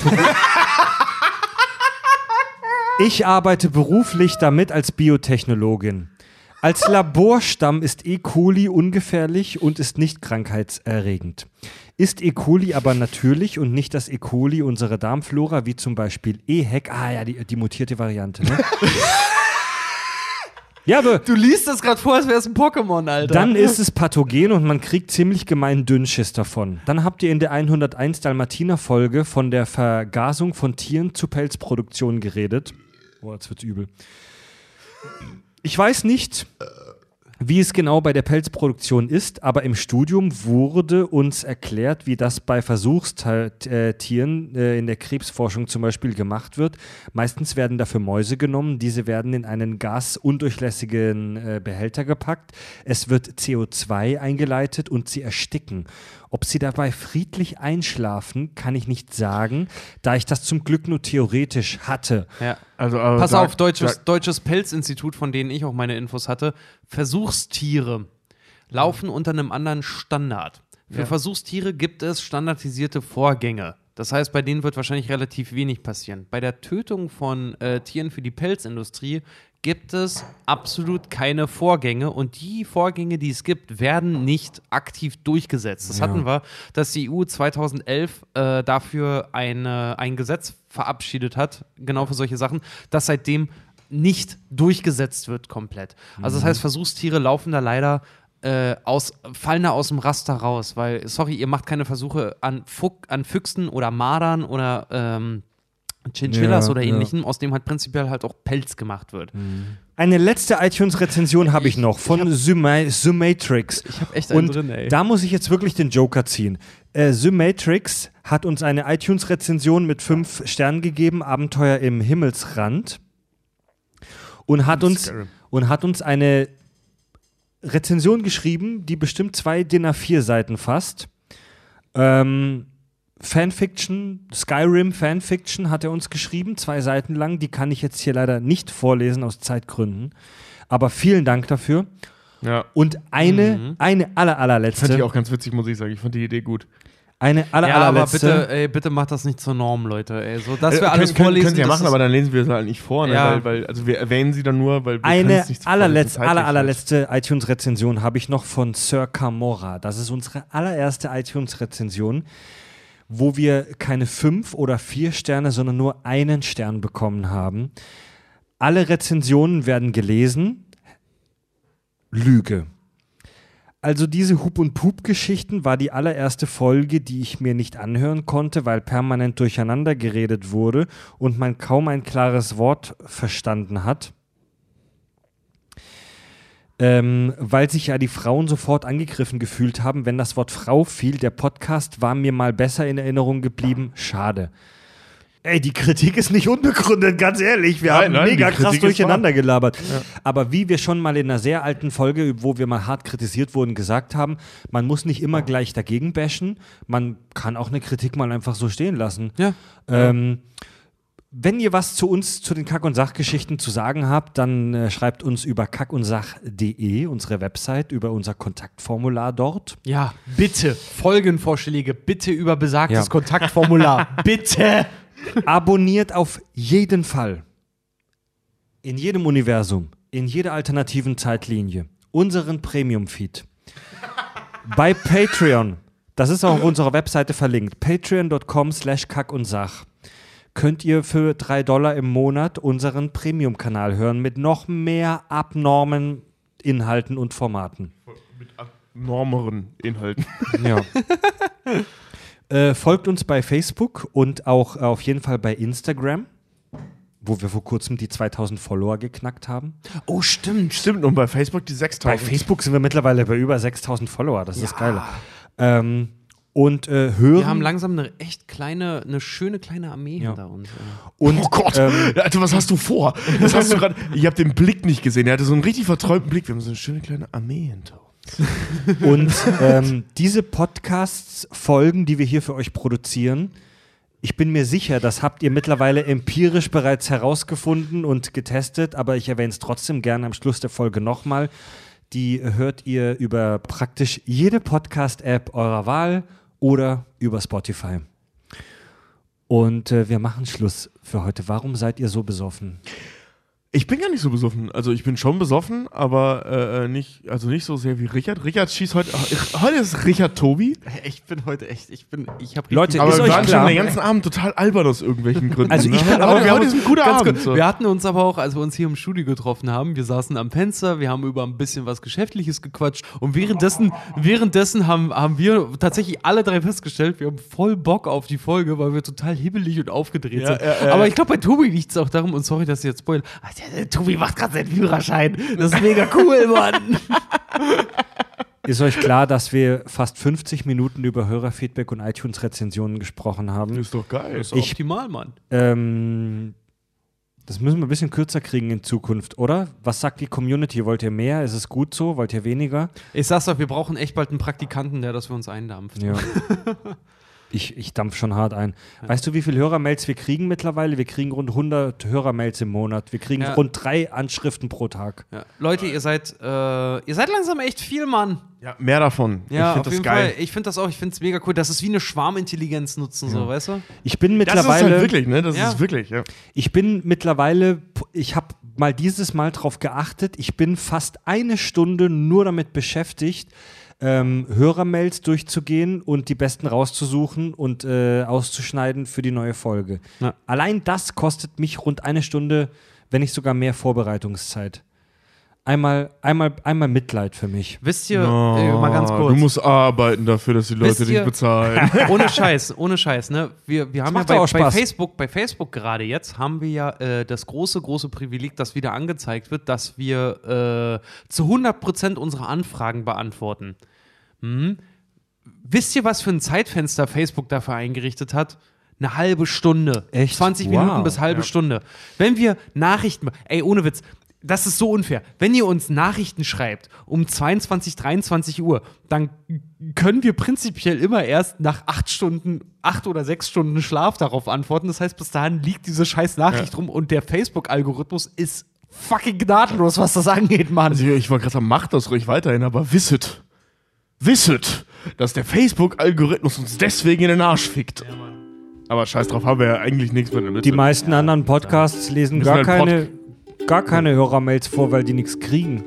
beruflich damit als Biotechnologin. Als Laborstamm ist E. coli ungefährlich und ist nicht krankheitserregend. Ist E. coli aber natürlich und nicht das E. coli unserer Darmflora, wie zum Beispiel EHEC, die mutierte Variante, ne? Ja, aber Du liest das gerade vor, als wäre es ein Pokémon, Alter. dann ist es pathogen und man kriegt ziemlich gemeinen Dünnschiss davon. Dann habt ihr in der 101 Dalmatiner-Folge von der Vergasung von Tieren zur Pelzproduktion geredet. Boah, jetzt wird's übel. Ich weiß nicht, wie es genau bei der Pelzproduktion ist, aber im Studium wurde uns erklärt, wie das bei Versuchstieren in der Krebsforschung zum Beispiel gemacht wird. Meistens werden dafür Mäuse genommen, diese werden in einen gasundurchlässigen Behälter gepackt. Es wird CO2 eingeleitet und sie ersticken. Ob sie dabei friedlich einschlafen, kann ich nicht sagen, da ich das zum Glück nur theoretisch hatte. Ja. Also, Pass auf, Deutsches Pelzinstitut, von denen ich auch meine Infos hatte. Versuchstiere laufen unter einem anderen Standard. Für Versuchstiere gibt es standardisierte Vorgänge. Das heißt, bei denen wird wahrscheinlich relativ wenig passieren. Bei der Tötung von Tieren für die Pelzindustrie gibt es absolut keine Vorgänge und die Vorgänge, die es gibt, werden nicht aktiv durchgesetzt. Das hatten wir, dass die EU 2011 dafür ein Gesetz verabschiedet hat, genau für solche Sachen, das seitdem nicht durchgesetzt wird komplett. Also das heißt, Versuchstiere laufen da leider fallen da aus dem Raster raus, weil, sorry, ihr macht keine Versuche an Füchsen oder Mardern oder Chinchillas oder ähnlichem, aus dem halt prinzipiell halt auch Pelz gemacht wird. Eine letzte iTunes-Rezension habe ich noch von Sumatrix. Ich habe echt einen Und drin, ey. da muss ich jetzt wirklich den Joker ziehen. Sumatrix hat uns eine iTunes-Rezension mit 5 Sternen gegeben, Abenteuer im Himmelsrand. Und hat uns eine Rezension geschrieben, die bestimmt 2 DIN A4 Seiten fasst. Fanfiction, Skyrim Fanfiction hat er uns geschrieben, 2 Seiten lang. Die kann ich jetzt hier leider nicht vorlesen aus Zeitgründen. Aber vielen Dank dafür. Ja. Und eine allerletzte. Fand ich auch ganz witzig, muss ich sagen. Ich fand die Idee gut. Eine aber allerletzte. bitte macht das nicht zur Norm, Leute. Ey. So, dass wir alles vorlesen. Können Sie ja das machen, ist- aber dann lesen wir es halt nicht vor. Ne? Ja. Weil wir erwähnen sie dann nur, weil wir Eine können's nicht vorlesen, zeitlich allerletzte iTunes-Rezension habe ich noch von Sir Camorra. Das ist unsere allererste iTunes-Rezension, wo wir keine 5 oder 4 Sterne, sondern nur 1 Stern bekommen haben. Alle Rezensionen werden gelesen. Lüge. Also diese Hup- und Pup-Geschichten war die allererste Folge, die ich mir nicht anhören konnte, weil permanent durcheinander geredet wurde und man kaum ein klares Wort verstanden hat. Weil sich ja die Frauen sofort angegriffen gefühlt haben, wenn das Wort Frau fiel. Der Podcast war mir mal besser in Erinnerung geblieben. Schade. Ey, die Kritik ist nicht unbegründet, ganz ehrlich. Wir haben Nein, mega die krass Kritik ist durcheinander gelabert. Ja. Aber wie wir schon mal in einer sehr alten Folge, wo wir mal hart kritisiert wurden, gesagt haben, man muss nicht immer gleich dagegen bashen. Man kann auch eine Kritik mal einfach so stehen lassen. Ja. Wenn ihr was zu uns, zu den Kack- und Sachgeschichten zu sagen habt, dann schreibt uns über kackundsach.de, unsere Website, über unser Kontaktformular dort. Ja, bitte. Folgenvorschläge, bitte über besagtes Kontaktformular. Bitte. Abonniert auf jeden Fall, in jedem Universum, in jeder alternativen Zeitlinie, unseren Premium-Feed. Bei Patreon, das ist auch auf unserer Webseite verlinkt, patreon.com/kackundsach. Könnt ihr für $3 im Monat unseren Premium-Kanal hören mit noch mehr abnormen Inhalten und Formaten. Mit abnormeren Inhalten. Ja. Folgt uns bei Facebook und auch auf jeden Fall bei Instagram, wo wir vor kurzem die 2000 Follower geknackt haben. Oh, stimmt. Stimmt, und bei Facebook die 6000. Bei Facebook sind wir mittlerweile bei über 6000 Follower, das ist geil. Und hören. Wir haben langsam eine schöne kleine Armee hinter uns. Und, Oh Gott, Alter, was hast du vor? Das hast du gerade. Ich habe den Blick nicht gesehen. Er hatte so einen richtig verträumten Blick. Wir haben so eine schöne kleine Armee hinter uns. Und diese Podcasts-Folgen, die wir hier für euch produzieren, ich bin mir sicher, das habt ihr mittlerweile empirisch bereits herausgefunden und getestet, aber ich erwähne es trotzdem gerne am Schluss der Folge nochmal. Die hört ihr über praktisch jede Podcast-App eurer Wahl oder über Spotify. Und wir machen Schluss für heute. Warum seid ihr so besoffen? Ich bin gar nicht so besoffen. Also ich bin schon besoffen, aber nicht so sehr wie Richard. Richard schießt heute. Heute ist Richard Tobi. Ich bin heute echt, ich habe Leute, Aber ist wir euch waren klar? schon den ganzen Abend total albern aus irgendwelchen Gründen. Also ich ne? bin aber auch- heute ist ein guter Ganz Abend. kurz, So. wir hatten uns aber auch, als wir uns hier im Studio getroffen haben, wir saßen am Fenster, wir haben über ein bisschen was Geschäftliches gequatscht und währenddessen haben wir tatsächlich alle drei festgestellt, wir haben voll Bock auf die Folge, weil wir total hibbelig und aufgedreht sind. Aber ich glaube, bei Tobi liegt es auch darum, und sorry, dass ich jetzt spoil, Tobi macht gerade seinen Führerschein. Das ist mega cool, Mann. Ist euch klar, dass wir fast 50 Minuten über Hörerfeedback und iTunes-Rezensionen gesprochen haben? Ist doch geil. Das ist optimal, Mann. Das müssen wir ein bisschen kürzer kriegen in Zukunft, oder? Was sagt die Community? Wollt ihr mehr? Ist es gut so? Wollt ihr weniger? Ich sag's doch, wir brauchen echt bald einen Praktikanten, der das für uns eindampft. Ja. Ich dampf schon hart ein. Weißt du, wie viele Hörermails wir kriegen mittlerweile? Wir kriegen rund 100 Hörermails im Monat. Wir kriegen rund 3 Anschriften pro Tag. Ja. Leute, ihr seid langsam echt viel, Mann. Ja, mehr davon. Ja, ich finde auf das jeden geil. Fall. Ich finde das auch, ich finde es mega cool, dass es wie eine Schwarmintelligenz nutzen, so, weißt du? Ich bin Das ist mittlerweile, halt wirklich, ne? Das Ja. ist wirklich, ja. ich habe mal dieses Mal drauf geachtet, ich bin fast eine Stunde nur damit beschäftigt, Hörermails durchzugehen und die besten rauszusuchen und auszuschneiden für die neue Folge. Ja. Allein das kostet mich rund eine Stunde, wenn nicht sogar mehr Vorbereitungszeit. Einmal Mitleid für mich. Wisst ihr, mal ganz kurz. Du musst arbeiten dafür, dass die Leute Wisst ihr- dich bezahlen. Ohne Scheiß, ne? Wir haben ja macht doch auch bei Spaß. Facebook gerade jetzt, haben wir ja das große Privileg, das wieder angezeigt wird, dass wir zu 100% unsere Anfragen beantworten. Wisst ihr, was für ein Zeitfenster Facebook dafür eingerichtet hat? Eine halbe Stunde. Echt? 20 Wow. Minuten bis halbe Stunde. Wenn wir Nachrichten, ey, ohne Witz, das ist so unfair. Wenn ihr uns Nachrichten schreibt um 22, 23 Uhr, dann können wir prinzipiell immer erst nach 8 oder 6 Stunden Schlaf darauf antworten. Das heißt, bis dahin liegt diese scheiß Nachricht rum und der Facebook-Algorithmus ist fucking gnadenlos, was das angeht, Mann. Also ich wollte gerade sagen, macht das ruhig weiterhin, aber wisset, dass der Facebook-Algorithmus uns deswegen in den Arsch fickt. Aber scheiß drauf, haben wir ja eigentlich nichts mit damit. Die meisten anderen Podcasts lesen Wir gar sind halt gar keine Hörermails vor, weil die nichts kriegen.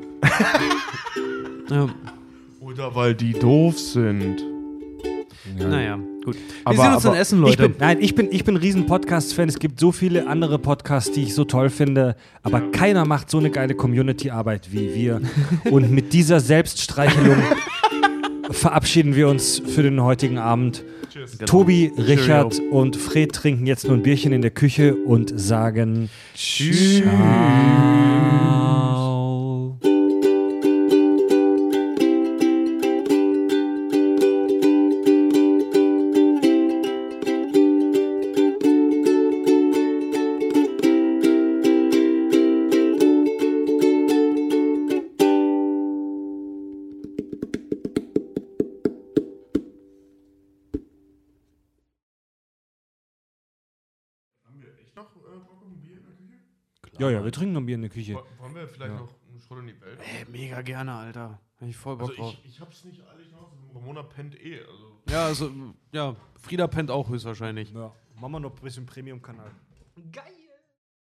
Ja, Oder weil die doof sind. naja, gut. Wir Aber- sehen uns aber in Essen, Leute. Ich bin riesen Podcast-Fan. Es gibt so viele andere Podcasts, die ich so toll finde, aber keiner macht so eine geile Community-Arbeit wie wir. Und mit dieser Selbststreichelung verabschieden wir uns für den heutigen Abend. Genau. Tobi, Richard und Fred trinken jetzt nur ein Bierchen in der Küche und sagen Tschüss. Ciao. Ja, wir trinken noch ein Bier in der Küche. Wollen wir vielleicht noch einen Schrott in die Welt? Ey, mega gerne, Alter. Hab ich voll Bock Also drauf. ich hab's nicht eilig noch. Ramona pennt eh. Also. Ja, also, ja, Frieda pennt auch höchstwahrscheinlich. Ja, machen wir noch ein bisschen Premium-Kanal. Geil!